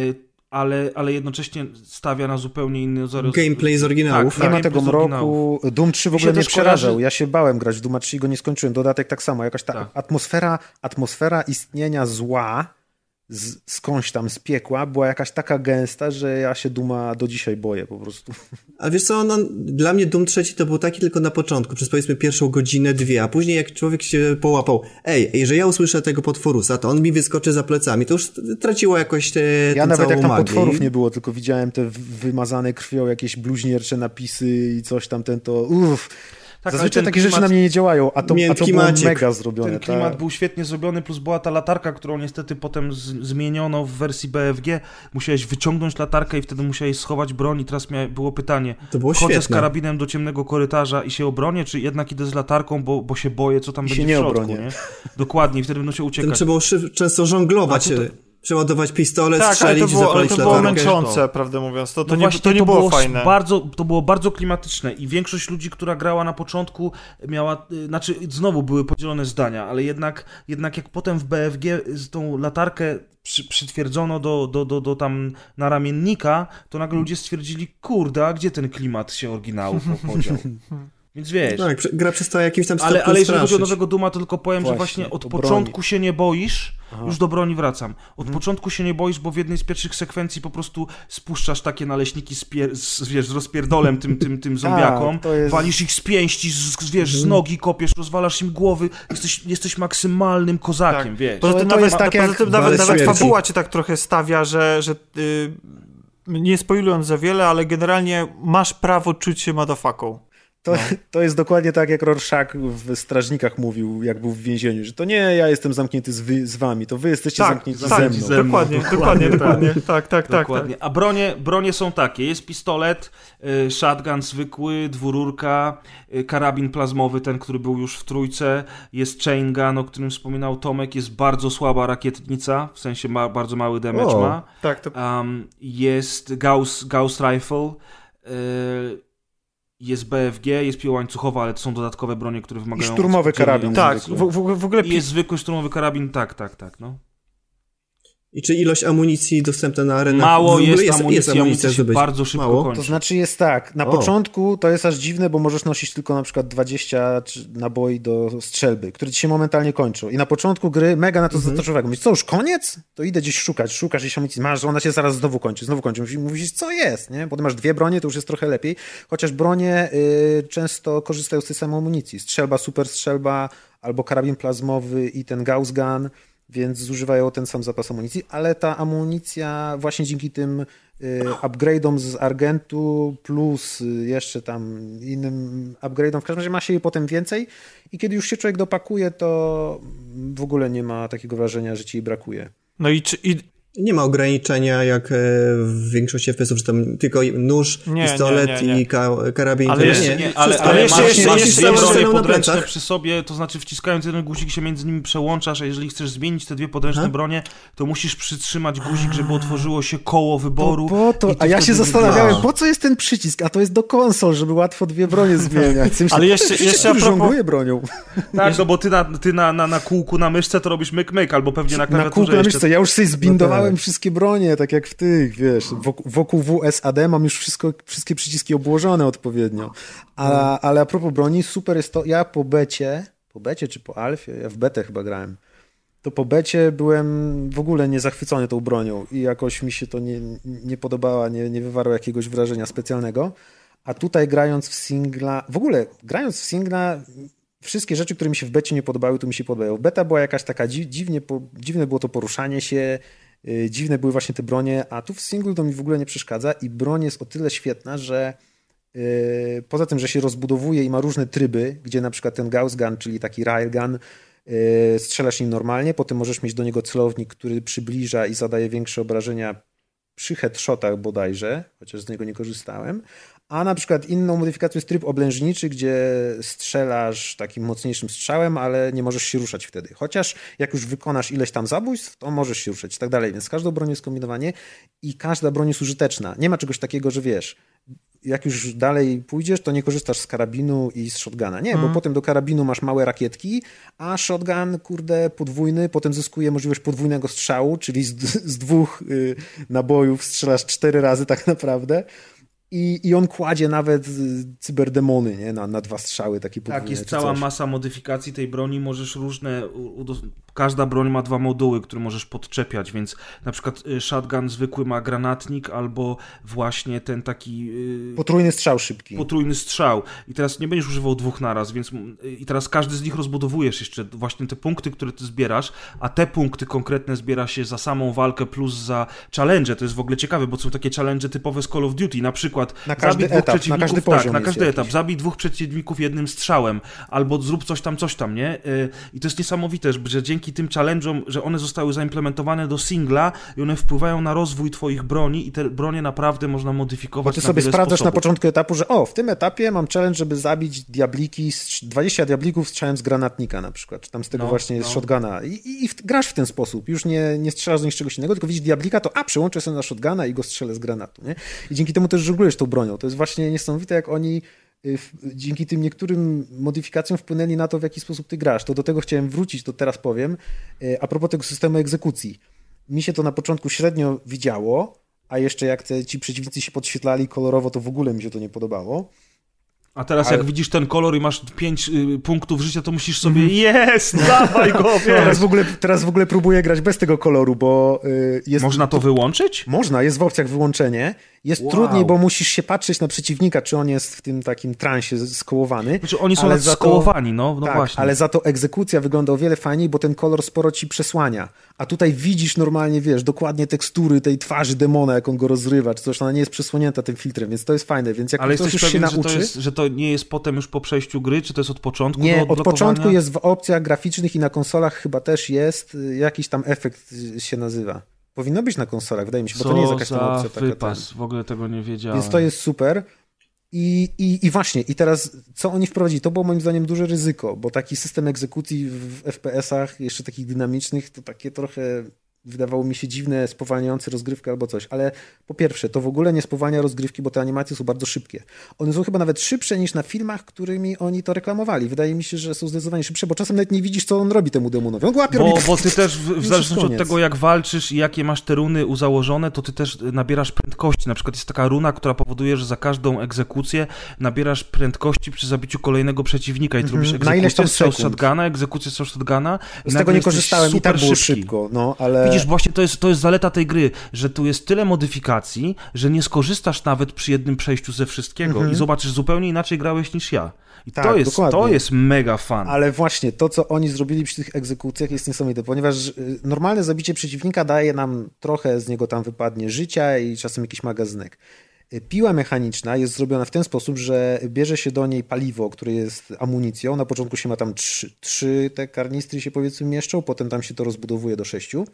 ale, ale jednocześnie stawia na zupełnie inny zaraz. Gameplay z oryginałów. Tak, nie ma tego mroku. Doom trzy w ogóle mnie przerażał. kojarzy... Ja się bałem grać w Dooma trzy i go nie skończyłem. Dodatek tak samo. Jakaś ta tak. atmosfera, atmosfera istnienia zła z, skądś tam z piekła była jakaś taka gęsta, że ja się Dooma do dzisiaj boję po prostu. Ale wiesz co, no, dla mnie Doom trzeci to był taki tylko na początku, przez powiedzmy pierwszą godzinę, dwie, a później jak człowiek się połapał, ej, jeżeli ja usłyszę tego potworusa, to on mi wyskoczy za plecami, to już traciło jakoś te, ja nawet jak tam magię. potworów nie było, tylko widziałem te wymazane krwią jakieś bluźniercze napisy i coś tam, ten to uff. Tak, zazwyczaj takie klimat, rzeczy na mnie nie działają, a to, a to było mega zrobione. Ten klimat tak? był świetnie zrobiony, plus była ta latarka, którą niestety potem z, zmieniono w wersji B F G. Musiałeś wyciągnąć latarkę i wtedy musiałeś schować broń i teraz mia- było pytanie, to było chodzę świetne. z karabinem do ciemnego korytarza i się obronię, czy jednak idę z latarką, bo, bo się boję, co tam I będzie się nie w środku. obronię. Nie? Dokładnie, i wtedy będą się uciekać. Tym trzeba było szyb- często żonglować. Tutaj... Przeładować pistolet, tak, strzelić, ale to było, zapalić ale to było latarkę. męczące, prawdę mówiąc. To, to, no nie, właśnie, to nie to było, było fajne. Bardzo, to było bardzo klimatyczne i większość ludzi, która grała na początku miała, znaczy znowu były podzielone zdania, ale jednak, jednak jak potem w B F G z tą latarkę przy, przytwierdzono do, do, do, do tam naramiennika, to nagle ludzie stwierdzili, kurde, a gdzie ten klimat się oryginału podział? Więc wiesz. Tak, gra przestała jakimś tam ale, ale jeżeli chodzi o nowego Duma, to tylko powiem, właśnie, że właśnie od początku broni. się nie boisz, Aha. już do broni wracam, od mhm. początku się nie boisz, bo w jednej z pierwszych sekwencji po prostu spuszczasz takie naleśniki z, pier- z, wiesz, z rozpierdolem tym, tym, tym zombiakom, A, jest... walisz ich z pięści, z, wiesz, z nogi kopiesz, rozwalasz im głowy, jesteś, jesteś maksymalnym kozakiem, tak. wiesz. Poza tym, to nawet, jest tak poza jak tym nawet, nawet śmierci. fabuła cię tak trochę stawia, że, że yy, nie spoilując za wiele, ale generalnie masz prawo czuć się motherfucką. To, no. to jest dokładnie tak, jak Rorschach w Strażnikach mówił, jak był w więzieniu, że to nie ja jestem zamknięty z, wy, z wami, to wy jesteście tak, zamknięci tak, ze mną. Ze mną. Dokładnie, dokładnie, dokładnie. Tak, tak, tak. Dokładnie. A bronie, bronie są takie, jest pistolet, y, shotgun zwykły, dwururka, y, karabin plazmowy, ten, który był już w trójce, jest chain gun, o którym wspominał Tomek, jest bardzo słaba rakietnica, w sensie ma, bardzo mały damage o, ma. Tak, to... um, jest Gauss, Gauss Rifle, y, jest B F G, jest piła łańcuchowa, ale to są dodatkowe bronie, które wymagają... I szturmowy karabin. Tak, w, w, w ogóle... I jest zwykły szturmowy karabin, tak, tak, tak, no. I czy ilość amunicji dostępna na arenach? Mało jest, jest amunicji, jest amunicja, amunicja się zdobyć. bardzo szybko Mało? kończy. To znaczy jest tak, na o. początku to jest aż dziwne, bo możesz nosić tylko na przykład dwadzieścia naboi do strzelby, które ci się momentalnie kończą. I na początku gry mega na to mhm. zwracasz uwagę. Mówisz, co już koniec? To idę gdzieś szukać, szukasz gdzieś amunicji, masz, ona się zaraz znowu kończy, znowu kończy. Mówisz, co jest, nie? Potem masz dwie bronie, to już jest trochę lepiej. Chociaż bronie y, często korzystają z tej samej amunicji. Strzelba, super strzelba, albo karabin plazmowy i ten Gauss gun, więc zużywają ten sam zapas amunicji, ale ta amunicja właśnie dzięki tym y, upgrade'om z Argentu plus y, jeszcze tam innym upgrade'om, w każdym razie ma się jej potem więcej i kiedy już się człowiek dopakuje, to w ogóle nie ma takiego wrażenia, że ci jej brakuje. No i, czy, i... Nie ma ograniczenia jak w większości F P S-ów, że tam tylko nóż, nie, pistolet nie, nie, nie. i ka- karabin. Ale nie, jeszcze, nie, nie, ale, ale, ale jeszcze- masz, jeszcze- masz jeszcze- dwie jeszcze- bronie jeszcze- podręczne tak? przy sobie, to znaczy wciskając jeden guzik się między nimi przełączasz, a jeżeli chcesz zmienić te dwie podręczne Ha? bronie, to musisz przytrzymać guzik, żeby otworzyło się koło wyboru. To po to, i ty a ja wtedy się zastanawiałem, wybierasz. po co jest ten przycisk, a to jest do konsol, żeby łatwo dwie bronie zmieniać. Myślę, Ale jeszcze- przycisk, jeszcze a który propos- żongluje bronią. Tak, no bo ty na, ty na, na, na kółku na myszce to robisz myk-myk, albo pewnie na Na klawiaturze kółku na jeszcze. myszce. Ja już sobie zbindowałem No tak. wszystkie bronie, tak jak w tych, wiesz, wokół, wokół W S A D mam już wszystko, wszystkie przyciski obłożone odpowiednio. A, ale a propos broni, super jest to, ja po becie, po becie czy po alfie, ja w betę chyba grałem, to po becie byłem w ogóle niezachwycony tą bronią i jakoś mi się to nie, nie podobała, nie, nie wywarło jakiegoś wrażenia specjalnego. A tutaj grając w singla, w ogóle grając w singla, wszystkie rzeczy, które mi się w becie nie podobały, to mi się podobają. Beta była jakaś taka dzi- dziwnie, po, dziwne było to poruszanie się, Yy, dziwne były właśnie te bronie, a tu w singlu to mi w ogóle nie przeszkadza i broń jest o tyle świetna, że yy, poza tym, że się rozbudowuje i ma różne tryby, gdzie na przykład ten Gauss Gun, czyli taki railgun, yy, strzelasz nim normalnie, potem możesz mieć do niego celownik, który przybliża i zadaje większe obrażenia przy headshotach bodajże, chociaż z niego nie korzystałem. A na przykład inną modyfikacją jest tryb oblężniczy, gdzie strzelasz takim mocniejszym strzałem, ale nie możesz się ruszać wtedy. Chociaż jak już wykonasz ileś tam zabójstw, to możesz się ruszać i tak dalej. Więc każdą bronią jest kombinowanie i każda broń jest użyteczna. Nie ma czegoś takiego, że wiesz, jak już dalej pójdziesz, to nie korzystasz z karabinu i z shotguna. Nie, hmm. bo potem do karabinu masz małe rakietki, a shotgun, kurde, podwójny, potem zyskuje możliwość podwójnego strzału, czyli z, z dwóch y, nabojów strzelasz cztery razy tak naprawdę. I, I on kładzie nawet cyberdemony, nie? Na, na dwa strzały takie podwójne. Tak, jest cała masa modyfikacji tej broni, możesz różne, każda broń ma dwa moduły, które możesz podczepiać, więc na przykład shotgun zwykły ma granatnik albo właśnie ten taki... Potrójny strzał szybki. Potrójny strzał i teraz nie będziesz używał dwóch naraz, więc i teraz każdy z nich rozbudowujesz jeszcze właśnie te punkty, które ty zbierasz, a te punkty konkretne zbiera się za samą walkę plus za challenge. To jest w ogóle ciekawe, bo są takie challenge typowe z Call of Duty, na przykład na każdy etap, na każdy poziom. Tak, na każdy etap. Zabij dwóch przeciwników jednym strzałem, albo zrób coś tam, coś tam, nie? I to jest niesamowite, że dzięki tym challenge'om, że one zostały zaimplementowane do singla i one wpływają na rozwój twoich broni i te bronie naprawdę można modyfikować. Bo ty na sobie wiele sprawdzasz sposobów. Na początku etapu, że o, w tym etapie mam challenge, żeby zabić diabliki, dwadzieścia diablików strzałem z granatnika na przykład, czy tam z tego no, właśnie no. z shotguna. I, i, i w, grasz w ten sposób. Już nie, nie strzelasz do czegoś innego, tylko widzisz diablika, to a, przełączę sobie na shotguna i go strzelę z granatu, nie? I dzięki temu też żonglujesz tą bronią. To jest właśnie niesamowite, jak oni w, dzięki tym niektórym modyfikacjom wpłynęli na to, w jaki sposób ty grasz. To do tego chciałem wrócić, to teraz powiem. A propos tego systemu egzekucji. Mi się to na początku średnio widziało, a jeszcze jak te, ci przeciwnicy się podświetlali kolorowo, to w ogóle mi się to nie podobało. A teraz Ale... jak widzisz ten kolor i masz pięć y, punktów życia, to musisz sobie jest, dawaj go, wiesz. Teraz w, ogóle, teraz w ogóle próbuję grać bez tego koloru, bo y, jest... Można to wyłączyć? Można, jest w opcjach wyłączenie. Jest wow. trudniej, bo musisz się patrzeć na przeciwnika, czy on jest w tym takim transie skołowany. Znaczy oni są skołowani, no, no tak, właśnie. Ale za to egzekucja wygląda o wiele fajniej, bo ten kolor sporo ci przesłania. A tutaj widzisz normalnie, wiesz, dokładnie tekstury tej twarzy demona, jak on go rozrywa, czy coś, ona nie jest przesłonięta tym filtrem, więc to jest fajne. Więc jak ale ktoś już pewien, się nauczy... Że to, jest, że to nie jest potem już po przejściu gry, czy to jest od początku Nie, do od początku jest w opcjach graficznych i na konsolach chyba też jest, jakiś tam efekt się nazywa. Powinno być na konsolach, wydaje mi się, bo Co to nie jest jakaś tam za opcja taka. wypas, ten. W ogóle tego nie wiedziałem. Więc to jest super. I, i, I właśnie, i teraz co oni wprowadzili? To było moim zdaniem duże ryzyko, bo taki system egzekucji w F P S-ach, jeszcze takich dynamicznych, to takie trochę wydawało mi się dziwne, spowalniające rozgrywkę albo coś, ale po pierwsze, to w ogóle nie spowalnia rozgrywki, bo te animacje są bardzo szybkie. One są chyba nawet szybsze niż na filmach, którymi oni to reklamowali. Wydaje mi się, że są zdecydowanie szybsze, bo czasem nawet nie widzisz, co on robi temu demonowi. On go łapie, bo, robi... bo ty też, w, w zależności od tego, jak walczysz i jakie masz te runy uzałożone, to ty też nabierasz prędkości. Na przykład jest taka runa, która powoduje, że za każdą egzekucję nabierasz prędkości przy zabiciu kolejnego przeciwnika i ty robisz mm-hmm. egzekucję z shotguna, egzekucję z shotguna. Z tego nie korzystałem i tak było szybki. szybko, no, ale... Widzisz, właśnie to jest, to jest zaleta tej gry, że tu jest tyle modyfikacji, że nie skorzystasz nawet przy jednym przejściu ze wszystkiego mm-hmm. i zobaczysz, zupełnie inaczej grałeś niż ja. I tak, to, jest, to jest mega fan. Ale właśnie to, co oni zrobili przy tych egzekucjach jest niesamowite, ponieważ normalne zabicie przeciwnika daje nam trochę, z niego tam wypadnie życia i czasem jakiś magazynek. Piła mechaniczna jest zrobiona w ten sposób, że bierze się do niej paliwo, które jest amunicją. Na początku się ma tam trzy, trzy te karnistry się powiedzmy mieszczą, potem tam się to rozbudowuje do sześciu.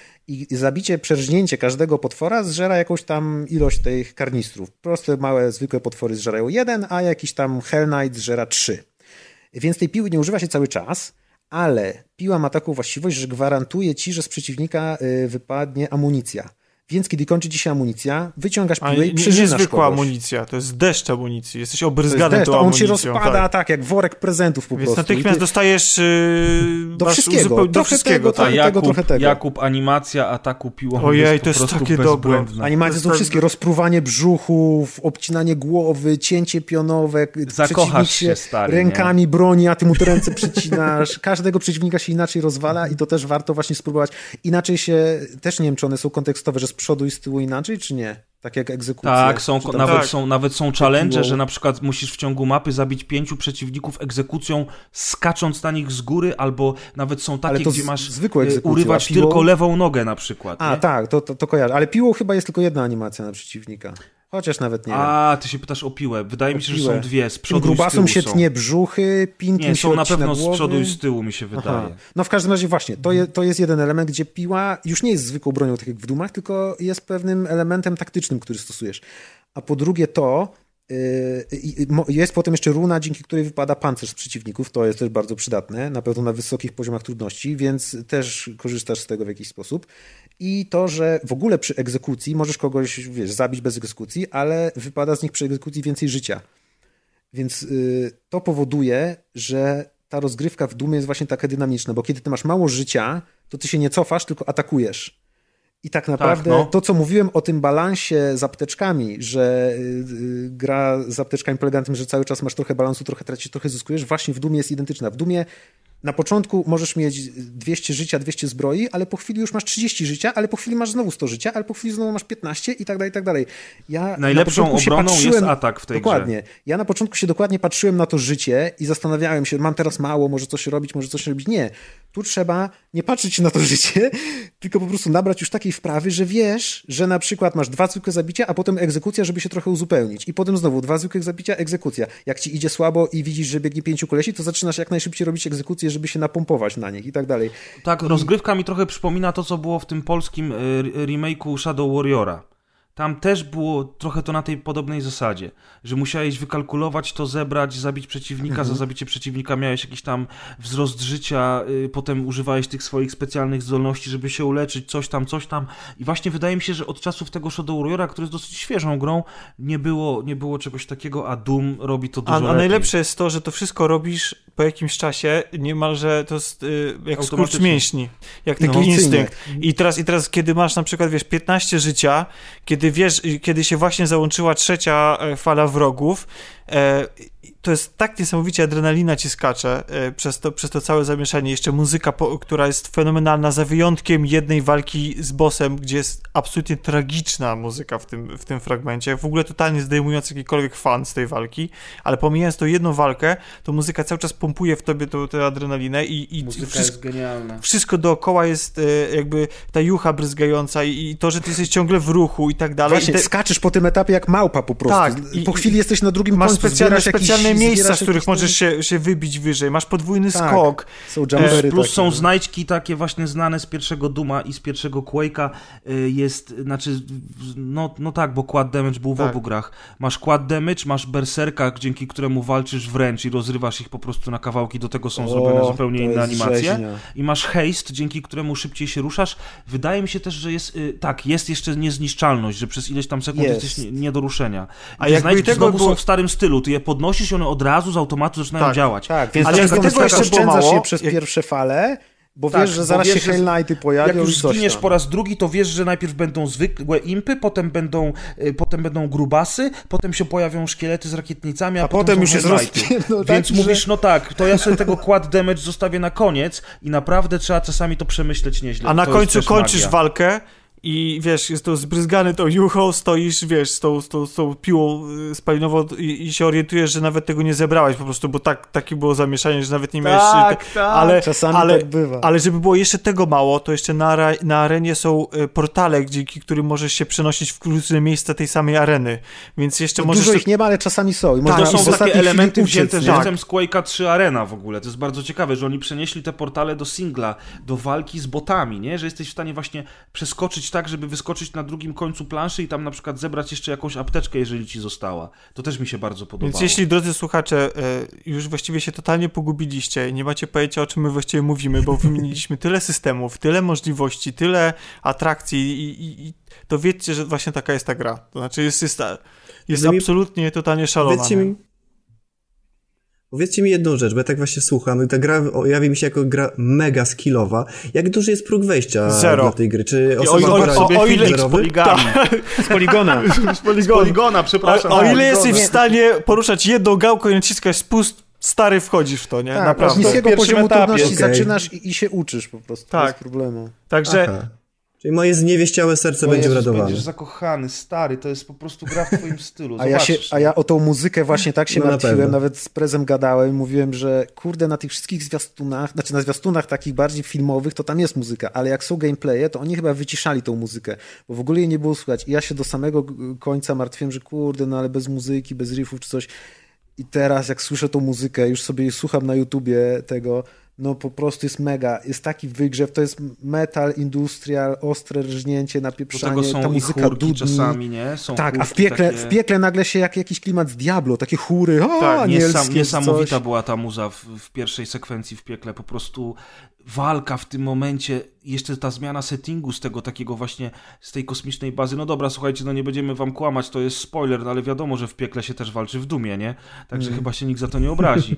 I zabicie, przerżnięcie każdego potwora zżera jakąś tam ilość tych karnistrów. Proste, małe, zwykłe potwory zżerają jeden, a jakiś tam Hell Knight zżera trzy. Więc tej piły nie używa się cały czas, ale piła ma taką właściwość, że gwarantuje ci, że z przeciwnika wypadnie amunicja. Więc kiedy kończy ci się amunicja, wyciągasz piłę A i przeżynasz nie zwykła kogoś. amunicja, to jest deszcz amunicji. Jesteś obryzgany tą on amunicją. On się rozpada tak. tak, jak worek prezentów po Więc prostu. Więc natychmiast ty... dostajesz yy, do wszystkiego. Uzupeł... Do wszystkiego. Tego, tak. Jakub, tego, trochę tego. Jakub, animacja ataku piłą. Ojej, jest to jest takie dobre. Animacje są tak... wszystkie. Rozpruwanie brzuchów, obcinanie głowy, cięcie pionowe. Zakochasz się, stary. Rękami nie? broni, a ty mu te ręce przycinasz. Każdego przeciwnika się inaczej rozwala i to też warto właśnie spróbować. Inaczej się, też nie wiem, czy one są kontekstowe, że przodu i z tyłu inaczej, czy nie? Tak jak egzekucja. Tak, są, nawet, tak. są, nawet są challenge, że na przykład musisz w ciągu mapy zabić pięciu przeciwników egzekucją, skacząc na nich z góry, albo nawet są takie, gdzie masz urywać piłą... tylko lewą nogę na przykład. A, nie? tak, to, to, to kojarzę. Ale piłą chyba jest tylko jedna animacja na przeciwnika. Chociaż nawet nie wiem. A, ty się pytasz o piłę. Wydaje o mi się, piłę. że są dwie, z przodu i z tyłu się tnie brzuchy, pinkiem Nie, się są na pewno głowy. z przodu i z tyłu, mi się wydaje. Aha. No w każdym razie właśnie, to, je, to jest jeden element, gdzie piła już nie jest zwykłą bronią, tak jak w Doomach, tylko jest pewnym elementem taktycznym, który stosujesz. A po drugie to, yy, jest potem jeszcze runa, dzięki której wypada pancerz z przeciwników, to jest też bardzo przydatne, na pewno na wysokich poziomach trudności, więc też korzystasz z tego w jakiś sposób. I to, że w ogóle przy egzekucji możesz kogoś, wiesz, zabić bez egzekucji, ale wypada z nich przy egzekucji więcej życia. Więc yy, to powoduje, że ta rozgrywka w Doomie jest właśnie taka dynamiczna, bo kiedy ty masz mało życia, to ty się nie cofasz, tylko atakujesz. I tak naprawdę tak, no. to, co mówiłem o tym balansie z apteczkami, że yy, gra z apteczkami polega na tym, że cały czas masz trochę balansu, trochę tracisz, trochę zyskujesz, właśnie w Doomie jest identyczna. W Doomie na początku możesz mieć dwieście życia, dwieście zbroi, ale po chwili już masz trzydzieści życia, ale po chwili masz znowu sto życia, ale po chwili znowu masz piętnaście i tak dalej, i tak dalej. Ja Najlepszą obroną patrzyłem, jest atak w tej dokładnie. grze. Ja na początku się dokładnie patrzyłem na to życie i zastanawiałem się, mam teraz mało, może coś robić, może coś robić. Nie. Tu trzeba nie patrzeć na to życie, tylko po prostu nabrać już takiej wprawy, że wiesz, że na przykład masz dwa zwykłe zabicia, a potem egzekucja, żeby się trochę uzupełnić. I potem znowu dwa zwykłe zabicia, egzekucja. Jak ci idzie słabo i widzisz, że biegnie pięciu kolesi, to zaczynasz jak najszybciej robić egzekucję, żeby się napompować na nich i tak dalej. Tak, rozgrywka mi trochę przypomina to, co było w tym polskim remake'u Shadow Warriora. Tam też było trochę to na tej podobnej zasadzie, że musiałeś wykalkulować to, zebrać, zabić przeciwnika, mhm. za zabicie przeciwnika miałeś jakiś tam wzrost życia, y, potem używałeś tych swoich specjalnych zdolności, żeby się uleczyć, coś tam, coś tam. I właśnie wydaje mi się, że od czasów tego Shadow Warriora, który jest dosyć świeżą grą, nie było, nie było czegoś takiego, a Doom robi to dużo a, lepiej. A najlepsze jest to, że to wszystko robisz po jakimś czasie, niemalże to jest y, jak skurcz mięśni, jak taki no, instynkt. I teraz, I teraz, kiedy masz na przykład, wiesz, piętnaście życia, kiedy wiesz, kiedy się właśnie załączyła trzecia fala wrogów, to jest tak niesamowicie adrenalina ci skacze przez to, przez to całe zamieszanie. Jeszcze muzyka, która jest fenomenalna, za wyjątkiem jednej walki z bossem, gdzie jest absolutnie tragiczna muzyka w tym, w tym fragmencie, w ogóle totalnie zdejmując jakikolwiek fan z tej walki, ale pomijając tą jedną walkę, to muzyka cały czas pompuje w tobie tę, tę adrenalinę i, i muzyka wszystko, jest genialna. Wszystko dookoła jest jakby ta jucha bryzgająca i, i to, że ty jesteś ciągle w ruchu i tak dalej. Właśnie, te... skaczesz po tym etapie jak małpa po prostu. Tak. I, po chwili jesteś na drugim masz końcu, specjalne, specjalne jakiś, miejsca, z których możesz się, się wybić wyżej. Masz podwójny tak. skok. Są jumpery Plus takie, są no. znajdźki takie właśnie znane z pierwszego Dooma i z pierwszego Quake'a. Jest, znaczy, no, no tak, bo quad damage był w tak. obu grach. Masz quad damage, masz berserka, dzięki któremu walczysz wręcz i rozrywasz ich po prostu na kawałki. Do tego są o, zrobione zupełnie inne animacje. Rzeźnia. I masz haste, dzięki któremu szybciej się ruszasz. Wydaje mi się też, że jest, tak, jest jeszcze niezniszczalność, że przez ileś tam sekund jest. jesteś nie, nie do ruszenia. I A jakby tego znowu było... są w starym stylu. Ty je podnosisz i one od razu z automatu zaczynają tak, działać. Tak, więc ale dlatego tego jeszcze oszczędzasz mało, je przez jak... pierwsze fale, bo tak, wiesz, że zaraz wiesz, się Hell Knighty pojawią. Jak już i coś zginiesz tam. po raz drugi, to wiesz, że najpierw będą zwykłe impy, potem będą, y, potem będą grubasy, potem się pojawią szkielety z rakietnicami, a, a potem, potem już jest roz... no, Więc tak, mówisz, że... no tak, to ja sobie tego quad damage zostawię na koniec i naprawdę trzeba czasami to przemyśleć nieźle. A na to końcu kończysz magia. walkę i wiesz, jest to zbryzgany tą juchą, stoisz, wiesz, z tą, z tą, z tą piłą spalinową i, i się orientujesz, że nawet tego nie zebrałeś po prostu, bo tak, takie było zamieszanie, że nawet nie miałeś... Tak, te, tak, ale, czasami ale, tak bywa. Ale żeby było jeszcze tego mało, to jeszcze na, na arenie są portale, dzięki którym możesz się przenosić w różne miejsca tej samej areny, więc jeszcze to możesz... Dużo ich nie ma, ale czasami są. I tak, można to są takie elementy wzięte uciec, żywcem z Quake'a trzy Arena w ogóle. To jest bardzo ciekawe, że oni przenieśli te portale do singla, do walki z botami, nie? Że jesteś w stanie właśnie przeskoczyć tak, żeby wyskoczyć na drugim końcu planszy i tam na przykład zebrać jeszcze jakąś apteczkę, jeżeli ci została. To też mi się bardzo podobało. Więc jeśli, drodzy słuchacze, już właściwie się totalnie pogubiliście i nie macie pojęcia, o czym my właściwie mówimy, bo wymieniliśmy tyle systemów, tyle możliwości, tyle atrakcji i, i, i to wiedzcie, że właśnie taka jest ta gra. To znaczy jest, jest, jest no absolutnie, totalnie szalona. Powiedzcie mi, powiedzcie mi jedną rzecz, bo ja tak właśnie słucham. Ta gra jawi mi się jako gra mega skillowa. Jak duży jest próg wejścia Zero. dla tej gry? Czy osoba, o, o, o, o ile z poligami. Z poligona. z poligona, przepraszam. O, o ile jesteś w stanie poruszać jedną gałką i naciskać spust, stary, wchodzisz w to, nie? Tak, naprawdę. z niskiego poziomu etapie. trudności okay. zaczynasz i, i się uczysz po prostu, tak. bez problemu. Także... Aha. Czyli moje zniewieściałe serce O będzie Jezus, uradowane. Będziesz zakochany, stary, to jest po prostu gra w twoim stylu. A ja, się, a ja o tą muzykę właśnie tak się No na martwiłem, pewno. nawet z Prezem gadałem, mówiłem, że kurde, na tych wszystkich zwiastunach, znaczy na zwiastunach takich bardziej filmowych, to tam jest muzyka, ale jak są gameplaye, to oni chyba wyciszali tą muzykę, bo w ogóle jej nie było słychać i ja się do samego końca martwiłem, że kurde, no ale bez muzyki, bez riffów czy coś. I teraz jak słyszę tą muzykę, już sobie słucham na YouTubie tego, no po prostu jest mega, jest taki wygrzew, to jest metal, industrial, ostre rżnięcie, napieprzanie, Do tego są ta i muzyka chórki dudni. czasami, nie? Są Tak, a w chórki piekle, takie... w piekle nagle się jak jakiś klimat z Diablo, takie chóry, o, Tak, anielskie, niesam, niesamowita coś. była ta muza w, w pierwszej sekwencji w piekle, po prostu walka w tym momencie, jeszcze ta zmiana settingu z tego takiego właśnie, z tej kosmicznej bazy, no dobra, słuchajcie, no nie będziemy wam kłamać, to jest spoiler, no ale wiadomo, że w piekle się też walczy w Dumie, nie? Także Mm. chyba się nikt za to nie obrazi.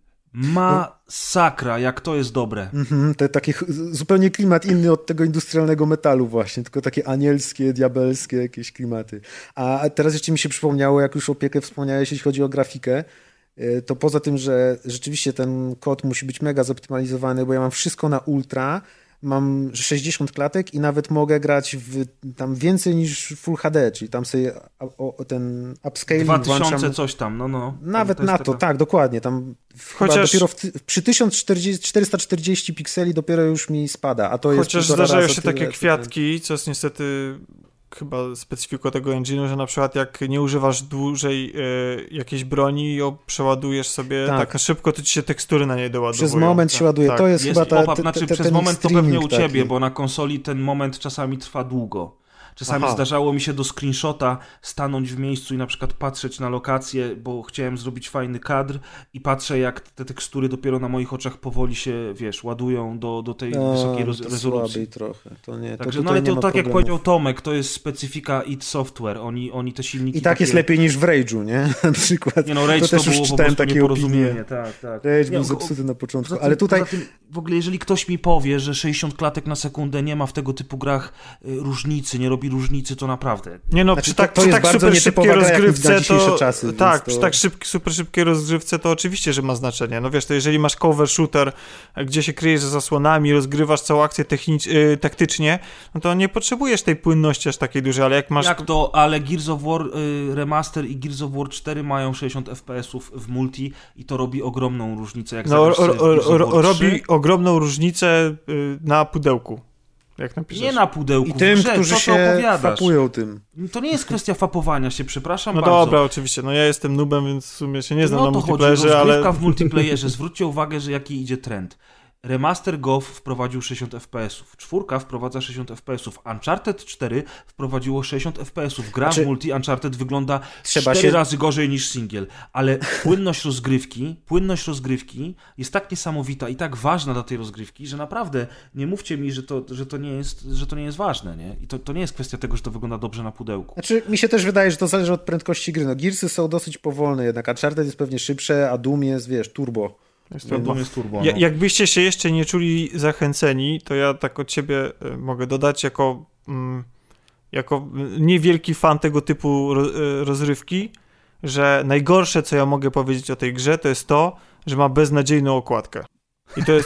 Masakra, jak to jest dobre. Mhm, te, taki ch- zupełnie klimat inny od tego industrialnego metalu właśnie, tylko takie anielskie, diabelskie jakieś klimaty. A teraz jeszcze mi się przypomniało, jak już o piekę wspomniałeś, jeśli chodzi o grafikę, y, to poza tym, że rzeczywiście ten kod musi być mega zoptymalizowany, bo ja mam wszystko na ultra, mam sześćdziesiąt klatek i nawet mogę grać w tam więcej niż Full H D, czyli tam sobie o, o ten upscaling dwa tysiące włączam. coś tam, no no. Nawet to jest na to, taka... tak, dokładnie. Tam Chociaż... chyba dopiero w ty, przy tysiąc czterysta czterdzieści pikseli dopiero już mi spada, a to jest Chociaż zdarzają się takie kwiatki, co jest niestety chyba specyfiką tego engine'u, że na przykład jak nie używasz dłużej y, jakiejś broni i ją przeładujesz sobie tak. tak na szybko, to ci się tekstury na niej doładowują. Przez moment tak, się ładuje. Tak. To jest, jest chyba ta, pop-up, te, znaczy te, przez moment to pewnie u taki. ciebie, bo na konsoli ten moment czasami trwa długo. Czasami Aha. zdarzało mi się do screenshota stanąć w miejscu i na przykład patrzeć na lokację, bo chciałem zrobić fajny kadr i patrzę, jak te tekstury dopiero na moich oczach powoli się, wiesz, ładują do, do tej no, wysokiej to rezolucji. trochę. To nie, to Także, no ale to tak jak powiedział Tomek, to jest specyfika id Software. Oni, oni te silniki... I tak takie... jest lepiej niż w Rage'u, nie? Na przykład. Nie no, Rage to, to, też było już po czytałem prostu takie nieporozumienie. opinie. Tak, tak. Rage nie, był zepsuty na początku, tym, ale tutaj... Tym, w ogóle jeżeli ktoś mi powie, że sześćdziesiąt klatek na sekundę nie ma w tego typu grach y, różnicy, nie robi różnicy, to naprawdę... Nie no, znaczy, przy tak, to, to przy jest tak super szybkiej rozgrywce to... czasy, tak, to... przy tak szybki, super szybkiej rozgrywce to oczywiście, że ma znaczenie. No wiesz, to jeżeli masz cover shooter, gdzie się kryjesz za zasłonami, rozgrywasz całą akcję technicz- yy, taktycznie, no to nie potrzebujesz tej płynności aż takiej dużej, ale jak masz... Jak to, ale Gears of War y, Remaster i Gears of War cztery mają sześćdziesiąt ef pe esów w multi i to robi ogromną różnicę. Jak no, o, o, o, robi ogromną różnicę y, na pudełku. Jak napiszesz. Nie na pudełku, I tym, grze, którzy co się opowiadasz? fapują tym. To nie jest kwestia fapowania się, przepraszam no bardzo. No dobra, oczywiście, no ja jestem noobem, więc w sumie się nie znam no na to multiplayerze, chodzi, ale... rozgrywka w multiplayerze, zwróćcie uwagę, że jaki idzie trend. Remaster G O W wprowadził sześćdziesiąt ef pe esów, czwórka wprowadza sześćdziesiąt ef pe esów, Uncharted cztery wprowadziło sześćdziesiąt ef pe esów. Gra znaczy, w multi Uncharted wygląda cztery się... razy gorzej niż singiel, ale płynność rozgrywki, płynność rozgrywki jest tak niesamowita i tak ważna dla tej rozgrywki, że naprawdę nie mówcie mi, że to, że to, nie, jest, że to nie jest ważne, nie? I to, to nie jest kwestia tego, że to wygląda dobrze na pudełku. Znaczy, mi się też wydaje, że to zależy od prędkości gry. No, Gearsy są dosyć powolne jednak, Uncharted jest pewnie szybsze, a Doom jest, wiesz, turbo. Jest turbo. Jest turbo no. ja, jakbyście się jeszcze nie czuli zachęceni, to ja tak od ciebie mogę dodać jako, mm, jako niewielki fan tego typu ro, rozrywki, że najgorsze, co ja mogę powiedzieć o tej grze, to jest to, że ma beznadziejną okładkę. I to jest...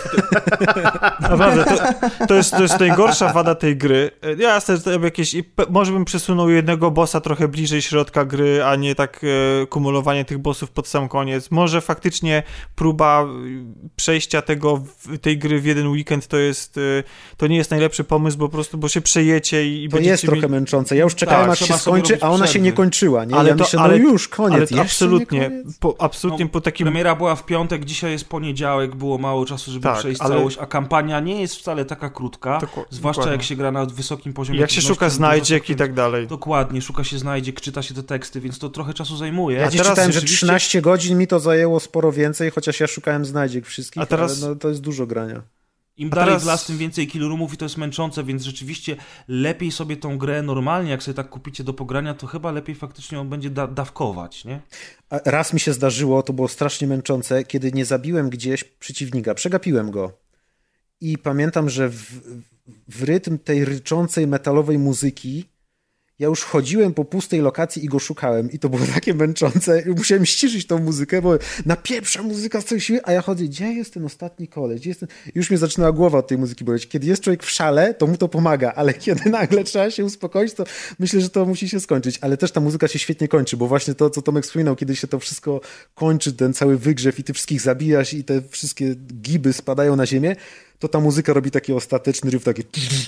To, naprawdę, to, to, jest, to jest najgorsza wada tej gry. Ja sobie jakieś... Może bym przesunął jednego bossa trochę bliżej środka gry, a nie tak e, kumulowanie tych bossów pod sam koniec. Może faktycznie próba przejścia tego, tej gry w jeden weekend to jest... E, to nie jest najlepszy pomysł, bo po prostu, bo się przejecie i, i to jest trochę mi... męczące. Ja już czekałem, tak, aż się skończy, a ona przerwy. się nie kończyła. Nie? Ale ja to, myślę, ale, no już, koniec. Ale to absolutnie, po, absolutnie no, po takim... Premiera była w piątek, dzisiaj jest poniedziałek, było mało czasu, żeby tak, przejść ale... całość, a kampania nie jest wcale taka krótka, Doku- zwłaszcza dokładnie. Jak się gra na wysokim poziomie. Jak się szuka znajdziek i tak dalej. Dokładnie, szuka się znajdziek, czyta się te teksty, więc to trochę czasu zajmuje. Ja dziś czytałem, że trzynaście godzin mi to zajęło sporo więcej, chociaż ja szukałem znajdziek wszystkich, a teraz... ale no, to jest dużo grania. Im dalej teraz... w las, tym więcej kill roomów i to jest męczące, więc rzeczywiście lepiej sobie tą grę normalnie, jak sobie tak kupicie do pogrania, to chyba lepiej faktycznie on będzie da- dawkować, nie? A raz mi się zdarzyło, to było strasznie męczące, kiedy nie zabiłem gdzieś przeciwnika, przegapiłem go. I pamiętam, że w, w rytm tej ryczącej metalowej muzyki ja już chodziłem po pustej lokacji i go szukałem i to było takie męczące. Musiałem ściszyć tą muzykę, bo napieprza muzyka z całej siły, a ja chodzę, gdzie jest ten ostatni koleś? Gdzie jest ten... Już mnie zaczynała głowa od tej muzyki boleć. Kiedy jest człowiek w szale, to mu to pomaga, ale kiedy nagle trzeba się uspokoić, to myślę, że to musi się skończyć. Ale też ta muzyka się świetnie kończy, bo właśnie to, co Tomek wspominał, kiedy się to wszystko kończy, ten cały wygrzew i ty wszystkich zabijasz i te wszystkie giby spadają na ziemię, to ta muzyka robi taki ostateczny riff, taki...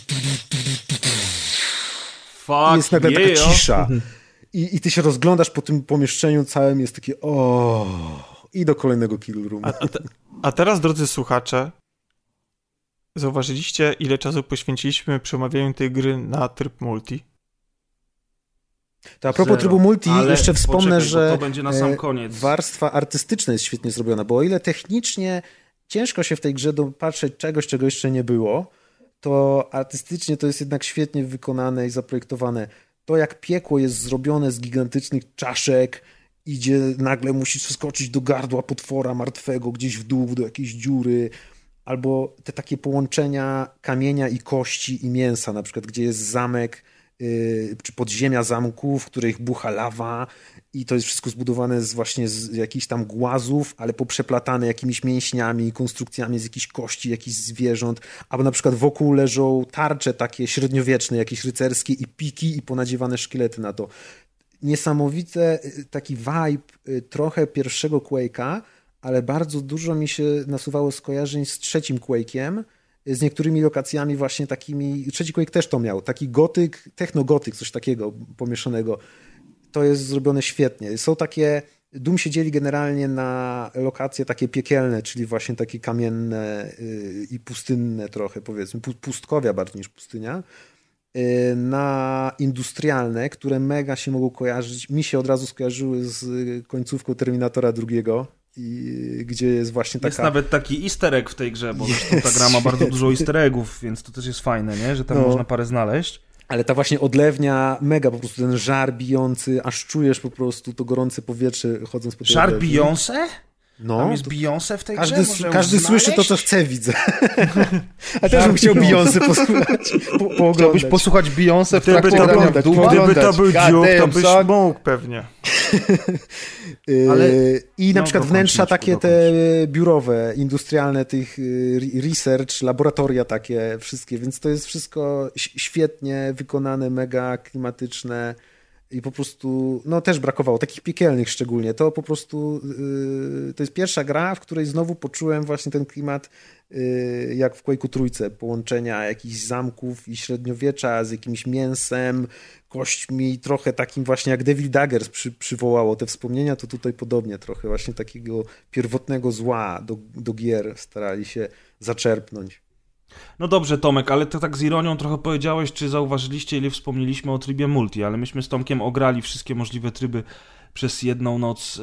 Fuck I jest nagle yeah. taka cisza. I, I ty się rozglądasz po tym pomieszczeniu całym, jest takie o i do kolejnego kill room. A, a, te, a teraz, drodzy słuchacze, zauważyliście, ile czasu poświęciliśmy przy omawianiu tej gry na tryb multi? To a propos Zero. trybu multi, Ale jeszcze wspomnę, poczekaj, że to będzie na sam koniec. warstwa artystyczna jest świetnie zrobiona, bo o ile technicznie ciężko się w tej grze dopatrzeć czegoś, czego jeszcze nie było, to artystycznie to jest jednak świetnie wykonane i zaprojektowane. To, jak piekło jest zrobione z gigantycznych czaszek, idzie, nagle musisz wskoczyć do gardła potwora martwego, gdzieś w dół, do jakiejś dziury, albo te takie połączenia kamienia i kości i mięsa, na przykład, gdzie jest zamek, yy, czy podziemia zamku, w których bucha lawa i to jest wszystko zbudowane z właśnie z jakichś tam głazów, ale poprzeplatane jakimiś mięśniami, konstrukcjami z jakichś kości, jakichś zwierząt, albo na przykład wokół leżą tarcze takie średniowieczne, jakieś rycerskie i piki i ponadziewane szkielety na to. Niesamowite, taki vibe trochę pierwszego Quake'a, ale bardzo dużo mi się nasuwało skojarzeń z trzecim Quake'iem, z niektórymi lokacjami właśnie takimi, trzeci Quake też to miał, taki gotyk, technogotyk, coś takiego pomieszanego. To jest zrobione świetnie. Są takie, Doom się dzieli generalnie na lokacje takie piekielne, czyli właśnie takie kamienne i pustynne trochę, powiedzmy, pustkowia bardziej niż pustynia, na industrialne, które mega się mogą kojarzyć. Mi się od razu skojarzyły z końcówką Terminatora drugiego, i gdzie jest właśnie taka... Jest nawet taki easter egg w tej grze, bo zresztą ta gra ma bardzo dużo easter eggów, więc to też jest fajne, nie? Że tam no. można parę znaleźć. Ale ta właśnie odlewnia, mega po prostu ten żar bijący, aż czujesz po prostu to gorące powietrze chodząc po tej Żar odlewni. bijące? No, tam jest Beyoncé w tej każdy, grze? Może każdy słyszy to, co chce, widzę. A też bym chciał Beyoncé posłuchać, po, pooglądać. Chciałbyś posłuchać Beyoncé w trakcie gdyby grania w Duma? Gdyby to był Duke, to byś son. mógł pewnie. Ale, I na no, przykład wnętrza dokończ, takie dokończ. te biurowe, industrialne, tych research, laboratoria takie wszystkie, więc to jest wszystko świetnie wykonane, mega klimatyczne i po prostu, no też brakowało, takich piekielnych szczególnie. To po prostu, yy, to jest pierwsza gra, w której znowu poczułem właśnie ten klimat yy, jak w Quake'u trójce, połączenia jakichś zamków i średniowiecza z jakimś mięsem, kośćmi, trochę takim właśnie jak Devil Daggers przy, przywołało te wspomnienia, to tutaj podobnie trochę właśnie takiego pierwotnego zła do, do gier starali się zaczerpnąć. No dobrze, Tomek, ale to tak z ironią trochę powiedziałeś, czy zauważyliście, ile wspomnieliśmy o trybie multi, ale myśmy z Tomkiem ograli wszystkie możliwe tryby przez jedną noc, yy,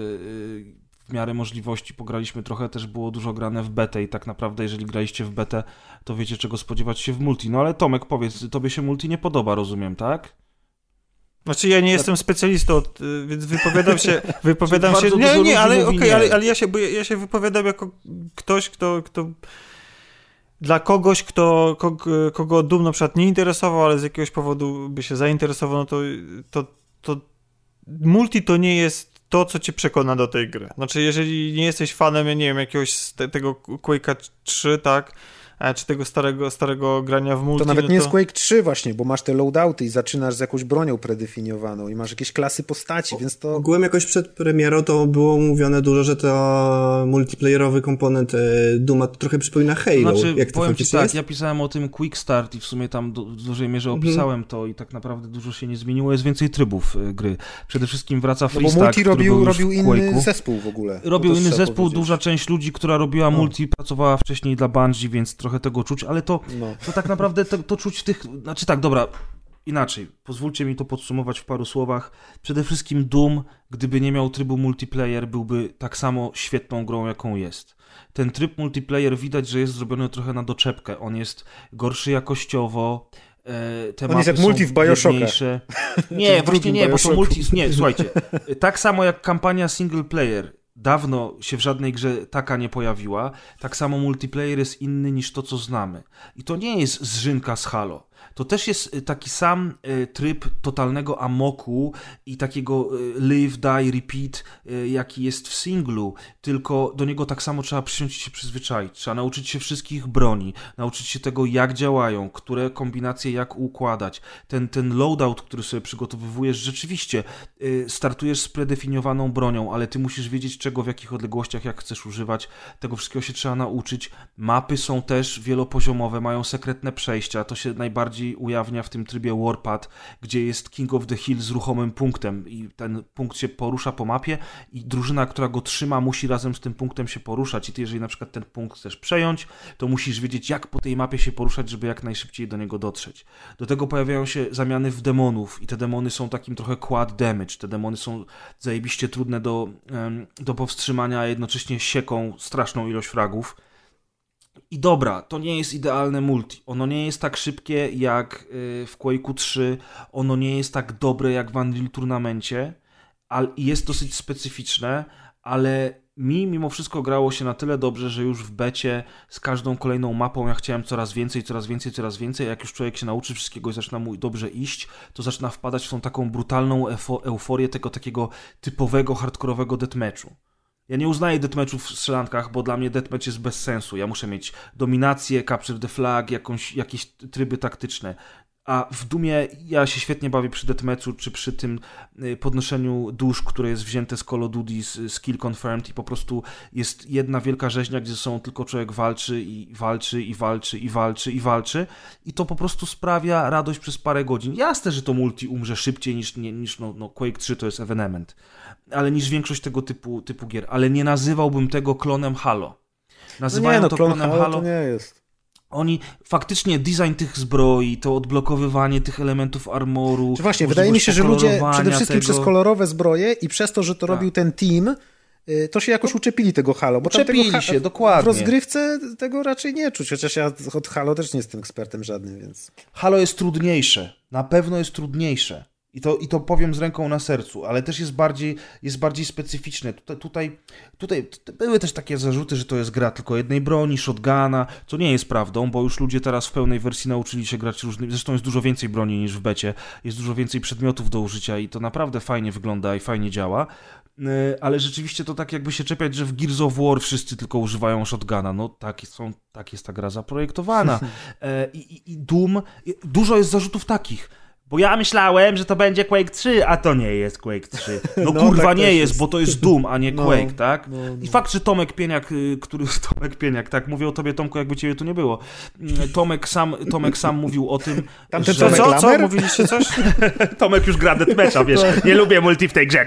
w miarę możliwości pograliśmy trochę, też było dużo grane w betę i tak naprawdę jeżeli graliście w betę, to wiecie czego spodziewać się w multi. No ale Tomek, powiedz, tobie się multi nie podoba, rozumiem, tak? Znaczy ja nie jestem specjalistą, więc wypowiadam się, wypowiadam się, Bardzo nie, dużo nie, ale ludzi okej, mówi nie. ale, ale ja się, bo ja, ja się wypowiadam jako ktoś, kto, kto dla kogoś, kto, kogo, kogo Doom na przykład nie interesował, ale z jakiegoś powodu by się zainteresował, no to, to, to multi to nie jest to, co cię przekona do tej gry. Znaczy, jeżeli nie jesteś fanem, ja nie wiem, jakiegoś te, tego Quake'a trzy, tak, czy tego starego, starego grania w multi. To nawet no nie to... jest Quake trzy właśnie, bo masz te loadouty i zaczynasz z jakąś bronią predefiniowaną i masz jakieś klasy postaci, więc to... Ogółem jakoś przed premierą to było mówione dużo, że to multiplayerowy komponent Dooma trochę przypomina Halo. Znaczy, Jak to powiem ci tak, jest? ja pisałem o tym Quick Start i w sumie tam do, w dużej mierze opisałem mm. to i tak naprawdę dużo się nie zmieniło, jest więcej trybów y, gry. Przede wszystkim wraca freestack, no bo multi robił, był robił inny Quake'u. zespół w ogóle. Robił inny zespół, powiedzieć. Duża część ludzi, która robiła no. multi, pracowała wcześniej dla Bungie, więc trochę tego czuć, ale to To, no. to tak naprawdę to, to czuć w tych... Znaczy tak, dobra, inaczej. Pozwólcie mi to podsumować w paru słowach. Przede wszystkim Doom, gdyby nie miał trybu multiplayer, byłby tak samo świetną grą, jaką jest. Ten tryb multiplayer widać, że jest zrobiony trochę na doczepkę. On jest gorszy jakościowo, e, te On jest jak multi w Bioshocka. Nie, właśnie nie, bo to multi... Nie, słuchajcie. Tak samo jak kampania single player dawno się w żadnej grze taka nie pojawiła, tak samo multiplayer jest inny niż to, co znamy. I to nie jest zżynka z Halo. To też jest taki sam tryb totalnego amoku i takiego live, die, repeat, jaki jest w singlu, tylko do niego tak samo trzeba przysiąść i się przyzwyczaić. Trzeba nauczyć się wszystkich broni, nauczyć się tego, jak działają, które kombinacje jak układać. Ten, ten loadout, który sobie przygotowujesz, rzeczywiście startujesz z predefiniowaną bronią, ale ty musisz wiedzieć, czego, w jakich odległościach, jak chcesz używać. Tego wszystkiego się trzeba nauczyć. Mapy są też wielopoziomowe, mają sekretne przejścia. To się najbardziej ujawnia w tym trybie Warpath, gdzie jest King of the Hill z ruchomym punktem i ten punkt się porusza po mapie i drużyna, która go trzyma, musi razem z tym punktem się poruszać i ty, jeżeli na przykład ten punkt chcesz przejąć, to musisz wiedzieć, jak po tej mapie się poruszać, żeby jak najszybciej do niego dotrzeć. Do tego pojawiają się zamiany w demonów i te demony są takim trochę quad damage. Te demony są zajebiście trudne do, do powstrzymania, a jednocześnie sieką straszną ilość fragów. I dobra, to nie jest idealne multi. Ono nie jest tak szybkie jak w Quake'u trzy, ono nie jest tak dobre jak w Unreal Tournamencie, ale jest dosyć specyficzne, ale mi mimo wszystko grało się na tyle dobrze, że już w becie z każdą kolejną mapą ja chciałem coraz więcej, coraz więcej, coraz więcej. Jak już człowiek się nauczy wszystkiego i zaczyna mu dobrze iść, to zaczyna wpadać w tą taką brutalną euforię tego takiego typowego, hardkorowego deathmatchu. Ja nie uznaję deathmatchów w strzelankach, bo dla mnie deathmatch jest bez sensu. Ja muszę mieć dominację, capture the flag, jakąś, jakieś tryby taktyczne. A w Doomie ja się świetnie bawię przy deathmatchu, czy przy tym podnoszeniu dusz, które jest wzięte z Call of Duty, z Skill Confirmed i po prostu jest jedna wielka rzeźnia, gdzie są tylko człowiek walczy i walczy i walczy i walczy i walczy i to po prostu sprawia radość przez parę godzin. Jasne, że to multi umrze szybciej niż, nie, niż no, no Quake trzy to jest ewenement, ale niż większość tego typu, typu gier, ale nie nazywałbym tego klonem Halo. Nazywają no nie, no, to klon klonem Halo. Halo. To nie jest. Oni faktycznie design tych zbroi, to odblokowywanie tych elementów armoru. Czy właśnie, wydaje mi się, że ludzie przede wszystkim tego... przez kolorowe zbroje i przez to, że to tak. robił ten team, to się jakoś uczepili tego Halo. Bo uczepili tego się, dokładnie. W rozgrywce tego raczej nie czuć, chociaż ja od Halo też nie jestem ekspertem żadnym, więc... Halo jest trudniejsze, na pewno jest trudniejsze. I to, I to powiem z ręką na sercu, ale też jest bardziej, jest bardziej specyficzne. Tutaj, tutaj, tutaj były też takie zarzuty, że to jest gra tylko jednej broni, shotguna, co nie jest prawdą, bo już ludzie teraz w pełnej wersji nauczyli się grać różnymi. Zresztą jest dużo więcej broni niż w becie, jest dużo więcej przedmiotów do użycia i to naprawdę fajnie wygląda i fajnie działa. Ale rzeczywiście to tak jakby się czepiać, że w Gears of War wszyscy tylko używają shotguna. No tak, są, tak jest ta gra zaprojektowana. I, i, i Doom, dużo jest zarzutów takich. Bo ja myślałem, że to będzie Quake trzy, a to nie jest Quake trzy. No, no kurwa tak nie jest, jest, bo to jest Doom, a nie Quake, no, tak? No, no. I fakt, że Tomek Pieniak, który... Tomek Pieniak, tak? Mówię o tobie, Tomku, jakby ciebie tu nie było. Tomek sam, Tomek sam mówił o tym, Tamten że... Co? Co? Mówiliście coś? Tomek już gra deathmatcha, wiesz. Nie lubię multi w tej grze.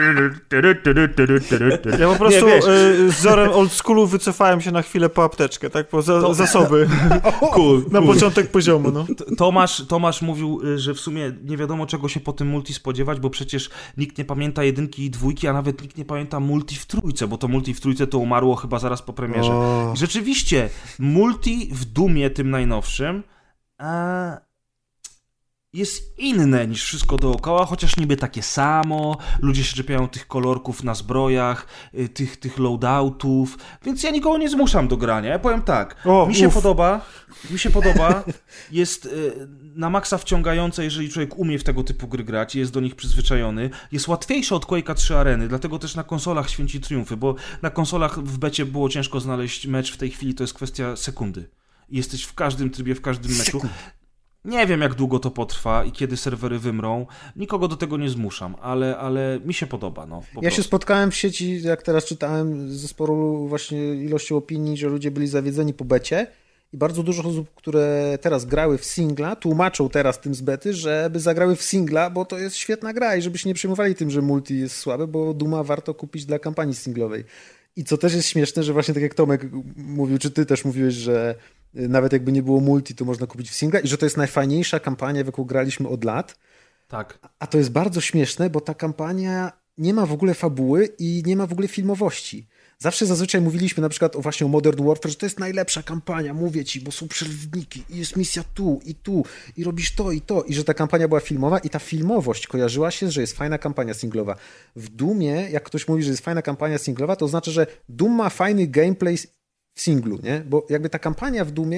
Ja po prostu nie, y, z wzorem old schoolu wycofałem się na chwilę po apteczkę, tak? Po za, to... zasoby. Cool. Na cool. początek poziomu, no. Tomasz, Tomasz mówił, że w sumie nie wiadomo czego się po tym multi spodziewać, bo przecież nikt nie pamięta jedynki i dwójki, a nawet nikt nie pamięta multi w trójce, bo to multi w trójce to umarło chyba zaraz po premierze. O. I rzeczywiście, multi w Doomie tym najnowszym a... jest inne niż wszystko dookoła, chociaż niby takie samo, ludzie się czepiają tych kolorków na zbrojach, tych, tych loadoutów, więc ja nikogo nie zmuszam do grania. Ja powiem tak, o, mi się uf. podoba, mi się podoba, jest na maksa wciągające, jeżeli człowiek umie w tego typu gry grać i jest do nich przyzwyczajony. Jest łatwiejsze od Quake'a trzy Areny, dlatego też na konsolach święci triumfy, bo na konsolach w becie było ciężko znaleźć mecz, w tej chwili to jest kwestia sekundy. Jesteś w każdym trybie, w każdym meczu. Nie wiem, jak długo to potrwa i kiedy serwery wymrą. Nikogo do tego nie zmuszam, ale, ale mi się podoba. No, po ja prostu. się spotkałem w sieci, jak teraz czytałem, ze sporą właśnie ilością opinii, że ludzie byli zawiedzeni po becie i bardzo dużo osób, które teraz grały w singla, tłumaczą teraz tym z bety, żeby zagrały w singla, bo to jest świetna gra i żeby się nie przejmowali tym, że multi jest słabe, bo Dooma warto kupić dla kampanii singlowej. I co też jest śmieszne, że właśnie tak jak Tomek mówił, czy ty też mówiłeś, że nawet jakby nie było multi, to można kupić w singla i że to jest najfajniejsza kampania, w jaką graliśmy od lat. Tak. A to jest bardzo śmieszne, bo ta kampania nie ma w ogóle fabuły i nie ma w ogóle filmowości. Zawsze zazwyczaj mówiliśmy na przykład o właśnie o Modern Warfare, że to jest najlepsza kampania, mówię ci, bo są przerwniki i jest misja tu i tu i robisz to i to i że ta kampania była filmowa i ta filmowość kojarzyła się, że jest fajna kampania singlowa. W Doomie, jak ktoś mówi, że jest fajna kampania singlowa, to oznacza, że Doom ma fajny gameplay w singlu, nie? Bo jakby ta kampania w Doomie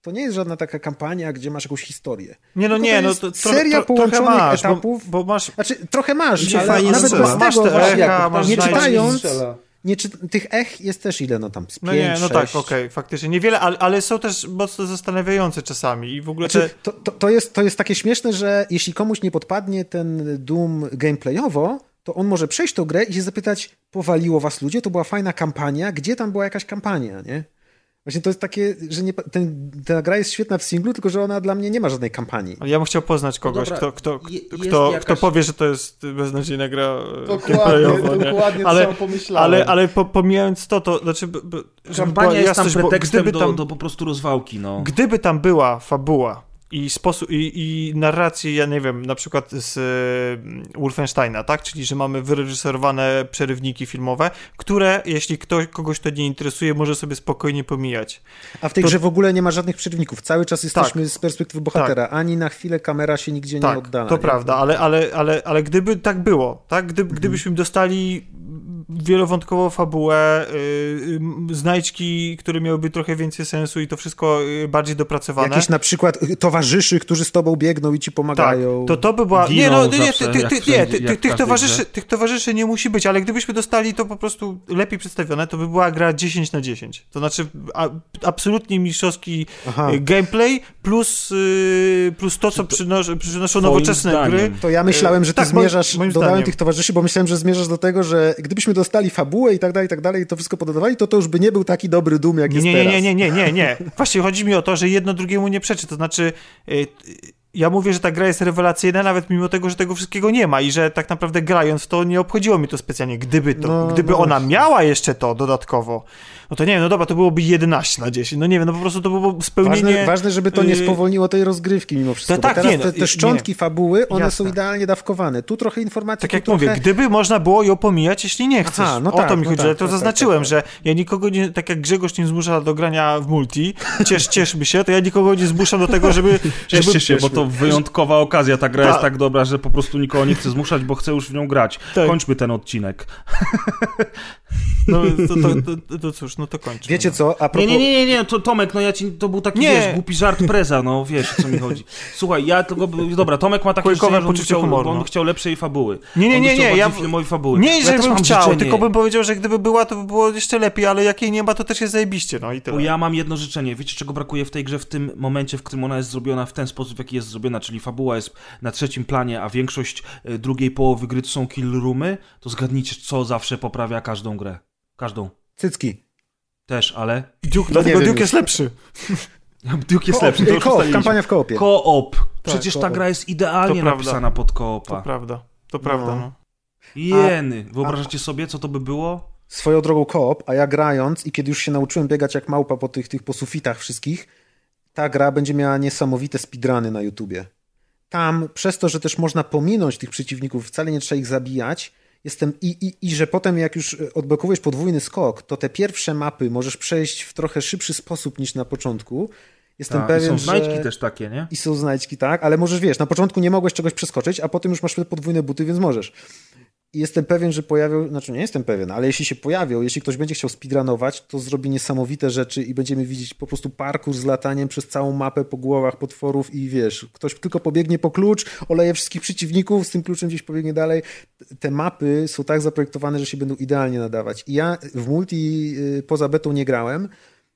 to nie jest żadna taka kampania, gdzie masz jakąś historię. Nie, no Tylko nie, to no jest to seria tro, połączonych masz, etapów. Bo, bo masz... Znaczy, trochę masz, ale fajnie nawet strzela. bez Masz tego te właśnie, echa, masz nie znajdziesz- czytając, nie czy, tych ech jest też ile, no tam, z No pięć, nie, no sześć. tak, okej, okay, faktycznie niewiele, ale, ale są też mocno zastanawiające czasami i w ogóle Znaczy, te... to, to, to, jest, to jest takie śmieszne, że jeśli komuś nie podpadnie ten Doom gameplayowo, to on może przejść tą grę i się zapytać, powaliło was ludzie, to była fajna kampania, gdzie tam była jakaś kampania, nie? Właśnie to jest takie, że nie, ten, ta gra jest świetna w singlu, tylko że ona dla mnie nie ma żadnej kampanii. Ja bym chciał poznać kogoś, No kto, kto, je, kto, jakaś... kto powie, że to jest beznadziejna gra Dokładnie, dokładnie ale, co pomyślałem. Ale, ale po, pomijając to, to znaczy... B, b, kampania jest tam jasność, pretekstem do, tam, do po prostu rozwałki, no. Gdyby tam była fabuła i sposób, i, i narracji, ja nie wiem, na przykład z y, Wolfensteina, tak? Czyli, że mamy wyreżyserowane przerywniki filmowe, które, jeśli ktoś, kogoś to nie interesuje, może sobie spokojnie pomijać. A w tej to... grze w ogóle nie ma żadnych przerywników. Cały czas jesteśmy tak. z perspektywy bohatera. Tak. Ani na chwilę kamera się nigdzie tak, nie oddala. To nie? prawda, ale, ale, ale, ale gdyby tak było, tak? Gdy, mhm. Gdybyśmy dostali wielowątkową fabułę, yy, znajdźki, które miałyby trochę więcej sensu i to wszystko bardziej dopracowane. Jakieś na przykład towarzyszy, którzy z tobą biegną i ci pomagają. Tak, to to by była... Giną nie, no, nie, zawsze, ty, ty, ty, wszędzie, nie ty, ty, tych, towarzyszy, grze. tych towarzyszy nie musi być, ale gdybyśmy dostali to po prostu lepiej przedstawione, to by była gra dziesięć na dziesięć. To znaczy a, absolutnie mistrzowski Aha. gameplay plus, yy, plus to, co przynosz, przynoszą nowoczesne zdaniem. gry. To ja myślałem, że ty tak, zmierzasz, moim dodałem zdaniem. tych towarzyszy, bo myślałem, że zmierzasz do tego, że gdybyśmy dostali fabułę i tak dalej, i tak dalej, i to wszystko podawali, to to już by nie był taki dobry Doom, jak nie, jest nie, teraz. Nie, nie, nie, nie, nie. Właśnie chodzi mi o to, że jedno drugiemu nie przeczy, to znaczy... Yy, ja mówię, że ta gra jest rewelacyjna, nawet mimo tego, że tego wszystkiego nie ma i że tak naprawdę grając w to nie obchodziło mi to specjalnie. Gdyby to, no, gdyby no ona właśnie. miała jeszcze to dodatkowo, no to nie wiem, no dobra, to byłoby jedenaście na dziesięć. No nie wiem, no po prostu to było spełnienie... Ważne, ważne żeby to nie spowolniło tej rozgrywki mimo wszystko. To tak, teraz nie, no, te, te szczątki nie. fabuły, one Jasne. są idealnie dawkowane. Tu trochę informacji, Tak tu jak trochę... mówię, gdyby można było ją pomijać, jeśli nie chcesz. Aha, no o tak, to mi no chodzi, tak, że to tak, zaznaczyłem, tak, tak, że ja nikogo nie, tak jak Grzegorz nie zmusza do grania w multi, ciesz, cieszmy się, to ja nikogo nie zmuszam do tego, żeby... Cieszcie żeby, się, bo to wyjątkowa okazja. Ta gra Ta. jest tak dobra, że po prostu nikogo nie chcę zmuszać, bo chcę już w nią grać. Tak. Kończmy ten odcinek. No to, to, to, to cóż, no to kończmy. Wiecie co, a propos... Nie, nie, nie, nie, to Tomek, no ja ci, to był taki, Nie. wiesz, głupi żart preza, no wiesz, o co mi chodzi. Słuchaj, ja tylko, dobra, Tomek ma takie Kojkowe życzenie, że on by poczucie chciał, humoru, bo on no. by chciał lepszej fabuły. Nie, nie, On by nie, chciał nie, ja... bardziej filmowej fabuły. Nie, ja że też bym mam chciał, życzenie. tylko bym powiedział, że gdyby była, to by było jeszcze lepiej, ale jak jej nie ma, to też jest zajebiście, no i tyle. Bo ja mam jedno życzenie. Wiecie, czego brakuje w tej grze w tym momencie, w którym ona jest zrobiona w ten sposób, w jaki jest zrobiona, czyli fabuła jest na trzecim planie, a większość y, drugiej połowy gry to są kill roomy, to zgadnijcie, co zawsze poprawia każdą grę. Każdą. Cycki. Też, ale... Duke, No dlatego nie wiem Duke jest lepszy. Duke jest Ko-op, lepszy. To już ko-op, ustaliliśmy. kampania w koopie. Ko-op. Przecież Tak, ta ko-op. gra jest idealnie To prawda. napisana pod koopa. To prawda, to prawda, no. Jeny. Wyobrażacie sobie, co to by było? Swoją drogą koop, a ja grając i kiedy już się nauczyłem biegać jak małpa po tych, tych po sufitach wszystkich, ta gra będzie miała niesamowite speedruny na YouTubie. Tam, przez to, że też można pominąć tych przeciwników, wcale nie trzeba ich zabijać, jestem i, i, i że potem jak już odblokowujesz podwójny skok, to te pierwsze mapy możesz przejść w trochę szybszy sposób niż na początku. Jestem Ta, pewien, i są znajdźki że... też takie, nie? I są znajdźki, tak, ale możesz, wiesz, na początku nie mogłeś czegoś przeskoczyć, a potem już masz te podwójne buty, więc możesz. I jestem pewien, że pojawią, znaczy nie jestem pewien, ale jeśli się pojawią, jeśli ktoś będzie chciał speedrunować, to zrobi niesamowite rzeczy i będziemy widzieć po prostu parkour z lataniem przez całą mapę po głowach potworów i wiesz, ktoś tylko pobiegnie po klucz, oleje wszystkich przeciwników, z tym kluczem gdzieś pobiegnie dalej. Te mapy są tak zaprojektowane, że się będą idealnie nadawać. I ja w multi poza betą nie grałem,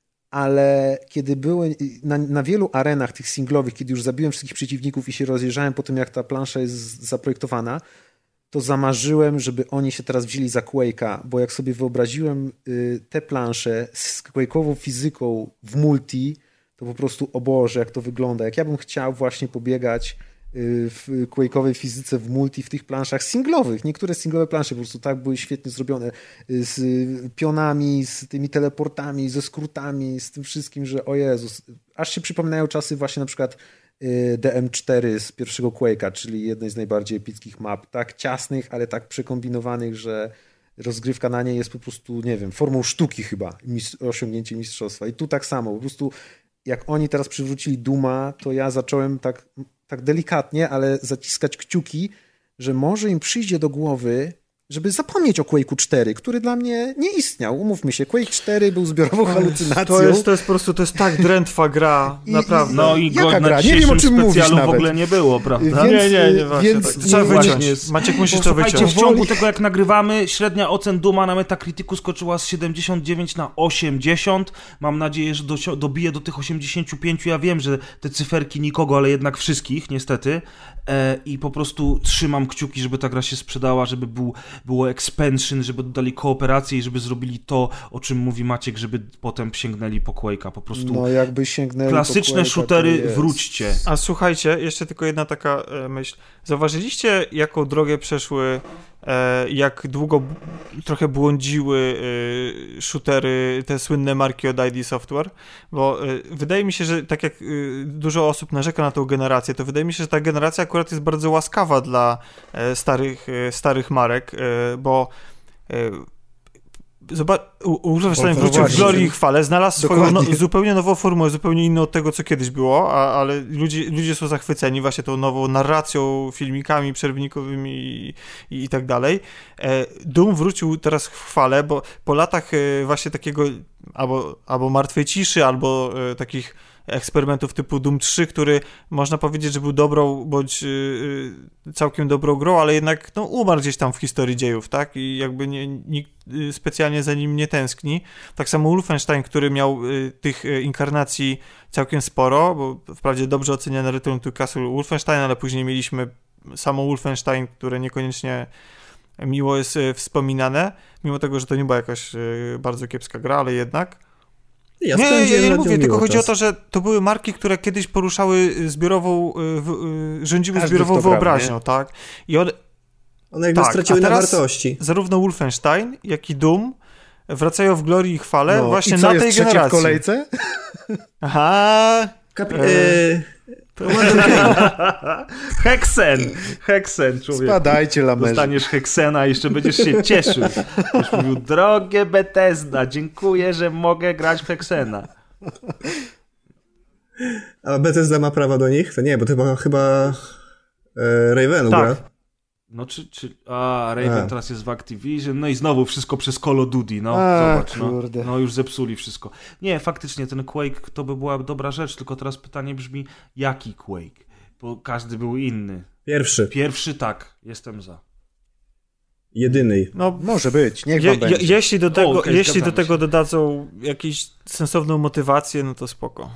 ale kiedy były na, na wielu arenach tych singlowych, kiedy już zabiłem wszystkich przeciwników i się rozjeżdżałem po tym, jak ta plansza jest zaprojektowana, to zamarzyłem, żeby oni się teraz wzięli za Quake'a, bo jak sobie wyobraziłem y, te plansze z Quake'ową fizyką w multi, to po prostu, o Boże, jak to wygląda. Jak ja bym chciał właśnie pobiegać y, w Quake'owej fizyce w multi, w tych planszach singlowych. Niektóre singlowe plansze po prostu tak były świetnie zrobione, y, z y, pionami, z tymi teleportami, ze skrótami, z tym wszystkim, że o Jezus, aż się przypominają czasy właśnie na przykład D M cztery z pierwszego Quake'a, czyli jednej z najbardziej epickich map, tak ciasnych, ale tak przekombinowanych, że rozgrywka na niej jest po prostu, nie wiem, formą sztuki chyba, osiągnięcie mistrzostwa. I tu tak samo, po prostu jak oni teraz przywrócili Dooma, to ja zacząłem tak, tak delikatnie, ale zaciskać kciuki, że może im przyjdzie do głowy żeby zapomnieć o Quake'u cztery, który dla mnie nie istniał. Umówmy się, Quake cztery był zbiorową halucynacją. To jest, to jest po prostu, to jest tak drętwa gra, I, naprawdę. No i Jaka go gra? na Nie wiem, o czym mówisz specjalu nawet. w ogóle nie było, prawda? Więc, nie, nie, nie, właśnie więc, tak. Trzeba nie, wyciąć. właśnie. Maciek, musisz Bo to słuchajcie, wyciąć. w ciągu tego jak nagrywamy, średnia ocen Duma na Metacriticu skoczyła z siedemdziesiąt dziewięć na osiemdziesiąt. Mam nadzieję, że do, dobije do tych osiemdziesiąt pięć. Ja wiem, że te cyferki nikogo, ale jednak wszystkich, niestety. E, I po prostu trzymam kciuki, żeby ta gra się sprzedała, żeby był, było expansion, żeby dodali kooperację i żeby zrobili to, o czym mówi Maciek, żeby potem sięgnęli po Quake'a. Po prostu No jakby sięgnęli klasyczne po Quake'a, shootery, to jest. wróćcie. A słuchajcie, jeszcze tylko jedna taka e, myśl. Zauważyliście, jaką drogę przeszły, e, jak długo b- trochę błądziły e, shootery, te słynne marki od I D Software? Bo e, wydaje mi się, że tak jak e, dużo osób narzeka na tą generację, to wydaje mi się, że ta generacja akurat jest bardzo łaskawa dla e, starych, e, starych marek, e, bo e, Zobacz, Wolfenstein wrócił w glorii i chwale, znalazł swoją no, zupełnie nową formułę, zupełnie inną od tego, co kiedyś było, a, ale ludzie, ludzie są zachwyceni właśnie tą nową narracją, filmikami przerwnikowymi i, i, i tak dalej. E, Doom wrócił teraz w chwale, bo po latach e, właśnie takiego albo, albo martwej ciszy, albo e, takich eksperymentów typu Doom trzy, który można powiedzieć, że był dobrą, bądź yy, całkiem dobrą grą, ale jednak no, umarł gdzieś tam w historii dziejów, tak? I jakby nie, nikt yy, specjalnie za nim nie tęskni. Tak samo Wolfenstein, który miał yy, tych yy, inkarnacji całkiem sporo, bo wprawdzie dobrze oceniany Return to Castle Wolfenstein, ale później mieliśmy samo Wolfenstein, które niekoniecznie miło jest yy, wspominane, mimo tego, że to nie była jakaś yy, bardzo kiepska gra, ale jednak. Ja nie, ja, ja nie mówię, tylko chodzi czas. o to, że to były marki, które kiedyś poruszały zbiorową, w, rządziły Każdy zbiorową w to wyobraźnią, brał, tak? I one, one jakby tak, straciły a na teraz wartości. Zarówno Wolfenstein, jak i Doom wracają w glorii i chwale no, właśnie i co, na jest tej trzecie generacji. w kolejce? Aha. Kapi- e... e... Heksen! Heksen, człowiek. Spadajcie, lamerze. Dostaniesz Heksena i jeszcze będziesz się cieszył. Już mówił, drogie Bethesda, dziękuję, że mogę grać w Heksena. A Bethesda ma prawa do nich? To nie, bo to chyba, chyba e, Ravenu tak. gra. No czy, czy... A, Raven A. teraz jest w Activision, no i znowu wszystko przez Call of Duty, no A, zobacz, no, kurde. no już zepsuli wszystko. Nie, faktycznie ten Quake to by była dobra rzecz, tylko teraz pytanie brzmi, jaki Quake? Bo każdy był inny. Pierwszy. Pierwszy tak, jestem za. Jedyny. No, może być, niech je, wam będzie. Je, jeśli do tego, O, okay, jeśli do się. tego dodadzą jakąś sensowną motywację, no to spoko.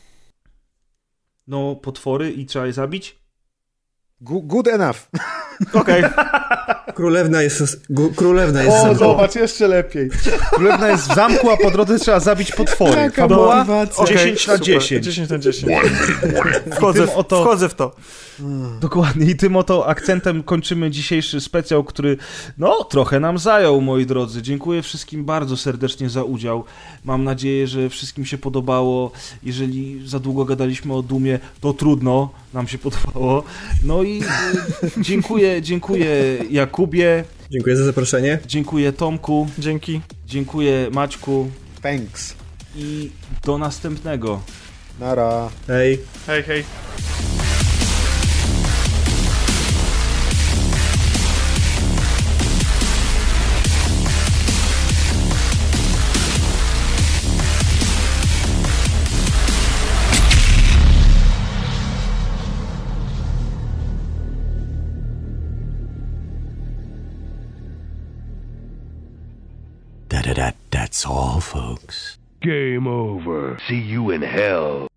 No, potwory i trzeba je zabić? Good enough. Okej. Okay. Królewna jest... Gu, królewna jest... O, zamku. zobacz, jeszcze lepiej. Królewna jest w zamku, a po drodze trzeba zabić potwory. Jaka Fabuła? motywacja. Okay, dziesięć na dziesięć. dziesięć na dziesięć. Wchodzę, w, oto... wchodzę w to. Dokładnie. I tym oto akcentem kończymy dzisiejszy specjal, który no trochę nam zajął, moi drodzy. Dziękuję wszystkim bardzo serdecznie za udział. Mam nadzieję, że wszystkim się podobało. Jeżeli za długo gadaliśmy o Dumie, to trudno. Nam się podobało. No i dziękuję, dziękuję Jakubie. Dziękuję za zaproszenie. Dziękuję Tomku. Dzięki. Dziękuję Maćku. Thanks. I do następnego. Nara. Hej. Hej, hej. Da-da-da, that's all, folks. Game over. See you in hell.